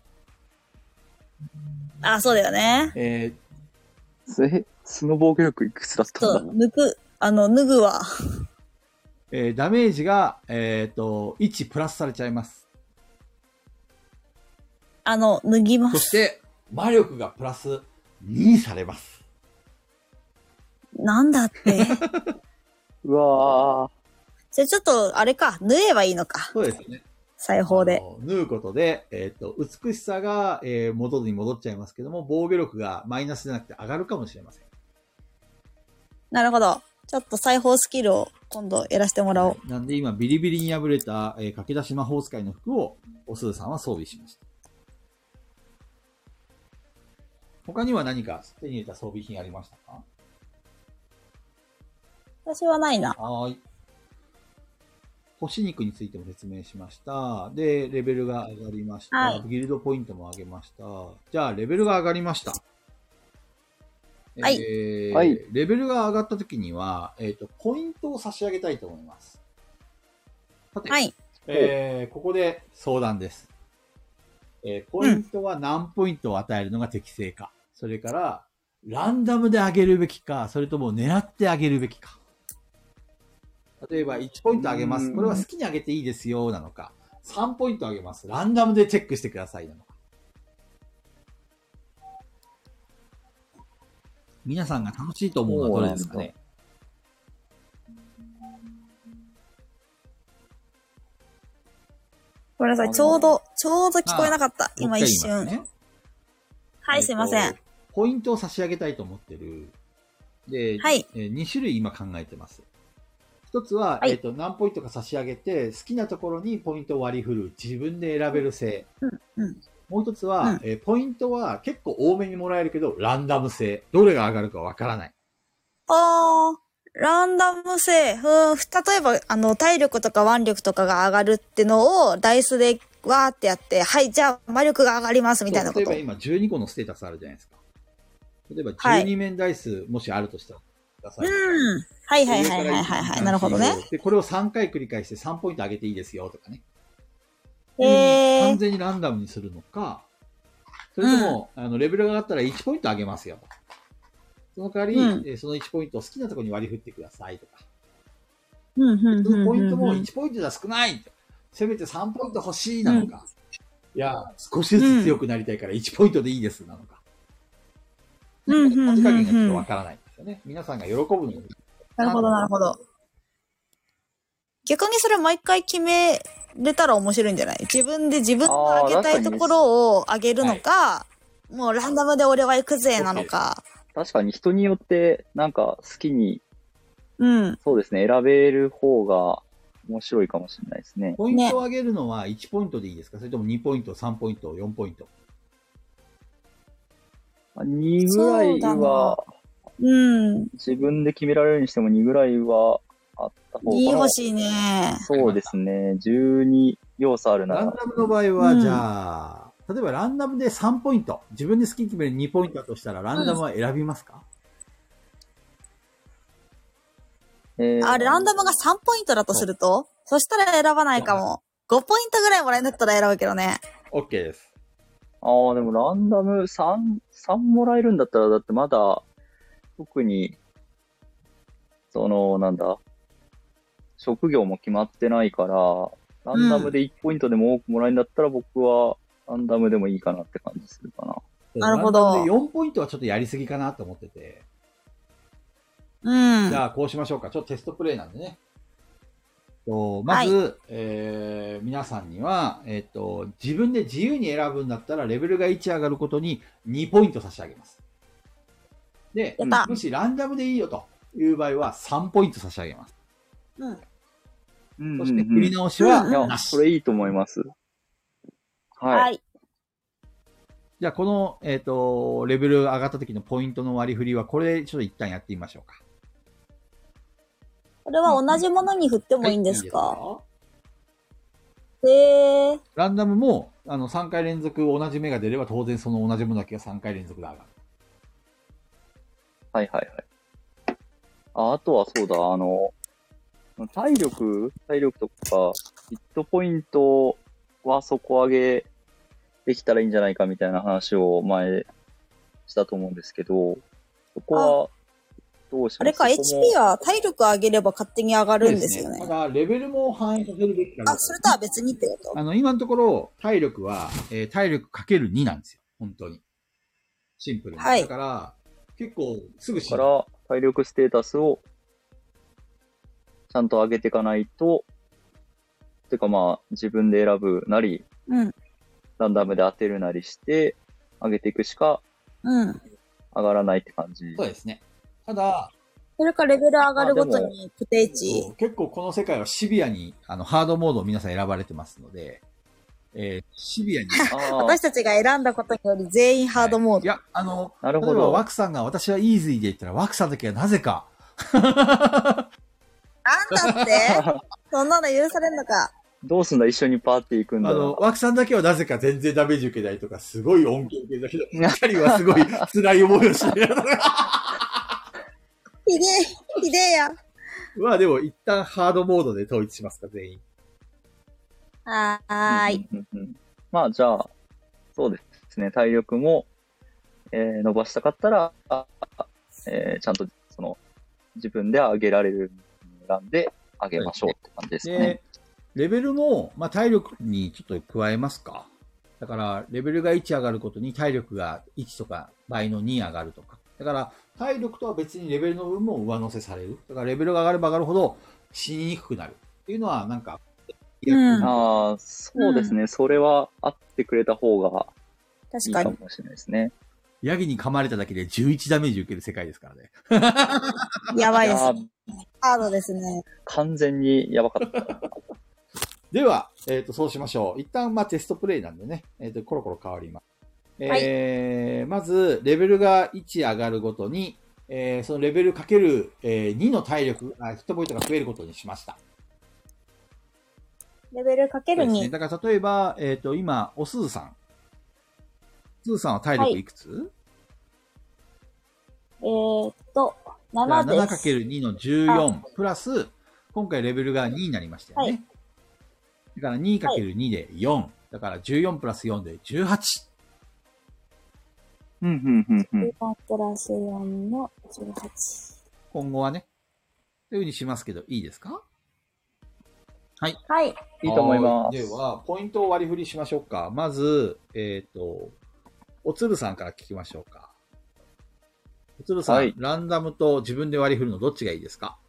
あ、そうだよね。 素の防御力いくつだったんだ？ そう、脱ぐわ。 ダメージが、1プラスされちゃいます。 脱ぎます。 そして、魔力がプラス2されます。 なんだって。 うわー。 じゃあちょっと、あれか、縫えばいいのか。 そうですね。 裁縫で。 縫うことで、美しさが、元に戻っちゃいますけども、防御力がマイナスじゃなくて上がるかもしれません。 なるほど。ちょっと裁縫スキルを今度やらせてもらおう。 なんで今、ビリビリに破れた、駆け出し魔法使いの服を、おすずさんは装備しました。他には何か手に入れた装備品ありましたか？ 私はないな。 はい。干し肉についても説明しました。で、レベルが上がりました。はい、ギルドポイントも上げました。じゃあ、レベルが上がりました。 はい。 レベルが上がった時には、ポイントを差し上げたいと思います。さて、 はい。 ここで相談です。ポイントは何ポイントを与えるのが適正か。それから、ランダムで上げるべきか、それとも狙って上げるべきか。例えば、1ポイント上げます。これは好きに上げていいですよ、なのか。3ポイント上げます。ランダムでチェックしてください、なのか。皆さんが楽しいと思うのはどれですかね。 ごめんなさい。ちょうど聞こえなかった。今一瞬。ね、はい、すいません。 ポイントを差し上げたいと思ってる。で、 はい。 2種類今考えてます。一つは、はい、何ポイントか差し上げて、好きなところにポイントを割り振る。自分で選べる制。もう一つは、ポイントは結構多めにもらえるけど、ランダム制。どれが上がるかわからない。 ランダム制。例えば、体力とか腕力とかが上がるってのを、ダイスでわーってやって、はい、じゃあ魔力が上がりますみたいなこと。 例えば今12個のステータスあるじゃないですか。例えば12面ダイス、もしあるとしたらください。 はい。なるほどね。 で、これを3回繰り返して3ポイント上げていいですよとかね。完全にランダムにするのか、それとも、レベルが上がったら1ポイント上げますよ。その代わり、その1ポイントを好きなところに割り振ってくださいとか。そのポイントも1ポイントじゃ少ない。せめて3ポイント欲しいなのか。いや、少しずつ強くなりたいから1ポイントでいいですなのか。さじ加減がちょっとわからないんですよね。皆さんが喜ぶのに。 なるほど。逆にそれ毎回決めれたら面白いんじゃない？自分が上げたいところを上げるのか、もうランダムで俺は行くぜなのか。 確かに人によってなんか好きに、そうですね、選べる方が面白いかもしれないですね。 ポイントを上げるのは1ポイントでいいですか？それとも2ポイント、3ポイント、4ポイント。 2ぐらいは、自分で決められるにしても2ぐらいはあった方が。 2欲しいね。 そうですね。12要素あるなら。 ランダムの場合は、じゃあ、 例えばランダムで3ポイント、自分で好きに決める2ポイントだとしたら、ランダムは選びますか？ あれ、ランダムが3ポイントだとすると、そしたら選ばないかも。5ポイントぐらいもらえんだったら選ぶけどね。 OK です。 ああ、でもランダム3もらえるんだったら、だってまだ、特に、なんだ、職業も決まってないから、ランダムで1ポイントでも多くもらえるんだったら、僕はランダムでもいいかなって感じするかな。 なるほど。 ランダムで4ポイントはちょっとやりすぎかなと思ってて。 うん。 じゃあ、こうしましょうか。ちょっとテストプレイなんでね。まず、はい、皆さんには、自分で自由に選ぶんだったら、レベルが1上がることに2ポイント差し上げます。で、もしランダムでいいよという場合は3ポイント差し上げます。 うん。 そして、振り直しはなし。 それいいと思います。はい。 じゃあ、この、レベル上がった時のポイントの割り振りは、これ、ちょっと一旦やってみましょうか。 これは同じものに振ってもいいんですか？はい、へー。 ランダムも、3回連続同じ目が出れば、当然その同じものだけが3回連続で上がる。 はいはいはい。あとはそうだ、体力とか、ヒットポイントは底上げできたらいいんじゃないかみたいな話を前したと思うんですけど、そこはどうしますか？ あれか、HP は体力上げれば勝手に上がるんですよね。 ただ、レベルも反映させるべきかな。 それとは別にってこと？ 今のところ、体力は、体力かける2なんですよ。本当に。シンプルに。はい。だから、結構、すぐ死ぬ。 だから、体力ステータスを、ちゃんと上げていかないと、てかまあ、自分で選ぶなり、ランダムで当てるなりして、上げていくしか、上がらないって感じ。 そうですね。ただ、 それかレベル上がるごとにプテイ値。 結構この世界はシビアに、ハードモードを皆さん選ばれてますので、シビアに。 私たちが選んだことにより全員ハードモード。 はい、いや、 なるほど。 例えばワクさんが私はイーズイで言ったら、ワクさんだけはなぜか。 なんだってそんなの許されんのか。 どうすんだ一緒にパーティー行くんだ。 ワクさんだけはなぜか全然ダメージ受けないとか、すごい恩恵受けたけど、二人はすごい辛い思いをしてる。 ひでえや。 まあでも一旦ハードモードで統一しますか、全員。 はーい。 まあじゃあ、そうですね、体力も、伸ばしたかったら、ちゃんと自分で上げられる選んで上げましょうって感じですかね。 で、レベルも、まあ体力にちょっと加えますか。だから、レベルが1上がることに体力が1とか倍の2上がるとか。だから、体力とは別にレベルの分も上乗せされる。だから、レベルが上がれば上がるほど死ににくくなる。っていうのは、なんか、 ああ、そうですね。それはあってくれた方がいいかもしれないですね。 ヤギに噛まれただけで11ダメージ受ける世界ですからね。 やばいです。ハードですね。 完全にやばかった。 では、そうしましょう。一旦、まあ、テストプレイなんでね、コロコロ変わります。まず、レベルが1上がるごとに、そのレベルかける、2の体力、ヒットポイントが増えることにしました。 レベルかける2。 ね、だから例えば、今、おすずさん。すずさんは体力いくつ？ 7です。 7×2 の14プラス、今回レベルが2になりましたよね。だから 2×2 で4。だから14プラス4で18。 14プラス4の18。 今後はね、という風にしますけど、いいですか？はい。 はい。いいと思います。 では、ポイントを割り振りしましょうか。まず、おつるさんから聞きましょうか。おつるさん、はい、ランダムと自分で割り振るのどっちがいいですか？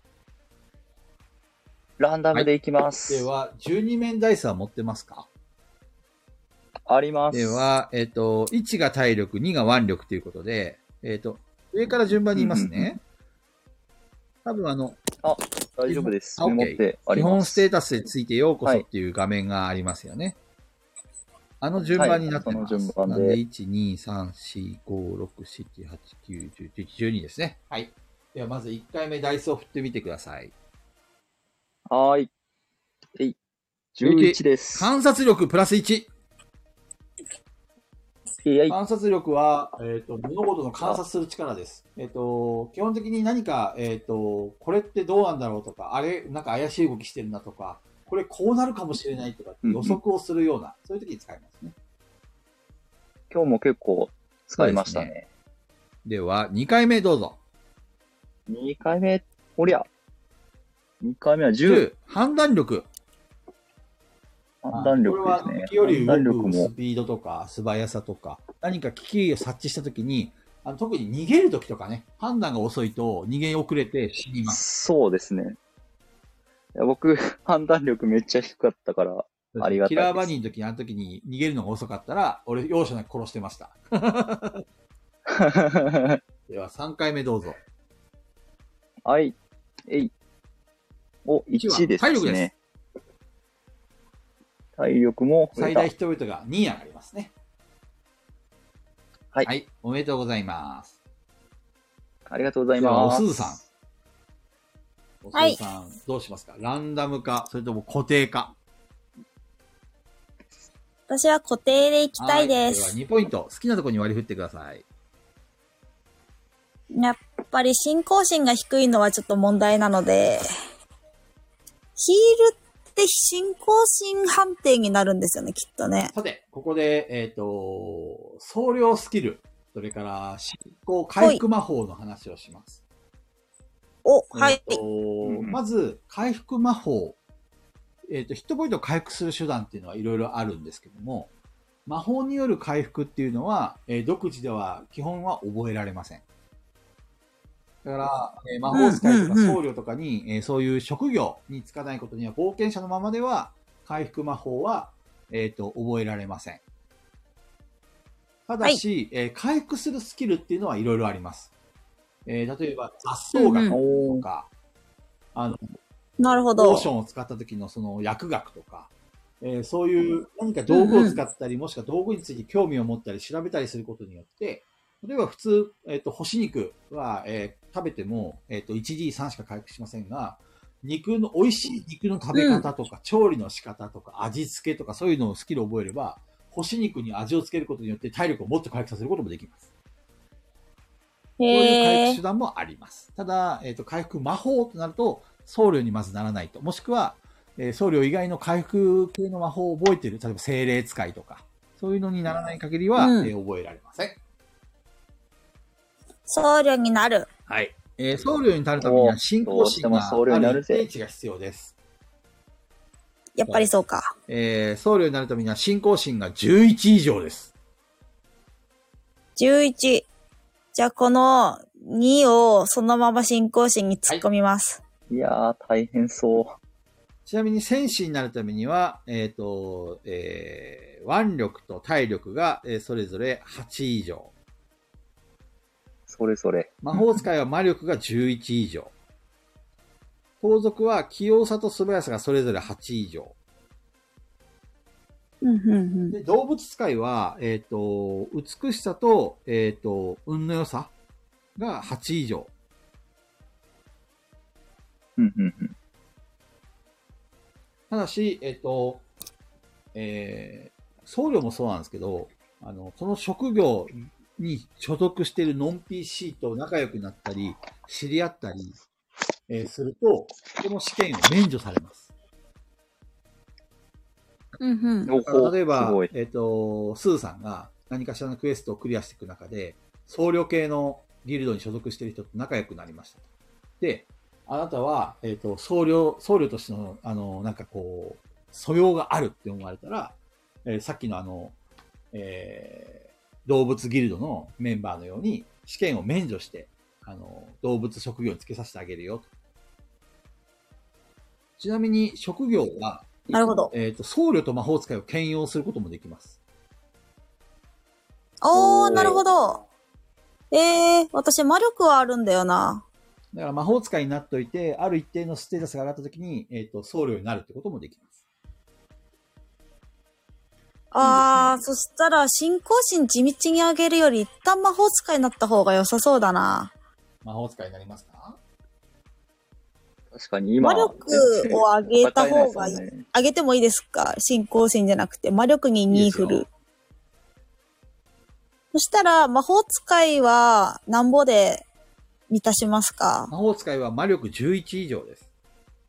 ランダムでいきます。 はい、では、12面ダイスは持ってますか？ あります。 では、1が体力、2が腕力ということで、上から順番に言いますね。多分大丈夫です。 持ってあります。基本ステータスでついてようこそっていう画面がありますよね。はい、順番になってます。順番で。1、2、3、4、5、6、7、8、9、10、11、12ですね。はい。ではまず1回目ダイスを振ってみてください。 はい。11です。 観察力プラス1。 観察力は、物事の観察する力です。基本的に何か、これってどうなんだろうとか、あれ、なんか怪しい動きしてるなとか、これこうなるかもしれないとか、予測をするような、そういう時に使いますね。 今日も結構使いましたね。 では、2回目どうぞ。 2回目、おりゃ。2回目は10。 判断力。 判断力ですね。 これは、時より動くスピードとか、素早さとか、何か危機を察知したときに、特に逃げるときとかね、判断が遅いと逃げ遅れて死にます。 そうですね。いや僕、判断力めっちゃ低かったから、ありがたいです。 キラーバニーの時に、あの時に逃げるのが遅かったら、俺、容赦なく殺してました。では、3回目どうぞ。 はい。お、1ですね。 体力です。 体力も最大ヒットポイントが2上がりますね。 はい。 はい。おめでとうございます。 ありがとうございます。 おすずさん。おすずさん、どうしますか？ランダムか、それとも固定か？ 私は固定でいきたいです。 では2ポイント。好きなところに割り振ってください。 やっぱり信仰心が低いのはちょっと問題なので、ヒールって信仰心判定になるんですよね、きっとね。 さて、ここで、総量スキル、それから信仰回復魔法の話をします。 はい。 まず、回復魔法。ヒットポイントを回復する手段っていうのはいろいろあるんですけども、魔法による回復っていうのは、独自では基本は覚えられません。だから、魔法使いとか僧侶とかに、そういう職業に就かないことには、冒険者のままでは、回復魔法は、覚えられません。ただし、回復するスキルっていうのはいろいろあります。例えば、雑草学とか、 なるほど。 ポーションを使った時のその薬学とか、そういう何か道具を使ったり、もしくは道具について興味を持ったり調べたりすることによって、例えば普通、干し肉は、食べても、1D3 しか回復しませんが、美味しい肉の食べ方とか、調理の仕方とか、味付けとか、そういうのをスキルを覚えれば、干し肉に味をつけることによって体力をもっと回復させることもできます。そういう回復手段もあります。ただ、回復魔法となると、僧侶にまずならないと。もしくは、僧侶以外の回復系の魔法を覚えている。例えば精霊使いとか、そういうのにならない限りは、覚えられません。 僧侶になる。 はい。僧侶になるためには信仰心がある一定値が必要です。 やっぱりそうか。 僧侶になるためには信仰心が11以上です。 11。じゃあこの2をそのまま信仰心に突っ込みます。 いやー、大変そう。 ちなみに戦士になるためには、腕力と体力が、それぞれ8以上。 それぞれ。 魔法使いは魔力が11以上。盗賊は器用さと素早さがそれぞれ8以上。で動物使いは、美しさと、運の良さが8以上。ただし、僧侶もそうなんですけど、その職業に所属しているノン PC と仲良くなったり、知り合ったり、すると、この試験を免除されます。例えば、スーさんが何かしらのクエストをクリアしていく中で、僧侶系のギルドに所属している人と仲良くなりました。で、あなたは、僧侶としての、なんかこう、素養があるって思われたら、さっきの動物ギルドのメンバーのように、試験を免除して、動物職業につけさせてあげるよと。ちなみに、職業は、 なるほど。 僧侶と魔法使いを兼用することもできます。 なるほど。私魔力はあるんだよな。 だから魔法使いになっといて、ある一定のステータスが上がったときに、僧侶になるってこともできます。 そしたら、信仰心地道に上げるより、一旦魔法使いになった方が良さそうだな。 魔法使いになりますか？ 確かに今。 魔力を上げた方がいい。上げてもいいですか？信仰心じゃなくて、魔力に2振る。 そしたら、魔法使いは何ぼで満たしますか？ 魔法使いは魔力11以上です。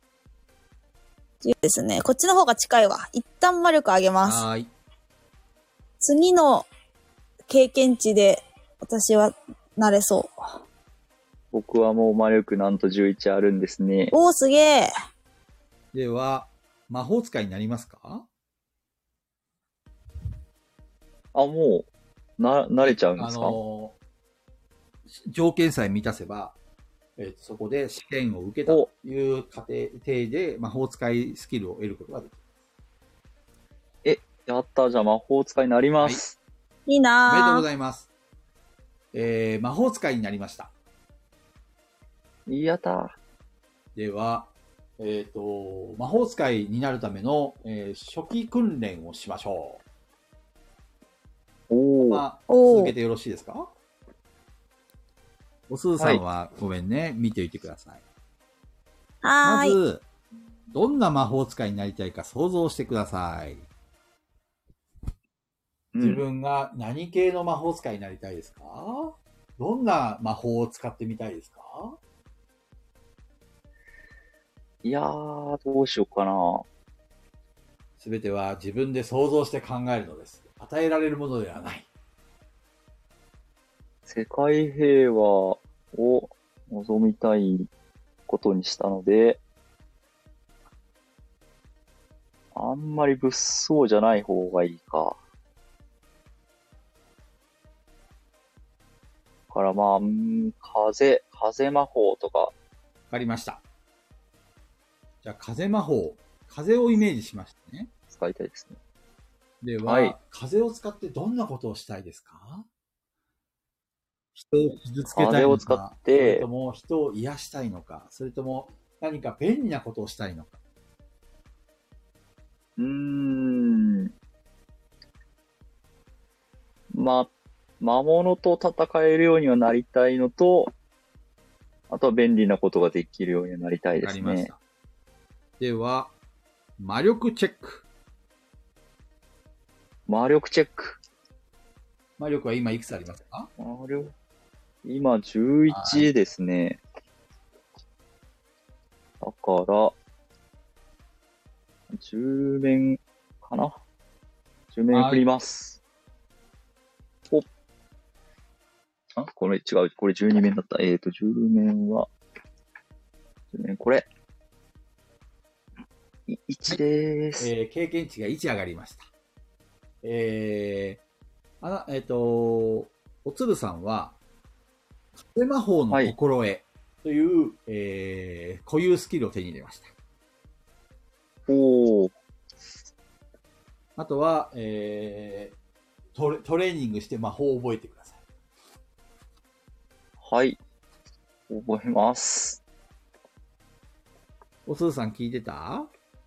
10ですね。こっちの方が近いわ。一旦魔力上げます。 はーい。 次の経験値で私はなれそう。 僕はもう魔力なんと11あるんですね。 おー、すげえ。 では、魔法使いになりますか？ もう、慣れちゃうんですか？ 条件さえ満たせば、そこで試験を受けたという過程で魔法使いスキルを得ることができます。 やったー、じゃあ魔法使いになります。 いいなー。 おめでとうございます。魔法使いになりました。 やったー。 では、魔法使いになるための、初期訓練をしましょう。続けてよろしいですか？おすずさんは、ごめんね、見ておいてください。 はーい。 まず、どんな魔法使いになりたいか想像してください。自分が何系の魔法使いになりたいですか？どんな魔法を使ってみたいですか？ いやー、どうしようかな。 すべては自分で想像して考えるのです。与えられるものではない。 世界平和を望みたいことにしたので、あんまり物騒じゃない方がいいか。だからまあ、風魔法とか。 わかりました。じゃあ、風魔法。風をイメージしましたね。 使いたいですね。 では、風を使ってどんなことをしたいですか？人を傷つけたいのか、 風を使って、 それとも人を癒したいのか、それとも何か便利なことをしたいのか。 魔物と戦えるようにはなりたいのと、あとは便利なことができるようになりたいですね。わかりました。 では、魔力チェック。 魔力チェック。 魔力は今いくつありますか？ 今11ですね。だから、10面かな ?10 面振ります。これ違う。これ12面だった。10面は、10面これ。1でーす。 経験値が1上がりました。おつるさんは、風魔法の心得という、固有スキルを手に入れました。あとは、トレーニングして魔法を覚えてください。 はい。覚えます。 おすずさん聞いてた？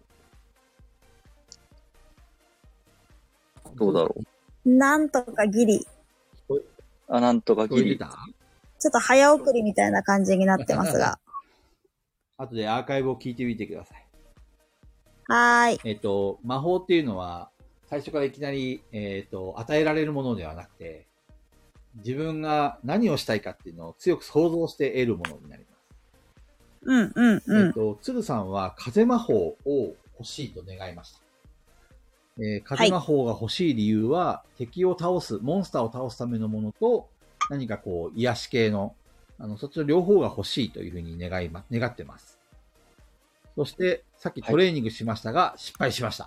どうだろう。なんとかギリ。 なんとかギリ。 ちょっと早送りみたいな感じになってますが。 後でアーカイブを聞いてみてください。 はーい。 魔法っていうのは、最初からいきなり、与えられるものではなくて、自分が何をしたいかっていうのを強く想像して得るものになります。鶴さんは風魔法を欲しいと願いました。風魔法が欲しい理由は、敵を倒す、モンスターを倒すためのものと、何かこう、癒し系の、そっちの両方が欲しいというふうに願ってます。そして、さっきトレーニングしましたが、失敗しました。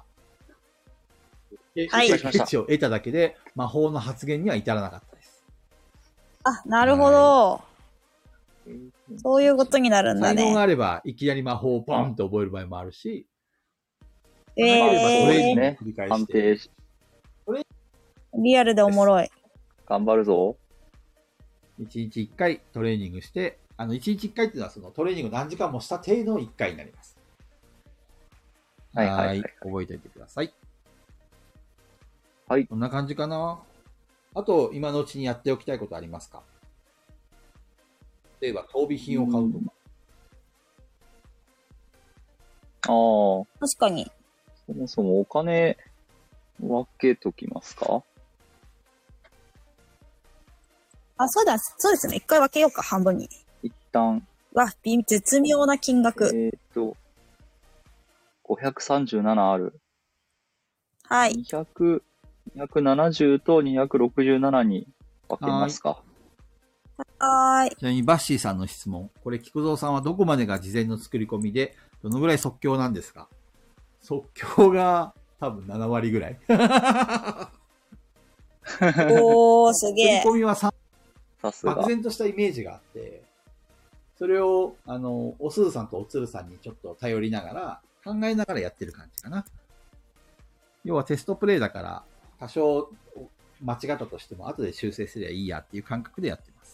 経験値を得ただけで、魔法の発言には至らなかったです。 あ、なるほど。そういうことになるんだね。 才能があれば、いきなり魔法をポンと覚える場合もあるし、 トレーニングを繰り返して。 リアルでおもろい。 頑張るぞ。 1日1回トレーニングして、1日1回っていうのはそのトレーニング何時間もした程度の1回になります。はい。覚えておいてください。 はい。 こんな感じかな。あと、今のうちにやっておきたいことありますか？例えば、装備品を買うとか。 確かに。 そもそもお金分けときますか？ あ、そうですね。一回分けようか、半分に。 一旦。 絶妙な金額。 537ある。 はい。 270と267に分けますか。 はい。 ちなみにバッシーさんの質問。これ、菊蔵さんはどこまでが事前の作り込みで、どのぐらい即興なんですか？即興が多分7割ぐらい。 おー、すげえ。 作り込みは漠然としたイメージがあって、それを、おすずさんとおつるさんにちょっと頼りながら、考えながらやってる感じかな。要はテストプレイだから、多少間違ったとしても後で修正すればいいやっていう感覚でやってます。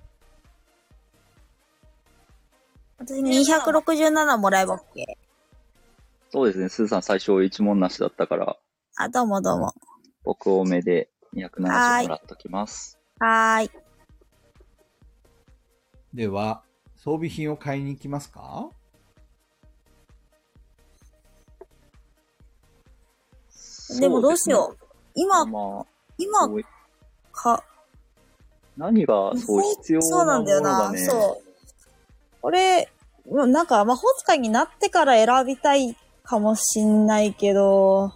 私267もらえば OK。 そうですね。スーさん最初1問なしだったから。 あ、どうもどうも。 僕多めで270もらっときます。 はーい。 では、装備品を買いに行きますか？ でもどうしよう。今、 何がそう必要なものだね。そうなんだよな。そう。 俺、なんか魔法使いになってから選びたいかもしんないけど、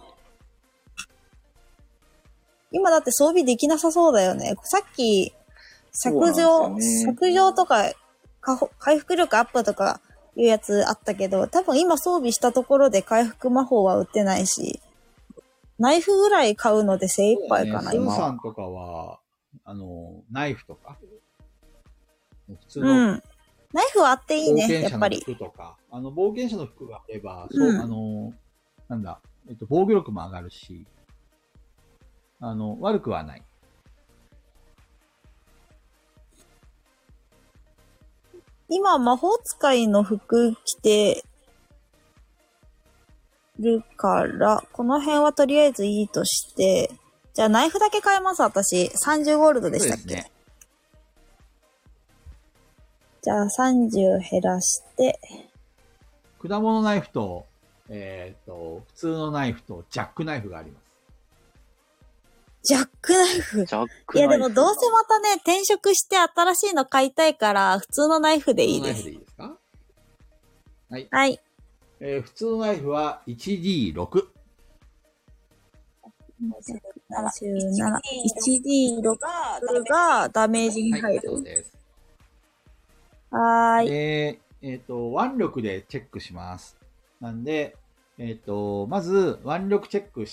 今だって装備できなさそうだよね。さっき、削除とか、回復力アップとかいうやつあったけど、多分今装備したところで回復魔法は売ってないし、ナイフぐらい買うので精一杯かな、 今は。スーさんとかは、ナイフとか。普通の。 ナイフはあっていいね、やっぱり。 冒険者の服とか。冒険者の服があれば、防御力も上がるし、悪くはない。 今、魔法使いの服着てるから、この辺はとりあえずいいとして、じゃあナイフだけ買えます、私。30ゴールドでしたっけ？そうですね。じゃあ30減らして。 果物ナイフと、普通のナイフとジャックナイフがあります。 ジャックナイフ。いやでもどうせまたね、転職して新しいの買いたいから、普通のナイフでいいです。普通のナイフでいいですか？ はい。 はい。 普通のナイフは 1D6。 1D6 がダメージに入る。そうです。はーい。 腕力でチェックします。なんで、まず、腕力チェックして、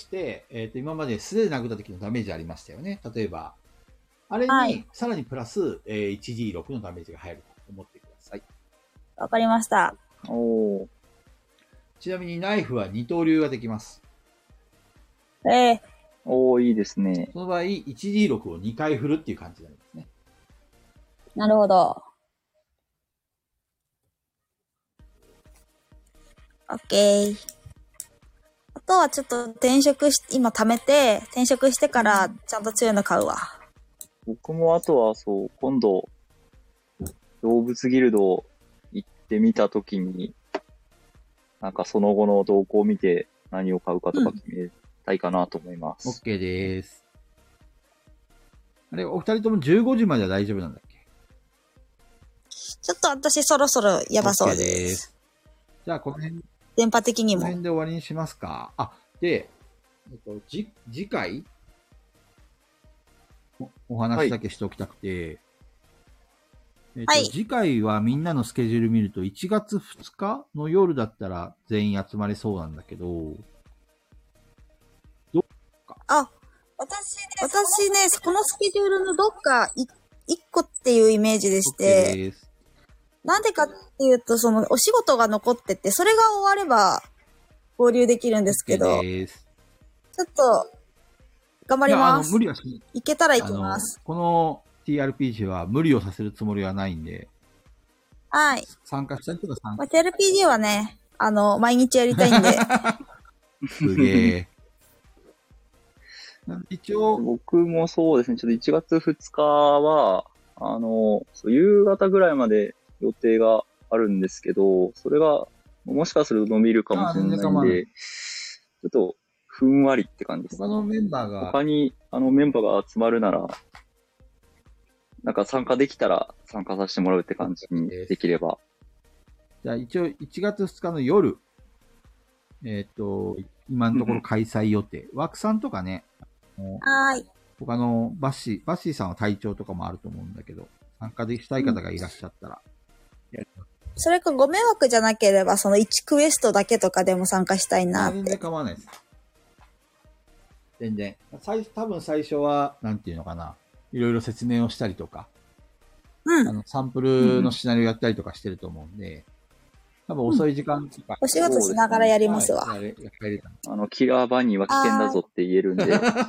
今まで素手で殴った時のダメージありましたよね。例えば、あれに、さらにプラス、1D6 のダメージが入ると思ってください。 わかりました。 ちなみにナイフは二刀流ができます。 いいですね。 その場合、1D6 を2回振るっていう感じになりますね。 なるほど。オッケー。あとはちょっと今貯めて、転職してからちゃんと強いの買うわ。 僕もあとは今度、動物ギルド行ってみたときに、なんかその後の動向を見て何を買うかとか決めたいかなと思います。 OK です。あれ、お二人とも15時までは大丈夫なんだっけ？ ちょっと私そろそろやばそうです。 じゃあこの辺。 電波的にも。 この辺で終わりにしますか。で、次回お話だけしておきたくて、次回はみんなのスケジュール見ると1月2日の夜だったら全員集まれそうなんだけど、どっか。 私ね、このスケジュールのどっか1個っていうイメージでして、なんでかっていうと、お仕事が残ってて、それが終われば合流できるんですけど、ちょっと、頑張ります。 無理はしない。 いけたら行きます。 この TRPG は無理をさせるつもりはないんで、 はい。 参加したい人が参加。 TRPG はね、毎日やりたいんで。 すげえ。一応。 僕もそうですね、ちょっと1月2日は、夕方ぐらいまで予定があるんですけど、それがもしかすると伸びるかもしれないんで、ちょっとふんわりって感じです。 他のメンバーが。 他にメンバーが集まるなら、 なんか参加できたら参加させてもらうって感じにできれば。 じゃあ一応1月2日の夜、今のところ開催予定。枠さんとかね、 はーい。 他のバッシーさんは体調とかもあると思うんだけど、参加でしたい方がいらっしゃったら、 それかご迷惑じゃなければ、その1クエストだけとかでも参加したいなって。 全然構わないです。全然。多分最初は、なんていうのかな。いろいろ説明をしたりとか、 うん。 サンプルのシナリオやったりとかしてると思うんで、多分遅い時間とか。 お仕事しながらやりますわ。 キラーバニーは危険だぞって言えるんで。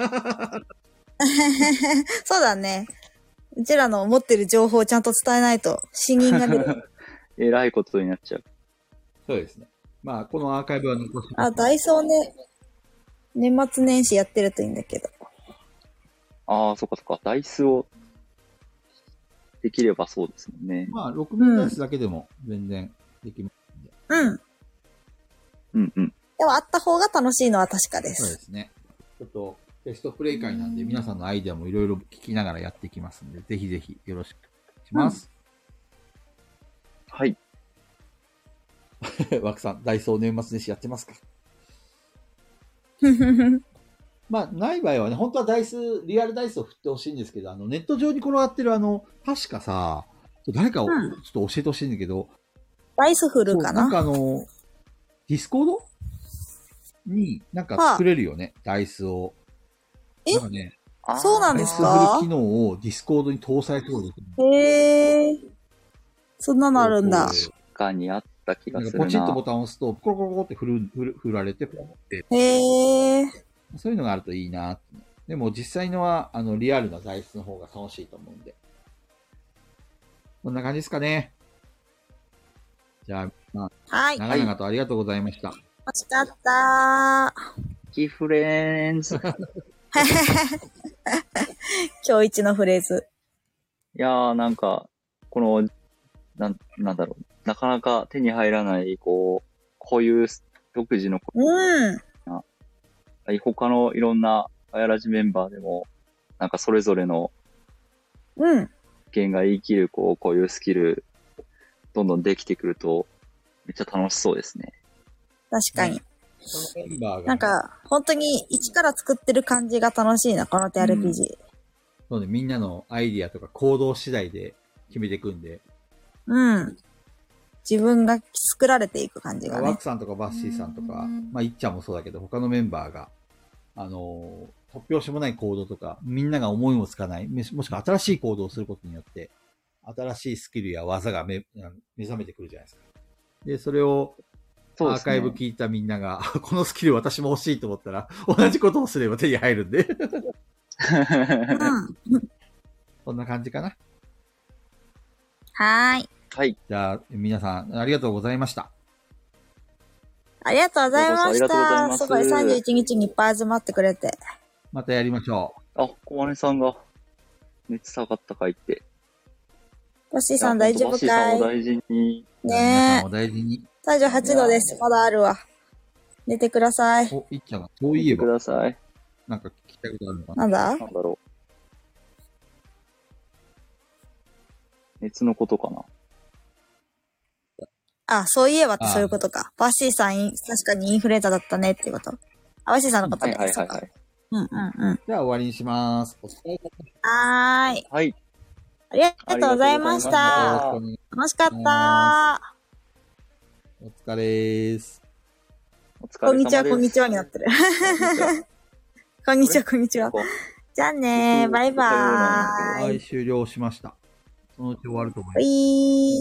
そうだね。うちらの持ってる情報をちゃんと伝えないと死人が出る。 えらいことになっちゃう。 そうですね。まあ、このアーカイブは残して。 ダイソーね。年末年始やってるといいんだけど。 ああ、そっかそっか。ダイスをできればそうですもんね。 まあ、6面ダイスだけでも全然できますんで。 うん。 うんうん。 でもあった方が楽しいのは確かです。 そうですね。ちょっとテストプレイ会なんで皆さんのアイデアもいろいろ聞きながらやっていきますんで、ぜひぜひよろしくお願いします。 はい。 ワクさん、ダイソー年末年始やってますか？まあ、ない場合はね、本当はリアルダイスを振ってほしいんですけど、ネット上に転がってる確かさ、誰かをちょっと教えてほしいんだけど、 ダイス振るかな？ なんかディスコードになんか作れるよね、ダイスを。なんかね、 そうなんですか？ ダイス振る機能をディスコードに搭載することできる。 へー。そんなのあるんだ。 確かにあった気がするな。 ポチッとボタンを押すと、コロコロコロって振られて、 へー。 そういうのがあるといいなって。でも実際のは、リアルなダイスの方が楽しいと思うんで。こんな感じですかね。じゃあ、まあ、 はい。 長々とありがとうございました。 楽しかったー。キーフレンズ。 今日一のフレーズ。 いやー、なんか、この、なんだろう。なかなか手に入らない、こういう独自の、他のいろんなあやらじメンバーでも、なんかそれぞれの、が言い切る、こういうスキル、どんどんできてくると、めっちゃ楽しそうですね。 確かに。なんか、本当に一から作ってる感じが楽しいな、この手 RPG。 そうね、みんなのアイディアとか行動次第で決めていくんで。 自分が作られていく感じがね。 ワクさんとかバッシーさんとか、まあ、いっちゃんもそうだけど、他のメンバーが、突拍子もない行動とか、みんなが思いもつかない、もしくは新しい行動をすることによって、新しいスキルや技が目覚めてくるじゃないですか。で、それを、アーカイブ聞いたみんなが、このスキル私も欲しいと思ったら、同じことをすれば手に入るんで。そんな感じかな。 はい。 はい。 じゃあ、皆さん、ありがとうございました。 ありがとうございました。すごい、31日にいっぱい集まってくれて。 またやりましょう。 あ、小金さんが、熱下がったかいって。 バッシーさん大丈夫かい？バッシーさんお大事に。 ねえ。お大事に。 38度です。まだあるわ。寝てください。 いっちゃんが、そういえば。 ください。 なんか聞きたいことあるのかな？なんだろう。熱のことかな。 そういえばってそういうことか。バッシーさん、確かにインフルエンザだったねってこと。バッシーさんのことで。 はい。 じゃあ終わりにします。お疲れ様です。 はーい。 はい。 ありがとうございました。楽しかった。 お疲れーす。 こんにちは、こんにちはになってる。こんにちは、こんにちは。じゃあねー、バイバーイ。 はい、終了しました。そのうち終わると思います。